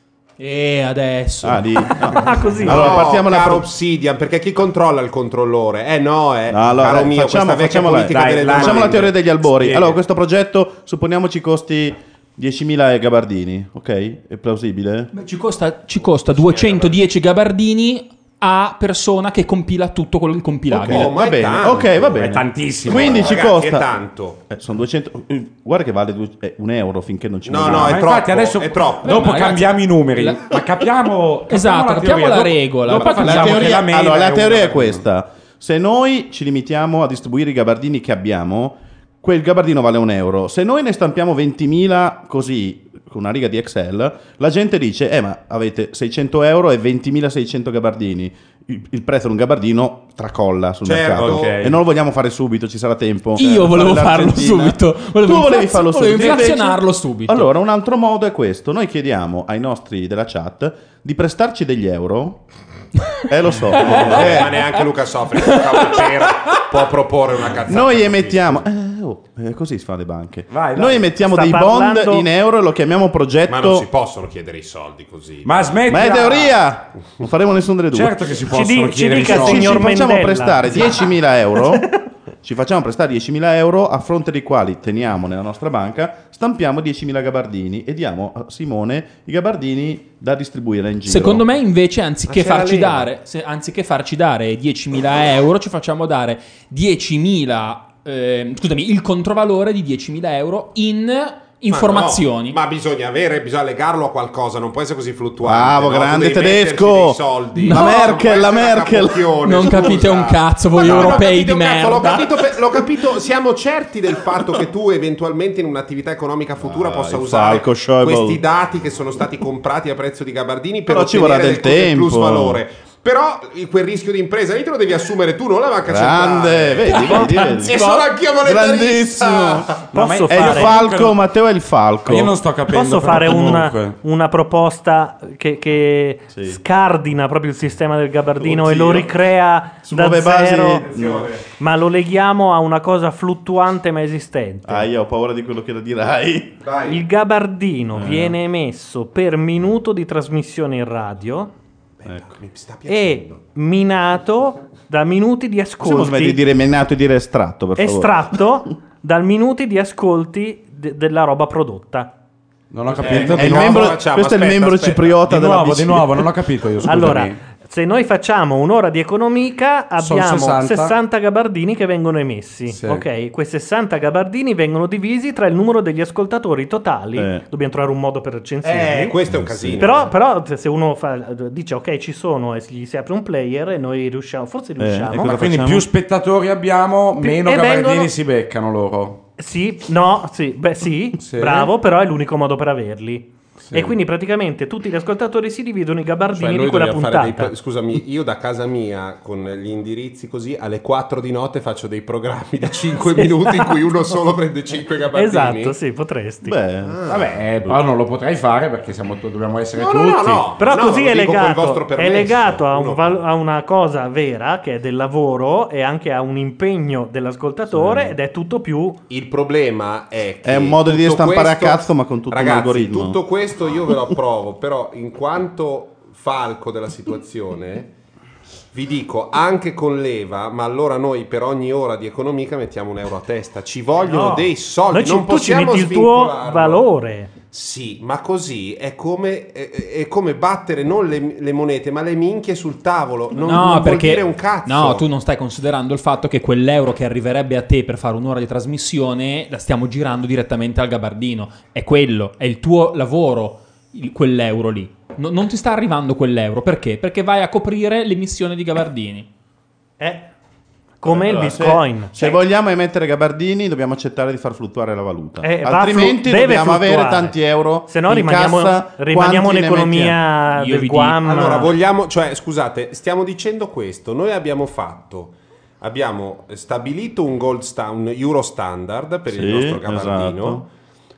E adesso. Ah, di- no. Ah, così. Allora, No, partiamo da caro pro- Obsidian, perché chi controlla il controllore? Eh no, eh. No, allora, caro mio, facciamo, questa vecchia facciamo la, politica dai, delle facciamo la domande. teoria degli albori. Spiega. Allora, questo progetto supponiamoci costi diecimila gabardini, ok? È plausibile? Beh, Ci costa, ci costa duecentodieci gabardini a persona che compila tutto quello il compilabile. Oh, ma va è bene, tanto, ok, va bene. è tantissimo. Quindi ci Ragazzi, costa è tanto. Eh, sono duecento. eh, Guarda che vale due- eh, un euro finché non ci No, vediamo. no, è Ma troppo, infatti adesso è troppo. dopo Ma ragazzi, cambiamo i numeri, la- ma capiamo, Esatto, capiamo la dopo- regola. Dopo Ma poi La facciamo che teoria, la mail allora, la un teoria è gabardino. questa: se noi ci limitiamo a distribuire i gabardini che abbiamo, quel gabardino vale un euro. Se noi ne stampiamo ventimila così, con una riga di Excel, la gente dice: Eh, ma avete seicento euro e ventimilaseicento gabardini. Il, il prezzo di un gabardino tracolla sul Certo, mercato. ok. E non lo vogliamo fare subito, ci sarà tempo. Io per volevo fare farlo l'Argentina. subito. Volevo tu volevi inflaz- farlo volevo subito. inflazionarlo Invece- subito. Allora, un altro modo è questo: noi chiediamo ai nostri della chat di prestarci degli euro. Eh, lo so. Eh, Eh, ma neanche Luca Sofri può proporre una cazzata. noi così. emettiamo. Eh, Oh, eh, così si fanno le banche. Vai, vai. Noi emettiamo Sta dei parlando- bond in euro e lo chiamiamo progetto. Ma non si possono chiedere i soldi così. Ma smetti. Ma è teoria! Non faremo nessuno delle due. Certo che si possono di- ci chiedere i dica, soldi. Ci, signor ci facciamo Mendella. prestare diecimila euro. Ci facciamo prestare diecimila euro a fronte dei quali teniamo nella nostra banca, stampiamo diecimila gabardini e diamo a Simone i gabardini da distribuire in giro. Secondo me invece anziché Ma c'è la farci, leva. dare, se- anziché farci dare diecimila euro ci facciamo dare diecimila eh, scusami, il controvalore di diecimila euro in informazioni. Ma, no, ma bisogna avere, bisogna legarlo a qualcosa, non può essere così fluttuante. Bravo, no? grande Tu devi metterci tedesco. dei soldi. La No, Merkel, non può la essere Merkel. una capocchione, Non scusa. capite un cazzo voi Ma no, non ho europei capito di un cazzo, l'ho merda. capito, per- l'ho capito, siamo certi del fatto che tu eventualmente in un'attività economica futura Ah, possa il usare falco, Schäuble. questi dati che sono stati comprati a prezzo di gabardini per Però ci vorrà ottenere del del, del tempo. plus valore. Però il- quel rischio di impresa lì te lo devi assumere tu, non la banca Grande, centrale. vedi, vedi, vedi. E sono anch'io monetarista. Grandissimo. Posso È il fare, falco, Matteo è il falco. Io non sto capendo. posso però fare una, comunque. una proposta che, che Sì. scardina proprio il sistema del gabardino e Oddio. lo ricrea Su da nuove basi- zero, no. ma lo leghiamo a una cosa fluttuante ma esistente. Ah, io ho paura di quello che lo dirai. Dai. Il gabardino Eh. viene emesso per minuto di trasmissione in radio Ecco. Mi sta e piacendo. minato da minuti di Possiamo smettere di ascolti, dire menato e dire estratto, per favore? estratto dal minuti di ascolti de- della roba prodotta. Non ho capito. È di il nuovo. membro, facciamo, questo è il aspetta, membro aspetta. cipriota Di della nuovo, B C. di nuovo, non ho capito io. Scusami. Allora, se noi facciamo un'ora di economica, Sono abbiamo sessanta. sessanta gabardini che vengono emessi. Sì. Ok, quei sessanta gabardini vengono divisi tra il numero degli ascoltatori totali. Eh. Dobbiamo trovare un modo per censirli. Eh, questo è un casino. Però, però se uno fa- dice ok, ci sono e gli si apre un player e noi riusciamo, forse e riusciamo. cosa Ma quindi facciamo? più spettatori abbiamo, Più- meno e gabardini vengono- si beccano loro. Sì, no, sì, beh sì, Sì. bravo, però è l'unico modo per averli. Sì. E quindi praticamente tutti gli ascoltatori si dividono i gabardini Cioè, di noi quella dobbiamo fare puntata. dei pro- scusami, io da casa mia con gli indirizzi così alle quattro di notte faccio dei programmi di cinque minuti in cui uno solo prende cinque gabardini. Esatto, sì, potresti. Beh, Vabbè, eh, però non lo potrei fare perché siamo, dobbiamo essere No, tutti. no, no, no. Però No, così lo è dico col legato, vostro è permesso. legato a, un Uno- val- a una cosa vera che è del lavoro e anche a un impegno dell'ascoltatore ed è tutto più... Il problema è che È un modo di dire tutto stampare questo- a cazzo, ma con tutto un ragazzi, algoritmo. tutto questo io ve lo approvo, però in quanto falco della situazione vi dico anche con l'E V A, ma allora noi per ogni ora di economica mettiamo un euro a testa, ci vogliono No. dei soldi, Noi ci- non tu ci possiamo metti il tuo svincolarlo. valore. Sì, ma così è come, è, è come battere non le, le monete, ma le minchie sul tavolo. Non, non No, vuol perché dire un cazzo. no, tu non stai considerando il fatto che quell'euro che arriverebbe a te per fare un'ora di trasmissione la stiamo girando direttamente al gabardino. È quello, è il tuo lavoro, il- quell'euro lì. No- non ti sta arrivando quell'euro perché? Perché vai a coprire l'emissione di gabardini. Eh, come Allora, il Bitcoin. Se, se vogliamo emettere gabardini, dobbiamo accettare di far fluttuare la valuta. Eh, va Altrimenti flu- deve dobbiamo avere fluttuare. tanti euro. Se no in rimaniamo, cassa, rimaniamo quanti ne un'economia Io del vi dico- Guam. Allora, vogliamo, cioè, scusate, stiamo dicendo questo. Noi abbiamo fatto, abbiamo stabilito un gold sta- un euro standard per Sì, il nostro gabardino. esatto.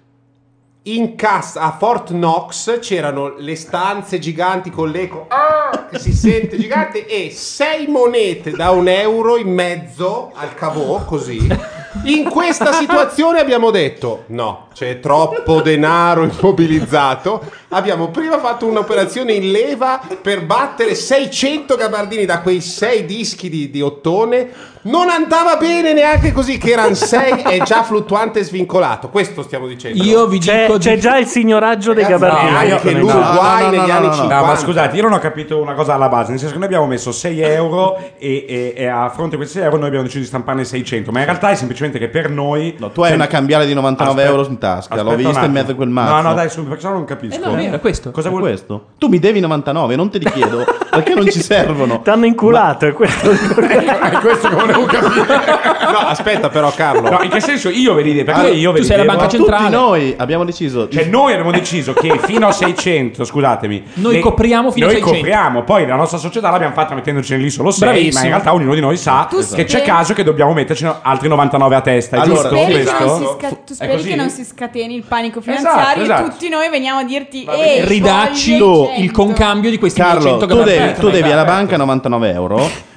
In cassa a Fort Knox c'erano le stanze giganti con l'eco ah, che si sente gigante e sei monete da un euro in mezzo al cavò, così. In questa situazione abbiamo detto no, c'è troppo denaro immobilizzato. Abbiamo prima fatto un'operazione in leva per battere seicento gabardini da quei sei dischi di, di ottone. Non andava bene neanche così, che erano sei e già fluttuante e svincolato. Questo stiamo dicendo. Io vi C'è, dico c'è già il signoraggio dei Ragazzi, gabardini. no, anche l'Uruguay no, no, negli no, anni no, no. cinquanta. No, ma scusate, io non ho capito una cosa alla base, nel senso che noi abbiamo messo sei euro e, e- e a fronte di questi sei euro noi abbiamo deciso di stamparne seicento, ma in realtà è semplicemente che per noi... No, tu hai cioè- una cambiale di novantanove Aspetta- euro in tasca, l'ho aspetta un vista in attimo. mezzo a quel mazzo. No, no, dai, subito, perché sennò non capisco. Eh, no, è vero, è questo. Cosa È vuol dire? questo? Tu mi devi novantanove, non te li chiedo, perché non ci servono. T'hanno inculato, è questo. È questo che volevo capire. No, aspetta però Carlo. No, in che senso io ve li devo? Perché Allora, io ve tu li sei la devo- banca Tutti centrale. noi abbiamo deciso di- Cioè noi abbiamo deciso che fino a seicento, scusatemi, Noi copriamo fino a noi seicento. copriamo, poi la nostra società l'abbiamo fatta mettendocene lì solo sei, Bravissimo. ma in realtà ognuno di noi sa Tu che speri- c'è caso che dobbiamo metterci altri novantanove a testa, è Allora, giusto Speri che questo? non si sca- tu È speri così? che non si scateni il panico finanziario esatto. e tutti noi veniamo a dirti Va ehi, bene. Ridacci voglio il cento." concambio di questi Carlo, duecento tu devi, gabardini. tu devi alla banca novantanove euro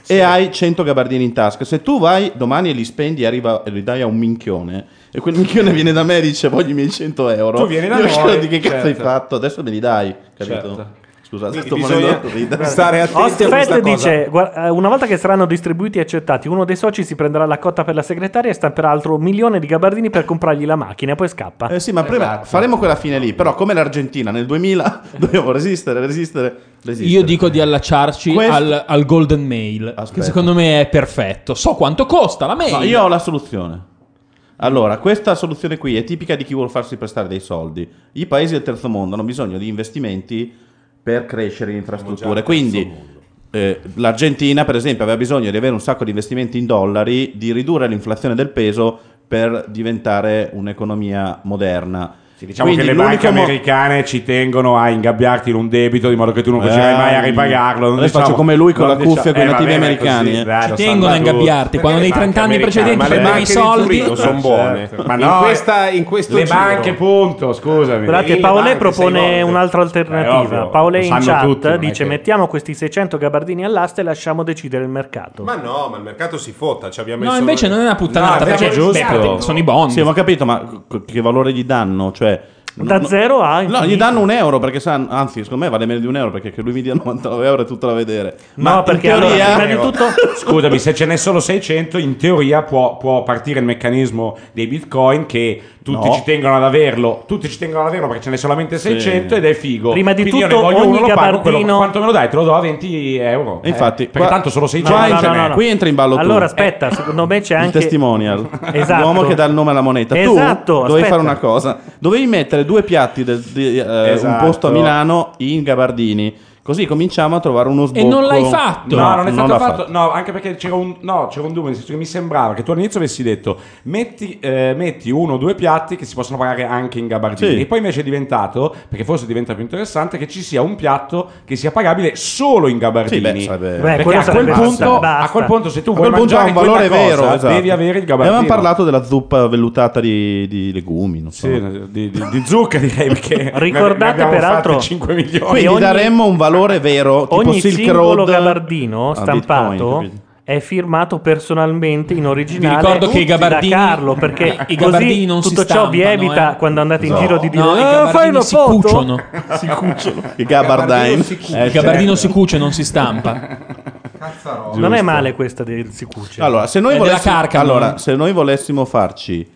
e hai cento gabardini in tasca. Se tu vai domani e li spendi e arriva e li dai a un minchione e quel minchione viene da me e dice voglio i miei cento euro, Tu vieni da io noi, chiedo di che cazzo certo. hai fatto, adesso me li dai, capito? Certo. Scusate, Quindi sto bisogna morendo da ridere. stare attenti a questa Hostfed cosa. dice: "Guarda, una volta che saranno distribuiti e accettati, uno dei soci si prenderà la cotta per la segretaria e stamperà altro milione di gabardini per comprargli la macchina e poi scappa." Eh sì, ma prima Esatto. faremo quella fine lì, però come l'Argentina nel duemila dobbiamo resistere, resistere, resistere. Io dico di allacciarci Questo- al, al Golden Mail, Aspetta. che secondo me è perfetto. So quanto costa la mail. No, io ho la soluzione. Allora, questa soluzione qui è tipica di chi vuole farsi prestare dei soldi. I paesi del terzo mondo hanno bisogno di investimenti per crescere in infrastrutture. Quindi eh, l'Argentina, per esempio, aveva bisogno di avere un sacco di investimenti in dollari, di ridurre l'inflazione del peso per diventare un'economia moderna. Sì, diciamo Quindi che le banche l'unico mo- americane ci tengono a ingabbiarti in un debito di modo che tu non riuscirai Eh, mai a ripagarlo. Non adesso diciamo- faccio come lui con non la cuffia diciamo- con i eh, nativi vabbè, ma americani, così, eh. dai, Ci lo tengono sanno a tutti. ingabbiarti. Quando nei trenta anni precedenti Ma le prendevi i banche di soldi, Zurigo sono buone. Certo. Ma in, no, questa, in questo le giro. banche, punto. Scusami. Guardate, le Paolè banche, propone sei volte. un'altra Eh, alternativa. ovvio, Paolè lo in sanno chat tutti, non è dice: che- mettiamo questi seicento gabardini all'asta e lasciamo decidere il mercato. Ma no, ma il mercato si fotta. Ci abbiamo no, messo invece non è una puttanata. No, invece perché è giusto. beh, sono i bond. Sì, ma ho capito, ma c- che valore gli danno? Cioè, Da no- zero a No, infinito. gli danno un euro perché sanno, anzi, secondo me vale meno di un euro perché che lui mi dia novantanove euro è tutto da vedere. No, Ma in perché teoria, allora, prima di tutto, Scusami, se ce n'è solo seicento, in teoria può, può partire il meccanismo dei bitcoin che tutti No. ci tengono ad averlo. Tutti ci tengono ad averlo perché ce n'è solamente seicento ed è figo. Prima di Quindi io tutto, ne voglio ogni uno, lo pago, gabardino- quello- quanto me lo dai? Te lo do a venti euro. E infatti, Eh, perché qua- tanto solo No, seicento no, ce no, n'è. no, no. qui entri in ballo tu. allora aspetta, secondo me c'è il anche testimonial, Esatto. l'uomo che dà il nome alla moneta. Esatto, tu dovevi aspetta. fare una cosa, dovevi mettere due piatti del- di, eh, un Esatto. posto a Milano in gabardini. Così cominciamo a trovare uno sbocco. E non l'hai fatto. No, non è stato l'ha fatto. No, anche perché c'era un, no, c'era un dubbio. Nel senso che mi sembrava che tu all'inizio avessi detto metti, eh, metti uno o due piatti che si possono pagare anche in gabardini. Sì. E poi invece è diventato, perché forse diventa più interessante, che ci sia un piatto che sia pagabile solo in gabardini. Sì, beh, sarebbe- Beh, Perché quello a quel, sarebbe punto, basta. a quel punto, se tu A vuoi quel punto ha mangiare un valore quella vero, cosa, esatto. devi avere il E gabardino. avevamo parlato della zuppa vellutata di, di legumi, non so. Sì, di, di, di zucca direi perché Ricordate, ne abbiamo peraltro, fatte cinque milioni. Quindi ogni- daremmo un valore vero, tipo ogni Silk singolo Road gabardino a stampato Bitcoin, capito? è firmato personalmente in originale Vi ricordo che i gabardini- da Carlo, perché i così gabardini non si tutto ciò vi stampano, evita eh. quando andate in No. giro di dire No, i "Eh, fai gabardini una si foto?" cuciono. Si cuciono. I gabardine. si cuce. Eh, Il gabardino si cuce, non si stampa. Cazzarola. non è male questa del si cuce. Allora, se noi È della volessimo, carca, allora, no? se noi volessimo farci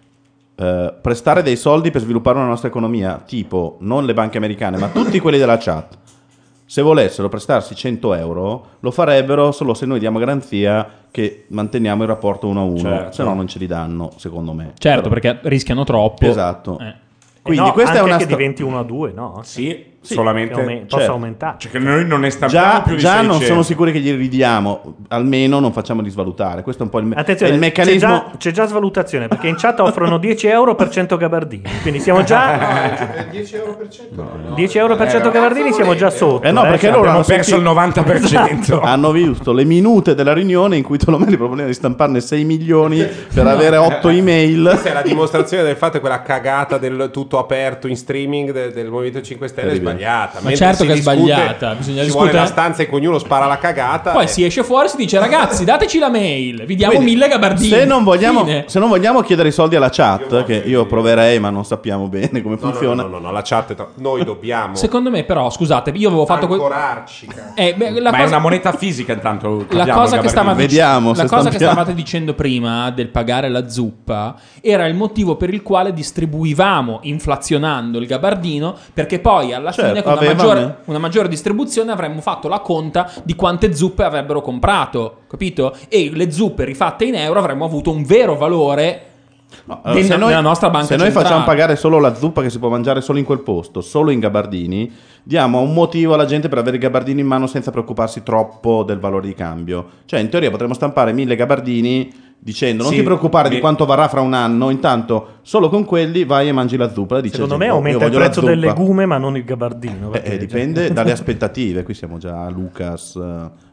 eh, prestare dei soldi per sviluppare una nostra economia, tipo non le banche americane, ma tutti quelli della chat, se volessero prestarsi cento euro, lo farebbero solo se noi diamo garanzia che manteniamo il rapporto uno a uno, Certo. se no non ce li danno, secondo me. Certo, Però- perché rischiano troppo. Esatto. Eh. Quindi no, questa è anche una che sta- diventi uno a due, no? Sì, Sì, solamente che aume- possa certo. aumentare. cioè che noi non ne stampiamo Già, più di già non seicento. sono sicuri che gli ridiamo, almeno non facciamo di svalutare. Questo è un po' il, me- è Attenzione, il meccanismo. c'è, già, c'è già svalutazione perché in chat offrono dieci euro per cento gabardini. Quindi siamo già dieci euro per cento. dieci euro per cento gabardini, siamo già sotto. Eh no, perché loro abbiamo hanno perso sentito- il novanta per cento. hanno visto le minute della riunione in cui Tolomei proponeva di stamparne sei milioni per avere otto email. Questa è la dimostrazione del fatto che quella cagata del tutto aperto in streaming de- del Movimento cinque Stelle è Terribile. sbagliata. Ma Mentre certo si che è discute, sbagliata, bisogna ci discutere. vuole la stanza in cui ognuno spara la cagata. Poi e- si esce fuori e si dice ragazzi dateci la mail, vi diamo Quindi, mille gabardini. Se non, vogliamo, Fine. se non vogliamo chiedere i soldi alla chat, che io proverei, ma non sappiamo bene come No, no, funziona. no, no, no, la chat è tra- noi dobbiamo Secondo me però, scusate, io avevo fatto que- ancorarci. cazzo. eh, beh, la Ma è cosa- una moneta fisica intanto. La capiamo, cosa, il che, stava gabardino. dic- Vediamo se la cosa che stampiamo. stavate dicendo prima del pagare la zuppa era il motivo per il quale distribuivamo inflazionando il gabardino, perché poi alla Certo, fine con una aveva maggiore, me. una maggiore distribuzione avremmo fatto la conta di quante zuppe avrebbero comprato, capito? E le zuppe rifatte in euro avremmo avuto un vero valore No, allora, della- se noi, della nostra banca se noi centrale. facciamo pagare solo la zuppa che si può mangiare solo in quel posto, solo in gabardini, diamo un motivo alla gente per avere i gabardini in mano senza preoccuparsi troppo del valore di cambio. Cioè, in teoria potremmo stampare mille gabardini dicendo non Sì, ti preoccupare mi- di quanto varrà fra un anno, intanto solo con quelli vai e mangi la zuppa. Dice Secondo la me gente, "Oh, io aumenta il voglio la prezzo del zuppa". legume, ma non il gabardino. Eh, perché- eh, dipende dalle aspettative. Qui siamo già a Lucas, eh,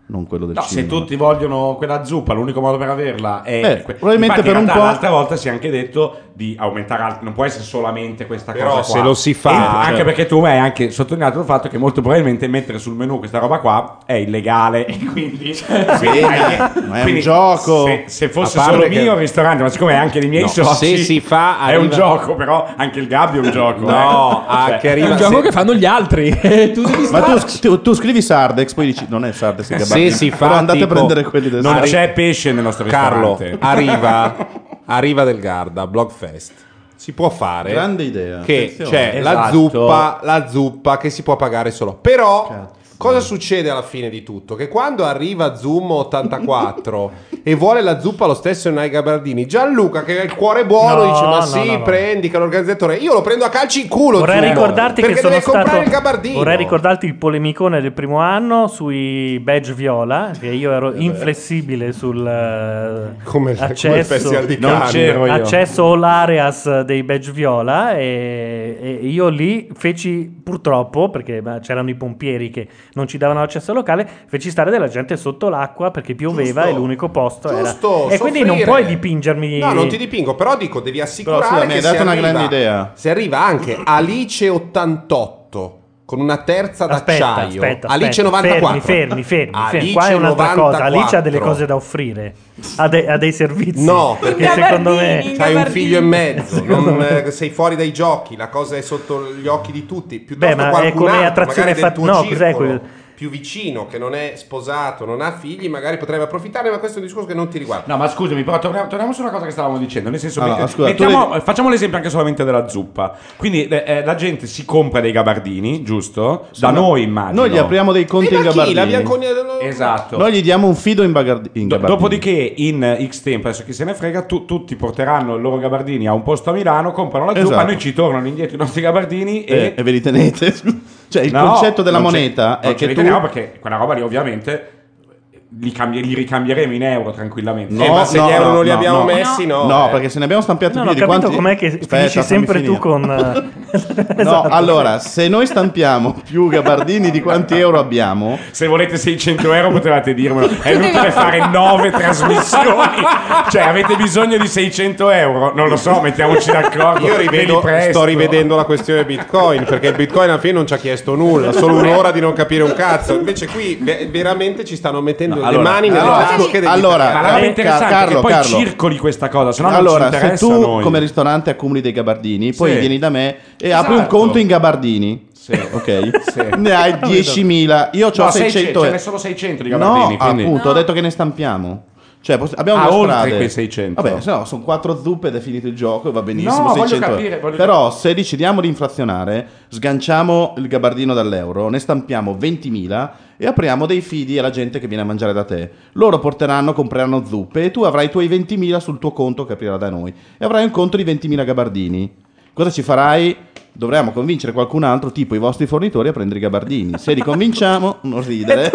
non quello del No, cinema. se tutti vogliono quella zuppa, l'unico modo per averla è Eh, que- probabilmente Infatti, per in un realtà, po'- l'altra volta si è anche detto di aumentare altri, non può essere solamente questa Però cosa qua. se lo si fa- E anche cioè- perché tu hai anche sottolineato il fatto che molto probabilmente mettere sul menù questa roba qua è illegale e quindi, quindi- ma è quindi un gioco. se, se fosse A parte solo che- mio il ristorante, ma siccome è anche dei miei No, soci, se si fa, è un arriva- gioco, però anche il gabbio è un gioco. No, eh. ah, Cioè, che È arriva un gioco se- che fanno gli altri. E tu devi Ma tu, starci. tu, tu scrivi Sardex, poi dici non è Sardex, il se gabardino. si fa Però andate tipo- a prendere quelli del non Sardex. c'è pesce nel nostro Carlo, ristorante. arriva, arriva del Garda, Blogfest. Si può fare Grande idea. che Attenzione. c'è la Esatto. zuppa, la zuppa che si può pagare solo. Però cosa succede alla fine di tutto? Che quando arriva Zoom ottantaquattro e vuole la zuppa lo stesso e non ha i gabardini, Gianluca che ha il cuore buono No, dice ma no, sì, no, no. prendi che l'organizzatore, io lo prendo a calci in culo. Vorrei Zoom, ricordarti perché che sono deve comprare stato il gabardino. Vorrei ricordarti il polemicone del primo anno sui badge viola, che io ero inflessibile sul eh, Come- come il accesso Festival di Non Cannes. c'ero io. accesso all areas dei badge viola e, e io lì feci purtroppo perché beh, c'erano i pompieri che non ci davano accesso al locale, feci stare della gente sotto l'acqua perché pioveva Giusto. e l'unico posto Giusto, era e quindi non soffrire. puoi dipingermi. No, non ti dipingo, però dico, devi assicurare Però, scusa, mi che hai dato se una arriva- grande idea. Se arriva anche Alice ottantotto con una terza Aspetta, d'acciaio, aspetta, Alice aspetta, novantaquattro. fermi, fermi, fermi, fermi. Alice Qua è un'altra cosa. novantaquattro. Alice ha delle cose da offrire, ha, de- ha dei servizi. No, perché Gabardini, secondo me C'hai un gabardini. figlio e mezzo, non, eh, sei fuori dai giochi, la cosa è sotto gli occhi di tutti. Piuttosto Beh, ma è qualcun come altro, attrazione magari del fat- tuo no, cos'è circolo, quel- più vicino, che non è sposato, non ha figli, magari potrebbe approfittarne, ma questo è un discorso che non ti riguarda. No, ma scusami, però torniamo, torniamo sulla cosa che stavamo dicendo. Nel senso, Allora, mette- scusa, tu mettiamo- devi- facciamo l'esempio anche solamente della zuppa. Quindi eh, eh, la gente si compra dei gabardini, giusto? Da no. noi immagino. Noi gli apriamo dei conti in E da chi? La gabardini. Bianconia del- Esatto. Noi gli diamo un fido in, bagardi- in Do- gabardini. dopodiché in X tempo, adesso chi se ne frega, tu- tutti porteranno i loro gabardini a un posto a Milano, comprano la zuppa, Esatto. noi ci tornano indietro i nostri gabardini Eh, e... e ve li tenete? Cioè il No, concetto della non ce- moneta non è ce che li tu... teniamo perché quella roba lì ovviamente li, cambi- li ricambieremo in euro tranquillamente. No, Eh, ma se no, gli euro no, non li no, abbiamo no. messi, no. No, eh. perché se ne abbiamo stampiati non più ho di capito quanti... com'è che Aspetta, finisci fammi sempre finire. tu con eh, No, esatto. allora, se noi stampiamo più gabardini di quanti euro abbiamo, Se volete seicento euro potevate dirmelo. È inutile fare nove trasmissioni. Cioè, avete bisogno di seicento euro? Non lo so, mettiamoci d'accordo. Io Vedi rivedo, presto. sto rivedendo la questione Bitcoin, perché il Bitcoin alla fine non ci ha chiesto nulla, solo un'ora di non capire un cazzo. Invece qui ve- veramente ci stanno mettendo No, le allora, mani nelle allora, tasche degli allora, italiani. Ma la roba Eh, interessante è Carlo, che poi Carlo. circoli questa cosa, se no non allora, ci se interessa tu a noi. come ristorante accumuli dei gabardini, poi Sì. vieni da me e Esatto. apri un conto in gabardini. Ok? Sì. Ne hai diecimila. Io ho No, seicento seicento, ce euro. n'è solo seicento di gabardini. No, quindi... appunto, ho detto che ne stampiamo. Cioè, poss- abbiamo Ah, due oltre strade. quei seicento. Vabbè, se no, sono quattro zuppe ed è finito il gioco e va benissimo. No, voglio seicento capire, euro. voglio Però, se decidiamo di inflazionare, sganciamo il gabardino dall'euro, ne stampiamo ventimila e apriamo dei fidi alla gente che viene a mangiare da te. Loro porteranno, compreranno zuppe e tu avrai i tuoi ventimila sul tuo conto che aprirà da noi. E avrai un conto di ventimila gabardini. Cosa ci farai? Dovremmo convincere qualcun altro, tipo i vostri fornitori, a prendere i gabardini. Se li convinciamo, non ridere.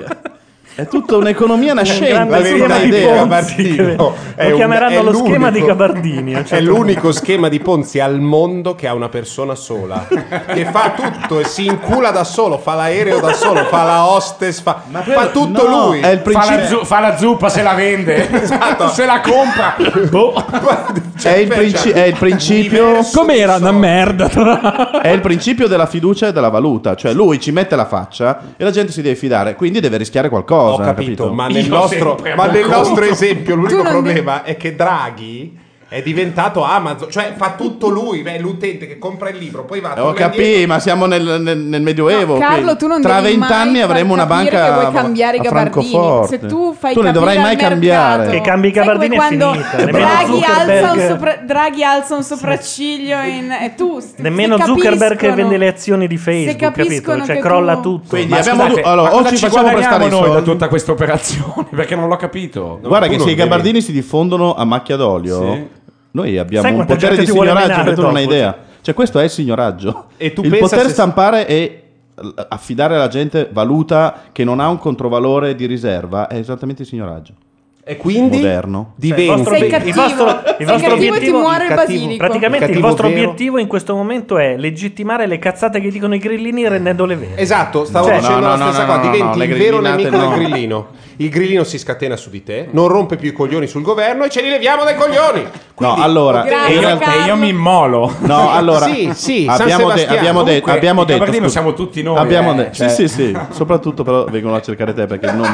È tutta un'economia nascente, grande è tutta schema di un'idea. Ponzi, che- lo È un- chiameranno è lo schema l'unico- di Gabardini, a un È certo l'unico schema di Ponzi al mondo che ha una persona sola, che fa tutto e si incula da solo, fa l'aereo da solo, fa la hostess, fa, fa tutto no, lui. è il Fa la, principio. zu- fa la zuppa, se la vende, Esatto. se la compra. Boh. Cioè, È il, princi- è il principio Com'era una merda? è il principio della fiducia e della valuta, cioè lui ci mette la faccia e la gente si deve fidare, quindi deve rischiare qualcosa. Ho capito, ma nel Io nostro, sempre ma amo nel conto. nostro esempio l'unico Tu non problema è che Draghi è diventato Amazon, cioè fa tutto lui, beh, l'utente che compra il libro, poi va Ho torna capito, indietro. ma siamo nel, nel- nel Medioevo. No, Carlo, quindi tu non tra devi vent'anni mai avremo far una capire banca che vuoi cambiare i a gabardini. Francoforte. Se tu fai tu ne dovrai capire mai al cambiare. mercato- Che cambi i Sai gabardini come è quando finita. Nemmeno Draghi alza, un Zuckerberg- sopra- Draghi alza un sopracciglio in, e tu se Nemmeno capiscono- Zuckerberg che vende le azioni di Facebook, capito? capiscono Cioè che crolla tu- tutto. Quindi Ma abbiamo scusate, du- allora, ma o cosa ci ci facciamo guadagniamo prestare i noi da soldi? tutta questa operazione? Perché non l'ho capito. No, Guarda tu che non se i devi- gabardini si diffondono a macchia d'olio, Sì. noi abbiamo Sai un quanta potere gente di ti vuole signoraggio menare che tu non hai dopo? idea. Cioè questo è il signoraggio. E tu il pensa poter se- stampare e affidare alla gente valuta che non ha un controvalore di riserva è esattamente il signoraggio. E quindi moderno. diventa Sei cattivo. il vostro, il Sei vostro cattivo e ti obiettivo muore il cattivo- basilico. praticamente Il il cattivo vostro vero. obiettivo in questo momento è legittimare le cazzate che dicono i grillini rendendole vere. Esatto, stavo Cioè, dicendo no, la no, stessa no, cosa, no, diventi no, il le vero grillinate nemico no. del grillino. Il grillino si scatena su di te, non rompe più i coglioni sul governo e ce li leviamo dai coglioni. No, allora, Grazie, E io, Carlo. e io mi immolo. no, allora Sì, sì, San abbiamo, de- Sebastiano. abbiamo, de- Comunque, abbiamo il detto Gabardino scusa, siamo tutti noi, abbiamo eh, de- cioè. sì, sì, sì, soprattutto però vengono a cercare te perché il nome.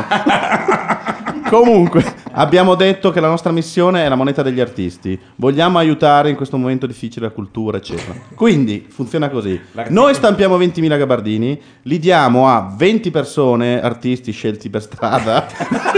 Comunque, abbiamo detto che la nostra missione è la moneta degli artisti. Vogliamo aiutare in questo momento difficile la cultura, eccetera. Quindi funziona così: noi stampiamo ventimila gabardini, li diamo a venti persone, artisti scelti per strada,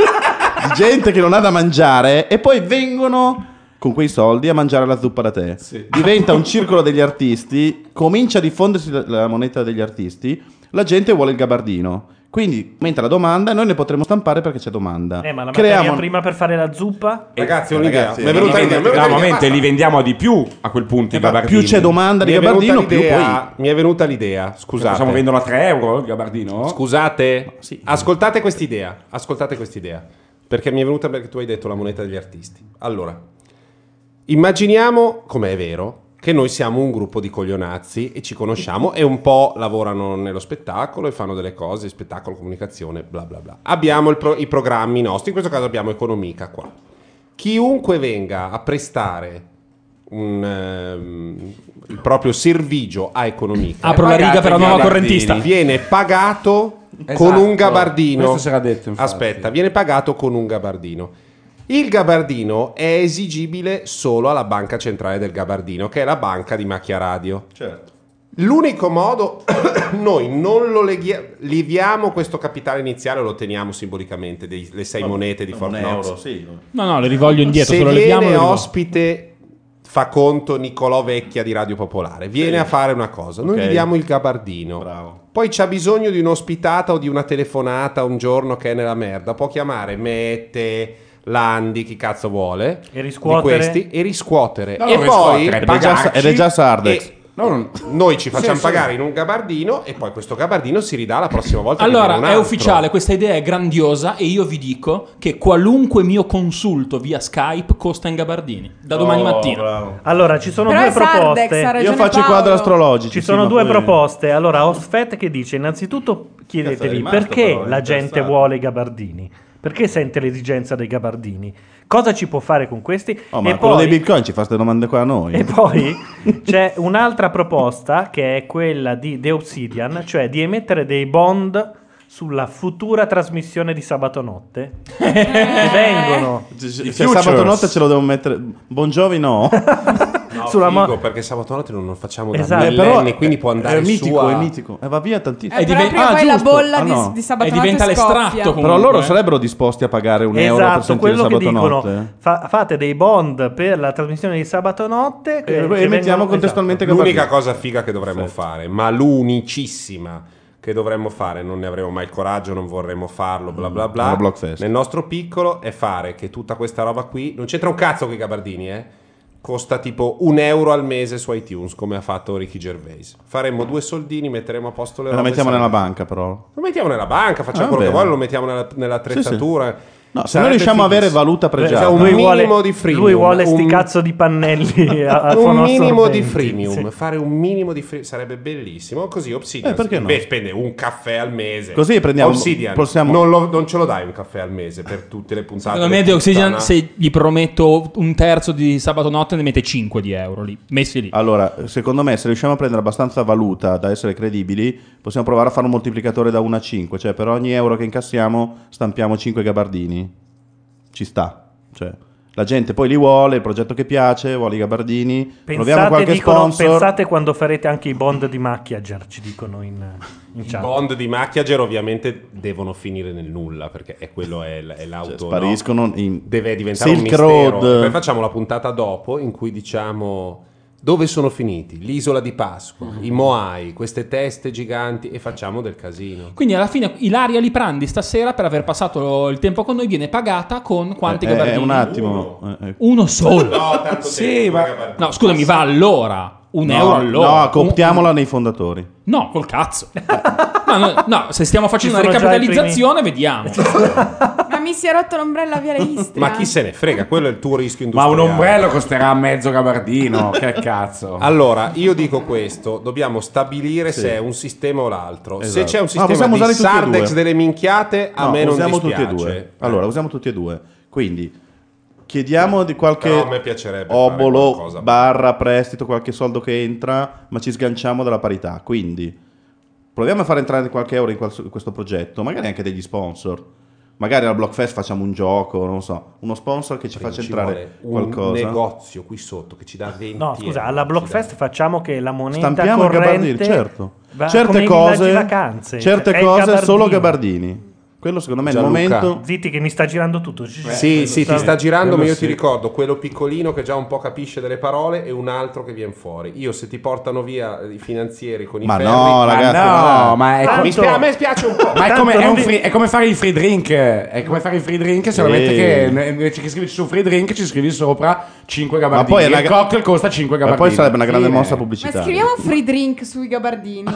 di gente che non ha da mangiare, e poi vengono con quei soldi a mangiare la zuppa da tè. Diventa un circolo degli artisti, comincia a diffondersi la, la moneta degli artisti, la gente vuole il gabardino. Quindi aumenta la domanda e noi ne potremo stampare perché c'è domanda. Eh, ma la materia Creiamo prima per fare la zuppa? Ragazzi, ho un'idea. Ragazzi, Mi è venuta Li l'idea. vendi- mi è venuta no, un l'idea, momento, basta. li vendiamo di più a quel punto i Eh, ma gabardini. più c'è domanda di Mi è venuta gabardino, più poi l'idea- Mi è venuta l'idea, scusate. Possiamo venderlo a tre euro il gabardino? Scusate, Sì. ascoltate quest'idea, ascoltate quest'idea, perché mi è venuta perché tu hai detto la moneta degli artisti. Allora, immaginiamo, come è vero, che noi siamo un gruppo di coglionazzi e ci conosciamo e un po' lavorano nello spettacolo e fanno delle cose, spettacolo, comunicazione, bla bla bla. Abbiamo il pro- i programmi nostri, in questo caso abbiamo Economica qua. Chiunque venga a prestare un, ehm, il proprio servigio a Economica Apro la riga per la nuova Gabardini. correntista. viene pagato Esatto. con un gabardino. Questo si era detto, infatti. Aspetta, viene pagato con un gabardino. Il gabardino è esigibile solo alla banca centrale del gabardino, che è la banca di Macchia Radio. certo. L'unico modo, noi non lo leghia- leviamo questo capitale iniziale, lo teniamo simbolicamente, dei- le sei monete di un Fort euro, Knox. sì. No, no, le rivoglio indietro. Se Se lo leviamo, viene lo rivolgo. ospite, fa conto Nicolò Vecchia di Radio Popolare, viene Sì. a fare una cosa, noi Ok. gli diamo il gabardino. Bravo. Poi c'ha bisogno di un'ospitata o di una telefonata un giorno che è nella merda, può chiamare Mette, Landi, chi cazzo vuole, E riscuotere? di questi, e riscuotere. No, e non poi riscuotere, Ed è già, pagarci. ed è già Sardex. e noi ci facciamo Sì, sì. pagare in un gabardino e poi questo gabardino si ridà la prossima volta. che Allora, viene un è altro. ufficiale, questa idea è grandiosa e io vi dico che qualunque mio consulto via Skype costa in gabardini. Da domani Oh, mattina. bravo. Allora, ci sono Però due è Sardex, proposte. ha ragione Io faccio i Paolo. quadri astrologici. Ci sì, sono ma due poi- proposte. Allora, Osfet che dice: innanzitutto Cazzo, è chiedetevi rimasto, perché però, è la gente interessante. vuole i gabardini. Perché sente l'esigenza dei gabardini? Cosa ci può fare con questi? Oh, ma e, quello poi, dei bitcoin ci fa queste domande qua a noi. e poi c'è un'altra proposta che è quella di The Obsidian, cioè di emettere dei bond sulla futura trasmissione di sabato notte che vengono Se- se- I se futures. sabato notte ce lo devo mettere. Buongiovi no. No, sulla figo, mo- perché sabato notte non lo facciamo da Esatto. Eh, millenni, quindi può andare è mitico, su a- è mitico. E va via tantissimo. Eh, però diven- prima Ah, poi la giusto. bolla Ah, di, no. di sabato E diventa notte l'estratto scoppia. comunque. Però loro sarebbero disposti a pagare un euro per Esatto, sentire quello che sabato dicono, notte. fa- fate dei bond per la trasmissione di sabato notte che- E- che e mettiamo vengono- contestualmente L'unica gabardini. cosa figa che dovremmo Perfetto. fare, ma l'unicissima che dovremmo fare, non ne avremo mai il coraggio, non vorremmo farlo, bla bla bla. alla Blockfest. Nel nostro piccolo è fare che tutta questa roba qui, non c'entra un cazzo con i gabardini, eh. Costa tipo un euro al mese su iTunes, come ha fatto Ricky Gervais. Faremo due soldini, metteremo a posto le E la robe. mettiamo nella sarebbe- banca, però. Lo mettiamo nella banca, facciamo Ah, quello che bene. vuole, lo mettiamo nella, nell'attrezzatura. No, se noi riusciamo a avere valuta pregiata. Cioè, un lui minimo vuole, di freemium, lui vuole sti un- cazzo di pannelli a, a un fono minimo di assorbenti, freemium, sì. fare un minimo di freemium sarebbe bellissimo. Così Obsidian Eh, perché no? invece spende un caffè al mese. Così prendiamo- Obsidian, possiamo- non, lo- non ce lo dai un caffè al mese per tutte le puntate. Secondo me di The Oxygen, puttana. se gli prometto un terzo di sabato notte, ne mette cinque di euro lì, messi lì. Allora, secondo me, se riusciamo a prendere abbastanza valuta da essere credibili, possiamo provare a fare un moltiplicatore da uno a cinque. Cioè, per ogni euro che incassiamo, stampiamo cinque gabardini. Ci sta. Cioè, la gente poi li vuole, il progetto che piace, vuole i gabardini. Troviamo Pensate, qualche dicono, sponsor. pensate quando farete anche i bond di Macchiager, ci dicono in, in I chat. bond di Macchiager ovviamente devono finire nel nulla, perché è quello è, l- è l'auto. Cioè, spariscono no? in Deve diventare Silk un mistero. Road. E poi facciamo la puntata dopo in cui diciamo dove sono finiti l'isola di Pasqua, i Moai, queste teste giganti, e facciamo del casino. Quindi alla fine Ilaria Liprandi stasera, per aver passato il tempo con noi, viene pagata con quanti Eh, eh, gabardini? un attimo. Eh, eh. Uno solo. No, tanto Sì, tempo, ma- gabardini. No, scusami, va all'ora. un No, euro all'ora. No, cooptiamola nei fondatori. No, col cazzo. Ma no, no, se stiamo facendo Ci una sono già i ricapitalizzazione, vediamo. Ma mi si è rotto l'ombrello via Istria. Ma chi se ne frega, quello è il tuo rischio Ma industriale. un ombrello costerà mezzo gabardino, che cazzo. Allora, io dico questo, dobbiamo stabilire Sì. se è un sistema o l'altro. Esatto. Se c'è un Ma sistema possiamo di usare tutti e Sardex due. delle minchiate, a No, me non usiamo dispiace. tutti e due. Allora, usiamo tutti e due. Quindi chiediamo di qualche Però a me piacerebbe obolo, fare qualcosa. barra, prestito, qualche soldo che entra, ma ci sganciamo dalla parità. Quindi proviamo a fare entrare qualche euro in qual- in questo progetto, magari anche degli sponsor. Magari alla Blockfest facciamo un gioco, non so, uno sponsor che ci faccia Ci entrare vuole un qualcosa. negozio qui sotto che ci dà venti No, scusa, euro, alla ci Blockfest facciamo che la moneta Stampiamo i corrente gabardini, certo. va come Certe i cose, villaggi vacanze, certe cioè, è il cose gabardino. solo gabardini. Quello secondo me è il Gianluca. momento. Zitti che mi sta girando tutto. Sì, sì, ti sta girando, ma io ti sì. ricordo quello piccolino che già un po' capisce delle parole e un altro che viene fuori. Io se ti portano via i finanzieri con i Ma ferri, no, ragazzi, no, no. ma è Ah, co- mi spia- a me spiace un po'. Ma è Tanto come, è, non un vi- free- è come fare il free drink. È come fare il free drink, solamente Sì. che invece che scriverci su free drink ci scrivi sopra cinque Ma gabardini. poi è una il gra- cocktail costa cinque Ma gabardini. poi sarebbe una grande Fine. mossa Ma pubblicitaria. scriviamo free drink sui gabardini.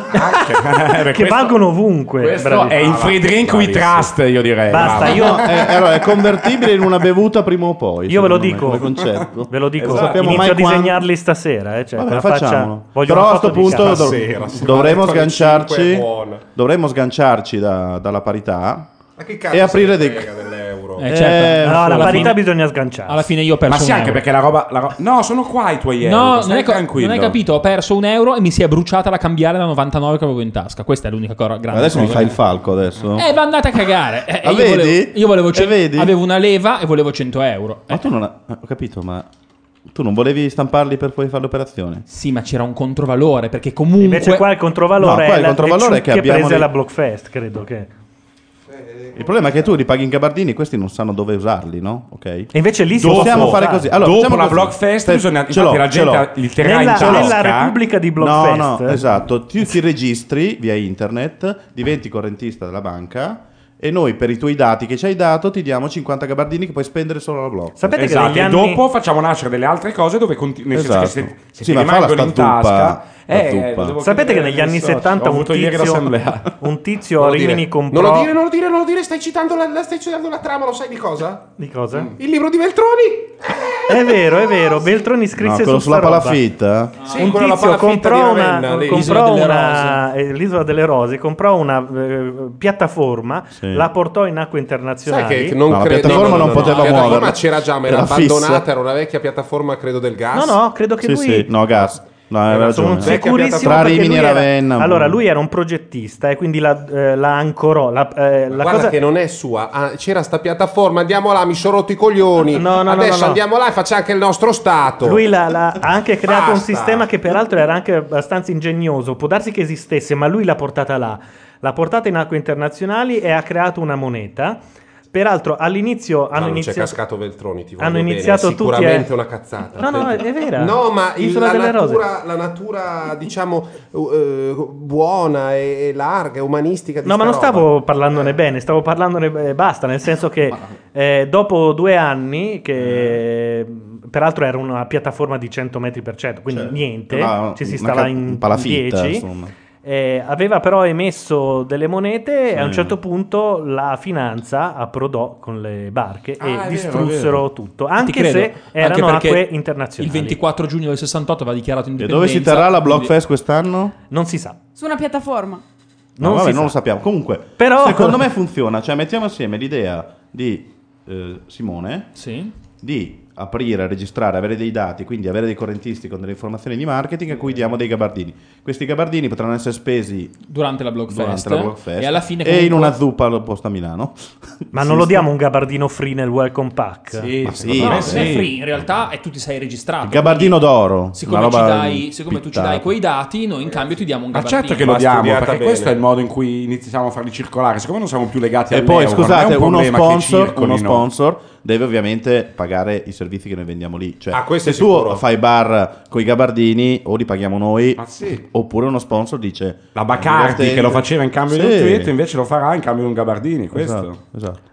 Eh, beh, Che questo- valgono ovunque. Questo bravi. è il free drink we trust, io direi. Basta, Bravo. io, No, è, allora, è convertibile in una bevuta prima o poi. io ve lo secondo me, dico. come concetto. Ve lo dico. Non sappiamo Inizio mai a quando- disegnarli stasera. Eh, cioè, Vabbè, con la faccia- facciamolo. voglio Però una a foto sto di punto casa. dov- Stasera, sì, dovremo alle cinque sganciarci è buona. dovremo sganciarci da- dalla parità Ma che cazzo e aprire se ne dei frega dell'euro? Eh, certo. No, la Alla parità fine- bisogna sganciare. Alla fine io ho perso Ma sì, un anche euro. perché la roba, la ro- No, sono qua i tuoi euro. No, non stai hai, co- tranquillo. non hai capito. Ho perso un euro e mi si è bruciata la cambiale da novantanove che avevo in tasca. Questa è l'unica cosa grande. adesso mi cosa. fai il falco adesso. Eh, va andate a cagare. Eh, Ah, io vedi? volevo, io volevo Eh, cen- vedi? avevo una leva e volevo cento euro. Ma tu non ha- ho capito, ma tu non volevi stamparli per poi fare l'operazione? Sì, ma c'era un controvalore perché comunque Invece qua il controvalore No, qua è il la- controvalore le è che ciucche abbiamo prese dei- alla Blockfest, credo che. Il problema è che tu li paghi in gabardini, questi non sanno dove usarli, no? Ok? E invece lì si Dopo- possono possiamo fare usare. così. Allora, Dopo facciamo la così. Blockfest Te- bisogna- ce infatti l'ho, la ce l'ho. gente li terrà in Nella, tasca. nella Repubblica di No, Blockfest. no, esatto. Tu ti registri via internet, diventi correntista della banca e noi per i tuoi dati che ci hai dato ti diamo cinquanta gabardini che puoi spendere solo alla Block. Sapete che Esatto, negli e anni- dopo facciamo nascere delle altre cose dove continu- nel senso che Esatto. se, se Sì, ti ma fa la rimangono in sta zuppa, tasca la eh, zuppa. lo devo Sapete che chiedere negli ai anni soci. settanta Ho un avuto ieri tizio, l'assemblea. un tizio Non a lo dire. Rimini comprò... Non lo dire, non lo dire, non lo dire, stai citando la, la- stai citando la trama, lo sai di cosa? Di cosa? Il libro di Veltroni? È vero, è vero. Beltroni No, scrisse quello su sulla sta roba. palafitta? Sì, Un quello la tizio palafitta comprò di una, Ravenna, lì. comprò L'isola delle una eh, l'isola delle rose, comprò una eh, piattaforma, Sì. la portò in acque Sai internazionali. che non No, la credo piattaforma non poteva La piattaforma muoverla. c'era già, ma era Era fissa. abbandonata, era una vecchia piattaforma, credo del gas. No, no, credo che Sì, lui sì, no, gas. No, hai Era ragione. sono sicurissimo Tra perché Rimini lui e era- Ravenna. allora lui era un progettista e quindi la, eh, la ancorò la, eh, la Guarda cosa che non è sua. Ah, c'era sta piattaforma, andiamo là, mi sono rotto i coglioni. No, no, no, Adesso no, no. andiamo là e facciamo anche il nostro stato. lui la- la- ha anche creato un Basta. sistema che peraltro era anche abbastanza ingegnoso, può darsi che esistesse, ma lui l'ha portata là, l'ha portata in acque internazionali e ha creato una moneta. Peraltro all'inizio No, hanno non c'è iniziato cascato Veltroni, ti voglio hanno bene, iniziato è tutti sicuramente a- una cazzata. No, no, è vera. No, ma il- Isola la, delle Rose. natura, la natura, diciamo, eh, buona e, e larga, e umanistica di No, ma sta non roba. stavo parlandone bene, stavo parlandone eh, basta, nel senso che eh, dopo due anni, che peraltro era una piattaforma di cento metri per cento, quindi Cioè, niente, una- ci si una stava ca- in palafitta, dieci. insomma. Eh, aveva però emesso delle monete e a un Sì. certo punto la finanza approdò con le barche Ah, è e vero, distrussero è vero. tutto, Ti anche credo, se erano anche perché acque internazionali. Il ventiquattro giugno del sessantotto aveva dichiarato E indipendenza. dove si terrà la quindi- Blockfest quest'anno? Non si sa. Su una piattaforma. No, Non vabbè, si non sa. lo sappiamo. Comunque, Però- secondo me funziona. Cioè, mettiamo assieme l'idea di eh, Simone Sì. di aprire, registrare, avere dei dati, quindi avere dei correntisti con delle informazioni di marketing a cui diamo dei gabardini. Questi gabardini potranno essere spesi Durante la Blockfest. durante la Blockfest E alla fine e in comunque- una zuppa al posto a Milano. Ma non lo diamo un gabardino free nel welcome pack? Sì, Ma secondo sì, No, me non sì. è free, in realtà è tu ti sei registrato. Il gabardino quindi, d'oro. Siccome, una ci roba dai, siccome tu ci pittata. dai quei dati, noi in cambio ti diamo un Ma gabardino. certo che lo Va diamo, studiata perché bene. questo è il modo in cui iniziamo a farli circolare. Siccome non siamo più legati E all'euro, poi scusate, non è un uno problema che sponsor, circolino. uno sponsor deve ovviamente pagare i servizi che noi vendiamo lì. Cioè, Ah, questo se è tu sicuro. fai bar con i gabardini o li paghiamo noi, Ma sì. oppure uno sponsor dice La Bacardi divertente. che lo faceva in cambio di Sì. un tweet invece lo farà in cambio di un gabardini. Questo. Esatto, esatto.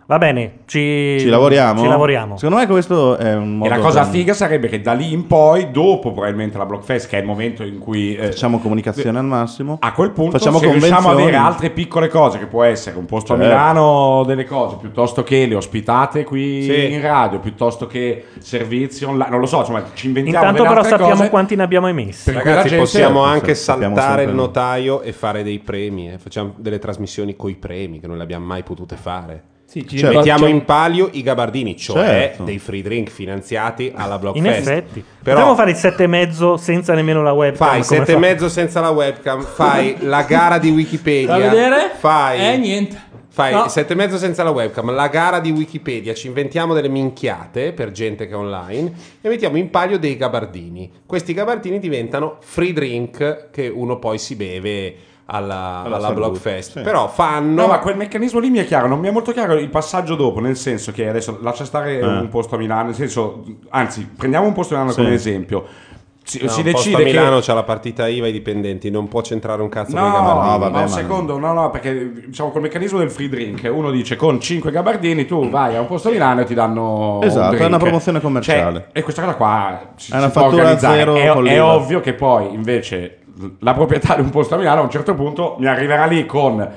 Va bene, ci, Ci lavoriamo? Ci lavoriamo. Secondo me questo è un modo E la cosa per- figa sarebbe che da lì in poi, dopo probabilmente la Blockfest, che è il momento in cui eh, facciamo comunicazione al massimo. a quel punto, facciamo se riusciamo a convenzioni. avere altre piccole cose, che può essere un posto Certo. a Milano delle cose, piuttosto che le ospitate qui Sì. in radio, piuttosto che servizi online, non lo so, insomma, ci inventiamo Intanto delle però altre sappiamo cose. quanti ne abbiamo emessi. Per quella Ragazzi, gente- possiamo anche sappiamo saltare sempre. il notaio e fare dei premi. eh. Facciamo delle trasmissioni coi premi che non le abbiamo mai potute fare. Sì, ci Certo. Mettiamo facciamo- in palio i gabardini, cioè Certo. dei free drink finanziati alla In Blockfest. effetti. Però Potremmo fare il sette e mezzo senza nemmeno la webcam. fai come sette e fa- mezzo senza la webcam, fai la gara di Wikipedia. Da vedere? Fai Eh, niente. Fai No. sette e mezzo senza la webcam, la gara di Wikipedia, ci inventiamo delle minchiate per gente che è online e mettiamo in palio dei gabardini. Questi gabardini diventano free drink che uno poi si beve alla, Alla alla salute, Blockfest. sì. Però fanno... No, ma quel meccanismo lì mi è chiaro, non mi è molto chiaro il passaggio dopo, nel senso che adesso lascia stare Eh. un posto a Milano, nel senso, anzi, prendiamo un posto a Milano Sì. come esempio. Si, No, si un posto decide a Milano che c'ha la partita I V A ai dipendenti, non può centrare un cazzo No, con i gabardini. no, vabbè, ma un ma- secondo, no, no, perché diciamo col meccanismo del free drink, uno dice con cinque gabardini tu vai a un posto a Milano e ti danno un Esatto, è drink. una promozione commerciale. Cioè, e questa cosa qua si, È una si può fattura organizzare. zero È, con è l'I V A. ovvio che poi invece la proprietà di un posto a Milano a un certo punto mi arriverà lì con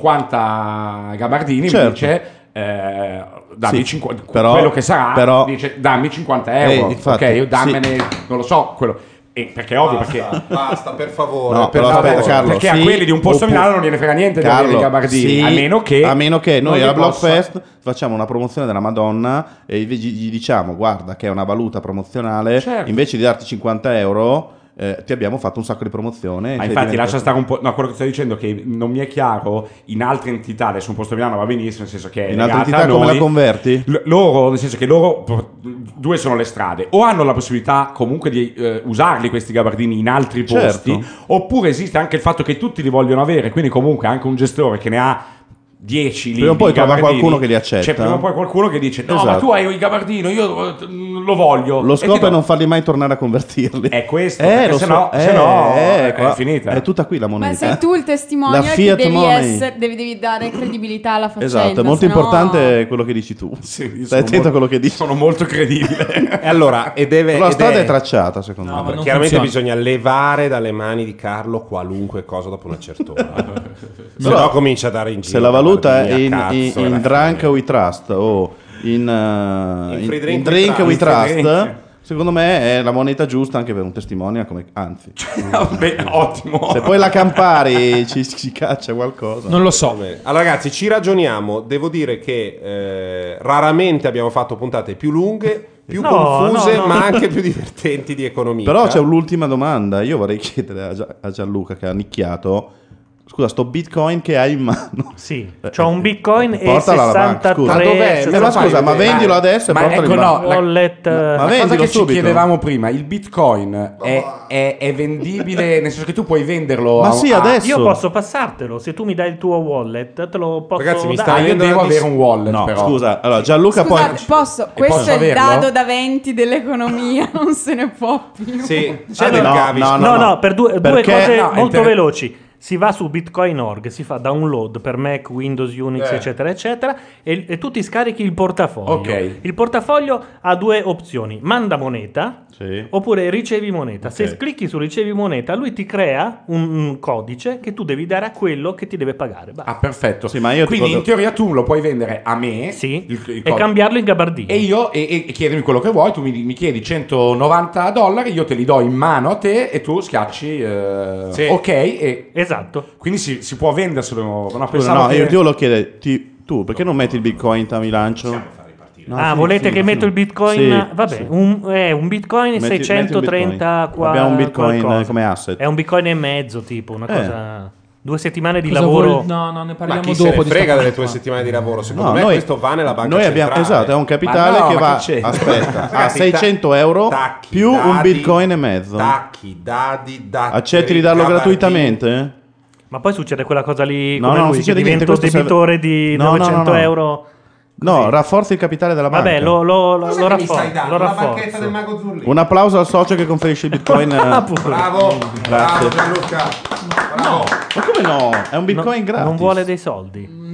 cinquanta gabardini e mi Certo. dice eh, dammi Sì, cinquanta, però- quello che sarà, però- dice dammi cinquanta euro, Eh, infatti, ok, dammene, sì. non lo so, quello. E perché è ovvio, perché Basta, basta, per favore. No, per però favore. aspetta, Carlo, perché sì, a quelli di un posto a oppu- Milano non gliene frega niente di Carlo, avere i gabardini, sì, a meno che a meno che non noi li alla possa- Blockfest facciamo una promozione della Madonna e gli, gli diciamo guarda che è una valuta promozionale, Certo. invece di darti cinquanta euro eh, ti abbiamo fatto un sacco di promozione. Ma sei infatti diventato- lascia stare un po'. No, quello che sto dicendo è che non mi è chiaro in altre entità, adesso un posto a Milano va benissimo, nel senso che è In altre legata entità a come noi. la converti? L- loro, nel senso che loro due sono le strade, o hanno la possibilità comunque di eh, usarli questi gabardini in altri posti, Certo. oppure esiste anche il fatto che tutti li vogliono avere, quindi comunque anche un gestore che ne ha dieci lì Prima o poi di trova gabardini, qualcuno che li accetta. C'è prima o poi qualcuno che dice no, ma Esatto. tu hai il gabardino, io eh, lo voglio. Lo E ti scopo do- è non farli mai tornare a convertirli. È questo, Eh, perché lo se so, no- eh, se no eh, è qua- finita. È tutta qui la moneta. Ma sei tu il testimone La che Fiat devi, Money. essere, devi, devi dare credibilità alla faccenda. Esatto, è molto sennò- importante quello che dici tu. Sì, io Stai sono attento a molto- quello che dici. Sono molto credibile. E allora, e deve, Però la ed strada è- è tracciata, secondo No, me. ma non chiaramente funziona. bisogna levare dalle mani di Carlo qualunque cosa dopo una certa ora. Se Però, no comincia a dare in giro. Se la valuta è gabardini in, a cazzo, in, e in la Drunk fine. We Trust o in, uh, In in- Free Drink in We Drink Trust. We In Free Trust, Drink. secondo me è la moneta giusta anche per un testimonial, come, anzi. Beh, ottimo. Se poi la Campari ci, ci caccia qualcosa. Non lo so. Bene. Allora ragazzi, ci ragioniamo. Devo dire che eh, raramente abbiamo fatto puntate più lunghe, più No, confuse, no, no. ma anche più divertenti di economia. Però c'è l'ultima domanda. Io vorrei chiedere a, Gia- a Gianluca che ha nicchiato. Scusa, sto Bitcoin che hai in mano. Sì, c'ho un Bitcoin e Portalo alla banca, scusa. sessantatré. Ma dov'è? Eh, Me ma lo fai scusa, ma vedere? vendilo adesso e Ma portalo ecco, in no, banca. la- Wallet. Ma La cosa vendilo che ci subito. chiedevamo prima, il Bitcoin è, è- è vendibile, nel senso che tu puoi venderlo Ma a, sì, a- adesso. Io posso passartelo, se tu mi dai il tuo wallet, te lo posso Ragazzi, mi dare. Ah, stai- io devo la dis- avere un wallet No, però. scusa. Allora, Gianluca Scusate, poi. posso? Questo posso è il averlo? dado da venti dell'economia, non se ne può più. Sì, c'è Ah, del no, Gavis. no, No, no, per due, due Perché- cose no, è molto inter- veloci. Si va su bitcoin punto org, si fa download per Mac, Windows, Unix, Eh. eccetera, eccetera, e, e tu ti scarichi il portafoglio. Ok. Il portafoglio ha due opzioni: manda moneta Sì. oppure ricevi moneta. Se Ok. clicchi su ricevi moneta, lui ti crea un, un codice che tu devi dare a quello che ti deve pagare. Basta. Ah, perfetto. Sì, ma io Quindi tipo- in teoria tu lo puoi vendere a me Sì, il- il e codice. cambiarlo in gabardini. E io e, e- e chiedimi quello che vuoi, tu mi, mi chiedi centonovanta dollari, io te li do in mano a te e tu schiacci eh, Sì. ok e Esatto. quindi si, si può venderselo. No, Scusa, pensavo no, che... io ti volevo chiedere, ti- tu perché non metti il Bitcoin a Milancio? No, ah, sì, volete sì, che sì. metto il bitcoin? Sì, Vabbè, sì. un, è un bitcoin Metti- metti il seicentotrenta Bitcoin. qua- Abbiamo un Bitcoin qualcosa. come asset. È un bitcoin e mezzo, tipo, una Eh. cosa... Due settimane di Cosa lavoro... vuol- No, no, ne Ma parliamo chi se dopo. ne di frega sta delle cosa tue qua. settimane di lavoro? Secondo No, me noi, questo va nella banca noi abbiamo, centrale. esatto, è un capitale Ma no, che ma va, che c'è? aspetta, a Ragazzi, seicento euro tacchi, più un dadi, Bitcoin e mezzo. Tacchi, dadi, dati. Accetti di darlo gratuitamente? Ma poi succede quella cosa lì No, come no, non lui, che succede niente, divento questo debitore serve- di No, no, no, novecento no. euro. No, rafforzi il capitale della banca. Vabbè, lo, lo, lo, Cosa lo che mi stai rafforzo. dando? Lo La rafforzo. bacchetta del mago Zurli. Un applauso al socio che conferisce il Bitcoin. Ah, pure. Bravo, Grazie. bravo Gianluca. Bravo. Ma come no? È un Bitcoin No, gratis. non vuole dei soldi.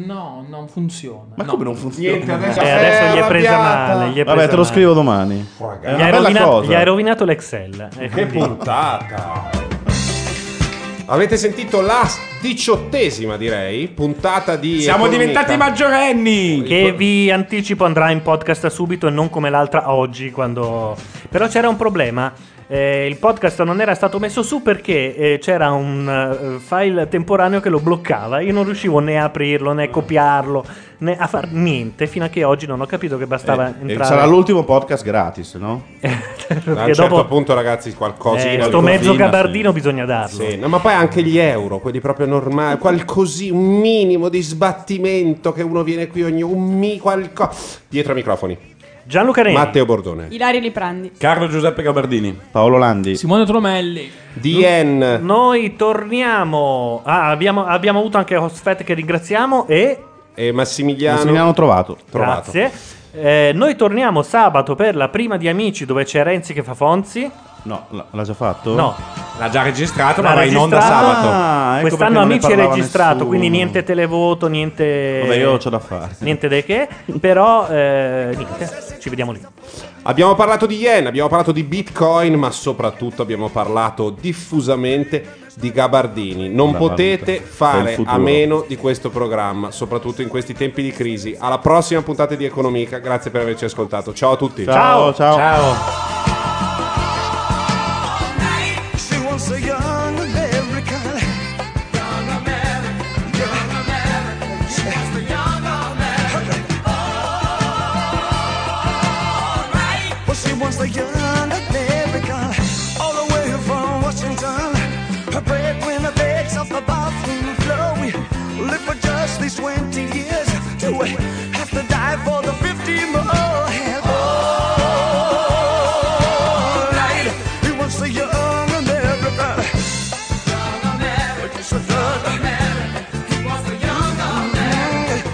No, non funziona. Ma no. come non funziona? Niente, adesso, Eh, adesso gli è presa arrabbiata. male. Gli è Vabbè, presa te lo male. scrivo domani. Gli È hai, una bella rovinato, cosa. gli hai rovinato l'Excel. E Che quindi- puntata! Avete sentito la diciottesima, direi, puntata di Siamo Economica. diventati maggiorenni. Che vi anticipo andrà in podcast subito e non come l'altra oggi quando... Però c'era un problema. Eh, il podcast non era stato messo su perché eh, c'era un eh, file temporaneo che lo bloccava. Io non riuscivo né a aprirlo né a copiarlo né a far niente fino a che oggi non ho capito che bastava Eh, e entrare. sarà l'ultimo podcast gratis, no? A un Perché certo dopo punto, ragazzi, qualcosina. eh, sto mezzo qualcosina, gabardino sì. bisogna darlo. Sì, no, ma poi anche gli euro, quelli proprio normali, qualcosì, un minimo di sbattimento che uno viene qui ogni un mi qualcosa. Dietro ai microfoni. Gianluca Neri, Matteo Bordone. Ilario Liprandi. Carlo Giuseppe Gabardini. Paolo Landi. Simone Tromelli. D N. noi torniamo. Ah, abbiamo, abbiamo avuto anche Hostfet che ringraziamo e E Massimiliano. Massimiliano trovato. Trovato. grazie. Eh, noi torniamo sabato per la prima di Amici dove c'è Renzi che fa Fonzi. No, l- l'ha già fatto? No, L'ha già registrato, L'ha ma va in onda registrato. sabato. Ah, ecco quest'anno perché non ne Amici è parlava registrato, nessuno. quindi niente televoto, niente. Vabbè, io c'ho da fare. Niente di che, però eh, niente, ci vediamo lì. Abbiamo parlato di yen, abbiamo parlato di bitcoin, ma soprattutto abbiamo parlato diffusamente di Gabardini. Non Mamma potete mia. È il fare futuro. a meno di questo programma, soprattutto in questi tempi di crisi. Alla prossima puntata di Economica, grazie per averci ascoltato. Ciao a tutti. Ciao, ciao. Ciao. She wants a young American. Young American. Young American. She wants the young American. All right. Well, she wants the young American. All the way from Washington. Her breadwinner begs off the bathroom floor. We live for just these twenty years. Do we have to die for the fifty more? And all right. He wants the young American. Young American. It's a young American. He wants the young American.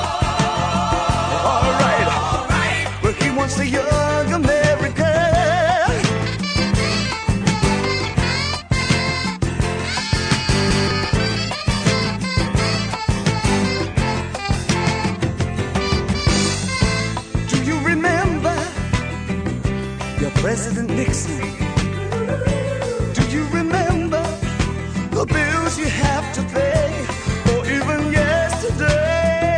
All right. All right. Well, he wants the young American. Do you remember your President Nixon? Do you remember the bills you have to pay, or even yesterday?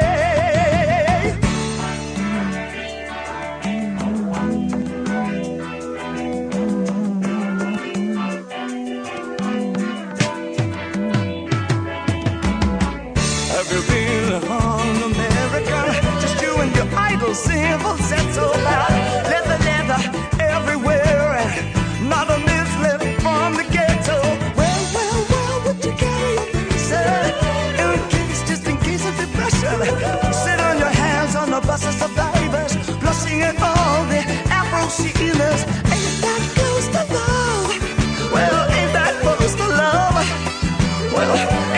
Have you been on America? Just you and your idle civil set so loud. Leather, leather everywhere, and not a miss left from the ghetto. Well, well, well, would you carry a visa? In case, just in case of depression. Sit on your hands on the bus of survivors, blushing at all the Afro-Sheeners. Ain't that close to love? Well, ain't that close to love? Well,